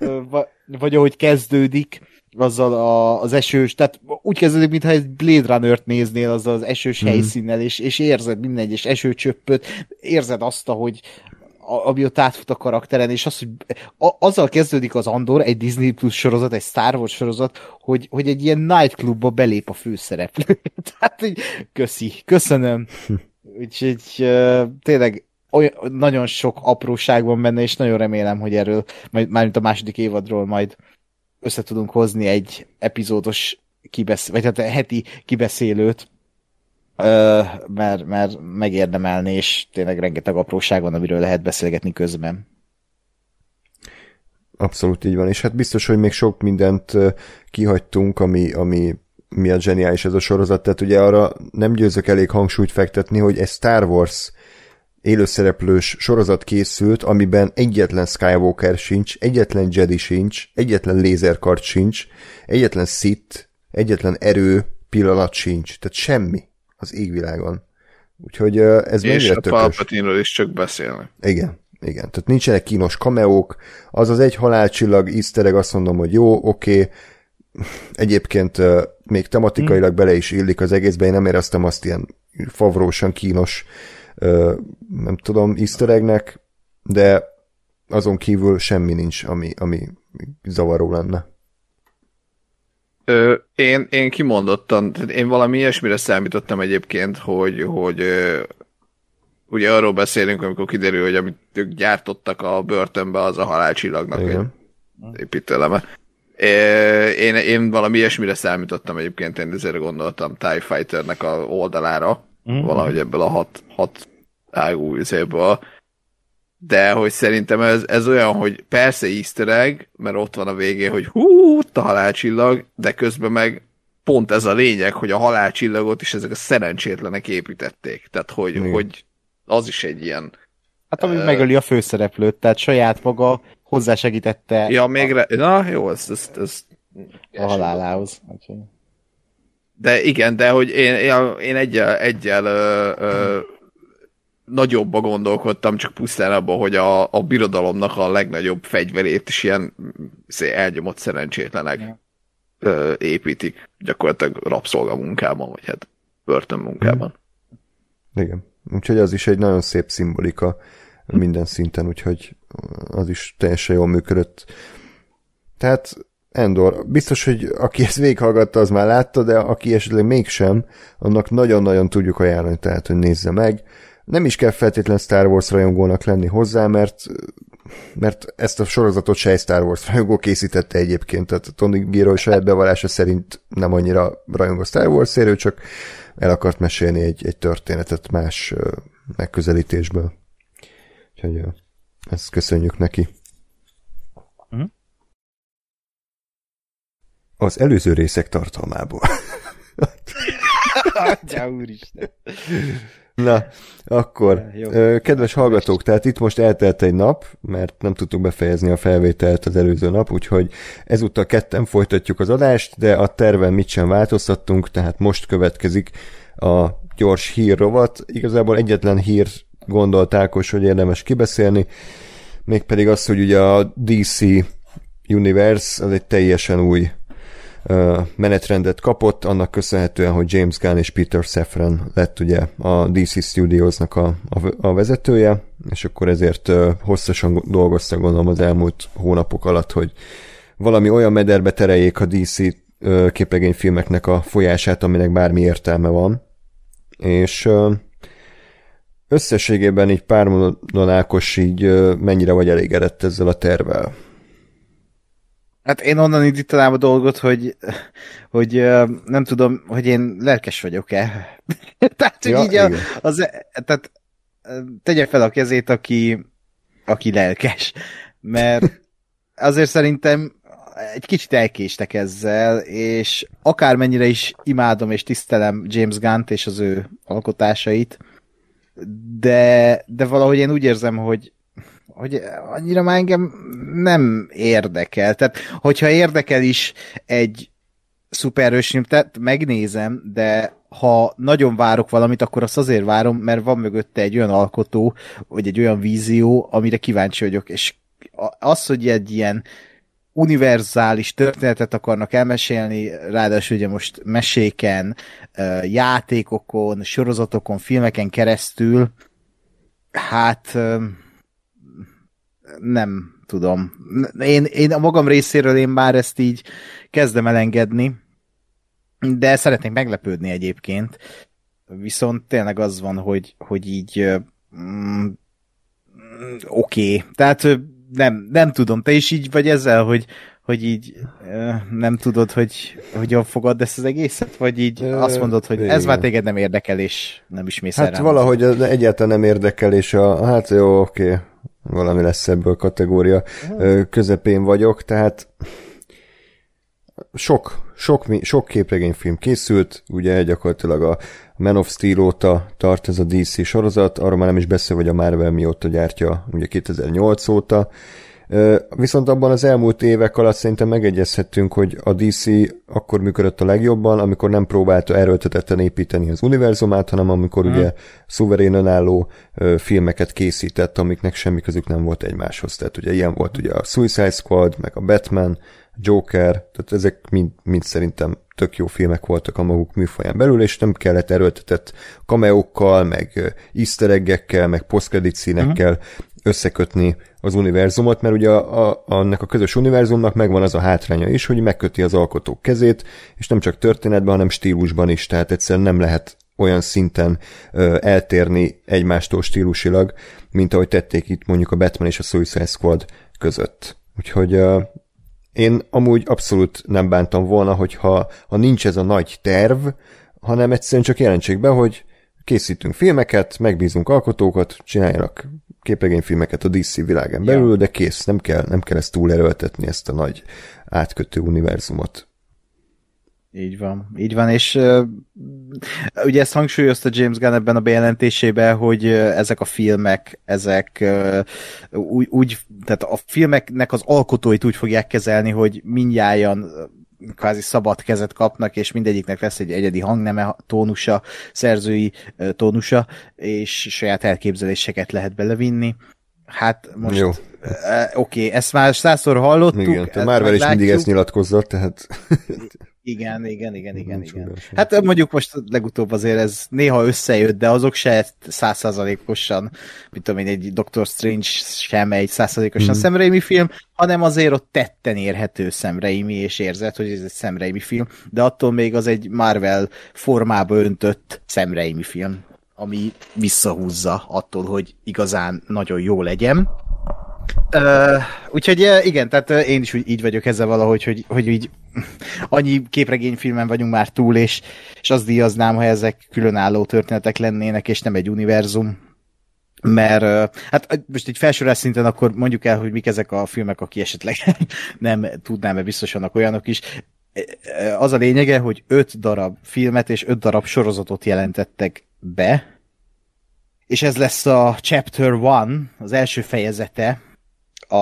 vagy ahogy kezdődik, azzal a, az esős, tehát úgy kezdődik, mintha egy Blade Runner-t néznél azzal az esős mm. helyszínnel, és, és érzed minden egyes esőcsöppöt, érzed azt, hogy ami ott átfut a karakteren, és az, hogy a, azzal kezdődik az Andor, egy Disney Plus sorozat, egy Star Wars sorozat, hogy, hogy egy ilyen nightclubba belép a főszereplő. Tehát, hogy köszi, köszönöm. Úgyhogy uh, tényleg olyan, nagyon sok apróság van benne, és nagyon remélem, hogy erről, majd, mármint a második évadról majd össze tudunk hozni egy epizódos kibesz... vagy hát heti kibeszélőt, uh, mert, mert megérdemelni, és tényleg rengeteg apróság van, amiről lehet beszélgetni közben. Abszolút így van, és hát biztos, hogy még sok mindent kihagytunk, ami, ami miatt zseniális ez a sorozat, tehát ugye arra nem győzök elég hangsúlyt fektetni, hogy egy Star Wars élőszereplős sorozat készült, amiben egyetlen Skywalker sincs, egyetlen Jedi sincs, egyetlen lézerkard sincs, egyetlen Sith, egyetlen erő pillanat sincs, tehát semmi az égvilágon. Úgyhogy ez mennyire tökös. És a Palpatine-ről is csak beszélnek. Igen, igen, tehát nincsenek kínos kameók, az az egy halálcsillag easter egg, azt mondom, hogy jó, oké, okay. Egyébként uh, még tematikailag hmm. bele is illik az egészbe, én nem éreztem azt ilyen favrósan kínos, uh, nem tudom, easter eggnek, de azon kívül semmi nincs, ami, ami zavaró lenne. Ö, én, én kimondottan, én valami ilyesmire számítottam egyébként, hogy, hogy ö, ugye arról beszélünk, amikor kiderül, hogy amit ők gyártottak a börtönbe, az a halálcsillagnak egy építőeleme. Én, én valami ilyesmire számítottam egyébként, én ezért gondoltam TIE Fighternek a oldalára, mm-hmm. valahogy ebből a hat, hat ágú üzéből. De hogy szerintem ez, ez olyan, hogy persze easter egg, mert ott van a végén, hogy hú, a halálcsillag, de közben meg pont ez a lényeg, hogy a halálcsillagot is ezek a szerencsétlenek építették. Tehát, hogy, mm. hogy az is egy ilyen... Hát ami uh, megöli a főszereplőt, tehát saját maga hozzásegítette... Ja, még... A... Re... Na, jó, ezt... ezt, ezt... A halálához. De igen, de hogy én, én egyel, egyel ö, ö, nagyobba gondolkodtam, csak pusztán abban, hogy a, a birodalomnak a legnagyobb fegyverét is ilyen elnyomott szerencsétlenek ö, építik, gyakorlatilag rabszolgamunkában, vagy hát börtönmunkában. Igen. Úgyhogy az is egy nagyon szép szimbolika minden szinten, úgyhogy az is teljesen jól működött. Tehát Andor, biztos, hogy aki ezt végighallgatta, az már látta, de aki esetleg mégsem, annak nagyon-nagyon tudjuk ajánlani, tehát, hogy nézze meg. Nem is kell feltétlen Star Wars rajongónak lenni hozzá, mert, mert ezt a sorozatot se egy Star Wars rajongó készítette egyébként, tehát Tony Gilroy saját bevallása szerint nem annyira rajongó Star Wars-ért, ő csak el akart mesélni egy, egy történetet más uh, megközelítésből. Úgyhogy uh, ezt köszönjük neki. Uh-huh. Az előző részek tartalmából. Atya úristen. Na, akkor, Jó. kedves hallgatók, tehát itt most eltelt egy nap, mert nem tudtuk befejezni a felvételt az előző nap, úgyhogy ezúttal ketten folytatjuk az adást, de a terven mit sem változtattunk, tehát most következik a gyors hírrovat. Igazából egyetlen hír gondolt Ákos, hogy érdemes kibeszélni, mégpedig az, hogy ugye a dé cé Universe az egy teljesen új menetrendet kapott, annak köszönhetően, hogy James Gunn és Peter Safran lett ugye a dé cé Studiosnak a, a, a vezetője, és akkor ezért uh, hosszasan dolgoztak gondolom az elmúlt hónapok alatt, hogy valami olyan mederbe tereljék a dé cé uh, képregényfilmeknek a folyását, aminek bármi értelme van. És uh, összességében így pár mondon Ákos, így uh, mennyire vagy elégedett ezzel a tervvel? Hát én onnan indítanám a dolgot, hogy, hogy nem tudom, hogy én lelkes vagyok-e. Tehát, hogy ja, így a, az, tehát tegye fel a kezét, aki, aki lelkes. Mert azért szerintem egy kicsit elkéstek ezzel, és akármennyire is imádom és tisztelem James Gunn-t és az ő alkotásait, de, de valahogy én úgy érzem, hogy hogy annyira már engem nem érdekel. Tehát, hogyha érdekel is egy szuperhős film, tehát megnézem, de ha nagyon várok valamit, akkor azt azért várom, mert van mögötte egy olyan alkotó, vagy egy olyan vízió, amire kíváncsi vagyok, és az, hogy egy ilyen univerzális történetet akarnak elmesélni, ráadásul ugye most meséken, játékokon, sorozatokon, filmeken keresztül, hát nem tudom. Én, én a magam részéről én már ezt így kezdem elengedni, de szeretnék meglepődni egyébként. Viszont tényleg az van, hogy, hogy így mm, oké. Okay. Tehát nem, nem tudom. Te is így vagy ezzel, hogy, hogy így nem tudod, hogy hogyan fogad ezt az egészet, vagy így azt mondod, hogy ez már téged nem érdekel, és nem is mész el Hát valahogy az egyáltalán nem érdekel, és a, hát jó, oké. Okay. Valami lesz ebből kategória közepén vagyok, tehát sok, sok, sok képregényfilm készült, ugye gyakorlatilag a Man of Steel óta tart ez a dé cé sorozat, arra már nem is beszél, hogy a Marvel mióta gyártja, ugye kétezer-nyolc óta, viszont abban az elmúlt évek alatt szerintem megegyezhettünk, hogy a dé cé akkor működött a legjobban, amikor nem próbálta erőltetetten építeni az univerzumát, hanem amikor hmm. ugye szuverén önálló filmeket készített, amiknek semmi közük nem volt egymáshoz. Tehát ugye ilyen volt ugye a Suicide Squad, meg a Batman, Joker, tehát ezek mind, mind szerintem tök jó filmek voltak a maguk műfaján belül, és nem kellett erőltetett cameókkal, meg easter egg-ekkel, meg post-credit színekkel uh-huh. összekötni az univerzumot, mert ugye a, a, annak a közös univerzumnak megvan az a hátránya is, hogy megköti az alkotók kezét, és nem csak történetben, hanem stílusban is, tehát egyszerűen nem lehet olyan szinten ö, eltérni egymástól stílusilag, mint ahogy tették itt mondjuk a Batman és a Suicide Squad között. Úgyhogy ö, én amúgy abszolút nem bántam volna, hogyha ha nincs ez a nagy terv, hanem egyszerűen csak jelentsék be, hogy készítünk filmeket, megbízunk alkotókat, csináljanak képregényfilmeket a dé cé világán belül, ja. de kész, nem kell, nem kell ezt túl erőltetni, ezt a nagy átkötő univerzumot. Így van, így van, és uh, ugye ezt hangsúlyozta James Gunn ebben a bejelentésében, hogy uh, ezek a filmek, ezek uh, úgy, úgy, tehát a filmeknek az alkotóit úgy fogják kezelni, hogy mindnyájan uh, kvázi szabad kezet kapnak, és mindegyiknek lesz egy egyedi hangneme, tónusa, szerzői uh, tónusa, és saját elképzeléseket lehet belevinni. Hát most uh, oké, okay, ezt már százszor hallottuk. Igen, a Marvel is mindig ezt nyilatkozza, tehát... Igen, igen, igen, igen, igen. Hát mondjuk most legutóbb azért ez néha összejött, de azok se százszázalékosan, mint tudom én, egy Doctor Strange sem egy százszázalékosan mm. Sam Raimi film, hanem azért ott tetten érhető Sam Raimi, és érzed, hogy ez egy Sam Raimi film, de attól még az egy Marvel formába öntött Sam Raimi film, ami visszahúzza attól, hogy igazán nagyon jó legyen. Uh, úgyhogy igen, tehát én is úgy, így vagyok ezzel valahogy, hogy, hogy így annyi képregényfilmen vagyunk már túl, és, és azt díjaznám, ha ezek különálló történetek lennének, és nem egy univerzum. Mert uh, hát most egy felsorolás szinten akkor mondjuk el, hogy mik ezek a filmek, aki esetleg nem tudnám, mert biztos vannak olyanok is. Az a lényege, hogy öt darab filmet és öt darab sorozatot jelentettek be, és ez lesz a Chapter One, az első fejezete a,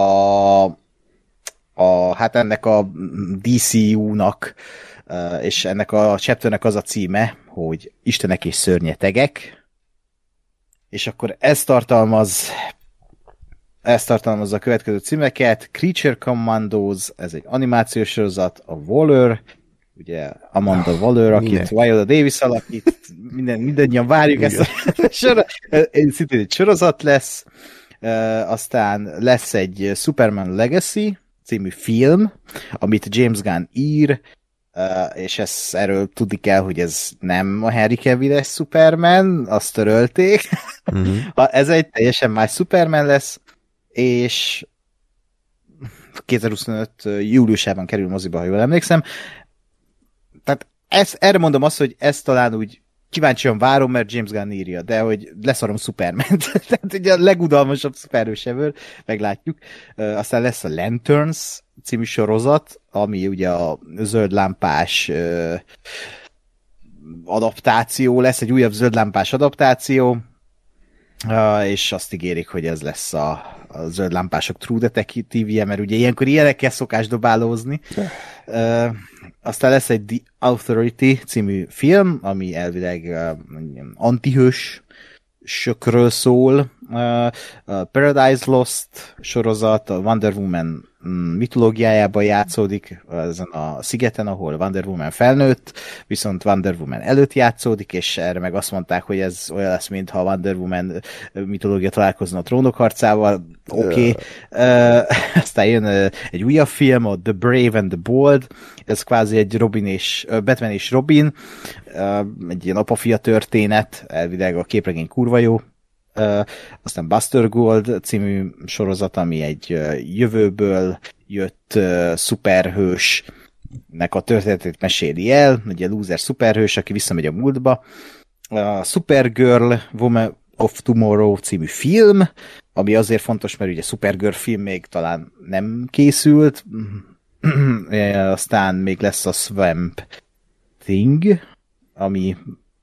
a hát ennek a dé cé u-nak, és ennek a chapternek az a címe, hogy Istenek és szörnyetegek, és akkor ez tartalmaz ez tartalmazza a következő címeket: Creature Commandos, ez egy animációs sorozat, a Waller, ugye Amanda oh, Waller, akit Viola Davis alakít, minden, mindannyian várjuk igen. Ezt a sorozat, szintén egy sorozat lesz, uh, aztán lesz egy Superman Legacy című film, amit James Gunn ír, uh, és ez, erről tudni kell, hogy ez nem a Henry Cavill-es Superman, azt törölték. Uh-huh. Ez egy teljesen más Superman lesz, és kétezer-huszonöt júliusában kerül moziba, ha jól emlékszem. Tehát ez, erre mondom azt, hogy ezt talán úgy kíváncsian várom, mert James Gunn írja, de hogy leszarom Superman-t. Tehát ugye a legudalmasabb szuperhős ever, meglátjuk. Uh, aztán lesz a Lanterns című sorozat, ami ugye a zöld lámpás uh, adaptáció lesz, egy újabb zöld lámpás adaptáció, uh, és azt ígérik, hogy ez lesz a, a zöld lámpások True Detective-je, mert ugye ilyenkor ilyenekkel szokás dobálózni. Uh, aztán lesz egy The Authority című film, ami elvileg uh, antihős sökről szól. Uh, a Paradise Lost sorozat a Wonder Woman mitológiájában játszódik, ezen a szigeten, ahol Wonder Woman felnőtt, viszont Wonder Woman előtt játszódik, és erre meg azt mondták, hogy ez olyan lesz, mintha a Wonder Woman mitológia találkozna a Trónok harcával. Oké. Okay. Uh, aztán jön uh, egy újabb film, a The Brave and the Bold, ez kvázi egy Robin és, uh, Batman és Robin, uh, egy ilyen apa-fia történet, elvileg a képregény kurva jó. Uh, aztán Buster Gold című sorozat, ami egy uh, jövőből jött uh, szuperhősnek a történetét meséli el, egy loser szuperhős, aki visszamegy a múltba. A uh, Supergirl Woman of Tomorrow című film, ami azért fontos, mert ugye Supergirl film még talán nem készült. Aztán még lesz a Swamp Thing, ami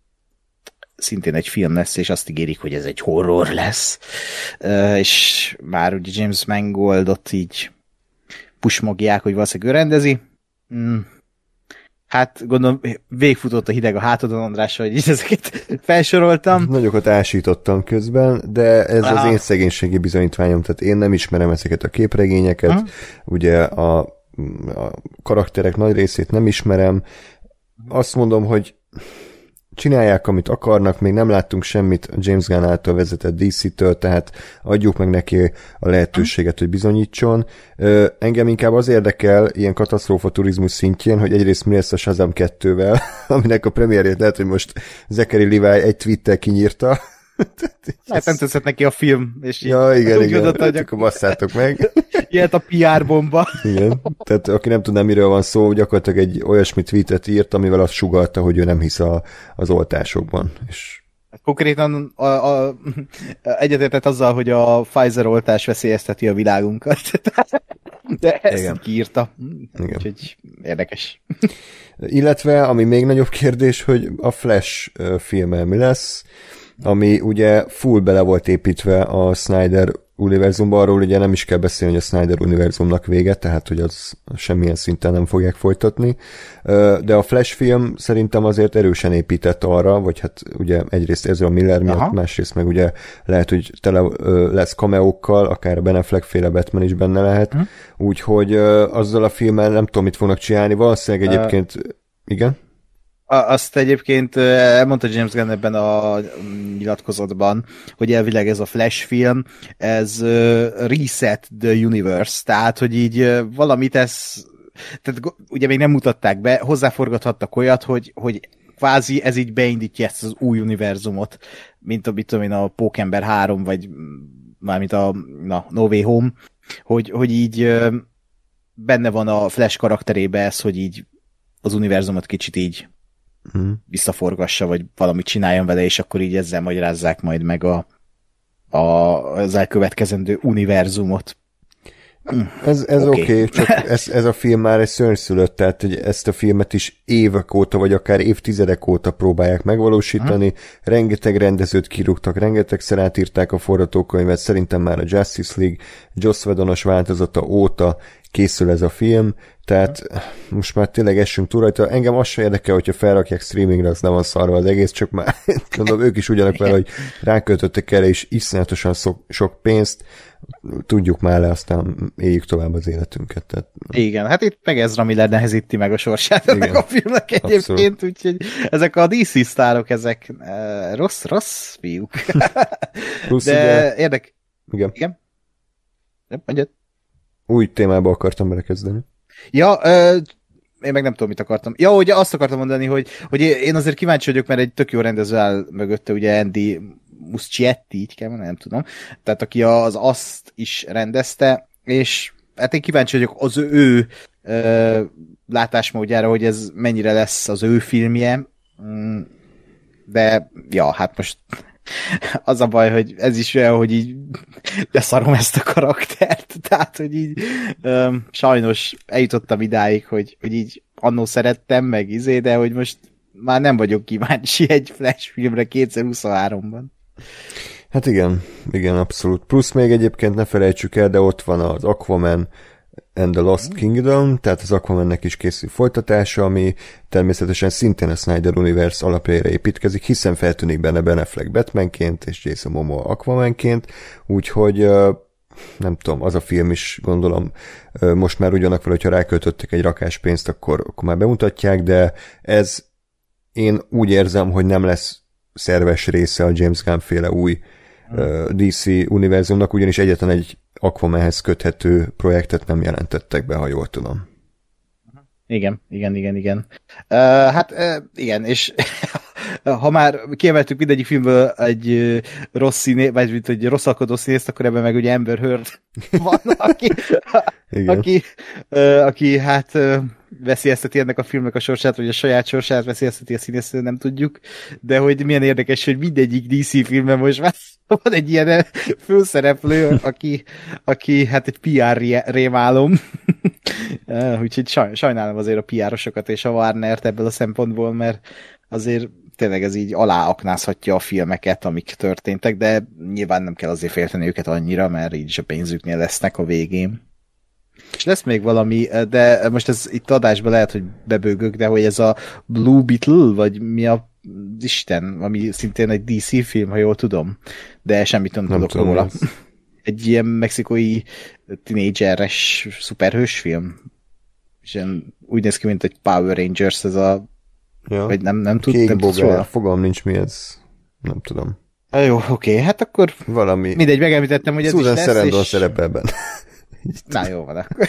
szintén egy film lesz, és azt ígérik, hogy ez egy horror lesz. Uh, és már ugye James Mangoldot így pusmogják, hogy valószínűleg ő rendezi. Mm. Hát gondolom, végfutott a hideg a hátadon, András, hogy így ezeket felsoroltam. Nagyokat ásítottam közben, de ez Aha. az én szegénységi bizonyítványom, tehát én nem ismerem ezeket a képregényeket, Aha. ugye a, a karakterek nagy részét nem ismerem. Azt mondom, hogy csinálják, amit akarnak, még nem láttunk semmit a James Gunn által vezetett dé cé-től, tehát adjuk meg neki a lehetőséget, hogy bizonyítson. Ö, engem inkább az érdekel ilyen katasztrófa turizmus szintjén, hogy egyrészt mi lesz a Shazam kettővel, aminek a premierjét lehet, hogy most Zachary Levi egy tweettel kinyírta. Hát nem tetszett neki a film, és ja, így, igen, igen, hát akkor basszátok meg. Ilyet a pé er bomba. Igen, tehát aki nem tudná, miről van szó, gyakorlatilag egy olyasmi tweetet írt, amivel azt sugallta, hogy ő nem hisz a, az oltásokban. És... Konkrétan a, a, egyetértett azzal, hogy a Pfizer oltás veszélyezteti a világunkat. De ezt igen. kiírta. Igen. Úgyhogy érdekes. Illetve, ami még nagyobb kérdés, hogy a Flash filmmel mi lesz, ami ugye full bele volt építve a Snyder univerzumban, arról ugye nem is kell beszélni, hogy a Snyder univerzumnak vége, tehát hogy az semmilyen szinten nem fogják folytatni, de a Flash film szerintem azért erősen épített arra, vagy hát ugye egyrészt Ezra Miller miatt, Aha. másrészt meg ugye lehet, hogy tele lesz cameókkal, akár a Ben Affleck féle Batman is benne lehet, uh-huh. úgyhogy azzal a filmmel nem tudom, mit fognak csinálni, valószínűleg egyébként, uh, igen? Azt egyébként elmondta James Gunn ebben a nyilatkozatban, hogy elvileg ez a Flash film, ez reset the universe, tehát, hogy így valamit ez, tehát ugye még nem mutatták be, hozzáforgathattak olyat, hogy, hogy kvázi ez így beindítja ezt az új univerzumot, mint a, mit tudom én, a Pókember három, vagy mármint a na, No Way Home, hogy, hogy így benne van a Flash karakterébe ez, hogy így az univerzumot kicsit így Hmm. visszaforgassa, vagy valamit csináljon vele, és akkor így ezzel magyarázzák majd meg a, a, az elkövetkezendő univerzumot. Ez, ez oké, Oké. okay, csak ez, ez a film már egy szörnyszülött, tehát hogy ezt a filmet is évek óta, vagy akár évtizedek óta próbálják megvalósítani. Hmm. Rengeteg rendezőt kirúgtak, rengetegszer átírták a forgatókönyvet, szerintem már a Justice League Joss Whedonos változata óta készül ez a film, tehát most már tényleg essünk túl rajta. Engem az se érdekel, hogyha felrakják streamingre, az nem van szarva az egész, csak már gondolom ők is ugyanak vele, hogy ráköltöttek erre is iszonyatosan sok, sok pénzt, tudjuk már le, aztán éljük tovább az életünket. Tehát... Igen, hát itt meg Ezra Miller nehezíti meg a sorsát ennek a filmnek egyébként, úgyhogy ezek a dé cé sztárok, ezek uh, rossz, rossz fiúk. Plusz de ugye... érdek... Igen. Igen? Nem, mondjad. Új témába akartam belekezdeni. Ja, ö, én meg nem tudom, mit akartam. Ja, ugye azt akartam mondani, hogy, hogy én azért kíváncsi vagyok, mert egy tök jó rendező áll mögötte, ugye Andy Muschietti, így kell mondani, nem tudom. Tehát aki az azt is rendezte, és hát én kíváncsi vagyok az ő ö, látásmódjára, hogy ez mennyire lesz az ő filmje. De, ja, hát most az a baj, hogy ez is olyan, hogy így leszarom ezt a karaktert, tehát, hogy így öm, sajnos eljutottam idáig, hogy, hogy így annó szerettem, meg izé, de hogy most már nem vagyok kíváncsi egy Flash filmre kétezer-huszonháromban. Hát igen, igen, abszolút. Plusz még egyébként ne felejtsük el, de ott van az Aquaman and the Lost Kingdom, tehát az Aquamannek is készül folytatása, ami természetesen szintén a Snyder Universe alapjaira építkezik, hiszen feltűnik benne Ben Affleck Batmanként, és Jason Momoa Aquamanként, úgyhogy nem tudom, az a film is gondolom most már ugyanak vele, hogyha ráköltöttek egy rakás pénzt, akkor, akkor már bemutatják, de ez én úgy érzem, hogy nem lesz szerves része a James Gunn féle új hmm. dé cé univerzumnak, ugyanis egyetlen egy Aquamanhez köthető projektet nem jelentettek be, ha jól tudom. Igen, igen, igen, igen. Uh, hát uh, igen, és ha már kiemeltük mindegyik filmből egy uh, rossz színé, vagy mint egy rosszalkodó színészt, akkor ebben meg ugye Amber Heard van, aki, aki, uh, aki hát uh, veszélyezteti ennek a filmnek a sorsát, vagy a saját sorsát veszélyezteti a színészt, nem tudjuk, de hogy milyen érdekes, hogy mindegyik dé cé filmben most már van egy ilyen főszereplő, aki, aki hát egy pé er rémálom. Úgyhogy saj, sajnálom azért a pé er-osokat és a Warnert ebből a szempontból, mert azért tényleg ez így aláaknázhatja a filmeket, amik történtek, de nyilván nem kell azért félteni őket annyira, mert így is a pénzüknél lesznek a végén. És lesz még valami, de most ez itt adásban lehet, hogy bebőgök, de hogy ez a Blue Beetle, vagy mi a Isten, ami szintén egy dé cé film, ha jól tudom, de semmit nem, nem tudok tudom róla. Ez. Egy ilyen mexikói tinédzseres szuperhős film. És ilyen, úgy néz ki, mint egy Power Rangers, ez a ja. Vagy nem, nem tud, nem tudsz róla. Fogalm nincs mi ez. Nem tudom. Ah, jó, oké, hát akkor valami. Mindegy, megemlítettem, hogy ez Susan is lesz. Sarandon és... szerepelben. Na jó van akkor.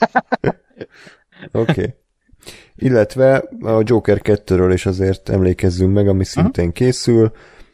Oké. Okay. Illetve a Joker kettőről is azért emlékezzünk meg, ami szintén uh-huh. készül.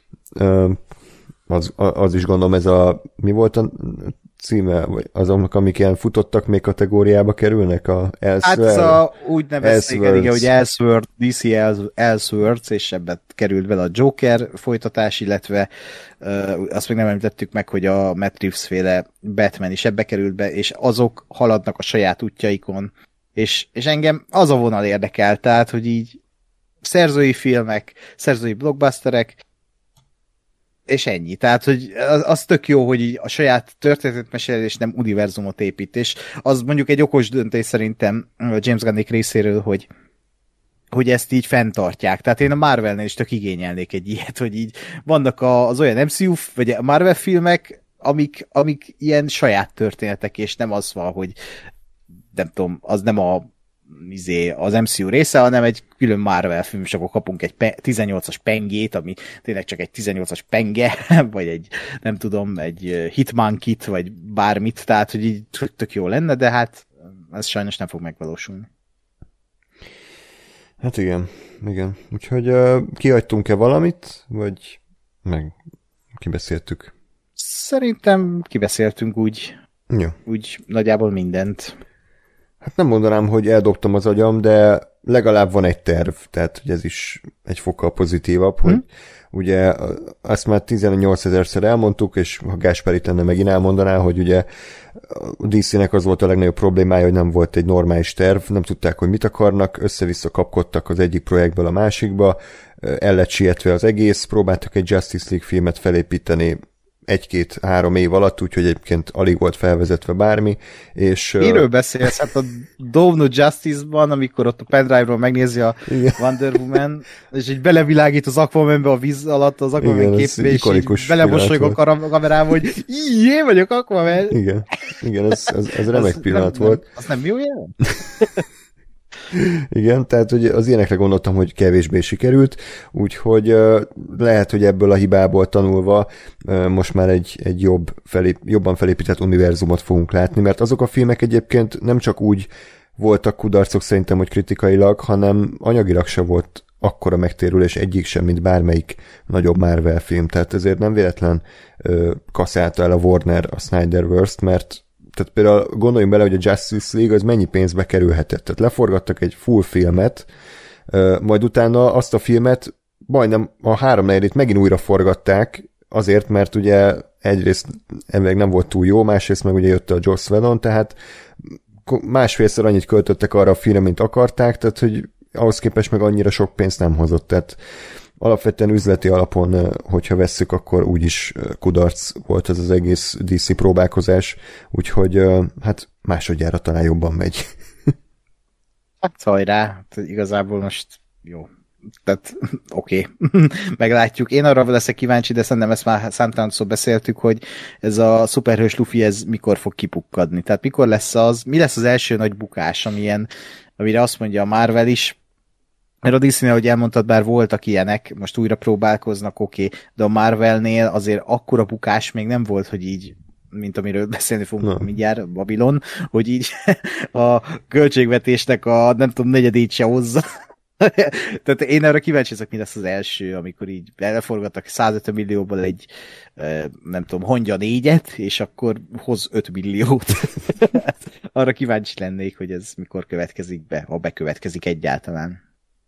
Az, az is gondolom ez a, mi volt a címe, vagy azoknak, amik ilyen futottak, még kategóriába kerülnek? A Elsewhere? Hát ez a, úgy nevezték, igen, hogy Elsewhere, dé cé Elseworlds, és ebben került bele a Joker folytatás, illetve uh, azt még nem említettük meg, hogy a Matt Reeves féle Batman is ebbe került be, és azok haladnak a saját útjaikon, és, és engem az a vonal érdekel, tehát, hogy így szerzői filmek, szerzői blockbusterek, és ennyi. Tehát, hogy az, az tök jó, hogy így a saját történetet mesél, és nem univerzumot épít, és az mondjuk egy okos döntés szerintem a James Gunnék részéről, hogy, hogy ezt így fenntartják. Tehát én a Marvelnél is tök igényelnék egy ilyet, hogy így vannak az olyan em cé u, vagy a Marvel filmek, amik, amik ilyen saját történetek, és nem az van, hogy nem tudom, az nem a izé, az em cé u része, hanem egy külön Marvel film, és akkor kapunk egy pe- tizennyolcas pengét, ami tényleg csak egy tizennyolcas penge, vagy egy, nem tudom, egy Hitman kit, vagy bármit, tehát, hogy így tök jó lenne, de hát ez sajnos nem fog megvalósulni. Hát igen, igen. Úgyhogy uh, kihagytunk-e valamit, vagy meg kibeszéltük? Szerintem kibeszéltünk úgy, ja. úgy nagyjából mindent. Hát nem mondanám, hogy eldobtam az agyam, de legalább van egy terv, tehát hogy ez is egy fokkal pozitívabb, hmm. hogy ugye azt már tizennyolcezerszer elmondtuk, és ha Gáspár itt lenne, megint elmondaná, hogy ugye a dé cé-nek az volt a legnagyobb problémája, hogy nem volt egy normális terv, nem tudták, hogy mit akarnak, össze-vissza kapkodtak az egyik projektből a másikba, el lett sietve az egész, próbáltak egy Justice League filmet felépíteni egy-két-három év alatt, úgyhogy egyébként alig volt felvezetve bármi, és... Miről beszélsz? Hát a Dawn of Justice-ban, amikor ott a pendrive-ról megnézi a igen. Wonder Woman, és így belevilágít az Aquamanbe a víz alatt, az Aquaman képbe, és így belemosolyog a kamerában, hogy így, én vagyok Aquaman. Igen, igen, ez, ez, ez remek az pillanat nem, volt. Nem, az nem jó jelen? Igen, tehát hogy az ilyenekre gondoltam, hogy kevésbé sikerült, úgyhogy uh, lehet, hogy ebből a hibából tanulva uh, most már egy, egy jobb felép, jobban felépített univerzumot fogunk látni, mert azok a filmek egyébként nem csak úgy voltak kudarcok szerintem, hogy kritikailag, hanem anyagilag se volt akkora megtérülés egyik sem, mint bármelyik nagyobb Marvel film, tehát ezért nem véletlen uh, kaszálta el a Warner a Snyderverse-t, mert tehát például gondoljunk bele, hogy a Justice League az mennyi pénzbe kerülhetett. Tehát leforgattak egy full filmet, majd utána azt a filmet majdnem a háromnegyedét megint újra forgatták, azért, mert ugye egyrészt meg nem volt túl jó, másrészt meg ugye jött a Joss Whedon, tehát másfélszer annyit költöttek arra a filmre, mint akarták, tehát hogy ahhoz képest meg annyira sok pénzt nem hozott. Tehát alapvetően üzleti alapon, hogyha vesszük, akkor úgyis kudarc volt ez az egész dé cé próbálkozás, úgyhogy hát másodjára talán jobban megy. Hát hajrá, igazából most jó. Tehát oké, okay. Meglátjuk. Én arra leszek kíváncsi, de szerintem ezt már számtalanszor beszéltük, hogy ez a szuperhős Luffy, ez mikor fog kipukkadni. Tehát mikor lesz az, mi lesz az első nagy bukás, amilyen, amire azt mondja a Marvel is, mert a Disney, ahogy elmondtad, bár voltak ilyenek, most újra próbálkoznak, oké, okay, de a Marvelnél azért akkora bukás még nem volt, hogy így, mint amiről beszélni fogunk no. mindjárt, Babylon, hogy így a költségvetésnek a nem tudom, negyedét se hozza. Tehát én arra kíváncsi ezek, mi lesz az első, amikor így elforgattak százötven millióból egy, nem tudom, Hongya négyet, és akkor hoz öt milliót. Arra kíváncsi lennék, hogy ez mikor következik be, ha bekövetkezik egyáltalán.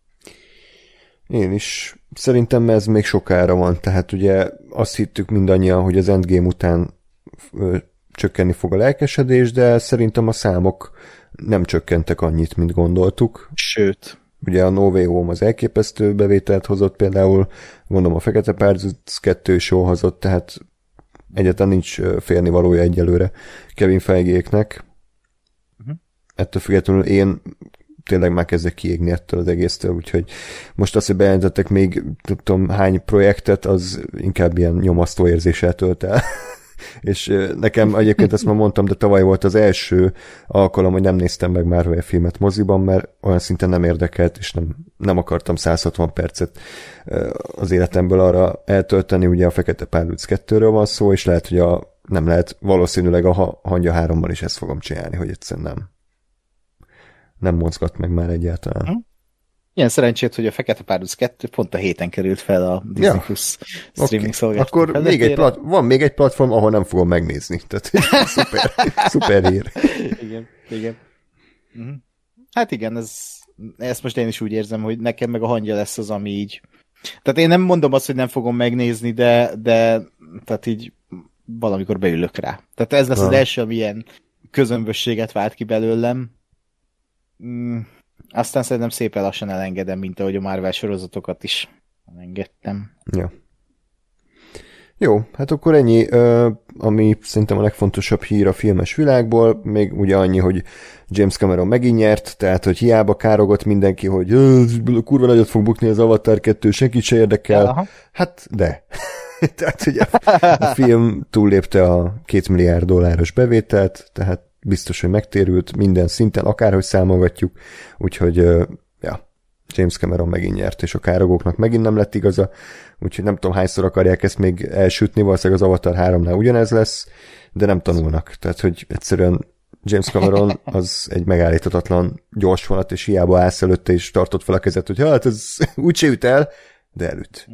Én is. Szerintem ez még sokára van, tehát ugye azt hittük mindannyian, hogy az Endgame után ö, csökkenni fog a lelkesedés, de szerintem a számok nem csökkentek annyit, mint gondoltuk. Sőt. Ugye a No Way Home az elképesztő bevételt hozott például, mondom a Fekete Párduc kettő is jól hozott, tehát egyáltalán nincs félnivalója egyelőre Kevin Feigéknek. Uh-huh. Ettől függetlenül én tényleg már kezdek kiégni ettől az egésztől, úgyhogy most azt, hogy bejelentettek még tudom hány projektet, az inkább ilyen nyomasztó érzéssel tölt el. És nekem egyébként ezt már mondtam, de tavaly volt az első alkalom, hogy nem néztem meg Marvel filmet moziban, mert olyan szinten nem érdekelt, és nem, nem akartam száz hatvan percet az életemből arra eltölteni, ugye a Fekete Párduc kettőről van szó, és lehet, hogy a, nem lehet, valószínűleg a Hangya hárommal is ezt fogom csinálni, hogy egyszerűen nem nem mozgat meg már egyáltalán. Hm? Ilyen szerencsét, hogy a Fekete Párduc kettő pont a héten került fel a Disney ja. Plus streaming okay. szolgáltató. Akkor még egy plat- van még egy platform, ahol nem fogom megnézni. Tehát szuper, szuper hír. Igen, igen. Uh-huh. Hát igen, ez, ezt most én is úgy érzem, hogy nekem meg a Hangya lesz az, ami így... Tehát én nem mondom azt, hogy nem fogom megnézni, de, de tehát így valamikor beülök rá. Tehát ez lesz ha. az első, ami ilyen közömbösséget vált ki belőlem. Mm, aztán szerintem szépen lassan elengedem, mint ahogy a Marvel sorozatokat is elengedtem. Ja. Jó, hát akkor ennyi, ami szerintem a legfontosabb hír a filmes világból, még ugye annyi, hogy James Cameron megint nyert, tehát hogy hiába károgott mindenki, hogy kurva nagyot fog bukni az Avatar kettő, senkit se érdekel. Aha. Hát de. Tehát ugye a film túllépte a két milliárd dolláros bevételt, tehát biztos, hogy megtérült minden szinten, akárhogy számolgatjuk, úgyhogy ja, James Cameron megint nyert, és a károgóknak megint nem lett igaza, úgyhogy nem tudom hányszor akarják ezt még elsütni, valószínűleg az Avatar háromnál ugyanez lesz, de nem tanulnak, tehát hogy egyszerűen James Cameron az egy megállíthatatlan gyors vonat, és hiába állsz előtte, és tartott fel a kezet, hogy hát ez úgyse üt el, de elüt.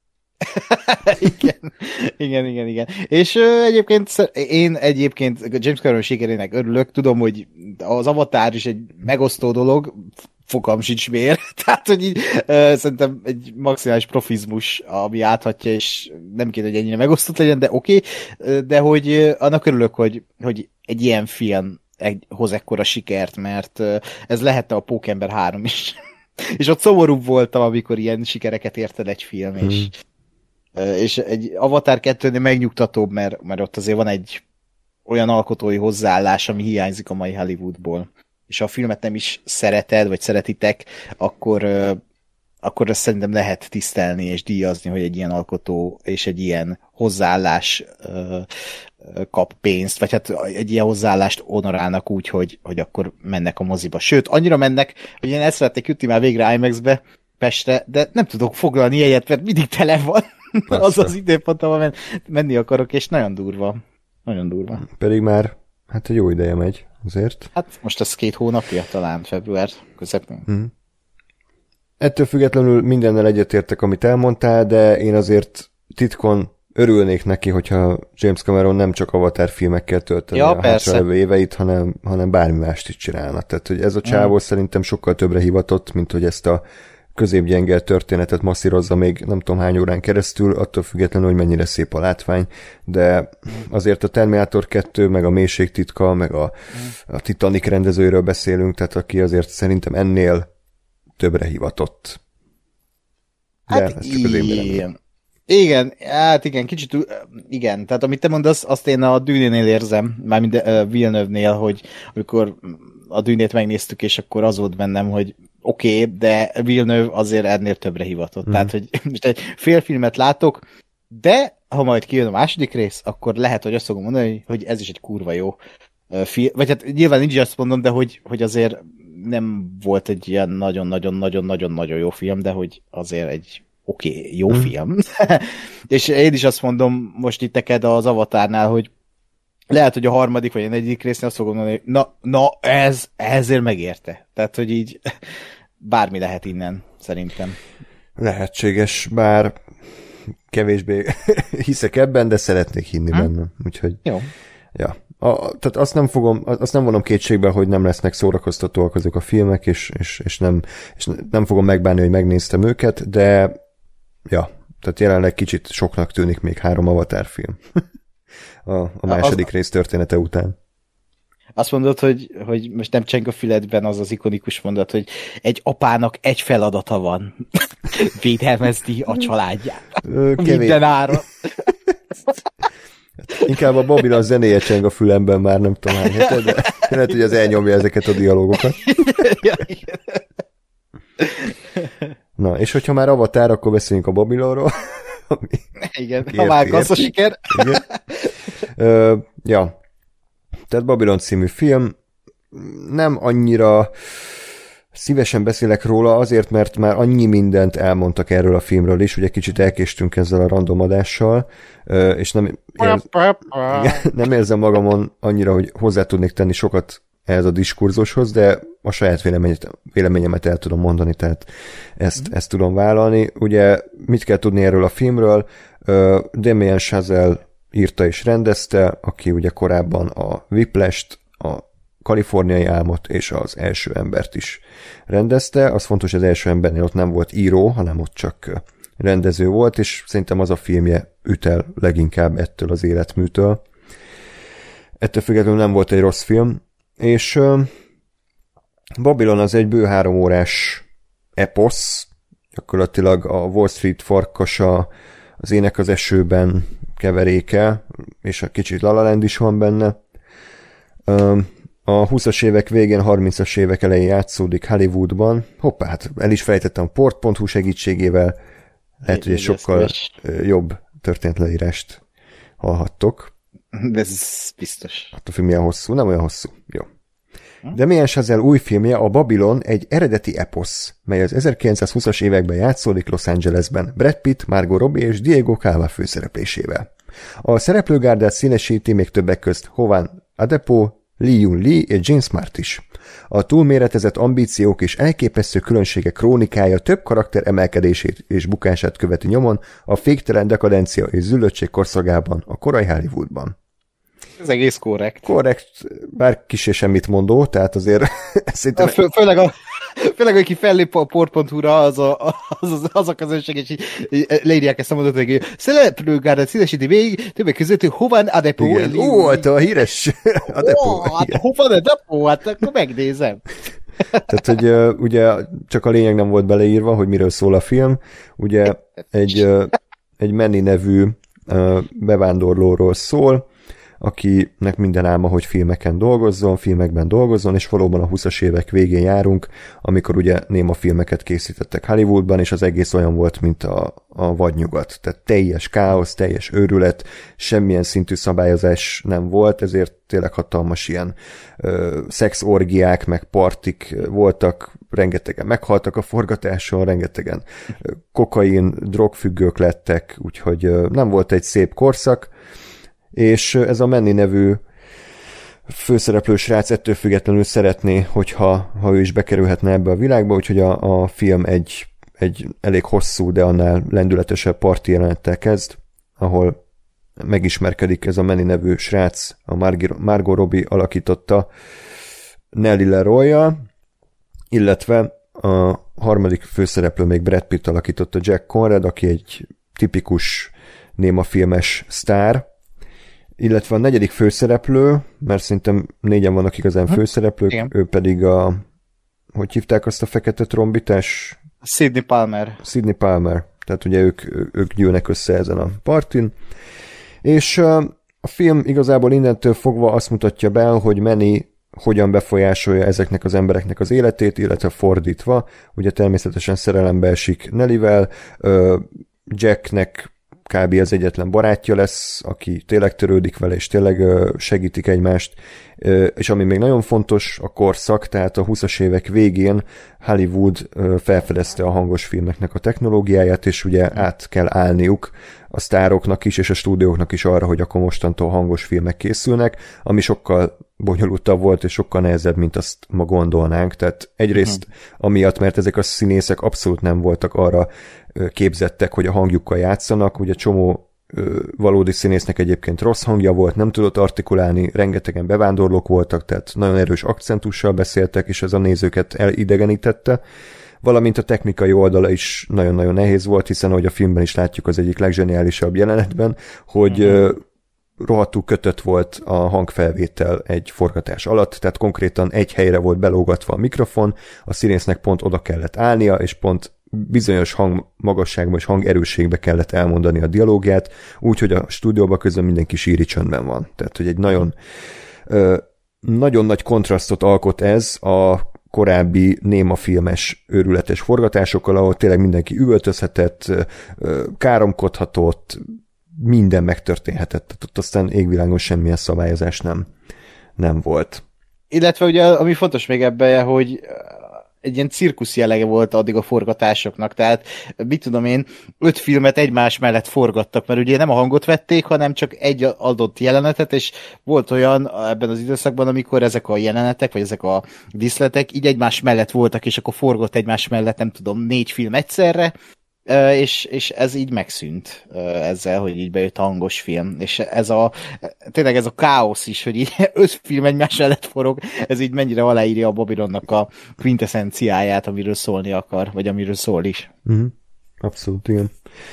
igen, igen, igen, igen. És ö, egyébként én egyébként James Cameron sikerének örülök, tudom, hogy az Avatar is egy megosztó dolog, fogalm sincs miért. Tehát, hogy így uh, szerintem egy maximális profizmus, ami áthatja, és nem kéne, hogy ennyire megosztott legyen, de oké. Okay. De hogy uh, annak örülök, hogy, hogy egy ilyen film egy, hoz ekkora sikert, mert uh, ez lehette a Pókember három is. És ott szomorúbb voltam, amikor ilyen sikereket ért el egy film, hmm. és, uh, és egy Avatar kettőnél megnyugtatóbb, mert, mert ott azért van egy olyan alkotói hozzáállás, ami hiányzik a mai Hollywoodból. És ha a filmet nem is szereted, vagy szeretitek, akkor, uh, akkor ezt szerintem lehet tisztelni és díjazni, hogy egy ilyen alkotó és egy ilyen hozzáállás uh, kap pénzt, vagy hát egy ilyen hozzáállást honorálnak úgy, hogy, hogy akkor mennek a moziba. Sőt, annyira mennek, hogy én el szeretnék jutni már végre IMAX-be, Pestre, de nem tudok foglalni helyet, mert mindig tele van. Az az időpont, ahol menni akarok, és nagyon durva. Nagyon durva. Pedig már hát egy jó ideje megy azért. Hát most ez két hónapja talán, február közepén. Mm. Ettől függetlenül mindennel egyetértek, amit elmondtál, de én azért titkon örülnék neki, hogyha James Cameron nem csak Avatar filmekkel tölteni ja, a hátralevő éveit, hanem, hanem bármi mást is csinálna. Tehát, hogy ez a csávó mm. szerintem sokkal többre hivatott, mint hogy ezt a középgyenge történetet masszírozza még nem tudom hány órán keresztül, attól függetlenül, hogy mennyire szép a látvány, de azért a Terminator kettő, meg a Mélység titka, meg a, a Titanic rendezőjéről beszélünk, tehát aki azért szerintem ennél többre hivatott. De hát ez csak az én igen. Igen, hát igen, kicsit igen, tehát amit te mondasz, azt én a Dűnénél érzem, mármint uh, Villeneuve-nél, hogy amikor a Dűnét megnéztük, és akkor az volt bennem, hogy oké, okay, de Villeneuve azért ennél többre hivatott. Mm. Tehát, hogy most egy fél filmet látok, de ha majd kijön a második rész, akkor lehet, hogy azt fogom mondani, hogy ez is egy kurva jó film. Vagy hát nyilván nincs azt mondom, de hogy, hogy azért nem volt egy ilyen nagyon-nagyon-nagyon-nagyon-nagyon jó film, de hogy azért egy oké, okay, jó mm. film. És én is azt mondom most itt neked az Avatárnál, hogy lehet, hogy a harmadik vagy a negyedik résznél azt fogom mondani, hogy na, na ez, ezért megérte. Tehát, hogy így bármi lehet innen, szerintem. Lehetséges, bár kevésbé hiszek ebben, de szeretnék hinni hmm. benne. Úgyhogy, jó. Ja. A, tehát azt nem fogom, azt nem vonom kétségbe, hogy nem lesznek szórakoztatóak azok a filmek, és, és, és, nem, és nem fogom megbánni, hogy megnéztem őket, de ja, tehát jelenleg kicsit soknak tűnik még három Avatar film. a, a második az, rész története után. Azt mondod, hogy, hogy most nem cseng a füledben az az ikonikus mondat, hogy egy apának egy feladata van. Védelmezni a családját. Minden áron. Inkább a Babylon zenéje cseng a fülemben már nem tudom hány hete, de lehet, hogy az elnyomja ezeket a dialógokat. Ja, igen. Na, és hogyha már Avatar, akkor beszéljünk a Babylonról. Ami igen, ha már a siker. Igen. Ö, ja, tehát Babylon című film, nem annyira szívesen beszélek róla, azért, mert már annyi mindent elmondtak erről a filmről is, ugye kicsit elkéstünk ezzel a random adással, és nem, érz, nem érzem magamon annyira, hogy hozzá tudnék tenni sokat ehhez a diskurzushoz, de a saját véleményemet el tudom mondani, tehát ezt, ezt tudom vállalni. Ugye mit kell tudni erről a filmről? Damien Chazelle írta és rendezte, aki ugye korábban a Whiplash-t, a Kaliforniai álmot és az Első embert is rendezte. Az fontos, hogy az Első embernél ott nem volt író, hanem ott csak rendező volt, és szerintem az a filmje üt el leginkább ettől az életműtől. Ettől függetlenül nem volt egy rossz film, és uh, Babylon az egy bő három órás eposz, gyakorlatilag a Wall Street farkasa, az Ének az esőben keveréke, és a kicsit La La Land is van benne. Uh, A húszas évek végén, harmincas évek elején játszódik Hollywoodban. Hoppá, hát el is fejtettem a port pont hu segítségével. Lehet, hogy egy sokkal jobb történetleírást hallhattok. De ez biztos. Hát a film milyen hosszú, nem olyan hosszú. Jó. Damien Chazelle új filmje, a Babylon, egy eredeti eposz, mely az ezerkilencszázhúszas években játszódik Los Angelesben, Brad Pitt, Margot Robbie és Diego Calva főszereplésével. A szereplőgárdát színesíti még többek közt Hovan Adepo, Lee Yun-Lee és James Smart is. A túlméretezett ambíciók és elképesztő különbségek krónikája több karakter emelkedését és bukását követi nyomon a féktelen dekadencia és züllöttség korszakában, a korai Hollywoodban. Ez egész korrekt. Korrekt, bár kissé semmit mondó, tehát azért szerintem... Fő, főleg, a, Főleg, aki fellép a port pont hu-ra, az a, az, az, az a közönség, és így, így leírják ezt a mondatot, hogy szereplőgárat színesíti még, többek között, hogy hovan Adepo. Igen. Ó, hát a híres Adepo. Ó, hát hovan Adepo, hát akkor megnézem. Tehát, hogy uh, ugye csak a lényeg nem volt beleírva, hogy miről szól a film. Ugye egy, uh, egy Manny nevű uh, bevándorlóról szól, akinek minden álma, hogy filmeken dolgozzon, filmekben dolgozzon, és valóban a huszas évek végén járunk, amikor ugye néma filmeket készítettek Hollywoodban, és az egész olyan volt, mint a, a vadnyugat. Tehát teljes káosz, teljes őrület, semmilyen szintű szabályozás nem volt, ezért tényleg hatalmas ilyen ö, szexorgiák, meg partik voltak, rengetegen meghaltak a forgatáson, rengetegen ö, kokain, drogfüggők lettek, úgyhogy ö, nem volt egy szép korszak, és ez a Manny nevű főszereplő srác ettől függetlenül szeretné, hogyha ha ő is bekerülhetne ebbe a világba, úgyhogy a, a film egy, egy elég hosszú, de annál lendületesebb parti jelenettel kezd, ahol megismerkedik ez a Manny nevű srác, a Margi, Margot Robbie alakította Nelly Leroy-jal, illetve a harmadik főszereplő még Brad Pitt alakította Jack Conrad, aki egy tipikus némafilmes sztár, illetve a negyedik főszereplő, mert szerintem négyen vannak igazán főszereplők, igen. Ő pedig a, hogy hívták azt a fekete trombitás? Sidney Palmer. Sidney Palmer. Tehát ugye ők, ők gyűlnek össze ezen a partin. És a film igazából innentől fogva azt mutatja be, hogy Manny hogyan befolyásolja ezeknek az embereknek az életét, illetve fordítva. Ugye természetesen szerelembe esik Nellyvel, Jacknek kb. Az egyetlen barátja lesz, aki tényleg törődik vele, és tényleg segítik egymást, és ami még nagyon fontos, a korszak, tehát a huszas évek végén Hollywood felfedezte a hangos filmeknek a technológiáját, és ugye át kell állniuk a sztároknak is, és a stúdióknak is arra, hogy akkor mostantól hangos filmek készülnek, ami sokkal bonyolultabb volt, és sokkal nehezebb, mint azt ma gondolnánk. Tehát egyrészt uh-huh. amiatt, mert ezek a színészek abszolút nem voltak arra képzettek, hogy a hangjukkal játszanak, ugye csomó ö, valódi színésznek egyébként rossz hangja volt, nem tudott artikulálni, rengetegen bevándorlók voltak, tehát nagyon erős akcentussal beszéltek, és ez a nézőket elidegenítette, valamint a technikai oldala is nagyon-nagyon nehéz volt, hiszen ahogy a filmben is látjuk az egyik legzseniálisabb jelenetben, hogy ö, rohadtul kötött volt a hangfelvétel egy forgatás alatt, tehát konkrétan egy helyre volt belógatva a mikrofon, a színésznek pont oda kellett állnia, és pont bizonyos hangmagasságban és hangerősségbe kellett elmondani a dialógiát, úgyhogy a stúdióban közben mindenki síri csöndben van. Tehát, hogy egy nagyon, ö, nagyon nagy kontrasztot alkot ez a korábbi némafilmes őrületes forgatásokkal, ahol tényleg mindenki üvöltözhetett, ö, káromkodhatott, minden megtörténhetett. Tehát ott aztán égvilágon semmilyen szabályozás nem, nem volt. Illetve ugye, ami fontos még ebben, hogy egy ilyen cirkusz jellege volt addig a forgatásoknak, tehát mit tudom én, öt filmet egymás mellett forgattak, mert ugye nem a hangot vették, hanem csak egy adott jelenetet, és volt olyan ebben az időszakban, amikor ezek a jelenetek, vagy ezek a díszletek így egymás mellett voltak, és akkor forgott egymás mellett, nem tudom, négy film egyszerre, és, és ez így megszűnt ezzel, hogy így bejött a hangos film, és ez a, tényleg ez a káosz is, hogy így öt film egymás mellett forog, ez így mennyire aláírja a Babylonnak a quintessenciáját, amiről szólni akar, vagy amiről szól is. Mm, abszolút, igen.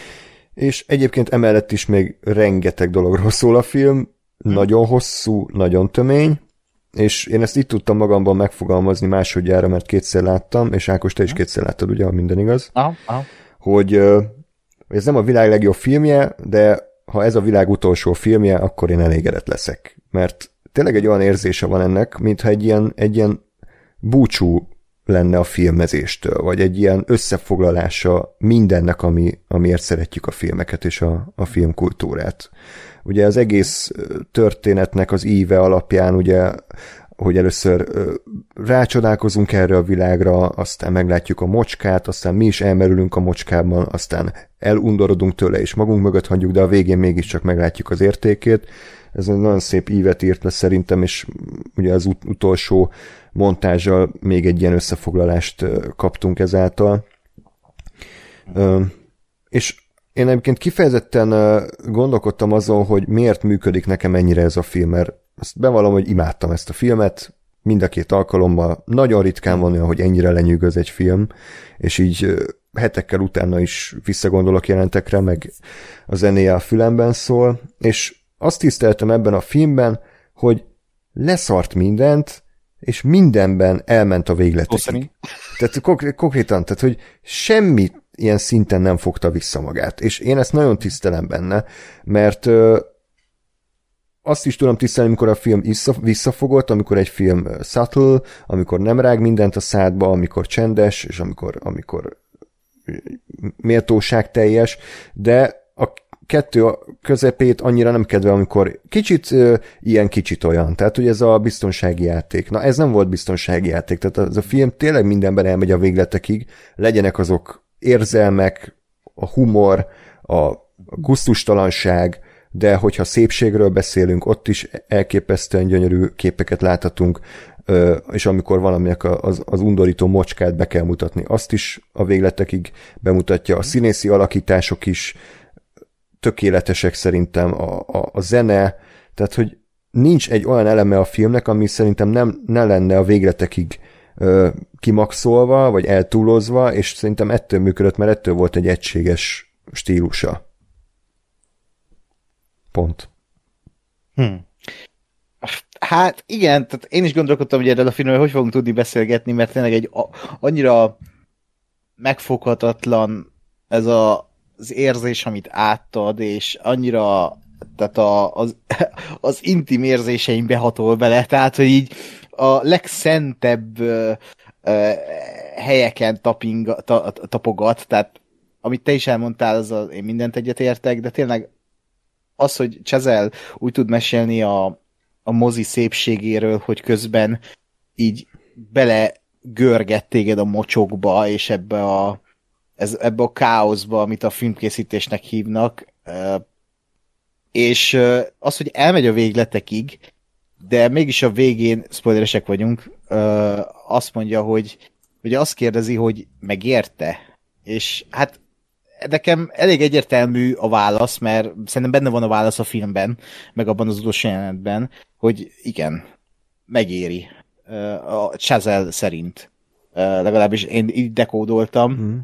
És egyébként emellett is még rengeteg dologról szól a film, mm. nagyon hosszú, nagyon tömény, és én ezt itt tudtam magamban megfogalmazni másodjára, mert kétszer láttam, és Ákos, te is kétszer láttad, ugye, ha minden igaz? Aha, aha. Hogy ez nem a világ legjobb filmje, de ha ez a világ utolsó filmje, akkor én elégedett leszek. Mert tényleg egy olyan érzése van ennek, mintha egy ilyen, egy ilyen búcsú lenne a filmezéstől, vagy egy ilyen összefoglalása mindennek, ami, amiért szeretjük a filmeket és a, a filmkultúrát. Ugye az egész történetnek az íve alapján ugye hogy először rácsodálkozunk erre a világra, aztán meglátjuk a mocskát, aztán mi is elmerülünk a mocskában, aztán elundorodunk tőle, és magunk mögött hagyjuk, de a végén mégiscsak meglátjuk az értékét. Ez egy nagyon szép ívet írt le szerintem, és ugye az ut- utolsó montázsal még egy ilyen összefoglalást kaptunk ezáltal. És én egyébként kifejezetten gondolkodtam azon, hogy miért működik nekem ennyire ez a film, mert azt bevallom, hogy imádtam ezt a filmet, mind a két alkalommal. Nagyon ritkán van olyan, hogy ennyire lenyűgöz egy film, és így hetekkel utána is visszagondolok jelentekre, meg a zenéje a fülemben szól, és azt tiszteltem ebben a filmben, hogy leszart mindent, és mindenben elment a végletekig. Tehát konkré- konkrétan, tehát hogy semmi ilyen szinten nem fogta vissza magát, és én ezt nagyon tisztelem benne, mert ö, azt is tudom tisztelni, amikor a film visszafogott, amikor egy film subtle, amikor nem rág mindent a szádba, amikor csendes, és amikor, amikor méltóság teljes, de a kettő közepét annyira nem kedve, amikor kicsit ö, ilyen, kicsit olyan. Tehát, hogy ez a biztonsági játék. Na, ez nem volt biztonsági játék. Tehát ez a film tényleg mindenben elmegy a végletekig, legyenek azok érzelmek, a humor, a gusztustalanság, de hogyha szépségről beszélünk, ott is elképesztően gyönyörű képeket láthatunk, és amikor valaminek az, az undorító mocskát be kell mutatni, azt is a végletekig bemutatja. A színészi alakítások is tökéletesek szerintem, a, a, a zene, tehát, hogy nincs egy olyan eleme a filmnek, ami szerintem nem, ne lenne a végletekig ö, kimaxolva, vagy eltúlozva, és szerintem ettől működött, mert ettől volt egy egységes stílusa. Pont. Hm. Hát igen, tehát én is gondolkodtam, hogy erről a filmről hogy fogunk tudni beszélgetni, mert tényleg egy a, annyira megfoghatatlan ez a, az érzés, amit átad, és annyira tehát a, az, az intim érzéseimbe hatol bele, tehát, hogy így a legszentebb ö, ö, helyeken taping, ta, tapogat, tehát amit te is elmondtál, az a, én mindent egyetértek, de tényleg az, hogy Chazelle úgy tud mesélni a, a mozi szépségéről, hogy közben így bele görget téged a mocsokba, és ebbe a, ez, ebbe a káoszba, amit a filmkészítésnek hívnak, és az, hogy elmegy a végletekig, de mégis a végén, spoileresek vagyunk, azt mondja, hogy, hogy azt kérdezi, hogy megérte? És hát nekem elég egyértelmű a válasz, mert szerintem benne van a válasz a filmben, meg abban az utolsó jelenetben, hogy igen, megéri. A Chazelle szerint. Legalábbis én így dekódoltam. Mm.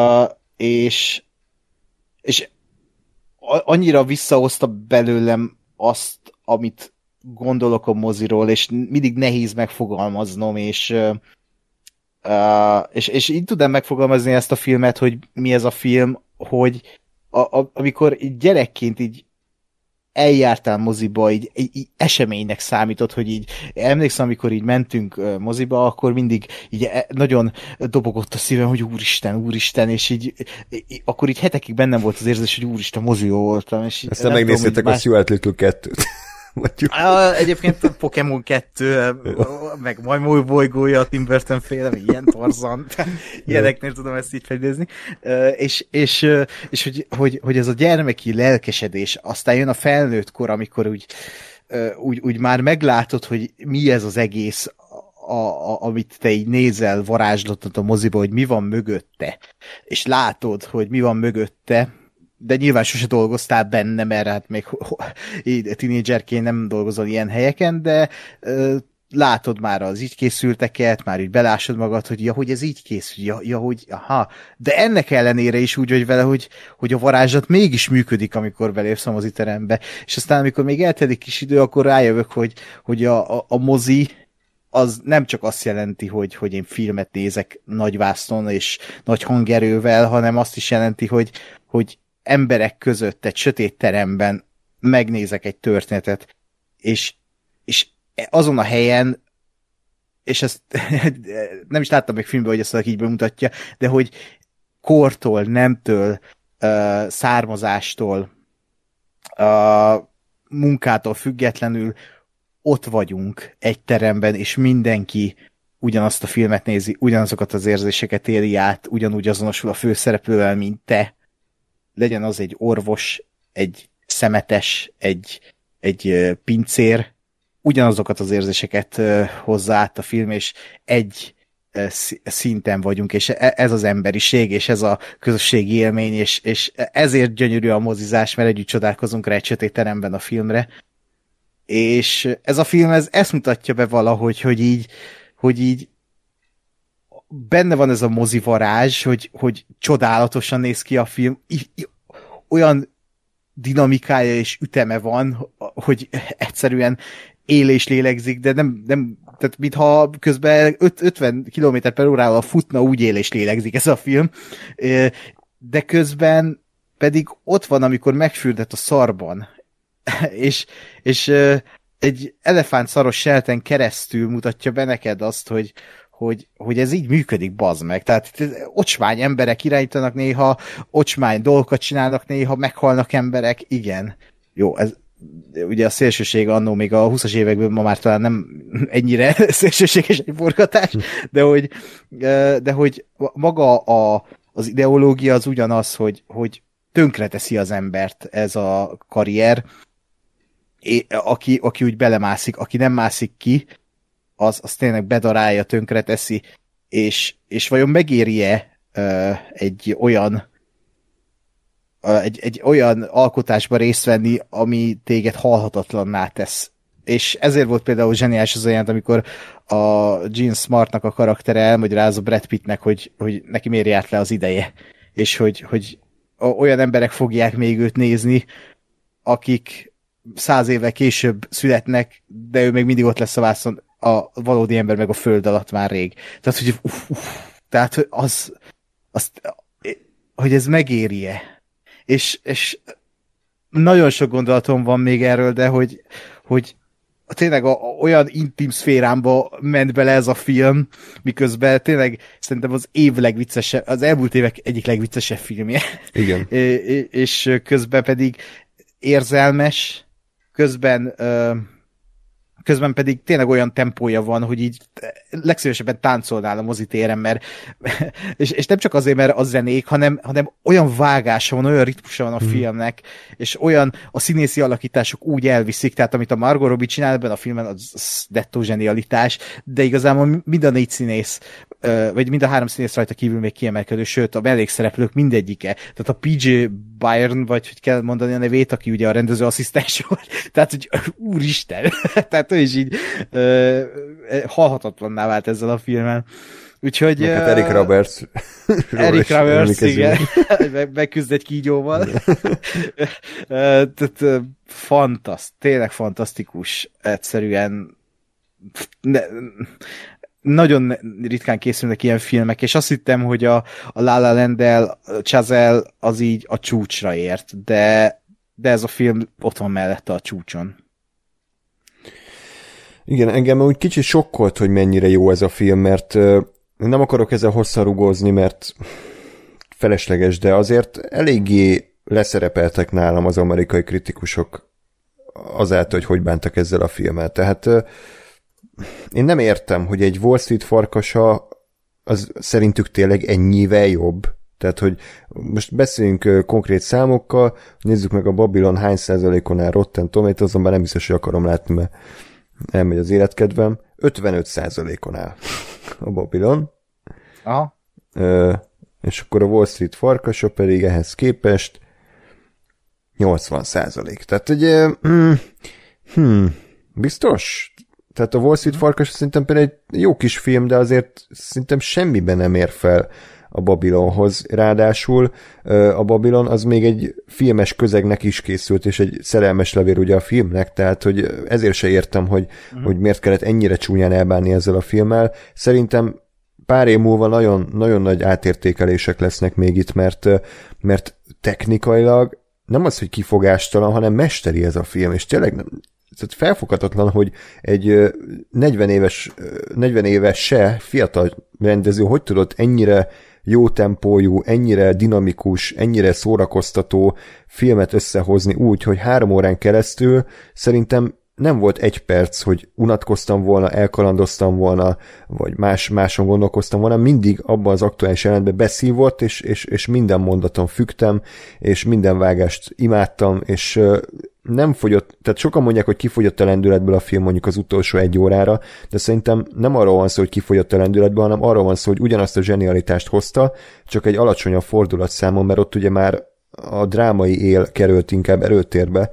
És, és annyira visszahozta belőlem azt, amit gondolok a moziról, és mindig nehéz megfogalmaznom, és Uh, és, és így tudom megfogalmazni ezt a filmet, hogy mi ez a film, hogy a, a, amikor így gyerekként így eljártál moziba, így, így, így eseménynek számított, hogy így emlékszem, amikor így mentünk uh, moziba, akkor mindig így nagyon dobogott a szívem, hogy úristen, úristen, és így, így akkor így hetekig bennem volt az érzés, hogy úristen, moziba voltam. És aztán megnéztétek a más... Stuart Little kettőt. Ah, egyébként a Pokémon kettő, meg majd bolygója a Tim Burton féle, meg ilyen Tarzan, ilyeneknél tudom ezt így felidézni, és, és, és hogy, hogy, hogy ez a gyermeki lelkesedés, aztán jön a felnőtt kor, amikor úgy, úgy, úgy már meglátod, hogy mi ez az egész, a, a, amit te így nézel varázslatot a moziba, hogy mi van mögötte, és látod, hogy mi van mögötte, de nyilván sose dolgoztál benne, mert hát még tínédzserként nem dolgozol ilyen helyeken, de ö, látod már az így készülteket, már így belásod magad, hogy ja, hogy ez így készül, ja, ja, hogy aha. De ennek ellenére is úgy vagy vele, hogy, hogy a varázslat mégis működik, amikor belépsz a moziterembe. És aztán, amikor még eltelik kis idő, akkor rájövök, hogy, hogy a, a, a mozi az nem csak azt jelenti, hogy, hogy én filmet nézek nagy vásznon és nagy hangerővel, hanem azt is jelenti, hogy, hogy emberek között egy sötét teremben megnézek egy történetet, és, és azon a helyen, és ezt nem is láttam még filmben, hogy ezt így bemutatja, de hogy kortól, nemtől, uh, származástól, uh, munkától függetlenül ott vagyunk egy teremben, és mindenki ugyanazt a filmet nézi, ugyanazokat az érzéseket éli át, ugyanúgy azonosul a főszereplővel, mint te. Legyen az egy orvos, egy szemetes, egy, egy pincér, ugyanazokat az érzéseket hozzá át a film, és egy szinten vagyunk, és ez az emberiség, és ez a közösségi élmény, és, és ezért gyönyörű a mozizás, mert együtt csodálkozunk rá egy sötét teremben a filmre. És ez a film, ez ezt mutatja be valahogy, hogy így, hogy így benne van ez a mozivarázs, hogy, hogy csodálatosan néz ki a film, I- I- olyan dinamikája és üteme van, hogy egyszerűen él és lélegzik, de nem, nem tehát mintha közben ötven kilométer per órával futna, úgy él és lélegzik ez a film, de közben pedig ott van, amikor megfürdet a szarban, és, és egy elefántszaros selten keresztül mutatja be neked azt, hogy, hogy, hogy ez így működik, bazd meg. Tehát ocsmány emberek irányítanak néha, ocsmány dolgokat csinálnak néha, meghalnak emberek, igen. Jó, ez ugye a szélsőség annó még a huszas években ma már talán nem ennyire szélsőséges egy forgatás, de hogy, de hogy maga a, az ideológia az ugyanaz, hogy, hogy tönkreteszi az embert ez a karrier, aki, aki úgy belemászik, aki nem mászik ki, az, az tényleg bedarálja, tönkreteszi, és, és vajon megéri-e uh, egy olyan uh, egy, egy olyan alkotásba részt venni, ami téged halhatatlanná tesz. És ezért volt például zseniális az olyan, amikor a Gene Smartnak a karaktere elmagyarázza Brad Pittnek, hogy, hogy neki miért járt le az ideje, és hogy, hogy olyan emberek fogják még őt nézni, akik száz évvel később születnek, de ő még mindig ott lesz a vászon, a valódi ember meg a föld alatt már rég. Tehát, hogy uff, uff, tehát az, az, hogy ez megéri-e. És, és nagyon sok gondolatom van még erről, de hogy, hogy tényleg a, a, olyan intim szférámba ment bele ez a film, miközben tényleg szerintem az év legviccesebb, az elmúlt évek egyik legviccesebb filmje. Igen. És közben pedig érzelmes, közben közben pedig tényleg olyan tempója van, hogy így legszívesebben táncolnál a mozitéren, mert és, és nem csak azért, mert az zenék, hanem, hanem olyan vágása van, olyan ritmusa van a filmnek, és olyan a színészi alakítások úgy elviszik, tehát amit a Margot Robbie csinál ebben a filmen, az, az dettó zsenialitás, de igazából mind a négy színész, vagy mind a három színész rajta kívül még kiemelkedő, sőt a mellékszereplők mindegyike. Tehát a pé jé Byrne, vagy hogy kell mondani a nevét, aki ugye a rendező asszisztens volt, tehát hogy úristen, tehát ő is így uh, halhatatlanná vált ezzel a filmen. Úgyhogy... Meg hát Eric Roberts. Eric Roberts, igen. Megküzd egy kígyóval. Tehát fantaszt, tényleg fantasztikus. Egyszerűen ne, nagyon ritkán készülnek ilyen filmek, és azt hittem, hogy a, a La La Land-del Chazelle az így a csúcsra ért, de, de ez a film ott van mellette a csúcson. Igen, engem úgy kicsit sokkolt, hogy mennyire jó ez a film, mert uh, nem akarok ezzel hosszarugózni, mert felesleges, de azért eléggé leszerepeltek nálam az amerikai kritikusok azáltal, hogy hogy bántak ezzel a filmmel. Tehát uh, én nem értem, hogy egy Wall Street farkasa az szerintük tényleg ennyivel jobb. Tehát, hogy most beszéljünk uh, konkrét számokkal, nézzük meg a Babylon hány százalékon áll Rotten Tomatoes, azonban nem biztos, hogy akarom látni, mert elmegy az életkedvem. ötvenöt százalékon áll a Babylon. Aha. Uh, és akkor a Wall Street farkasa pedig ehhez képest nyolcvan százalék. Tehát, hogy uh, hmm, biztos? Tehát a Wall Street farkas szerintem például egy jó kis film, de azért szerintem semmiben nem ér fel a Babylonhoz. Ráadásul a Babylon az még egy filmes közegnek is készült, és egy szerelmes levél ugye a filmnek, tehát hogy ezért se értem, hogy, uh-huh. hogy miért kellett ennyire csúnyán elbánni ezzel a filmmel. Szerintem pár év múlva nagyon, nagyon nagy átértékelések lesznek még itt, mert, mert technikailag nem az, hogy kifogástalan, hanem mesteri ez a film, és tényleg nem, tehát felfoghatatlan, hogy egy negyven éves, negyven éves se fiatal rendező hogy tudott ennyire jó tempójú, ennyire dinamikus, ennyire szórakoztató filmet összehozni úgy, hogy három órán keresztül szerintem nem volt egy perc, hogy unatkoztam volna, elkalandoztam volna, vagy más, máson gondolkoztam volna, mindig abban az aktuális jelentben beszívott, és, és, és minden mondaton fügtem, és minden vágást imádtam, és nem fogyott, tehát sokan mondják, hogy kifogyott a lendületből a film mondjuk az utolsó egy órára, de szerintem nem arról van szó, hogy kifogyott a lendületből, hanem arról van szó, hogy ugyanazt a zsenialitást hozta, csak egy alacsonyabb fordulatszámon, mert ott ugye már a drámai él került inkább előtérbe,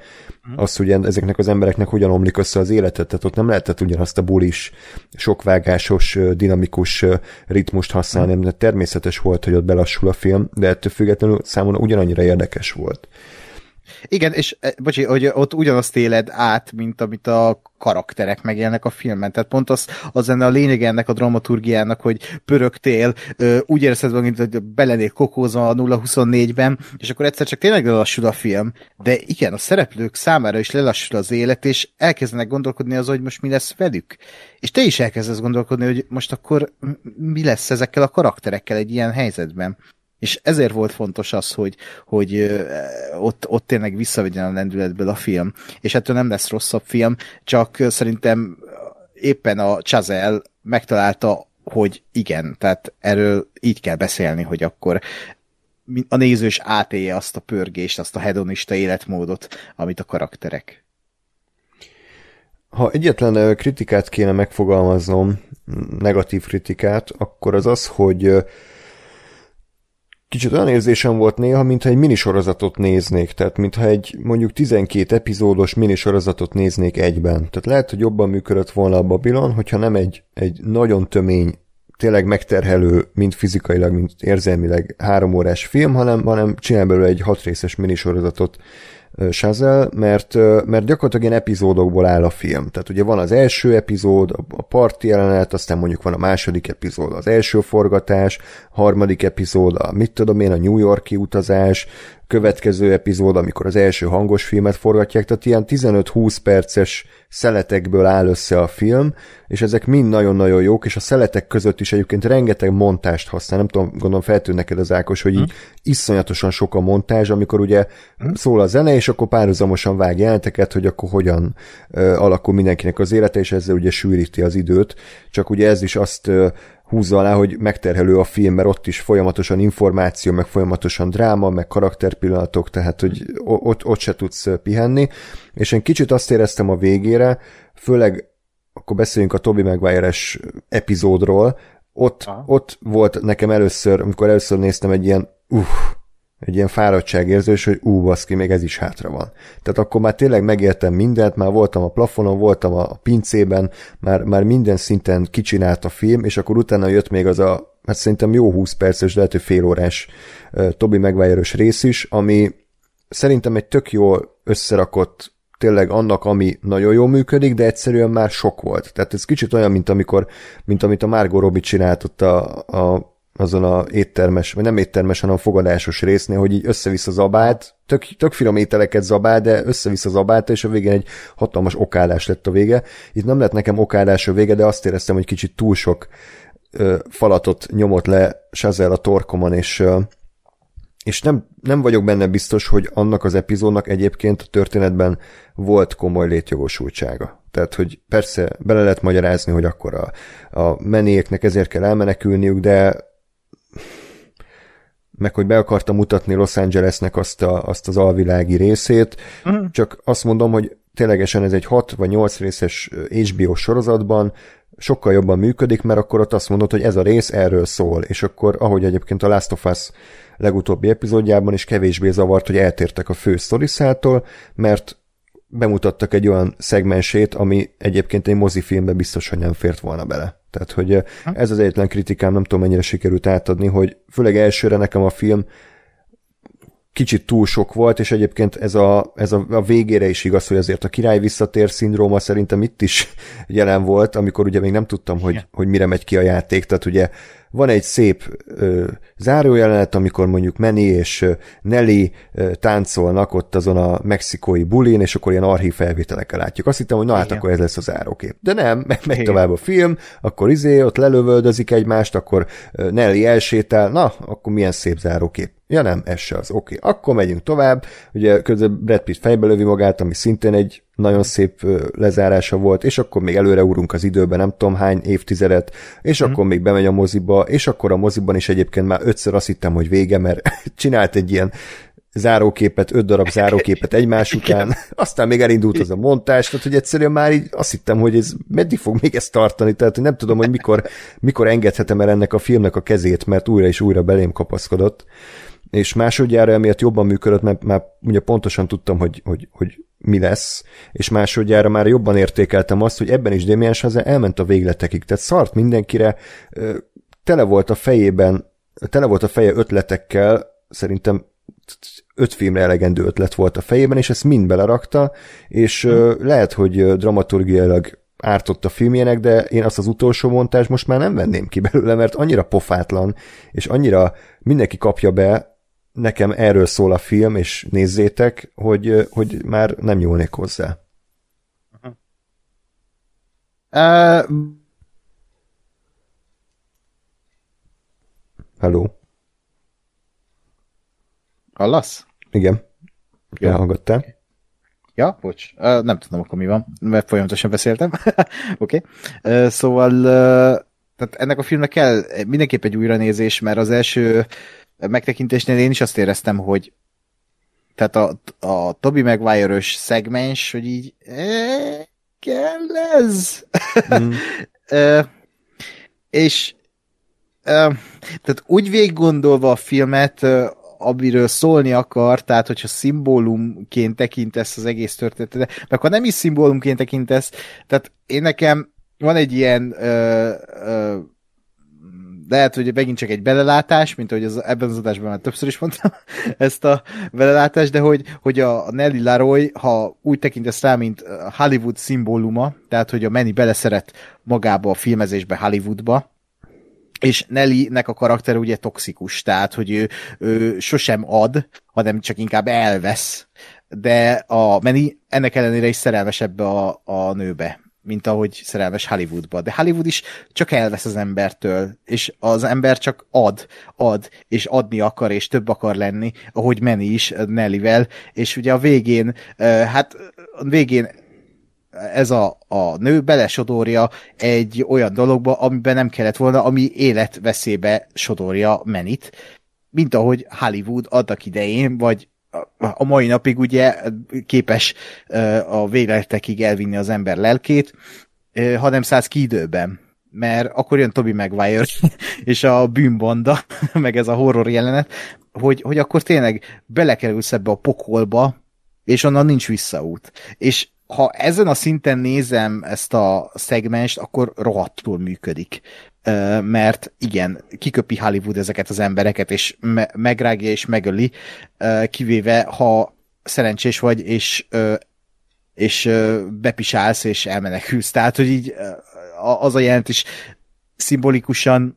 az, hogy ezeknek az embereknek hogyan omlik össze az életet, tehát ott nem lehetett ugyanazt a bulis, sokvágásos, dinamikus ritmust használni, de természetes volt, hogy ott belassul a film, de ettől függetlenül számomra ugyanannyira érdekes volt. Igen, és bocsi, hogy ott ugyanazt éled át, mint amit a karakterek megélnek a filmben. Tehát pont az, az lenne a lényeg ennek a dramaturgiának, hogy pörögtél, úgy érzed, mint hogy belenél kokózva a nulla huszonnégyben, és akkor egyszer csak tényleg lelassul a film, de igen, a szereplők számára is lelassul az élet, és elkezdenek gondolkodni az, hogy most mi lesz velük. És te is elkezdesz gondolkodni, hogy most akkor mi lesz ezekkel a karakterekkel egy ilyen helyzetben. És ezért volt fontos az, hogy, hogy ott, ott tényleg visszavegyen a lendületből a film. És ettől nem lesz rosszabb film, csak szerintem éppen a Chazelle megtalálta, hogy igen, tehát erről így kell beszélni, hogy akkor a néző is átélje azt a pörgést, azt a hedonista életmódot, amit a karakterek. Ha egyetlen kritikát kéne megfogalmaznom, negatív kritikát, akkor az az, hogy kicsit olyan érzésem volt néha, mintha egy minisorozatot néznék, tehát mintha egy mondjuk tizenkét epizódos minisorozatot néznék egyben. Tehát lehet, hogy jobban működött volna a Babylon, hogyha nem egy, egy nagyon tömény, tényleg megterhelő, mind fizikailag, mind érzelmileg három órás film, hanem, hanem csinál belőle egy hat részes minisorozatot Chazelle, mert, mert gyakorlatilag ilyen epizódokból áll a film. Tehát ugye van az első epizód, a parti jelenet, aztán mondjuk van a második epizód, az első forgatás, harmadik epizód, a mit tudom én, a New York-i utazás, következő epizód, amikor az első hangos filmet forgatják, tehát ilyen tizenöt-húsz perces szeletekből áll össze a film, és ezek mind nagyon-nagyon jók, és a szeletek között is egyébként rengeteg montást használ, nem tudom, gondolom feltűn neked az Ákos, hogy így iszonyatosan sok a montázs, amikor ugye szól a zene, és akkor párhuzamosan vág jelenteket, hogy akkor hogyan ö, alakul mindenkinek az élete, és ezzel ugye sűríti az időt, csak ugye ez is azt ö, húzza alá, hogy megterhelő a film, mert ott is folyamatosan információ, meg folyamatosan dráma, meg karakterpillanatok, tehát hogy ott, ott se tudsz pihenni, és én kicsit azt éreztem a végére, főleg akkor beszéljünk a Tobey Maguire-es epizódról, ott, ott volt nekem először, amikor először néztem egy ilyen uff, egy ilyen fáradtságérzés, hogy ú, baszki, még ez is hátra van. Tehát akkor már tényleg megértem mindent, már voltam a plafonon, voltam a pincében, már, már minden szinten kicsinált a film, és akkor utána jött még az a, hát szerintem jó húsz perces, de lehet, hogy fél órás uh, Tobey Maguire-ös rész is, ami szerintem egy tök jól összerakott tényleg annak, ami nagyon jól működik, de egyszerűen már sok volt. Tehát ez kicsit olyan, mint amikor, mint amit a Margot Robbie csinált ott a, a azon a éttermes, vagy nem éttermes, hanem a fogadásos résznél, hogy így összevisz a zabát, tök, tök finom ételeket zabál, de összevisz a zabát, és a végén egy hatalmas okádás lett a vége. Itt nem lett nekem okádás a vége, de azt éreztem, hogy kicsit túl sok ö, falatot nyomott le Chazelle a torkomon, és, ö, és nem, nem vagyok benne biztos, hogy annak az epizódnak egyébként a történetben volt komoly létjogosultsága. Tehát, hogy persze bele lehet magyarázni, hogy akkor a, a menéknek ezért kell elmenekülniük, de meg hogy be akarta mutatni Los Angelesnek azt, a, azt az alvilági részét, uh-huh. Csak azt mondom, hogy ténylegesen ez egy hat vagy nyolc részes há bé ó sorozatban sokkal jobban működik, mert akkor ott azt mondod, hogy ez a rész erről szól, és akkor, ahogy egyébként a Last of Us legutóbbi epizódjában is kevésbé zavart, hogy eltértek a fő sztoriszától, mert bemutattak egy olyan szegmensét, ami egyébként egy mozifilmbe biztos, hogy nem fért volna bele. Tehát, hogy ez az egyetlen kritikám, nem tudom, mennyire sikerült átadni, hogy főleg elsőre nekem a film kicsit túl sok volt, és egyébként ez a, ez a, a végére is igaz, hogy azért a király visszatér szindróma szerintem itt is jelen volt, amikor ugye még nem tudtam, hogy, hogy mire megy ki a játék, tehát ugye van egy szép ö, zárójelenet, amikor mondjuk Manny és ö, Nelly ö, táncolnak ott azon a mexikói bulin, és akkor ilyen archív felvételekkel látjuk. Azt hittem, hogy na hát igen, akkor ez lesz a zárókép. De nem, meg megy tovább a film, akkor izé, ott lelövöldözik egymást, akkor ö, Nelly elsétál, na, akkor milyen szép zárókép. Ja nem, ez se az, oké. Okay. Akkor megyünk tovább, ugye közben Brad Pitt fejbe lövi magát, ami szintén egy nagyon szép lezárása volt, és akkor még előre úrunk az időben, nem tudom hány évtizedet, és mm. akkor még bemegy a moziba, és akkor a moziban is egyébként már ötször azt hittem, hogy vége, mert csinált egy ilyen záróképet, öt darab záróképet egymás után, aztán még elindult az a montás, tehát hogy egyszerűen már így azt hittem, hogy ez meddig fog még ezt tartani, tehát hogy nem tudom, hogy mikor, mikor engedhetem el ennek a filmnek a kezét, mert újra és újra belém kapaszkodott, és másodjára emiatt jobban működött, mert már ugye pontosan tudtam, hogy, hogy, hogy mi lesz, és másodjára már jobban értékeltem azt, hogy ebben is Damien Chazelle elment a végletekig, tehát szart mindenkire, tele volt a fejében, tele volt a feje ötletekkel, szerintem öt filmre elegendő ötlet volt a fejében, és ezt mind belerakta, és hmm. lehet, hogy dramaturgiailag ártott a filmjének, de én azt az utolsó montást most már nem venném ki belőle, mert annyira pofátlan, és annyira mindenki kapja be, nekem erről szól a film, és nézzétek, hogy, hogy már nem nyúlnék hozzá. Uh... Hello? Hallasz? Igen. Ja. Elhallgattál. Ja, bocs. Uh, nem tudom, akkor mi van, mert folyamatosan beszéltem. Oké. Okay. Uh, szóval uh, tehát ennek a filmnek kell mindenképp egy újranézés, mert az első megtekintésnél én is azt éreztem, hogy tehát a, a Tobey Maguire-ös szegmens, hogy így e, kell ez? Mm. uh, és uh, tehát úgy végig gondolva a filmet, uh, amiről szólni akar, tehát hogyha szimbólumként tekintesz az egész történetet, de akkor nem is szimbólumként tekintesz, tehát én nekem van egy ilyen ö, ö, lehet, hogy megint csak egy belelátás, mint ahogy az, ebben az adásban már többször is mondtam ezt a belelátást, de hogy, hogy a Nelly Laroy, ha úgy tekintesz rá, mint Hollywood szimbóluma, tehát hogy a Manny beleszeret magába a filmezésbe, Hollywoodba, és Nelly-nek a karakter ugye toxikus, tehát, hogy ő, ő sosem ad, hanem csak inkább elvesz, de a Manny ennek ellenére is szerelmes ebbe a, a nőbe, mint ahogy szerelmes Hollywoodba. De Hollywood is csak elvesz az embertől, és az ember csak ad, ad, és adni akar, és több akar lenni, ahogy Manny is Nellyvel, és ugye a végén, hát a végén ez a, a nő belesodorja egy olyan dologba, amiben nem kellett volna, ami életveszélybe sodorja Mannyt, mint ahogy Hollywood adnak idején, vagy a mai napig ugye képes a végletekig elvinni az ember lelkét, ha nem szállsz ki időben. Mert akkor jön Tobey Maguire és a bűnbanda, meg ez a horror jelenet, hogy, hogy akkor tényleg belekerülsz ebbe a pokolba, és onnan nincs visszaút. És ha ezen a szinten nézem ezt a szegmenst, akkor rohadtul működik. Mert igen, kiköpi Hollywood ezeket az embereket, és me- megrágja és megöli, kivéve ha szerencsés vagy, és, és bepisálsz, és elmenekülsz. Tehát, hogy így az a jelent is szimbolikusan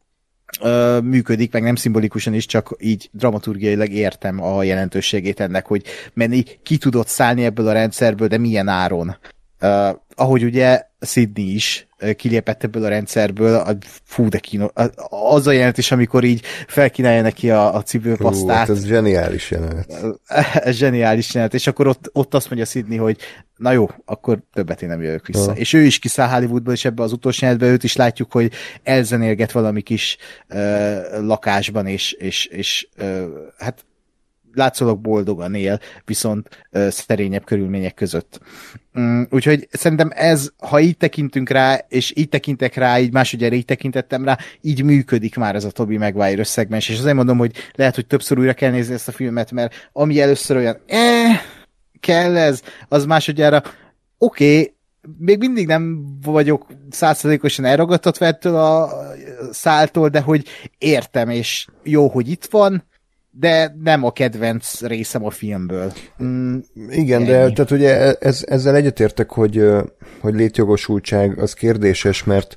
működik, meg nem szimbolikusan is, csak így dramaturgiailag értem a jelentőségét ennek, hogy menni ki tudott szállni ebből a rendszerből, de milyen áron. Uh, ahogy ugye Sidney is uh, kilépett ebből a rendszerből, fú, de kínos. Az a jelentés, amikor így felkínálja neki a, a cipőpasztát. Hú, ez zseniális jelenet. Ez zseniális jelenet, és akkor ott, ott azt mondja Sidney, hogy na jó, akkor többet én nem jövök vissza. Uh. És ő is kiszáll Hollywoodból, és ebbe az utolsó jelenetben őt is látjuk, hogy elzenélget valami kis uh, lakásban, és, és, és uh, hát látszólag boldogan él, viszont uh, szerényebb körülmények között. Um, úgyhogy szerintem ez, ha így tekintünk rá, és így tekintek rá, így másodjára így tekintettem rá, így működik már ez a Tobey Maguire szegmens, és azért mondom, hogy lehet, hogy többször újra kell nézni ezt a filmet, mert ami először olyan, eh, kell ez, az másodjára, oké, okay, még mindig nem vagyok százszerzalékosan elragadtatva ettől a száltól, de hogy értem, és jó, hogy itt van, de nem a kedvenc részem a filmből. Mm, Igen, ennyi. De tehát ugye ez, ezzel egyetértek, hogy, hogy létjogosultság az kérdéses, mert,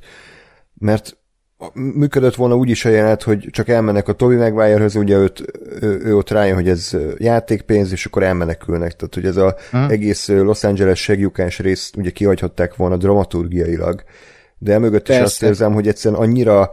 mert működött volna úgy is a jelenet, hogy csak elmennek a Tobey Maguire-höz, ugye őt, ő, ő ott rájön, hogy ez játékpénz, és akkor elmenekülnek. Tehát, hogy ez az hmm. egész Los Angeles seglyukás részt ugye kihagyhatták volna dramaturgiailag. De emögött is azt érzem, hogy egyszerűen annyira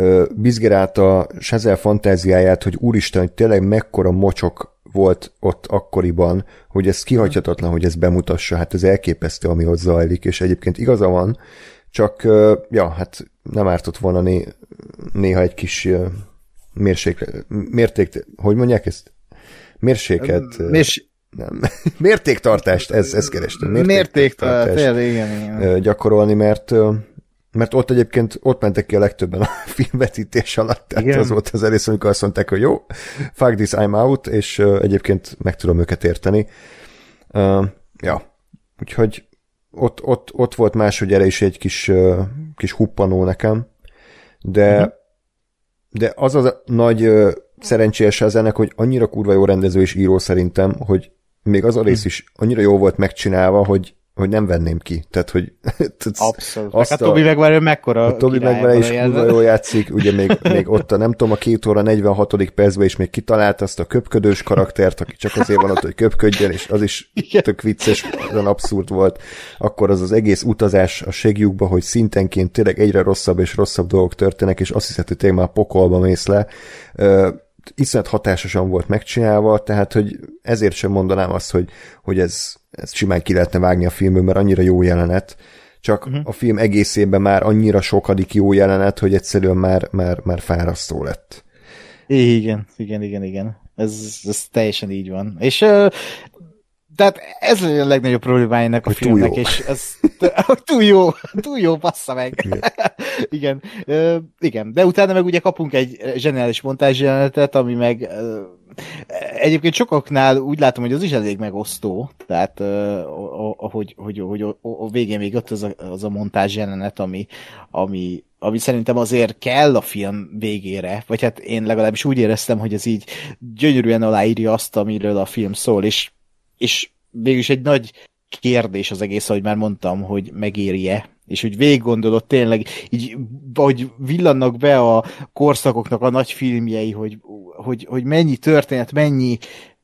bizgerálta Chazelle fantáziáját, hogy úristen, hogy tényleg mekkora mocsok volt ott akkoriban, hogy ez kihagyhatatlan, hogy ez bemutassa, hát ez elképesztő, ami ott zajlik, és egyébként igaza van, csak ja, hát nem ártott volna né, néha egy kis mérséklet, mérték, hogy mondják ezt? Mérséket... Mérs... Nem. Mértéktartást, ez, ez kerestem. Mértéktartást igen, igen. gyakorolni, mert mert ott egyébként ott mentek ki a legtöbben a filmvetítés alatt, tehát igen. Az volt az először, amikor azt mondták, hogy jó, fuck this, I'm out, és uh, egyébként meg tudom őket érteni. Uh, Ja, úgyhogy ott, ott, ott volt másodjára is egy kis, uh, kis huppanó nekem, de, uh-huh. de az az a nagy uh, szerencsése az ennek, hogy annyira kurva jó rendező és író szerintem, hogy még az a rész is annyira jó volt megcsinálva, hogy hogy nem venném ki. Tehát, hogy... Abszolút. Azt hát a Tobey Maguire mekkora a Tobey Maguire is kurva jól játszik, ugye még, még ott a nem tudom, a két óra negyvenhatodik percben is még kitalált azt a köpködős karaktert, aki csak azért van ott, hogy köpködjön, és az is igen. Tök vicces, olyan abszurd volt. Akkor az az egész utazás a ségjukba, hogy szintenként tényleg egyre rosszabb és rosszabb dolgok történnek, és azt hiszed, hogy tényleg már pokolba mész le. Uh, iszonyat hatásosan volt megcsinálva, tehát, hogy ezért sem mondanám azt, hogy, hogy ez, ez simán ki lehetne vágni a filmből, mert annyira jó jelenet, csak uh-huh. a film egészében már annyira sokadik jó jelenet, hogy egyszerűen már, már, már fárasztó lett. Igen, igen, igen, igen. Ez, ez teljesen így van. És uh, tehát ez a legnagyobb problémája ennek a filmnek, és ez túl jó, túl jó, bassza meg. Igen. igen. Uh, igen, de utána meg ugye kapunk egy zseniális montázsjelenetet, ami meg uh, egyébként sokaknál úgy látom, hogy az is elég megosztó, tehát uh, ahogy hogy, hogy, hogy a végén még ott az a, az a montázsjelenet, ami, ami, ami szerintem azért kell a film végére, vagy hát én legalábbis úgy éreztem, hogy ez így gyönyörűen aláírja azt, amiről a film szól, és és végülis egy nagy kérdés az egész, ahogy már mondtam, hogy megéri-e, és hogy végig gondolod tényleg, így, hogy villannak be a korszakoknak a nagy filmjei, hogy, hogy, hogy mennyi történet, mennyi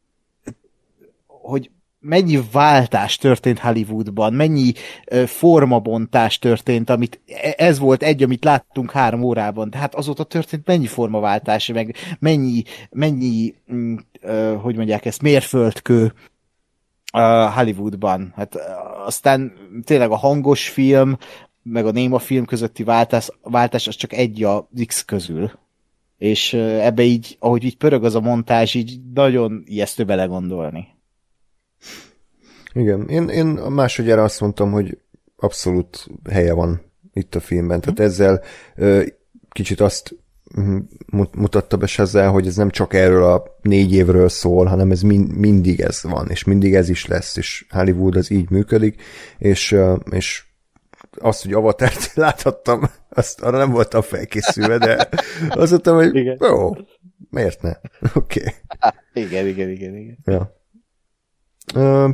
hogy mennyi váltás történt Hollywoodban, mennyi uh, formabontás történt, amit ez volt egy, amit láttunk három órában, de hát azóta történt mennyi formaváltás, meg mennyi, mennyi uh, hogy mondják ezt, mérföldkő Uh, Hollywoodban. Hát uh, aztán tényleg a hangos film, meg a néma film közötti váltás, váltás az csak egy a X közül. És uh, ebbe így, ahogy így pörög az a montázs, így nagyon ijesztő belegondolni. Igen, én, én másodjára azt mondtam, hogy abszolút helye van itt a filmben. Tehát mm. ezzel uh, kicsit azt mutatta be ezzel, hogy ez nem csak erről a négy évről szól, hanem ez mind, mindig ez van, és mindig ez is lesz, és Hollywood az így működik, és, és azt, hogy Avatárt láthattam, azt arra nem voltam felkészülve, de azt mondtam, hogy igen. Jó, miért ne? Oké. Okay. Igen, igen, igen, igen. Ja. Uh,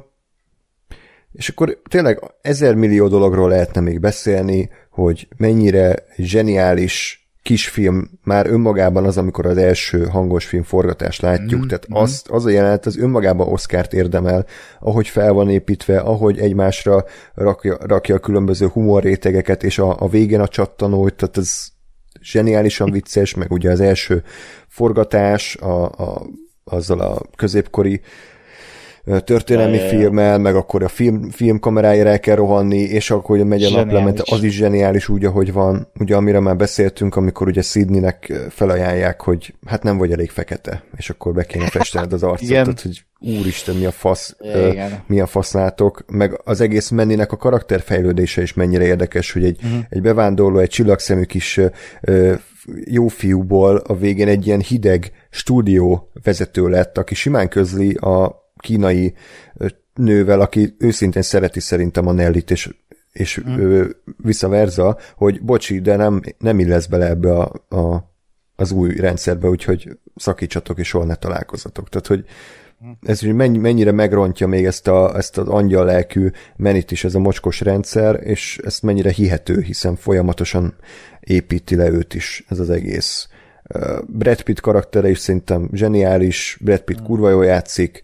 és akkor tényleg ezer millió dologról lehetne még beszélni, hogy mennyire zseniális kisfilm már önmagában az, amikor az első hangos film forgatást látjuk, mm, tehát mm. Azt, az a jelenet az önmagában Oscart érdemel, ahogy fel van építve, ahogy egymásra rakja, rakja a különböző humorrétegeket, és a, a végén a csattanót, tehát ez zseniálisan vicces, meg ugye az első forgatás a, a, azzal a középkori történelmi ja, ja, ja. filmmel, meg akkor a film, filmkamerájára el kell rohanni, és akkor hogy megy a naplemente, az is zseniális úgy, ahogy van, ugye amire már beszéltünk, amikor ugye Sydneynek felajánlják, hogy hát nem vagy elég fekete, és akkor be kéne festened az arcot, tehát hogy úristen, mi a fasz, ja, uh, mi a fasz látok, meg az egész Mannynek a karakterfejlődése is mennyire érdekes, hogy egy, uh-huh. egy bevándorló, egy csillagszemű kis uh, jó fiúból a végén egy ilyen hideg stúdió vezető lett, aki simán közli a kínai nővel, aki őszintén szereti szerintem a Nellit, és, és mm. vice versa, hogy bocsi, de nem, nem illesz bele ebbe a, a, az új rendszerbe, úgyhogy szakítsatok, és soha ne találkozzatok. Tehát, hogy ez mennyi, mennyire megrontja még ezt, a, ezt az angyal lelkű Mannyt is, ez a mocskos rendszer, és ezt mennyire hihető, hiszen folyamatosan építi le őt is ez az egész. Brad Pitt karaktere is szerintem zseniális, Brad Pitt kurva jól játszik.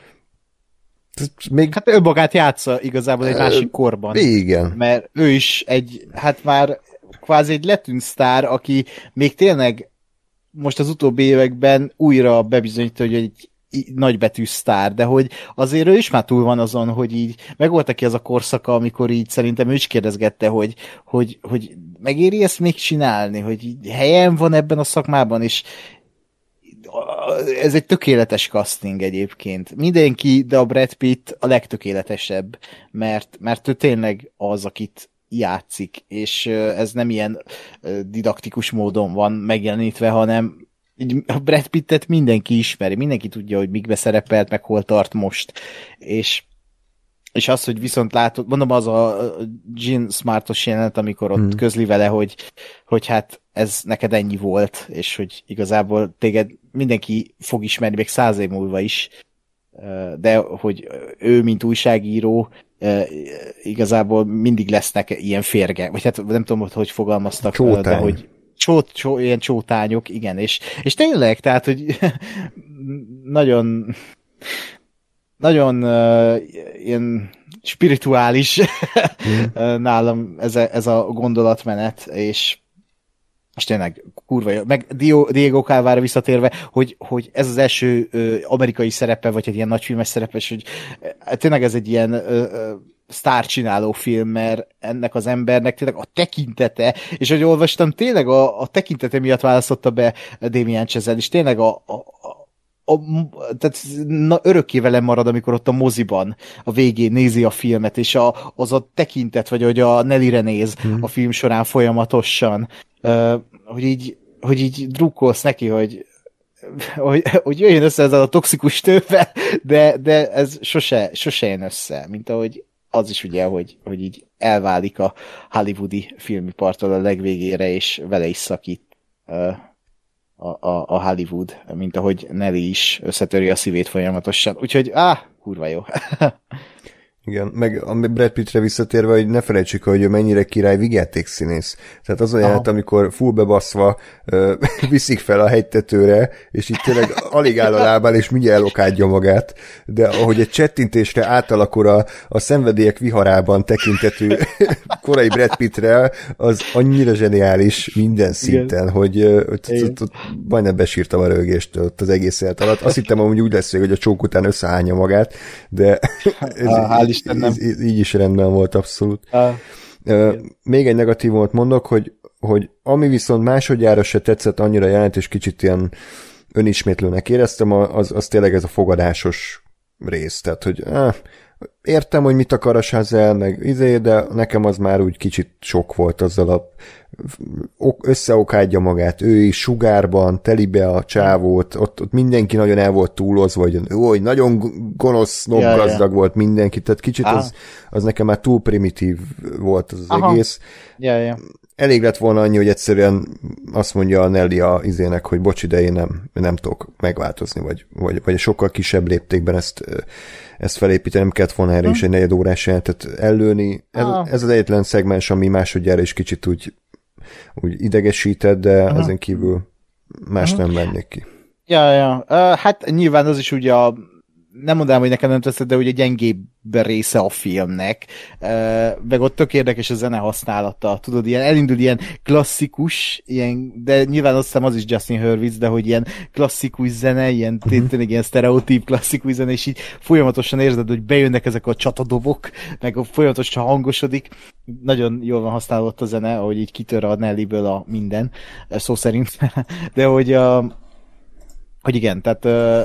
Még... Hát ő magát játsza igazából egy másik korban. Igen. Mert ő is egy, hát már kvázi egy letűnt sztár, aki még tényleg most az utóbbi években újra bebizonyítja, hogy egy nagybetű sztár, de hogy azért ő is már túl van azon, hogy így megvolt neki az a korszaka, amikor így szerintem ő is kérdezgette, hogy, hogy, hogy megéri ezt még csinálni, hogy így helyen van ebben a szakmában, és ez egy tökéletes casting egyébként. Mindenki, de a Brad Pitt a legtökéletesebb, mert, mert ő tényleg az, akit játszik, és ez nem ilyen didaktikus módon van megjelenítve, hanem a Brad Pittet mindenki ismeri, mindenki tudja, hogy mikbe szerepelt, meg hol tart most. És és az, hogy viszont látod, mondom, az a Jean Smartos jelenet, amikor ott hmm. közli vele, hogy, hogy hát ez neked ennyi volt, és hogy igazából téged mindenki fog ismerni, még száz év múlva is, de hogy ő, mint újságíró, igazából mindig lesznek ilyen férge, vagy hát nem tudom, hogy fogalmaztak, Csótány. De hogy Csót, csó, ilyen csótányok, igen, és, és tényleg, tehát, hogy nagyon nagyon uh, ilyen spirituális mm. nálam ez a, ez a gondolatmenet, és, és tényleg kurva jó. Meg Diego Calvára visszatérve, hogy, hogy ez az első uh, amerikai szerepe, vagy egy ilyen nagyfilmes szerepe, és hogy uh, tényleg ez egy ilyen uh, uh, sztárcsináló film, mert ennek az embernek tényleg a tekintete, és hogy olvastam, tényleg a, a tekintete miatt választotta be Damien Chazelle, és tényleg a, a, a, a tehát na, örökké velem marad, amikor ott a moziban a végén nézi a filmet, és a, az a tekintet, vagy hogy a Nellyre néz hmm. a film során folyamatosan, uh, hogy így, hogy így drukkolsz neki, hogy hogy, hogy jöjjön össze ezzel a toxikus tővel, de, de ez sose, sose jön össze, mint ahogy az is ugye, hogy, hogy így elválik a hollywoodi filmipartól a legvégére, és vele is szakít uh, a, a, a Hollywood, mint ahogy Nelly is összetöri a szívét folyamatosan. Úgyhogy, áh, kurva jó. Igen, meg a Brad Pittre visszatérve, hogy ne felejtsük, hogy ő mennyire király vígjátékszínész. Tehát az a jelenet, amikor full bebaszva uh, viszik fel a hegytetőre, és itt tényleg alig áll a lábán, és mindjárt elokádja magát, de ahogy egy csettintésre átalakul a, a szenvedélyek viharában tekintető korai Brad Pittre, az annyira zseniális minden szinten, igen. hogy uh, majdnem besírtam a rögést ott az egész élet alatt. Azt hittem, hogy úgy lesz, hogy a csók után összehányja magát, de ez, Ez, ez így is rendben volt abszolút. Ah, uh, még egy negatívumot mondok, hogy, hogy ami viszont másodjára se tetszett annyira jelent, és kicsit ilyen önismétlőnek éreztem, az, az tényleg ez a fogadásos rész. Tehát, hogy ah, értem, hogy mit akar a Chazelle, meg izé, de nekem az már úgy kicsit sok volt azzal a összeokádja magát, ő is sugárban, telibe a csávót, ott, ott mindenki nagyon el volt túlozva, hogy ó, nagyon gonosz, nobgazdag ja, ja. volt mindenki, tehát kicsit az, az nekem már túl primitív volt az, az egész. Ja, ja. Elég lett volna annyi, hogy egyszerűen azt mondja a Nelly a izének, hogy bocs, de én nem, nem tudok megváltozni, vagy, vagy, vagy sokkal kisebb léptékben ezt, ezt felépíteni, nem kellett volna erre is egy negyed órás jelentet ellőni. Ez, ez az egyetlen szegmens, ami másodjára is kicsit úgy, úgy idegesített, de Aha. ezen kívül más Aha. nem mennék ki. Ja, ja. Uh, hát nyilván az is ugye a nem mondanám, hogy nekem nem teszed, de ugye gyengébb része a filmnek, meg ott tök érdekes a zene használata, tudod, ilyen elindul ilyen klasszikus, ilyen, de nyilván azt hiszem az is Justin Hurwitz, de hogy ilyen klasszikus zene, ilyen uh-huh. tényleg ilyen sztereotíp klasszikus zene, és így folyamatosan érzed, hogy bejönnek ezek a csatadobok, meg folyamatosan hangosodik, nagyon jól van használva a zene, ahogy így kitör a Nellyből a minden, szó szerint, de hogy a hogy igen, tehát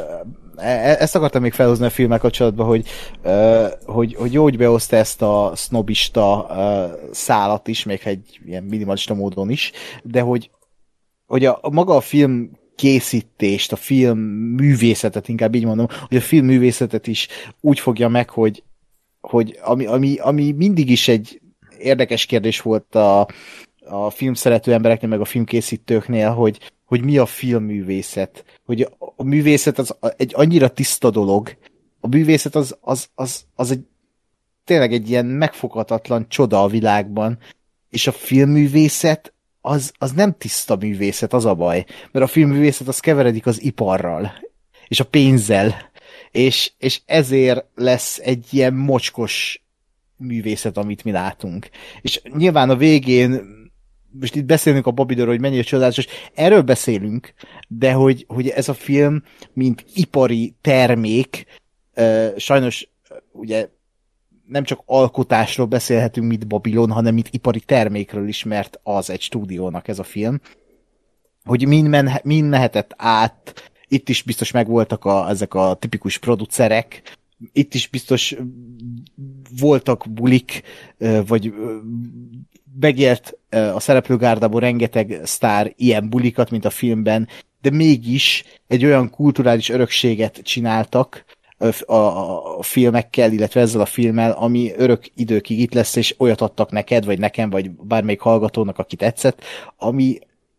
ezt akartam még felhozni a filmmel kapcsolatban, hogy, uh, hogy, hogy jó, hogy behozta ezt a sznobista uh, szálat is, még egy ilyen minimalista módon is, de hogy, hogy a, a maga a film készítést, a film művészetet, inkább így mondom, hogy a film művészetet is úgy fogja meg, hogy, hogy ami, ami, ami mindig is egy érdekes kérdés volt a, a filmszerető embereknél, meg a filmkészítőknél, hogy hogy mi a filmművészet. Hogy a művészet az egy annyira tiszta dolog. A művészet az, az, az, az egy tényleg egy ilyen megfoghatatlan csoda a világban. És a filmművészet az, az nem tiszta művészet, az a baj. Mert a filmművészet az keveredik az iparral. És a pénzzel. És, és ezért lesz egy ilyen mocskos művészet, amit mi látunk. És nyilván a végén most itt beszélünk a Babydonról, hogy mennyire csodálatos, erről beszélünk, de hogy, hogy ez a film, mint ipari termék, sajnos ugye nem csak alkotásról beszélhetünk, mint Babylon, hanem mint ipari termékről is, mert az egy stúdiónak ez a film, hogy mind, men, mind mehetett át, itt is biztos megvoltak a, ezek a tipikus producerek, itt is biztos voltak bulik, vagy megért a szereplőgárdából rengeteg sztár ilyen bulikat, mint a filmben, de mégis egy olyan kulturális örökséget csináltak, a, a, a filmekkel, illetve ezzel a filmmel, ami örök időkig itt lesz, és olyat adtak neked, vagy nekem, vagy bármelyik hallgatónak, aki tetszett, ami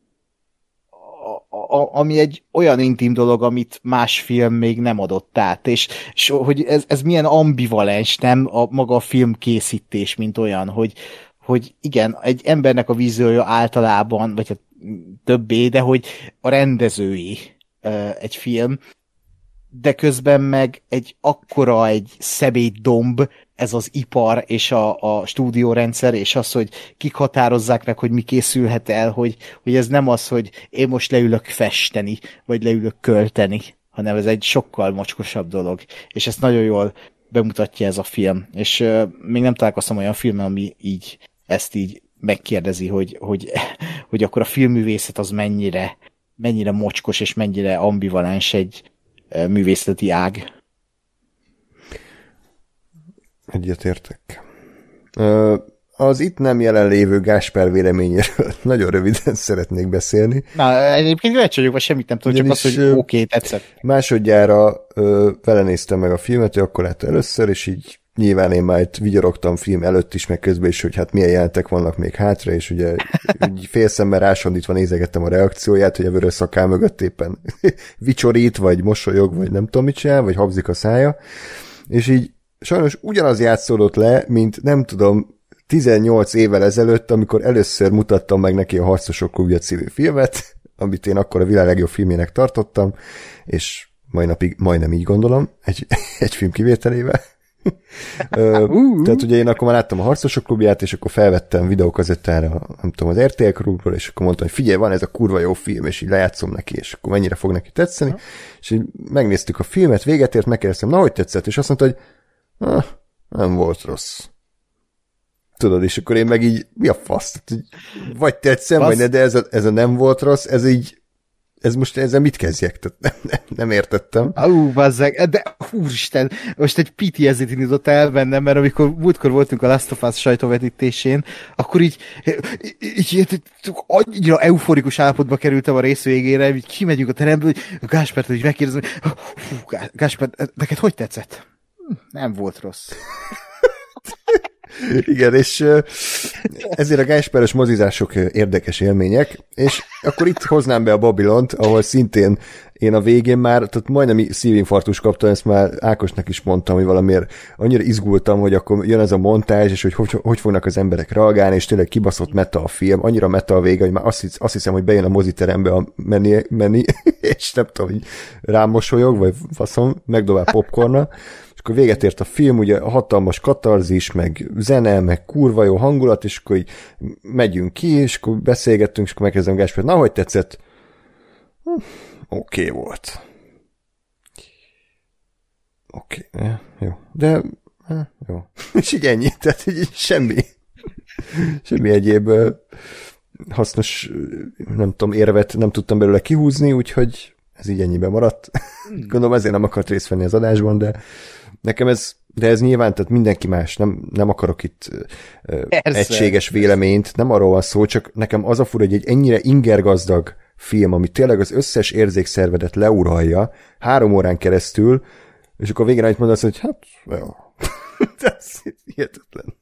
A, a, ami egy olyan intim dolog, amit más film még nem adott át, és, és hogy ez, ez milyen ambivalens, nem a maga a filmkészítés, mint olyan, hogy, hogy igen, egy embernek a víziója általában, vagy hát többé, de hogy a rendezői egy film, de közben meg egy akkora egy szemétdomb, ez az ipar és a, a stúdiórendszer, és az, hogy kik határozzák meg, hogy mi készülhet el, hogy, hogy ez nem az, hogy én most leülök festeni, vagy leülök költeni, hanem ez egy sokkal mocskosabb dolog. És ezt nagyon jól bemutatja ez a film. És uh, még nem találkoztam olyan filmmel, ami így ezt így megkérdezi, hogy, hogy, hogy akkor a filmművészet az mennyire, mennyire mocskos, és mennyire ambivalens egy uh, művészeti ág. Egyetértek. Az itt nem jelenlévő Gáspár véleményéről nagyon röviden szeretnék beszélni. Na, egyébként lehet vagyok, vagy semmit nem tudom, csak az, hogy oké, okay, tetszett. Másodjára ö, vele néztem meg a filmet, ő akkor látta először, és így nyilván én már itt vigyorogtam film előtt is, meg közben is, hogy hát milyen jelentek vannak még hátra, és ugye félszemmel rásondítva nézegettem a reakcióját, hogy a vörös szakál mögött éppen vicsorít, vagy mosolyog, vagy nem tudom mit csinál, vagy habzik a szája, és így sajnos ugyanaz játszódott le, mint nem tudom, tizennyolc évvel ezelőtt, amikor először mutattam meg neki a Harcosok klubja című filmet, amit én akkor a világ legjobb filmjének tartottam, és mai napig majdnem így gondolom, egy, egy film kivételével. Ö, tehát ugye én akkor már láttam a Harcosok klubját, és akkor felvettem videókazettára, nem tudom, az er té el klubról, és akkor mondtam, hogy figyelj, van ez a kurva jó film, és így lejátszom neki, és akkor mennyire fog neki tetszeni, ha. És így megnéztük a filmet, véget ért, megkérdeztem, na, hogy tetszett? És azt mondta, hogy ah, nem volt rossz. Tudod, és akkor én meg így, mi a fasz? Tehát, vagy tetszem, vagy ne, de ez a, ez a nem volt rossz, ez így, ez most ezzel mit kezdjek? Tehát nem, nem, nem értettem. Ú, bazzeg, de úristen, most egy pé té es dé-t indított el bennem, mert amikor múltkor voltunk a Last of Us sajtóvetítésén, akkor így, így, így annyira euforikus állapotba kerültem a rész végére, hogy kimegyünk a teremből, hogy Gáspárt, hogy megkérdezem, hogy hú, Gáspár, neked hogy tetszett? Nem volt rossz. Igen, és ezért a Gáspáros mozizások érdekes élmények, és akkor itt hoznám be a Babilont, ahol szintén én a végén már, tehát majdnem szívinfarktus kaptam, ezt már Ákosnak is mondtam, hogy valamiért annyira izgultam, hogy akkor jön ez a montázs, és hogy hogy, hogy fognak az emberek reagálni, és tényleg kibaszott meta a film, annyira meta a vége, hogy már azt, hisz, azt hiszem, hogy bejön a moziterembe a meni, meni és nem tudom, hogy rám mosolyog, vagy faszom, megdobál popcorna. Akkor véget ért a film, ugye hatalmas katarzis, meg zene, meg kurva jó hangulat, és akkor így megyünk ki, és akkor beszélgettünk, és akkor megkezdem Gáspár, na, hogy tetszett? Hm, Oké okay volt. Oké, okay, jó. De, jó. És így ennyi, tehát így semmi, semmi egyéb hasznos, nem tudom, érvet nem tudtam belőle kihúzni, úgyhogy ez így ennyiben maradt. Gondolom ezért nem akart részt venni az adásban, de nekem ez, de ez nyilván, tehát mindenki más, nem, nem akarok itt Persze. egységes véleményt, nem arról van szó, csak nekem az a fura, hogy egy ennyire ingergazdag film, ami tényleg az összes érzékszervedet leuralja három órán keresztül, és akkor végén annyit mondasz, hogy hát, jó. Ez hihetetlen.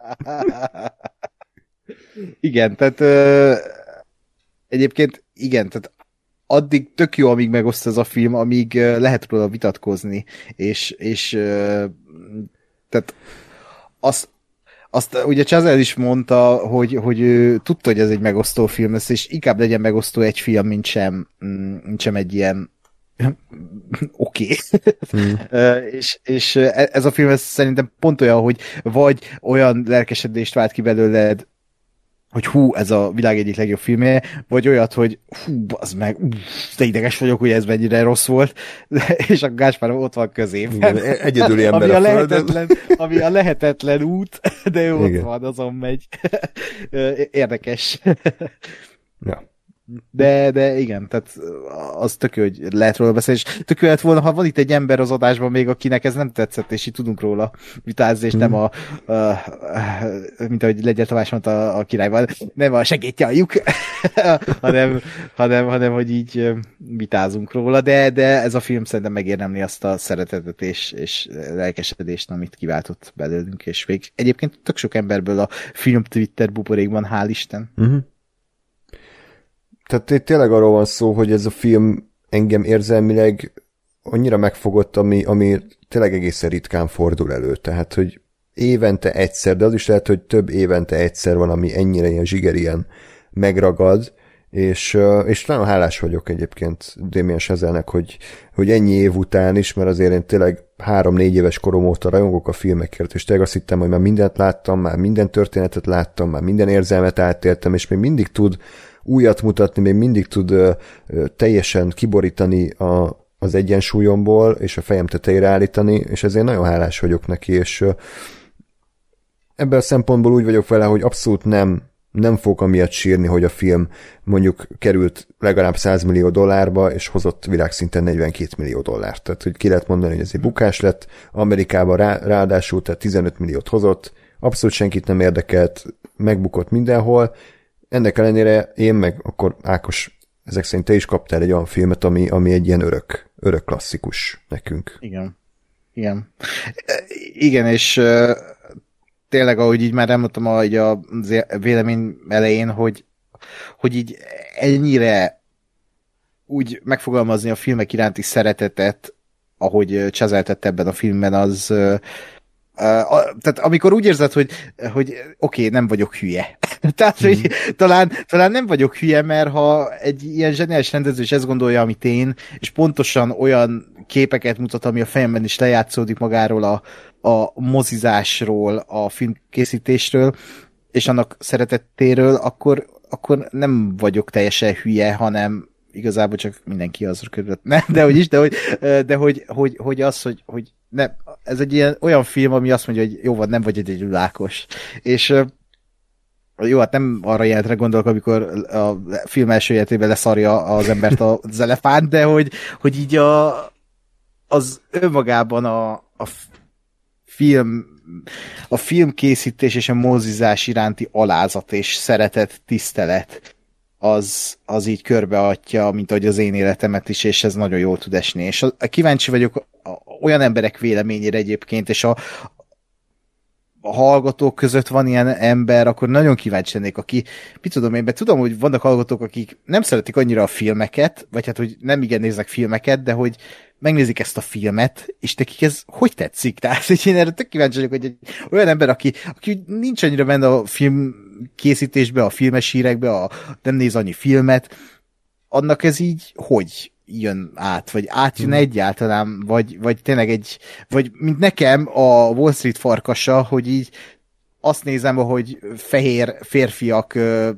Igen, tehát ö, egyébként igen, tehát addig tök jó, amíg megoszta ez a film, amíg lehet róla vitatkozni, és, és tehát azt, azt ugye Chazelle is mondta, hogy, hogy ő tudta, hogy ez egy megosztó film lesz, és inkább legyen megosztó egy film, mint sem, mint sem egy ilyen oké. Okay. Mm. és, és ez a film ez szerintem pont olyan, hogy vagy olyan lelkesedést vált ki belőled, hogy hú, ez a világ egyik legjobb filmje, vagy olyat, hogy hú, az meg, de ideges vagyok, hogy ez mennyire rossz volt, és a Gáspár ott van középen. Egyedüli ember ami a, a lehetetlen, ami a lehetetlen út, de ő Igen. ott van, azon megy. Érdekes. Ja. De, de igen, tehát az tök jó, hogy lehet róla beszélni, és tök jó lett volna, ha van itt egy ember az adásban még, akinek ez nem tetszett, és így tudunk róla vitázni, és mm. nem a, a, a mint ahogy Lengyel Tamás mondta a királyban, nem a segítjáljuk, hanem, hanem, hanem, hogy így vitázunk róla, de, de ez a film szerintem megérdemli azt a szeretetet és, és lelkesedést, amit kiváltott belőlünk, és vég. Egyébként tök sok emberből a film Twitter buborékban, hál' Isten. Mm-hmm. Tehát itt tényleg arról van szó, hogy ez a film engem érzelmileg annyira megfogott, ami, ami tényleg egészen ritkán fordul elő. Tehát, hogy évente egyszer, de az is lehet, hogy több évente egyszer van, ami ennyire ilyen zsigerien megragad, és, és nagyon hálás vagyok egyébként Damien Chazellenek, hogy, hogy ennyi év után is, mert azért én tényleg három-négy éves korom óta rajongok a filmekért, és tényleg azt hittem, hogy már mindent láttam, már minden történetet láttam, már minden érzelmet átéltem, és még mindig tud újat mutatni, még mindig tud ö, ö, teljesen kiborítani a, az egyensúlyomból, és a fejem tetejére állítani, és ezért nagyon hálás vagyok neki, és ö, ebből a szempontból úgy vagyok vele, hogy abszolút nem, nem fogok amiatt sírni, hogy a film mondjuk került legalább száz millió dollárba, és hozott világszinten negyvenkét millió dollárt. Tehát, hogy ki lehet mondani, hogy ez egy bukás lett, Amerikában rá, ráadásul, tehát tizenöt milliót hozott, abszolút senkit nem érdekelt, megbukott mindenhol. Ennek ellenére én meg, akkor Ákos, ezek szerint te is kaptál egy olyan filmet, ami, ami egy ilyen örök, örök klasszikus nekünk. Igen. Igen. Igen, és uh, tényleg, ahogy így már elmondtam a, a vélemény elején, hogy, hogy így ennyire úgy megfogalmazni a filmek iránti szeretetet, ahogy Chazelle tett ebben a filmben, az uh, Uh, a, tehát amikor úgy érzed, hogy, hogy oké, okay, nem vagyok hülye. tehát, mm-hmm. hogy talán, talán nem vagyok hülye, mert ha egy ilyen zseniális rendező is ezt gondolja, amit én, és pontosan olyan képeket mutat, ami a fejemben is lejátszódik magáról a, a mozizásról, a filmkészítésről, és annak szeretettéről, akkor, akkor nem vagyok teljesen hülye, hanem igazából csak mindenki azra körül. Ne, de hogy is, de hogy, de hogy, hogy, hogy az, hogy, hogy nem, ez egy ilyen olyan film, ami azt mondja, hogy jó van, nem vagy egyedül Ákos. És jó, hát nem arra jelentre gondolok, amikor a film első jelenetében leszarja az embert az elefánt, de hogy, hogy így a, az önmagában a, a film a filmkészítés és a mozizás iránti alázat és szeretet, tisztelet az, az így körbeadja, mint ahogy az én életemet is, és ez nagyon jól tud esni. És a, a kíváncsi vagyok olyan emberek véleményére egyébként, és a, a hallgatók között van ilyen ember, akkor nagyon kíváncsi lennék, aki, mit tudom én, tudom, hogy vannak hallgatók, akik nem szeretik annyira a filmeket, vagy hát, hogy nem igen néznek filmeket, de hogy megnézik ezt a filmet, és nekik ez hogy tetszik? Tehát, hogy én erre tök kíváncsi vagyok, hogy egy olyan ember, aki, aki nincs annyira benne a film készítésbe, a filmes hírekbe, a, nem néz annyi filmet, annak ez így hogy jön át, vagy átjön hmm. egyáltalán, vagy, vagy tényleg egy, vagy mint nekem a Wall Street farkasa, hogy így azt nézem, hogy fehér férfiak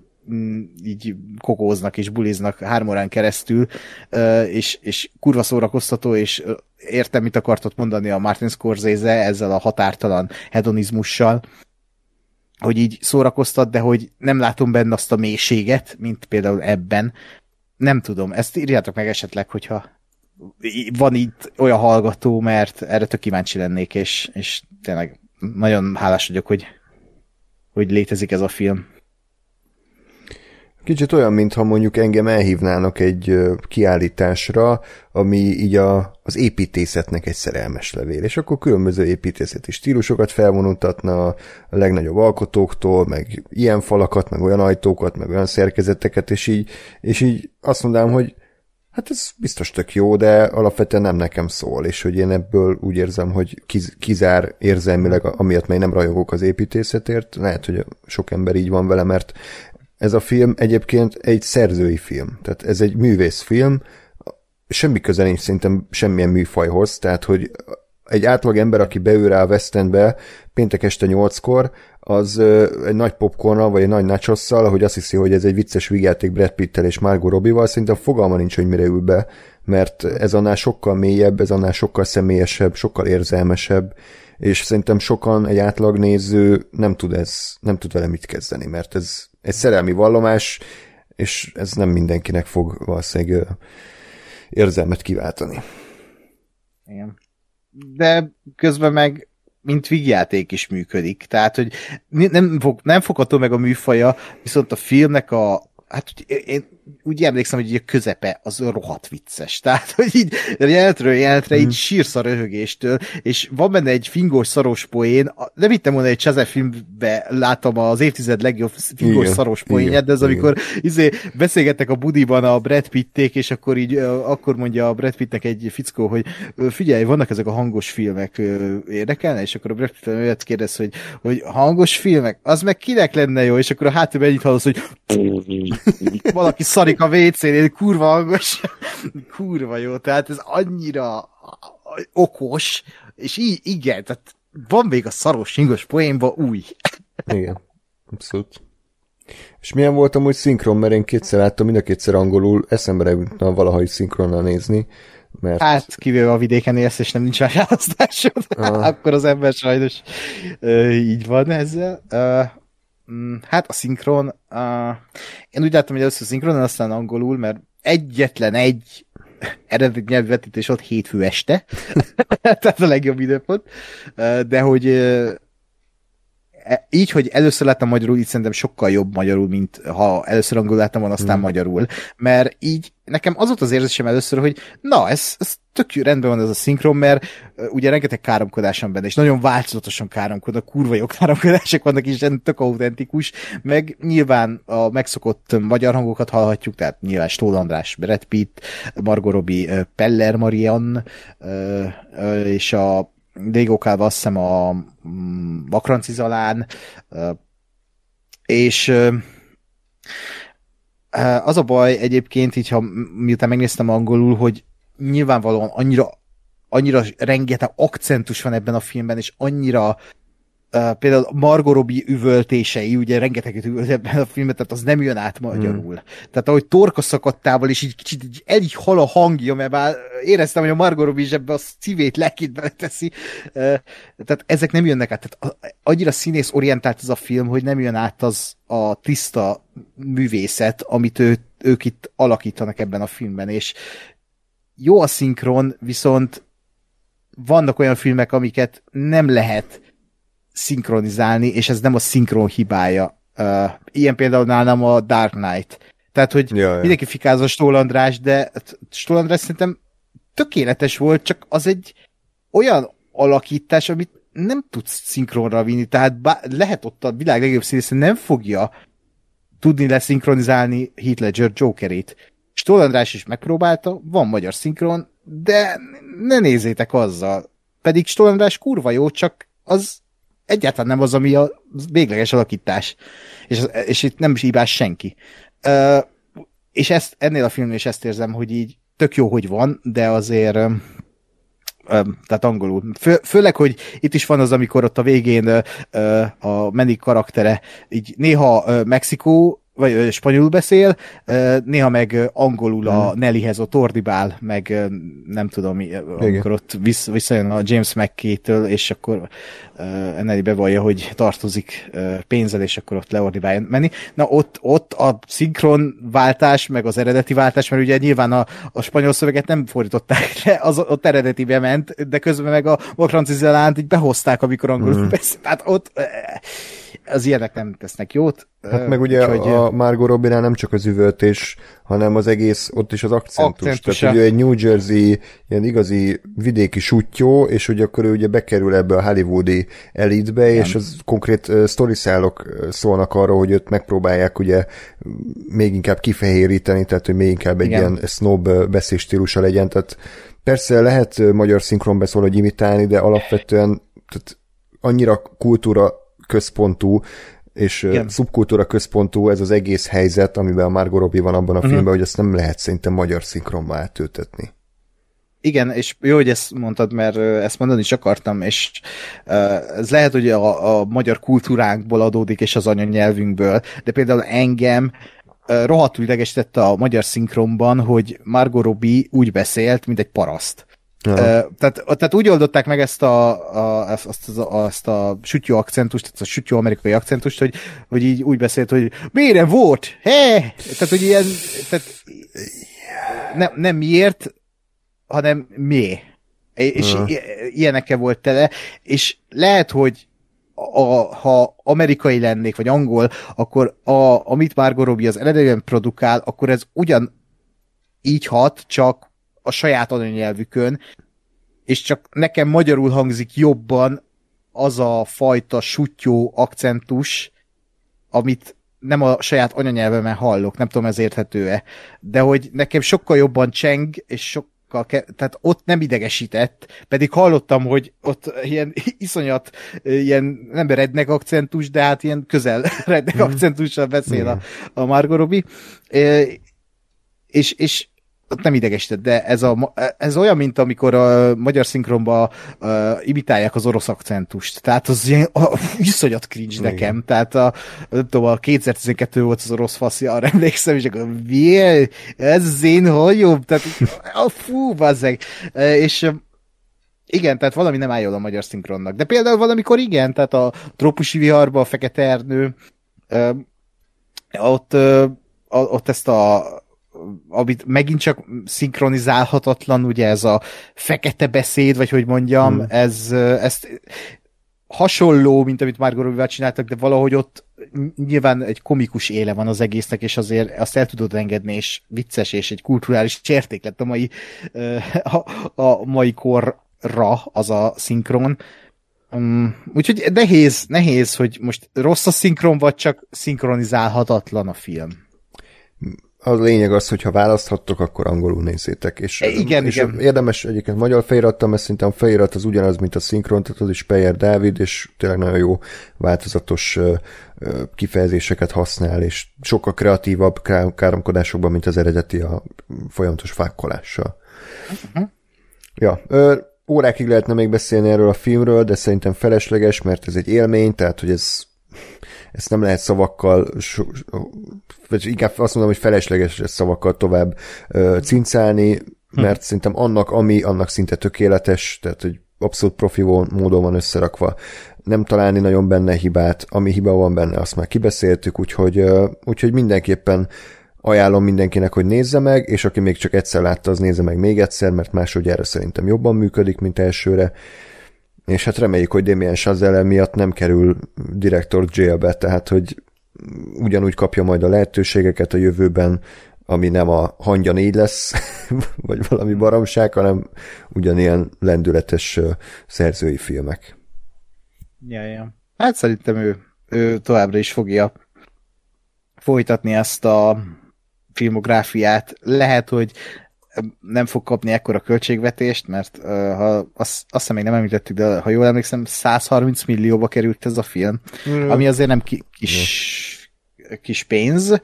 így kokóznak és buliznak három órán keresztül, és, és kurva szórakoztató, és értem, mit akartott mondani a Martin Scorsese ezzel a határtalan hedonizmussal, hogy így szórakoztat, de hogy nem látom benne azt a mélységet, mint például ebben. Nem tudom, ezt írjátok meg esetleg, hogyha van itt olyan hallgató, mert erre tök kíváncsi lennék, és, és tényleg nagyon hálás vagyok, hogy, hogy létezik ez a film. Kicsit olyan, mintha mondjuk engem elhívnának egy kiállításra, ami így a, az építészetnek egy szerelmes levél, és akkor különböző építészeti stílusokat felvonultatna a legnagyobb alkotóktól, meg ilyen falakat, meg olyan ajtókat, meg olyan szerkezeteket, és így, és így azt mondanám, hogy hát ez biztos tök jó, de alapvetően nem nekem szól, és hogy én ebből úgy érzem, hogy kiz, kizár érzelmileg, amiatt még nem rajongok az építészetért. Lehet, hogy sok ember így van vele, mert ez a film egyébként egy szerzői film, tehát ez egy művészfilm, semmi köze nincs szerintem semmilyen műfajhoz, tehát hogy egy átlag ember, aki beül rá a West Endbe péntek este nyolckor, az egy nagy popcornnal, vagy egy nagy nachosszal, ahogy azt hiszi, hogy ez egy vicces vígjáték Brad Pittel és Margot Robbie-val, szerintem fogalma nincs, hogy mire ül be, mert ez annál sokkal mélyebb, ez annál sokkal személyesebb, sokkal érzelmesebb, és szerintem sokan, egy átlag néző nem tud ez, nem tud vele mit kezdeni, mert ez egy szerelmi vallomás, és ez nem mindenkinek fog valószínűleg érzelmet kiváltani. Igen. De közben meg mint vígjáték is működik. Tehát, hogy nem, fog, nem fogható meg a műfaja, viszont a filmnek a hát én úgy emlékszem, hogy a közepe az rohadt vicces. Tehát, hogy így jelentről jelentre így sírsz a röhögéstől, és van benne egy fingós szaros poén, nem hittem volna, egy Chazelle filmbe láttam az évtized legjobb fingós igen, szaros poénját, de az igen. amikor izé, beszélgettek a budiban a Brad Pitték, és akkor így akkor mondja a Brad Pittnek egy fickó, hogy figyelj, vannak ezek a hangos filmek, érdekelne? És akkor a Brad Pitt olyat kérdez, hogy, hogy hangos filmek? Az meg kinek lenne jó? És akkor a háttérben ennyit hallasz, hogy valaki szarik a vé cén, kurva hangos, kurva jó, tehát ez annyira okos, és így, igen, tehát van még a szaros, hingos poénban új. Igen, abszolút. És milyen volt amúgy szinkron, mert én kétszer láttam, mind a kétszer angolul, eszembe jutna valahogy szinkronnal nézni, mert... Hát, kivéve a vidéken élsz, és nem nincs választásod, ah. akkor az ember sajnos uh, így van ezzel. Uh, Hát a szinkron, uh, én úgy láttam, hogy először szinkronon, aztán angolul, mert egyetlen egy eredeti nyelvvetítés ott hétfő este, tehát a legjobb időpont, uh, de hogy uh, így, hogy először láttam magyarul, így szerintem sokkal jobb magyarul, mint ha először angolul láttam volna, aztán hmm. magyarul, mert így nekem az volt az érzésem először, hogy na, ez, ez tök jó, rendben van ez a szinkron, mert uh, ugye rengeteg káromkodás van benne, és nagyon változatosan káromkodnak, kurva jó káromkodások vannak, és tök autentikus, meg nyilván a megszokott magyar hangokat hallhatjuk, tehát nyilván Stól András, Brad Pitt, Margot Robbie, uh, Peller Marianne, uh, uh, és a Diego Calva, azt hiszem a mm, Vakranci Zalán, uh, és uh, az a baj egyébként, így ha miután megnéztem angolul, hogy nyilvánvalóan annyira, annyira rengeteg akcentus van ebben a filmben, és annyira uh, például Margot Robbie üvöltései, ugye rengeteget üvölt ebben a filmben, tehát az nem jön át magyarul. Hmm. Tehát ahogy torka szakadtával, és így kicsit így, így hal a hangja, mert már éreztem, hogy a Margot Robbie is ebbe a szívét lekét beleteszi. Uh, tehát ezek nem jönnek át. Tehát annyira színész orientált ez a film, hogy nem jön át az a tiszta művészet, amit ő, ők itt alakítanak ebben a filmben, és jó a szinkron, viszont vannak olyan filmek, amiket nem lehet szinkronizálni, és ez nem a szinkron hibája. Uh, ilyen például nálam a Dark Knight. Tehát, hogy ja, ja. mindenki fikázza Stól András, de Stól András szerintem tökéletes volt, csak az egy olyan alakítás, amit nem tudsz szinkronra vinni, tehát bá- lehet ott a világ legjobb színész, nem fogja tudni leszinkronizálni Heath Ledger Jokerét. Stól András is megpróbálta, van magyar szinkron, de ne nézzétek azzal. Pedig Stól András kurva jó, csak az egyáltalán nem az, ami a végleges alakítás. És, és itt nem is hibás senki. Uh, és ezt, ennél a filmnél is ezt érzem, hogy így tök jó, hogy van, de azért uh, tehát angolul. Fő, főleg, hogy itt is van az, amikor ott a végén uh, a Manny karaktere így néha uh, Mexikó vagy spanyolul beszél, néha meg angolul a Nellyhez ott ordibál, meg nem tudom, amikor igen. ott vissz, visszajön a James McKay-től, és akkor uh, Nelly bevallja, hogy tartozik uh, pénzzel, és akkor ott leordibáljon menni. Na ott, ott a szinkronváltás, meg az eredeti váltás, mert ugye nyilván a, a spanyol szöveget nem fordították le, az ott eredetibe ment, de közben meg a Vakranci Zalánt így behozták, amikor angolul mm. beszél. Tehát ott uh, az ilyenek nem tesznek jót. Hát meg ugye úgy, a Margot Robbie-nál nem csak az üvöltés, hanem az egész, ott is az akcentus. akcentus Tehát ugye egy New Jersey, ilyen igazi vidéki sutyó, és ugye akkor ő ugye bekerül ebbe a hollywoodi elitbe, nem. és az konkrét uh, sztoriszálok szólnak arról, hogy őt megpróbálják ugye még inkább kifehéríteni, tehát hogy még inkább egy Igen. ilyen snob beszélstílusa legyen. Tehát persze lehet magyar szinkronbe szól, hogy imitálni, de alapvetően tehát annyira kultúra központú, és Igen. szubkultúra központú ez az egész helyzet, amiben a Margot Robbie van abban a uh-huh. filmben, hogy azt nem lehet szerintem magyar szinkronba átültetni. Igen, és jó, hogy ezt mondtad, mert ezt mondani is akartam, és ez lehet, hogy a, a magyar kultúránkból adódik, és az anyanyelvünkből, de például engem rohadtul idegesítette a magyar szinkronban, hogy Margot Robbie úgy beszélt, mint egy paraszt. Uh, tehát, tehát úgy oldották meg ezt a, a, azt, a, azt a sütyó akcentust, ezt a sütyó amerikai akcentust, hogy, hogy így úgy beszélt, hogy miért volt? Hé! Tehát, hogy ilyen, tehát nem, nem miért, hanem mi. És uh. ilyenekkel volt tele, és lehet, hogy a, ha amerikai lennék, vagy angol, akkor a, amit Margot Robbie az eredetiben produkál, akkor ez ugyan így hat, csak a saját anyanyelvükön, és csak nekem magyarul hangzik jobban az a fajta sutyó akcentus, amit nem a saját anyanyelvemen hallok, nem tudom, ez érthető-e, de hogy nekem sokkal jobban cseng, és sokkal, ke- tehát ott nem idegesített, pedig hallottam, hogy ott ilyen iszonyat, ilyen nem redneck akcentus, de hát ilyen közel redneck mm. akcentussal beszél mm. a, a Margot Robbie, és, és ott nem idegesített, de ez, a, ez olyan, mint amikor a magyar szinkronban uh, imitálják az orosz akcentust. Tehát az ilyen uh, iszonyat cringe igen. nekem. Tehát a, nem tudom, a kétezer-tizenkettő volt az orosz faszi, arra emlékszem, és akkor miért? Ez az én hagyom? Tehát uh, fú, bazzeg. Uh, és uh, igen, tehát valami nem áll jól a magyar szinkronnak. De például valamikor igen, tehát a Trópusi viharban a Fekete Ernő, uh, ott, uh, ott ezt a amit megint csak szinkronizálhatatlan, ugye ez a fekete beszéd, vagy hogy mondjam, hmm. ez, ez hasonló, mint amit Margot Robbie-vel csináltak, de valahogy ott nyilván egy komikus éle van az egésznek, és azért azt el tudod engedni, és vicces, és egy kulturális érték lett a mai, a, a mai korra az a szinkron. Um, úgyhogy nehéz, nehéz, hogy most rossz a szinkron, vagy csak szinkronizálhatatlan a film. A lényeg az, hogy ha választhattok, akkor angolul nézzétek. És, igen, és igen. Érdemes egyébként magyar felirattal, mert szerintem a felirat az ugyanaz, mint a szinkron, tehát az is Peyer Dávid, és tényleg nagyon jó változatos uh, uh, kifejezéseket használ, és sokkal kreatívabb káromkodásokban, mint az eredeti a folyamatos fákkolással. Uh-huh. Ja, uh, órákig lehetne még beszélni erről a filmről, de szerintem felesleges, mert ez egy élmény, tehát hogy ez ezt nem lehet szavakkal, vagy inkább azt mondom, hogy felesleges szavakkal tovább uh, cincálni, mert hm. szerintem annak, ami annak szinte tökéletes, tehát hogy abszolút profi módon van összerakva, nem találni nagyon benne hibát, ami hiba van benne, azt már kibeszéltük, úgyhogy, uh, úgyhogy mindenképpen ajánlom mindenkinek, hogy nézze meg, és aki még csak egyszer látta, az nézze meg még egyszer, mert másodjára szerintem jobban működik, mint elsőre. És hát reméljük, hogy Damien Chazelle miatt nem kerül director jailbe, tehát hogy ugyanúgy kapja majd a lehetőségeket a jövőben, ami nem a Hangya négy lesz, vagy valami baromság, hanem ugyanilyen lendületes szerzői filmek. Ja, ja. Hát szerintem ő, ő továbbra is fogja folytatni ezt a filmográfiát. Lehet, hogy nem fog kapni ekkora költségvetést, mert uh, ha, azt, azt hiszem még nem említettük, de ha jól emlékszem, száz harminc millióba került ez a film, mm. ami azért nem ki, kis, mm. kis pénz. Uh,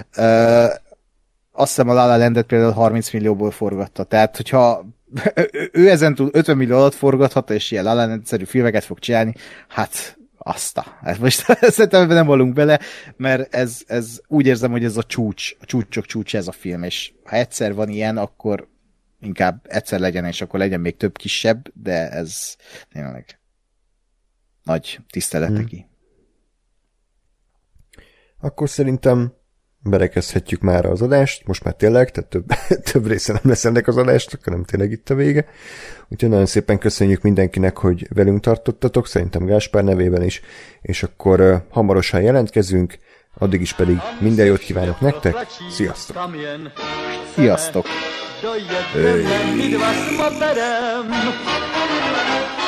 azt hiszem a La La Landet például harminc millióból forgatta, tehát hogyha ő ezen túl ötven millió alatt forgathatta, és ilyen La La Land-szerű filmeket fog csinálni, hát azt a... Hát most szerintem nem valunk bele, mert ez, ez úgy érzem, hogy ez a csúcs, a csúcsok csúcs ez a film, és ha egyszer van ilyen, akkor inkább egyszer legyen, és akkor legyen még több kisebb, de ez tényleg nagy tisztelet neki. Hmm. Akkor szerintem berekezhetjük már az adást, most már tényleg, tehát több, több része nem lesz ennek az adást, hanem tényleg itt a vége. Úgyhogy nagyon szépen köszönjük mindenkinek, hogy velünk tartottatok, szerintem Gáspár nevében is, és akkor uh, hamarosan jelentkezünk, addig is pedig minden jót kívánok nektek, sziasztok! Sziasztok! Hey.